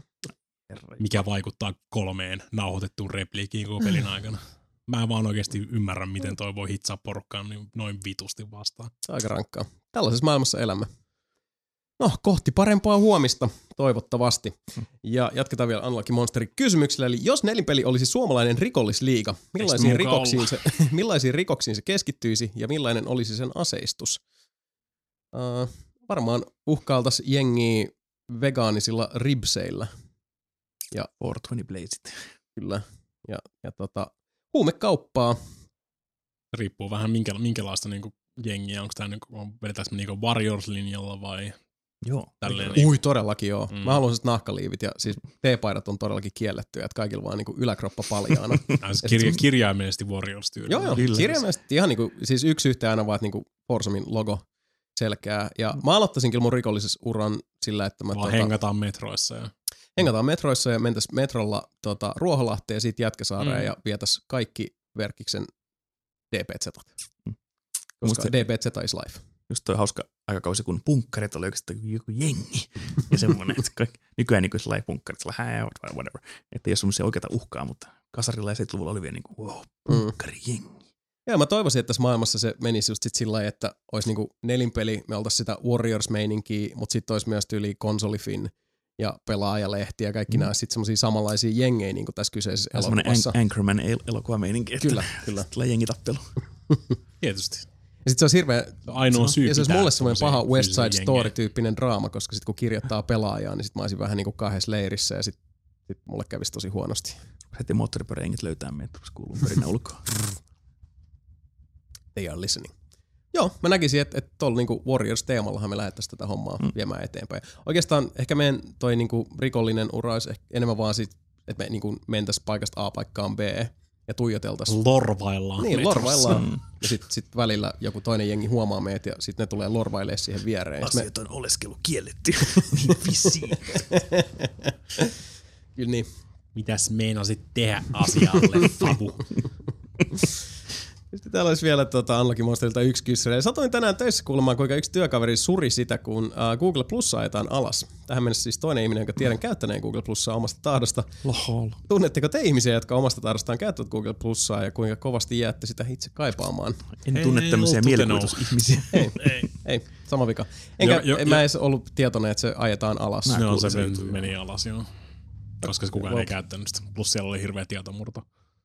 Mikä vaikuttaa kolmeen nauhoitettuun repliikkiin koko pelin aikana. Mä en vaan oikeasti ymmärrä, miten toi voi hitsaa porukkaan niin noin vitusti vastaan. Aika rankkaa. Tällaisessa maailmassa elämme. No, kohti parempaa huomista, toivottavasti. Ja jatketaan vielä Unlucky Monsterin kysymyksellä. Eli jos Nelinpeli olisi suomalainen rikollisliiga, millaisiin rikoksiin, se, millaisiin rikoksiin se keskittyisi ja millainen olisi sen aseistus? Uh, varmaan uhkailtaisiin jengiä vegaanisilla ribseillä. Ja four twenty Blazeit. Kyllä. Ja, ja tota, huumekauppaa. Riippuu vähän minkä, minkälaista niinku jengiä. Onko tämä niinku, vedetäänkö me niinku Warriors-linjalla vai joo. tälleen? Ui, niinku todellakin joo. Mm. Mä haluan nahkaliivit ja siis T-paidat on todellakin kiellettyjä, että kaikilla vaan niinku yläkroppa paljaana. Kirja, kirjaimellisesti Warriors-tyyli. Joo, joo. Kirjaimellisesti ihan niinku, siis yksi yhteen aina vaan niinku Forsomin logo selkää. Ja mä aloittaisin kyllä mun rikollisuuran sillä, että mä... Vaan tota, hengataan metroissa ja... Hengataan metroissa ja mentäis metrolla tota, Ruoholahteen ja siitä Jätkäsaareen Mm. ja vietäis kaikki Verkiksen D P Z:t. Mm. Koska se- D P Z is life. Just toi hauska aikakausi, kun punkkarit oli oikeastaan joku jengi. Ja semmoinen, että kaikki, nykyään niin kuin sellainen punkkarit, sellainen hää, whatever. Että ei ole semmoisia oikeita uhkaa, mutta kasarilla ja seitsemänkymmentäluvulla oli vielä niin kuin, wow, punkkarijengi. Ja mä toivoisin, että tässä maailmassa se menisi just sit sillä lailla, että olisi niinku nelinpeli, me oltaisiin sitä Warriors-meininkiä, mutta sitten olisi myös tyyli konsolifin ja pelaajalehti ja kaikki mm. nämä sitten semmoisia samanlaisia jengejä niin kuin tässä kyseisessä Tämä on semmoinen elokuvassa. An- Anchorman-elokuva meininki, että Kyllä, kyllä. tulee jengitappelu. Tietysti. Ja sitten se olisi hirveä, Ainoa syy ja se olisi pitää mulle semmoinen paha tommosia West Side fyysisiä Story-tyyppinen draama, koska sitten kun kirjoittaa pelaajaa, niin sitten mä olisin vähän niin kuin kahdessa leirissä ja sitten sit mulle kävisi tosi huonosti. Heti moottoripyöräjengit löytää meitä, koska kuuluu perinä ulkoa. They are listening. Joo, mä näkisin, että, että tuolla niinku Warriors-teemallahan me lähdettäisiin tätä hommaa mm. viemään eteenpäin. Oikeastaan ehkä meidän toi niinku rikollinen ura olisi ehkä enemmän vaan sit, että me niinku mentäisiin paikasta A paikkaan B ja tuijoteltaisiin. Lorvaillaan. Niin, metrossa. lorvaillaan. Mm. Ja sitten sit välillä joku toinen jengi huomaa meitä ja sitten ne tulee lorvailemaan siihen viereen. Ja sit Asiat on oleskelu kielletty. Niin vissiin. me... Kyllä niin. Mitäs meinasit tehdä asialle, Fabu? Sitten täällä olisi vielä tota, Unlucky Monsterilta yksi kysymys. Satoin tänään töissä kuulemaan, kuinka yksi työkaveri suri sitä, kun uh, Google Plus ajetaan alas. Tähän mennessä siis toinen ihminen, joka tiedän käyttäneen Google Plusaa omasta tahdosta. Lohol. Tunnetteko te ihmisiä, jotka omasta tahdostaan käyttävät Google Plusaa ja kuinka kovasti jäätte sitä itse kaipaamaan? En Ei, tunne ei tämmöisiä ollut mielikuvitusihmisiä. Ei, Ei. ei, sama vika. Enkä Jo, jo, en mä jo. edes ollut tietoinen, että se ajetaan alas. Mä No kuulin se sen meni, jutun, meni alas, joo. Koska se kukaan ei käyttänyt sitä. Plus siellä oli hirveä tietomurto.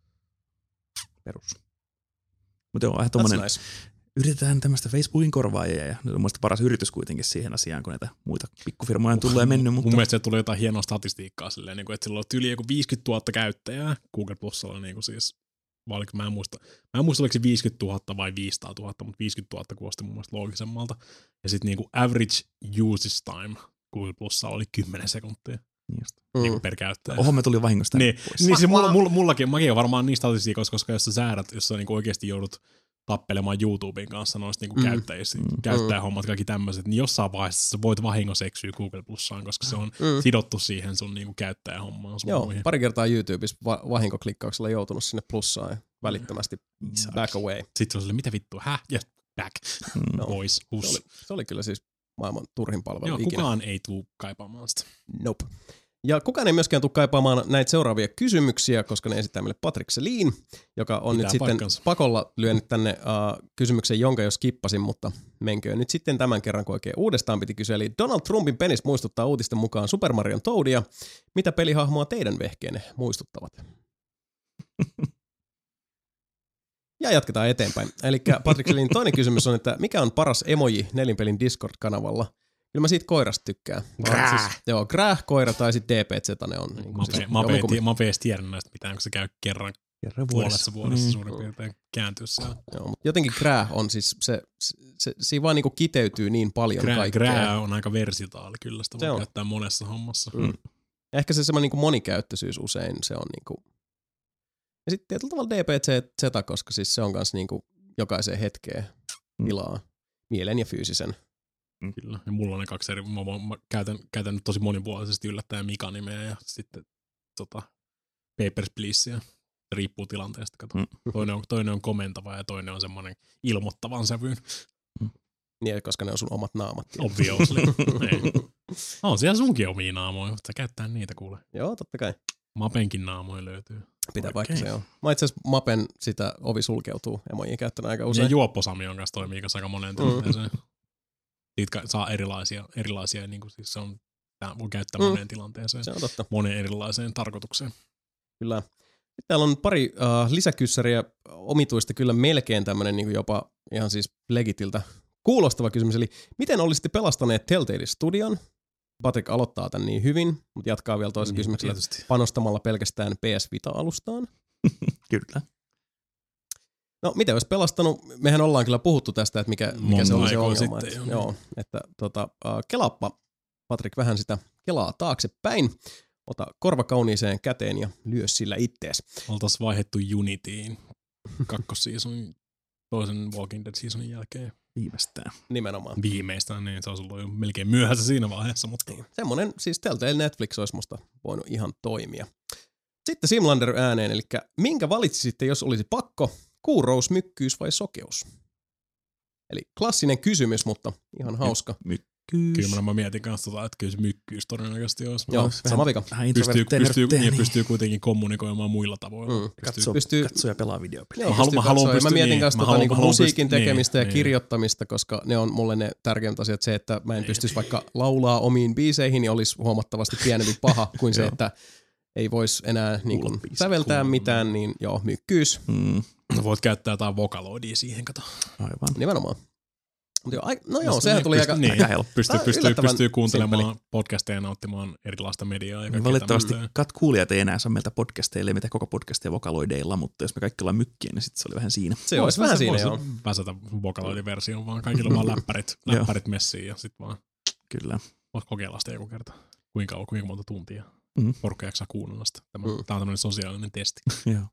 Perus. Mutta joo, vähän That's tommonen, nice. yritetään tämmöistä Facebookin korvaajia ja nyt on mielestäni paras yritys kuitenkin siihen asiaan, kun näitä muita pikkufirmoja on tullut ja mennyt. Mutta Mun mielestä se tuli jotain hienoa statistiikkaa silleen, niin kuin, että sillä on yli joku viisikymmentätuhatta käyttäjää Google Plusalla, niin kuin siis, vai oliko, mä en muista, mä en muista oliko se viisikymmentätuhatta vai viisisataatuhatta, mutta viisikymmentätuhatta kuulosti mun mielestä loogisemmalta. Ja sitten niin kuin average usage time Google Plusalla oli kymmenen sekuntia Mm. niin kuin per käyttäjä. oho, me tuli vahingosta Niin, pois. niin siis mulla, mulla, mullakin, mäkin on varmaan niin statistiikoissa, koska jos sä säädät, jos sä niinku oikeasti joudut tappelemaan YouTuben kanssa noista niinku Mm. käyttäjistä, Mm. käyttäjähommat, kaikki tämmöiset, niin jossain vaiheessa sä voit vahingossa eksyä Google Plussaan, koska se on Mm. sidottu siihen sun niinku käyttäjähommaan. Sun Joo, muihin. pari kertaa YouTubessa va- vahinkoklikkauksella joutunut sinne plussaan ja välittömästi Isak. back away. Sitten se on silleen, mitä vittua, häh? Ja back, Mm. pois, Se hus. oli, se oli kyllä siis maailman turhin palvelu Joo, ikinä. kukaan ei tuu kaipaamaan sitä. Nope. Ja kukaan ei myöskään tule kaipaamaan näitä seuraavia kysymyksiä, koska ne esittää meille Patrick Selin, joka on Pitää nyt sitten paikkansa. pakolla lyönyt tänne uh, kysymyksen, jonka jos skippasin, mutta menköön nyt sitten tämän kerran, kun oikein uudestaan piti kysyä. Eli Donald Trumpin penis muistuttaa uutisten mukaan Super Marion Toadia. Mitä pelihahmoa teidän vehkeenne muistuttavat? Ja jatketaan eteenpäin. Eli Patrick Selin toinen kysymys on, että mikä on paras emoji nelinpelin Discord-kanavalla? Kyllä mä siitä koirasta tykkään. Grää. Siis, joo, Grää, koira tai sitten D P Z ne on. Niin Mä, siis, pe- mä, jomminkummin. pe- mä edes tiedän näistä mitään, kun se käy kerran Kerran puolessa vuodessa Niin. suurin piirtein kääntyä siellä. Joo, mutta jotenkin Grää on siis, se, se, se siinä vaan niinku kiteytyy niin paljon Grää, kaikkea. grää on aika versitaali, kyllä sitä Se voi on. käyttää monessa hommassa. Mm. Ja ehkä se semmoinen niinku monikäyttöisyys usein, se on niinku. Ja sitten tietyllä tavalla D P Z, koska siis se on kanssa niinku jokaiseen hetkeen Mm. tilaa, mielen ja fyysisen. Kyllä, ja mulla on ne kaksi eri, mä, mä käytän, käytän nyt tosi monipuolisesti yllättäen Mika-nimeä ja sitten tota, Papers, Pleasea. Se riippuu tilanteesta, kato. Mm. Toinen on, toinen on komentava ja toinen on semmoinen ilmoittavan sävyyn. Niin, koska ne on sun omat naamat. Obviously. Ei. On siellä sunkin omia naamoja, mutta sä käyttää niitä kuule. Joo, totta kai. Mapenkin naamoja löytyy. Pitää Oikein. vaikka se on. Mä itse asiassa Mapen sitä ovi sulkeutuu emojien käyttönä aika Usein. usein. Ja Juopposami on kanssa toimii kanssa aika moneen tilanteeseen. Siitä saa erilaisia, erilaisia niin kuin siis se on, tää voi käyttää Mm. moneen tilanteeseen. Se on totta. Moneen erilaiseen tarkoitukseen. Kyllä. Sitten täällä on pari uh, lisäkyssäriä omituista, kyllä melkein tämmönen niin jopa ihan siis legitiltä kuulostava kysymys. Eli miten olisitte pelastaneet Telltale Studion? Patrick aloittaa tän niin hyvin, mutta jatkaa vielä toisen Niin, kysymyksellä tietysti. panostamalla pelkästään P S Vita-alustaan. Kyllä. No, miten olisi pelastanut? Mehän ollaan kyllä puhuttu tästä, että mikä, mikä Monta se oli se aikaa ongelma. sitten Että, jo. joo, että tota, uh, kelaappa, Patrick, vähän sitä kelaa taaksepäin. Ota korva kauniiseen käteen ja lyö sillä ittees. Oltaisiin vaihdettu Unityin kakkosiisun toisen Walking Dead seasonin jälkeen. Viimeistään. Nimenomaan. Viimeistään, niin se olisi ollut jo melkein myöhässä siinä vaiheessa, mutta... Niin. Semmoinen, siis Telltale Netflix olisi musta voinut ihan toimia. Sitten Simlander ääneen, eli minkä valitsisitte, jos olisi pakko, kuurous, mykkyys vai sokeus? Eli klassinen kysymys, mutta ihan hauska. Mykkyys. Kyllä mä mietin kanssa, tota, että kyllä se mykkyys todennäköisesti olisi. Joo, sama vika. Pystyy, pystyy, niin, pystyy kuitenkin kommunikoimaan muilla tavoilla. Mm. Katsoo, pystyy, katsoo ja pelaa videopeliä. Joo, Mä haluan- mä haluan katsoa. Ja pystyä- mä mietin niin, kanssa mä tota haluan- niinku mä haluan musiikin pystyä- tekemistä niin, ja niin. kirjoittamista, koska ne on mulle ne tärkeimmät asiat. Se, että mä en pystyisi vaikka laulaa omiin biiseihin, niin olisi huomattavasti pienempi paha kuin se, että ei voisi enää niin kuin biisit. säveltää Kuulla. mitään, niin joo, mykkyys. Mm, Voit käyttää jotain vokaloidia siihen, kato. aivan. Nimenomaan. Mut joo, ai, no joo, Jos- sehän niin, tuli pystyy- aika... niin, aika helppo. Pystyy, Ah, pystyy, yllättävän pystyy kuuntelemaan simppeli. podcasteja ja nauttimaan erilaista mediaa. Ja Niin kaikkea valitettavasti tämmöistä. kat kuulijat ei enää saa meiltä podcasteille, mitä koko podcastia vokaloideilla, mutta jos me kaikki ollaan mykkiä, niin sitten se oli vähän siinä. Se olisi vähän siinä, Voisi joo. väsätä vokaloidiversioon, vaan kaikilla vaan läppärit, Joo. läppärit messiin ja sitten vaan Kyllä. voisi kokeilla sitä joku kerta. Kuinka kauan, kuinka monta tuntia Mhm. porukka jaksaa kuunnella sitä. Tämä, Mm. tämä on tämmöinen sosiaalinen testi. Joo.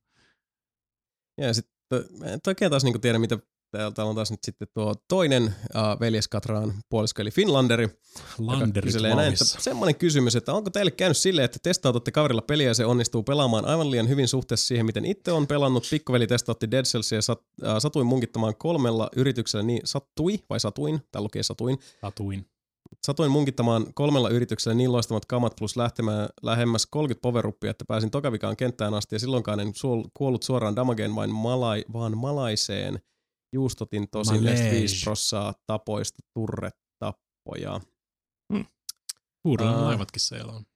Ja sitten, en oikein taas niinku tiedä, mitä täällä, täällä on taas nyt sitten tuo toinen uh, veljeskatraan puolisko, eli Finlanderi, joka Landerit kyselee näin, että valmissa. semmoinen kysymys, että onko teille käynyt silleen, että testautatte kaverilla peliä ja se onnistuu pelaamaan aivan liian hyvin suhteessa siihen, miten itse on pelannut. Pikkuveli testautti Dead Cellsia ja sat, uh, satuin munkittamaan kolmella yrityksellä, niin sattui vai satuin, tää lukee satuin, Tatuin. Satuin munkittamaan kolmella yrityksellä niin loistamat kamat plus lähtemään lähemmäs kolmekymmentä poweruppia, että pääsin tokavikaan kenttään asti ja silloinkaan en suol- kuollut suoraan damageen vain malai, vaan malaiseen. Juustotin tosin Malage. viisi prossaa tapoista turretappoja. Huudella Aa. laivatkin siellä on.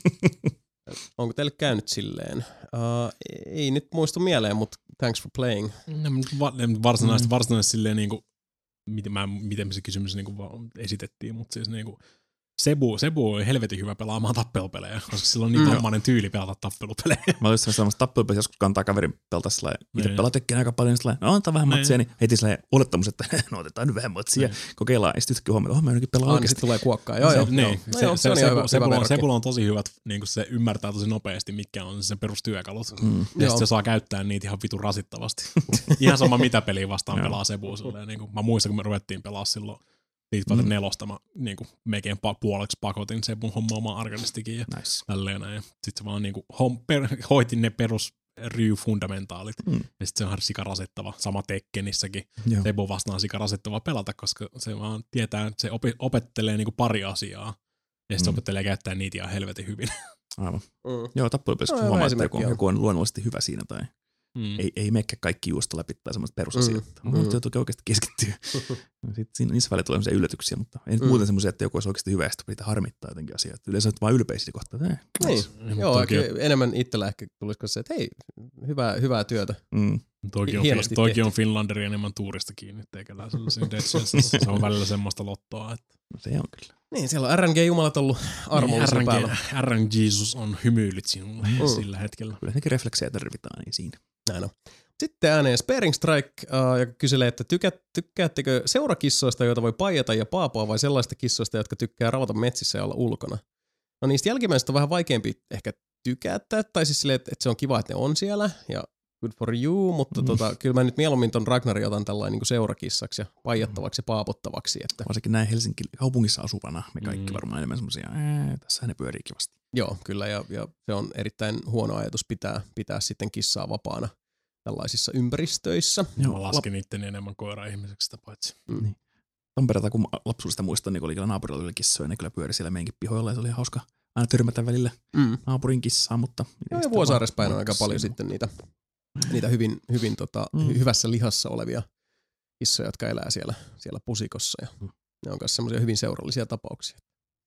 Onko teille käynyt silleen? Uh, ei nyt muistu mieleen, mutta thanks for playing. No, mut va- Varsinaisesti, varsinaisesti silleen niinku, miten, mä, miten se kysymys niinku vaan esitettiin, mutta siis niinku Sebu, Sebu on helvetin hyvä pelaamaan tappelupelejä, koska sillä on niin Mm. vammainen tyyli pelata tappelupelejä. Mä olin sellaista tappelupeliä, joskus kantaa kaverin pelata sellainen, itse Niin. pelaa tekkiä aika paljon, sellainen, no antaa vähän Niin. matsia, niin heti sellainen olettamus, että no otetaan nyt vähän matsia, Niin. kokeillaan, ja sitten yhtäkkiä huomioon, että oh, mä ainakin pelaan Ah, niin oikeasti. sitten tulee kuokkaa. Joo, joo. niin, joo. No se, joo, se, se on se, ihan Sebu, hyvä, Sebulla, hyvä on, verrokki. Sebulla on tosi hyvät, niin se ymmärtää tosi nopeasti, mitkä on sen perustyökalut. Mm. Ja Joo. sitten se saa käyttää niitä ihan vitun rasittavasti. Ihan sama mitä peliä vastaan Joo. pelaa Sebu. Silleen, niin kuin, mä muistan, kun me ruvettiin pelaa silloin Street Fighter Mm. nelosta, mä niin kuin, melkein pa- puoleksi pakotin Sebun hommaamaan Arganistikin ja Nice. tälleen näin. Sitten se vaan niin kuin, hom, per, hoitin ne perus Ryu-fundamentaalit. Mm. Ja sitten se on ihan sikarasittava. Sama Tekkenissäkin. Joo. Sebu vastaan sikarasittava pelata, koska se vaan tietää, että se opi- opettelee niin kuin pari asiaa. Ja sitten se Mm. opettelee käyttää niitä ihan helvetin hyvin. Aivan. Mm. Joo, tappelupelissä No, kun hyvä huomaa, että esimerkki, joku, joo. joku on luonnollisesti hyvä siinä tai Mm. ei, ei mekkä kaikki juusta läpi tai semmoista perusasiat. Mm, Mm. mm. Mutta joutuu oikeasti keskittyä. Sitten siinä, niissä välillä tulee semmoisia yllätyksiä, mutta ei nyt Mm. muuten semmoisia, että joku olisi oikeasti hyvä ja sitten pitää harmittaa jotenkin asiaa. Yleensä on vaan ylpeisiä kohtaa. Että, eh, Niin. nice. Niin, Joo, toki, ehkä enemmän itsellä ehkä tulisiko se, että hei, hyvää, hyvää työtä. Mm. toki, on, hienosti toki tehty. on Finlanderi enemmän tuurista kiinni, teikäläisellä siinä Dead Cellsissä. Se on välillä semmoista lottoa, että No, se on kyllä. Niin, siellä on R N G-jumalat ollut armollisella niin, päällä. R N G Jesus on hymyilyt sinulle Mm. sillä hetkellä. Kyllä nekin refleksejä tarvitaan, niin siinä. Näin on. Sitten ääneen Sparing Strike, uh, joka kyselee, että tykä, tykkäättekö seurakissoista, joita voi paijata ja paapaa, vai sellaista kissoista, jotka tykkää ravata metsissä ja olla ulkona? No niistä jälkimmäisistä on vähän vaikeampi ehkä tykätä, tai siis silleen, että, että se on kiva, että ne on siellä, ja good for you, mutta Mm. tota, kyllä mä nyt mieluummin ton Ragnarin otan tällainen niin kuin seurakissaksi ja paijattavaksi ja paapottavaksi. Että, Varsinkin näin Helsinki kaupungissa asuvana, me kaikki Mm. varmaan enemmän semmoisia, tässä ne pyörii kivasti. joo, kyllä, ja, ja se on erittäin huono ajatus pitää, pitää sitten kissaa vapaana tällaisissa ympäristöissä. Mä lasken itteni enemmän koira-ihmiseksi sitä paitsi. Niin. Tampereelta, kun lapsuudesta muistan, niin oli kyllä naapurilla oli kissoja, ne kyllä pyöri siellä meidänkin pihoilla, ja se oli hauska aina törmätä välillä Mm. naapurin kissaa, mutta... Joo, ja sitä Vuosaaressa päin on vaan- aika paljon sitten niitä, niitä hyvin, hyvin tota, Mm. hy- hyvässä lihassa olevia kissoja, jotka elää siellä, siellä pusikossa. Ja Mm. ne on myös semmoisia hyvin seurallisia tapauksia.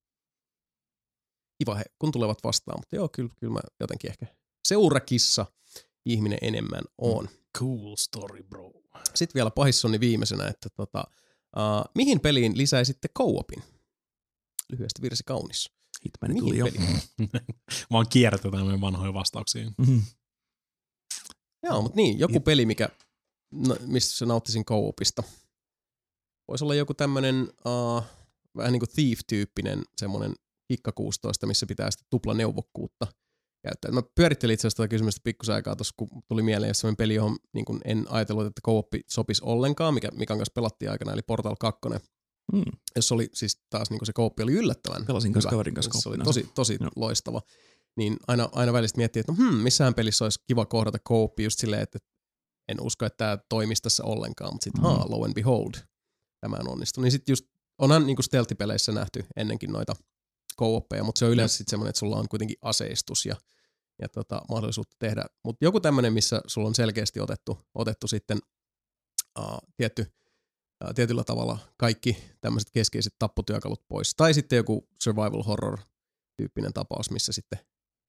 Kiva he, kun tulevat vastaan, mutta joo, kyllä, kyllä mä jotenkin ehkä seurakissa ihminen enemmän on. Cool story, bro. Sitten vielä pahissonni viimeisenä, että tota, uh, mihin peliin lisäisitte co-opin? Lyhyesti virsi kaunis. Hitman Mihin tuli jo. peliin? Vaan kierrätetään meidän vanhoja vastauksia. Mhm. Joo, mutta niin, joku Jep. peli, mikä, no, missä nauttisin co-opista. Voisi olla joku tämmönen uh, vähän niin kuin Thief-tyyppinen semmoinen Hikka kuusitoista, missä pitää sitten tupla neuvokkuutta käyttää. Mä pyörittelin itse asiassa tätä kysymystä pikkusen aikaa tuossa, kun tuli mieleen sellainen peli, johon niin kun en ajatellut, että co-op sopisi ollenkaan, mikä Mikan kanssa pelattiin aikana, eli Portal kaksi, Mm. jossa oli siis taas niin se co-op oli yllättävän Pelasin kanssa kaverin kanssa se oli co-opina. tosi, tosi Joo. loistava. Niin aina, aina välistä miettii, että no, hmm, missään pelissä olisi kiva kohdata co-op just silleen, että en usko, että tämä toimisi tässä ollenkaan, mutta sitten, mm. haa, lo and behold, tämä on onnistunut. Niin sitten just, onhan niinku stealth-peleissä nähty ennenkin noita co-oppeja, mutta se on yleensä sitten semmoinen, että sulla on kuitenkin aseistus ja, ja tota, mahdollisuutta tehdä. Mutta joku tämmöinen, missä sulla on selkeästi otettu, otettu sitten uh, tietty, uh, tietyllä tavalla kaikki tämmöiset keskeiset tappotyökalut pois. Tai sitten joku survival horror-tyyppinen tapaus, missä sitten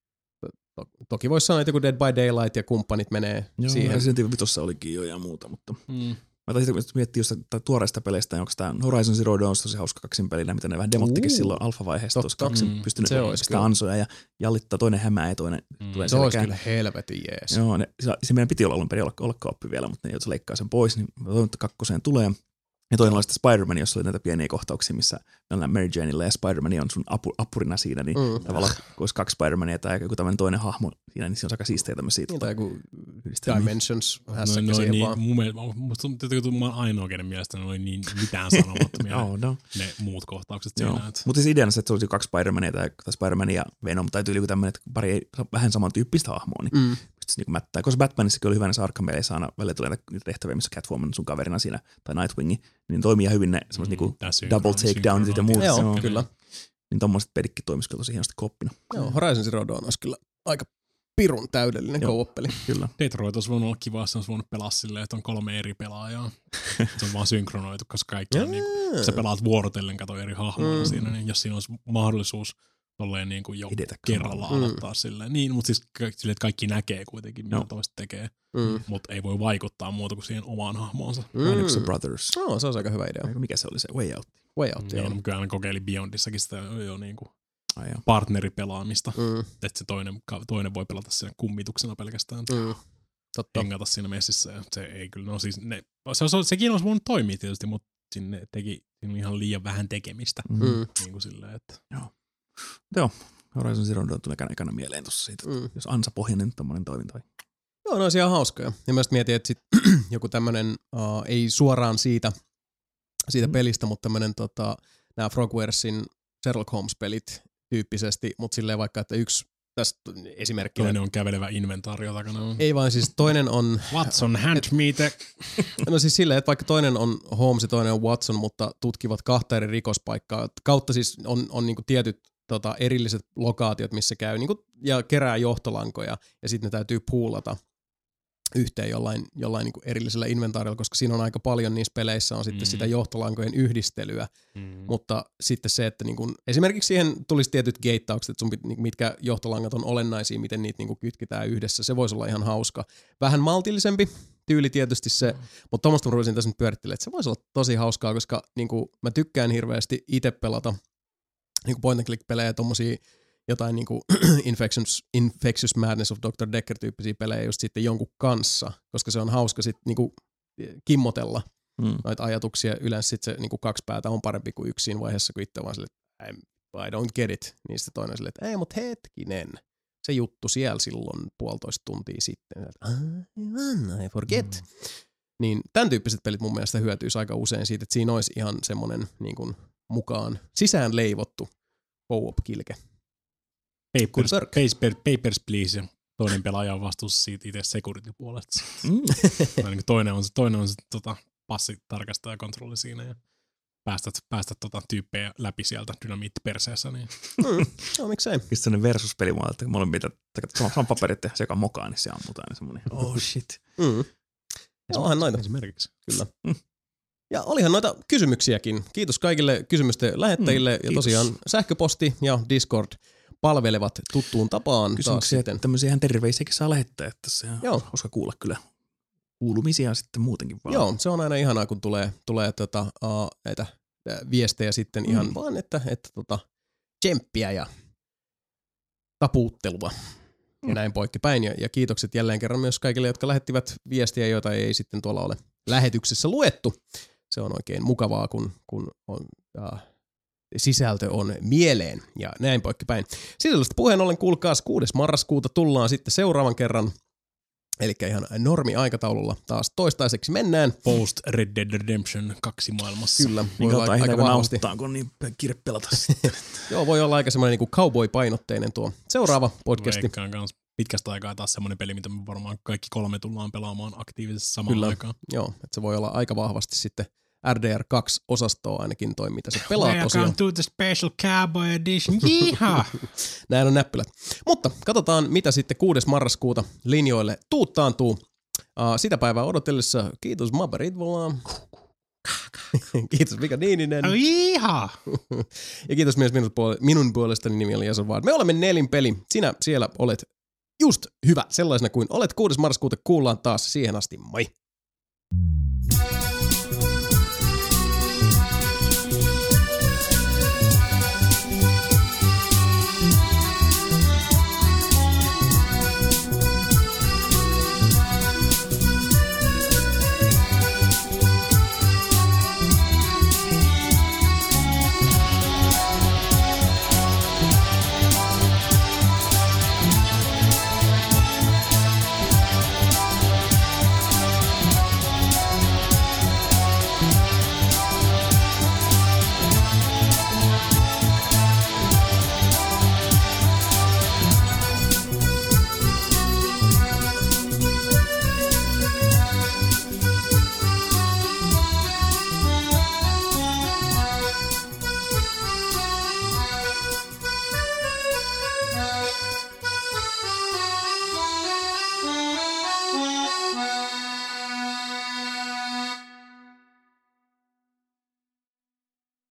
to, toki voisi sanoa, että joku Dead by Daylight ja kumppanit menee Joo, siihen. Resident Evil vitossa olikin jo ja muuta, mutta Mm. mä taisin miettiä just tuoreista peleistä, onko tämä Horizon Zero Dawn tosi hauska kaksin pelinä, mitä ne vähän demottikin Uu, silloin alfavaiheessa, tuossa totta. kaksin Mm. pystynyt Se olisi sitä kyllä. ansoja ja jallittaa, toinen hämää ja toinen Mm. tulee Se olisi selkään. kyllä helvetin jees. Joo, ne, se, se meidän piti olla alun perin olla, olla kaappi vielä, mutta ne joutui leikkaa sen pois, niin mä toivon, että kakkoseen tulee. Ja toinen oli sitten Spider-Man, jossa oli näitä pieniä kohtauksia, missä meillä Mary Janeilla ja Spider-Man on sun apu, apurina siinä, niin Mm. tavallaan kun olisi kaksi Spider-Mania tai joku tämmöinen toinen hahmo siinä, niin se on aika siistejä tämmöisiä. Niin, tai joku yhdistelmiä. Dimensions No, hässäkkä no, siihen niin, vaan. mun mielestä, musta tuntuu, että mä oon ainoa, kenen mielestä ne oli niin mitään sanomattomia Joo, no. ne muut kohtaukset Joo. siinä. Että Mutta siis ideana se, että se olisi kaksi Spider-Mania tai, tai Spider-Man ja Venom tai tyyli joku tämmöinen, että pari ei, vähän samantyyppistä hahmoa, niin Mm. pystyisi niinku mättää. Koska Batmanissakin oli hyvä näissä Arkham-peleissä aina välillä tulee näitä tehtäviä, missä Catwoman sun kaverina siinä, tai Nightwingi, niin toimii ihan hyvin ne semmoiset niinku tää double synkrono- takedownit ja muut. Joo, Joo. kyllä. Niin tommoset pelikki toimisi kyllä tosi hienosti koppina. Joo, Horizon Zero Dawn olisi kyllä aika pirun täydellinen Joo. co-op-peli. Kyllä. Detroit olisi voinut olla kiva, jos se olisi voinut pelaa silleen, että on kolme eri pelaajaa. Se on vaan synkronoitu, koska kaikki on niin kuin, sä pelaat vuorotellen, kato eri hahmoja Mm. siinä, niin jos siinä olisi mahdollisuus tolleen niin kuin jo Edetä kerralla kamalla. aloittaa silleen. Niin, mutta siis ka- silleen, että kaikki näkee kuitenkin, mitä Joo. toiset tekee, Mm. mutta ei voi vaikuttaa muuta kuin siihen omaan hahmoonsa. Vähän Mm. se Brothers. No, se olisi aika hyvä idea. Eikö mikä se oli se? Way Out. Way Out, joo. Niin, mutta kyllä ne kokeili Beyondissakin sitä jo niin kuin Ai joo. partneripelaamista, Mm. että se toinen, toinen voi pelata siinä kummituksena pelkästään. Mm. Totta. Hengata siinä messissä. Ja se ei kyllä, no siis ne, se, se, sekin olisi voinut toimia tietysti, mutta sinne teki siinä oli ihan liian vähän tekemistä. Mm. Mm. Niin kuin silleen, että Joo. Horizon Zero Dawn tulee ekana mieleen tuossa siitä, Mm. jos ansapohjainen tommonen toiminta. Joo, ne olisi ihan hauskoja. Ja mä just mietin, että sit joku tämmönen, uh, ei suoraan siitä, siitä Mm. pelistä, mutta tämmönen tota, nämä Frogwaresin Sherlock Holmes-pelit tyyppisesti, mutta silleen vaikka, että yksi tästä esimerkkinä, toinen on kävelevä inventaario takana. ei vaan siis toinen on, Watson, hand me the... no siis silleen, että vaikka toinen on Holmes ja toinen on Watson, mutta tutkivat kahta eri rikospaikkaa, kautta siis on, on niinku tietyt tota, erilliset lokaatiot, missä käy niinku, ja kerää johtolankoja, ja sitten ne täytyy puulata yhteen jollain, jollain niinku erillisellä inventaarilla, koska siinä on aika paljon niissä peleissä on sitten Mm. sitä johtolankojen yhdistelyä, Mm. mutta sitten se, että niinku, esimerkiksi siihen tulisi tietyt geittaukset, että sun pit, niinku, mitkä johtolangat on olennaisia, miten niitä niinku kytkitään yhdessä, se voisi olla ihan hauska. Vähän maltillisempi tyyli tietysti se, mm. mutta tuommoista mä rupesin tässä nyt pyörittelemään, että se voisi olla tosi hauskaa, koska niinku, mä tykkään hirveästi itse pelata niinku point and click pelejä, tommosia jotain niinku Infectious, Infectious Madness of doctor Decker-tyyppisiä pelejä just sitten jonkun kanssa, koska se on hauska sitten niinku kimmotella Mm. noita ajatuksia. Yleensä sitten se niinku kaksi päätä on parempi kuin yksi siinä vaiheessa, kun itse vaan silleen, että I don't get it. Niin sitten toinen silleen, että ei, mut hetkinen. Se juttu siellä silloin puolitoista tuntia sitten. Aivan, I forget. Mm. Niin tämän tyyppiset pelit mun mielestä hyötyisi aika usein siitä, että siinä olisi ihan semmoinen niin kuin mukaan sisään leivottu co-op-kilke. Papers, Good work. papers, papers, please. Ja toinen pelaaja on vastuussa siitä itse security-puolesta. Mm. Tai niin toinen on se, toinen on se tota, passitarkastaja kontrolli siinä ja päästät, päästät tota, tyyppejä läpi sieltä dynamiittiperseessä. Niin. Mm. No miksei. Sitten sellainen versus-pelimuoto, että molemmit sama, sama paperit ja sekä mokaan, niin se ammutaan. Niin semmoinen, oh shit. Mm. Ja onhan noita. Esimerkiksi. Kyllä. Mm. Ja olihan noita kysymyksiäkin. Kiitos kaikille kysymysten lähettäjille. Mm, ja tosiaan sähköposti ja Discord palvelevat tuttuun tapaan taas Kysymyksiä, sitten. tämmöisiä ihan terveisiäkin saa lähettää, että se on Joo. hauska kuulla kyllä kuulumisia sitten muutenkin vaan. Joo, se on aina ihanaa, kun tulee, tulee tota, uh, näitä uh, viestejä sitten Mm. ihan vaan, että, että tota, tsemppiä ja tapuuttelua ja Mm. näin poikkipäin. Ja, ja kiitokset jälleen kerran myös kaikille, jotka lähettivät viestiä, joita ei sitten tuolla ole lähetyksessä luettu. Se on oikein mukavaa, kun, kun on uh, sisältö on mieleen ja näin poikkipäin. Sisällöstä puheen ollen kuulkaas kuudes marraskuuta tullaan sitten seuraavan kerran. Eli ihan normi-aikataululla taas toistaiseksi mennään. Post Red Dead Redemption kaksi maailmassa. Kyllä, voi Niin olla kautta aika vahvasti. nauttaa, kun on niin kiire pelata sitten. Joo, voi olla aika semmoinen niin cowboy-painotteinen tuo seuraava podcasti. Veikkaan kans pitkästä aikaa taas semmoinen peli, mitä me varmaan kaikki kolme tullaan pelaamaan aktiivisesti samaan Kyllä, aikaan. joo, että se voi olla aika vahvasti sitten R D R kaksi-osastoa ainakin toi, mitä se pelaa Welcome tosiaan. to the special cowboy edition, jiha! Näin on näppylät. Mutta katsotaan, mitä sitten kuudes marraskuuta linjoille tuuttaantuu. Uh, sitä päivää odotellessa kiitos Mabba Ritvola. Kiitos Mika Niininen. Jiha! Ja kiitos myös minun, puole- minun puolestani, nimi oli Jason Vaad. Me olemme Nelin peli. Sinä siellä olet just hyvä sellaisena kuin olet. Kuudes marraskuuta kuullaan taas. Siihen asti, moi!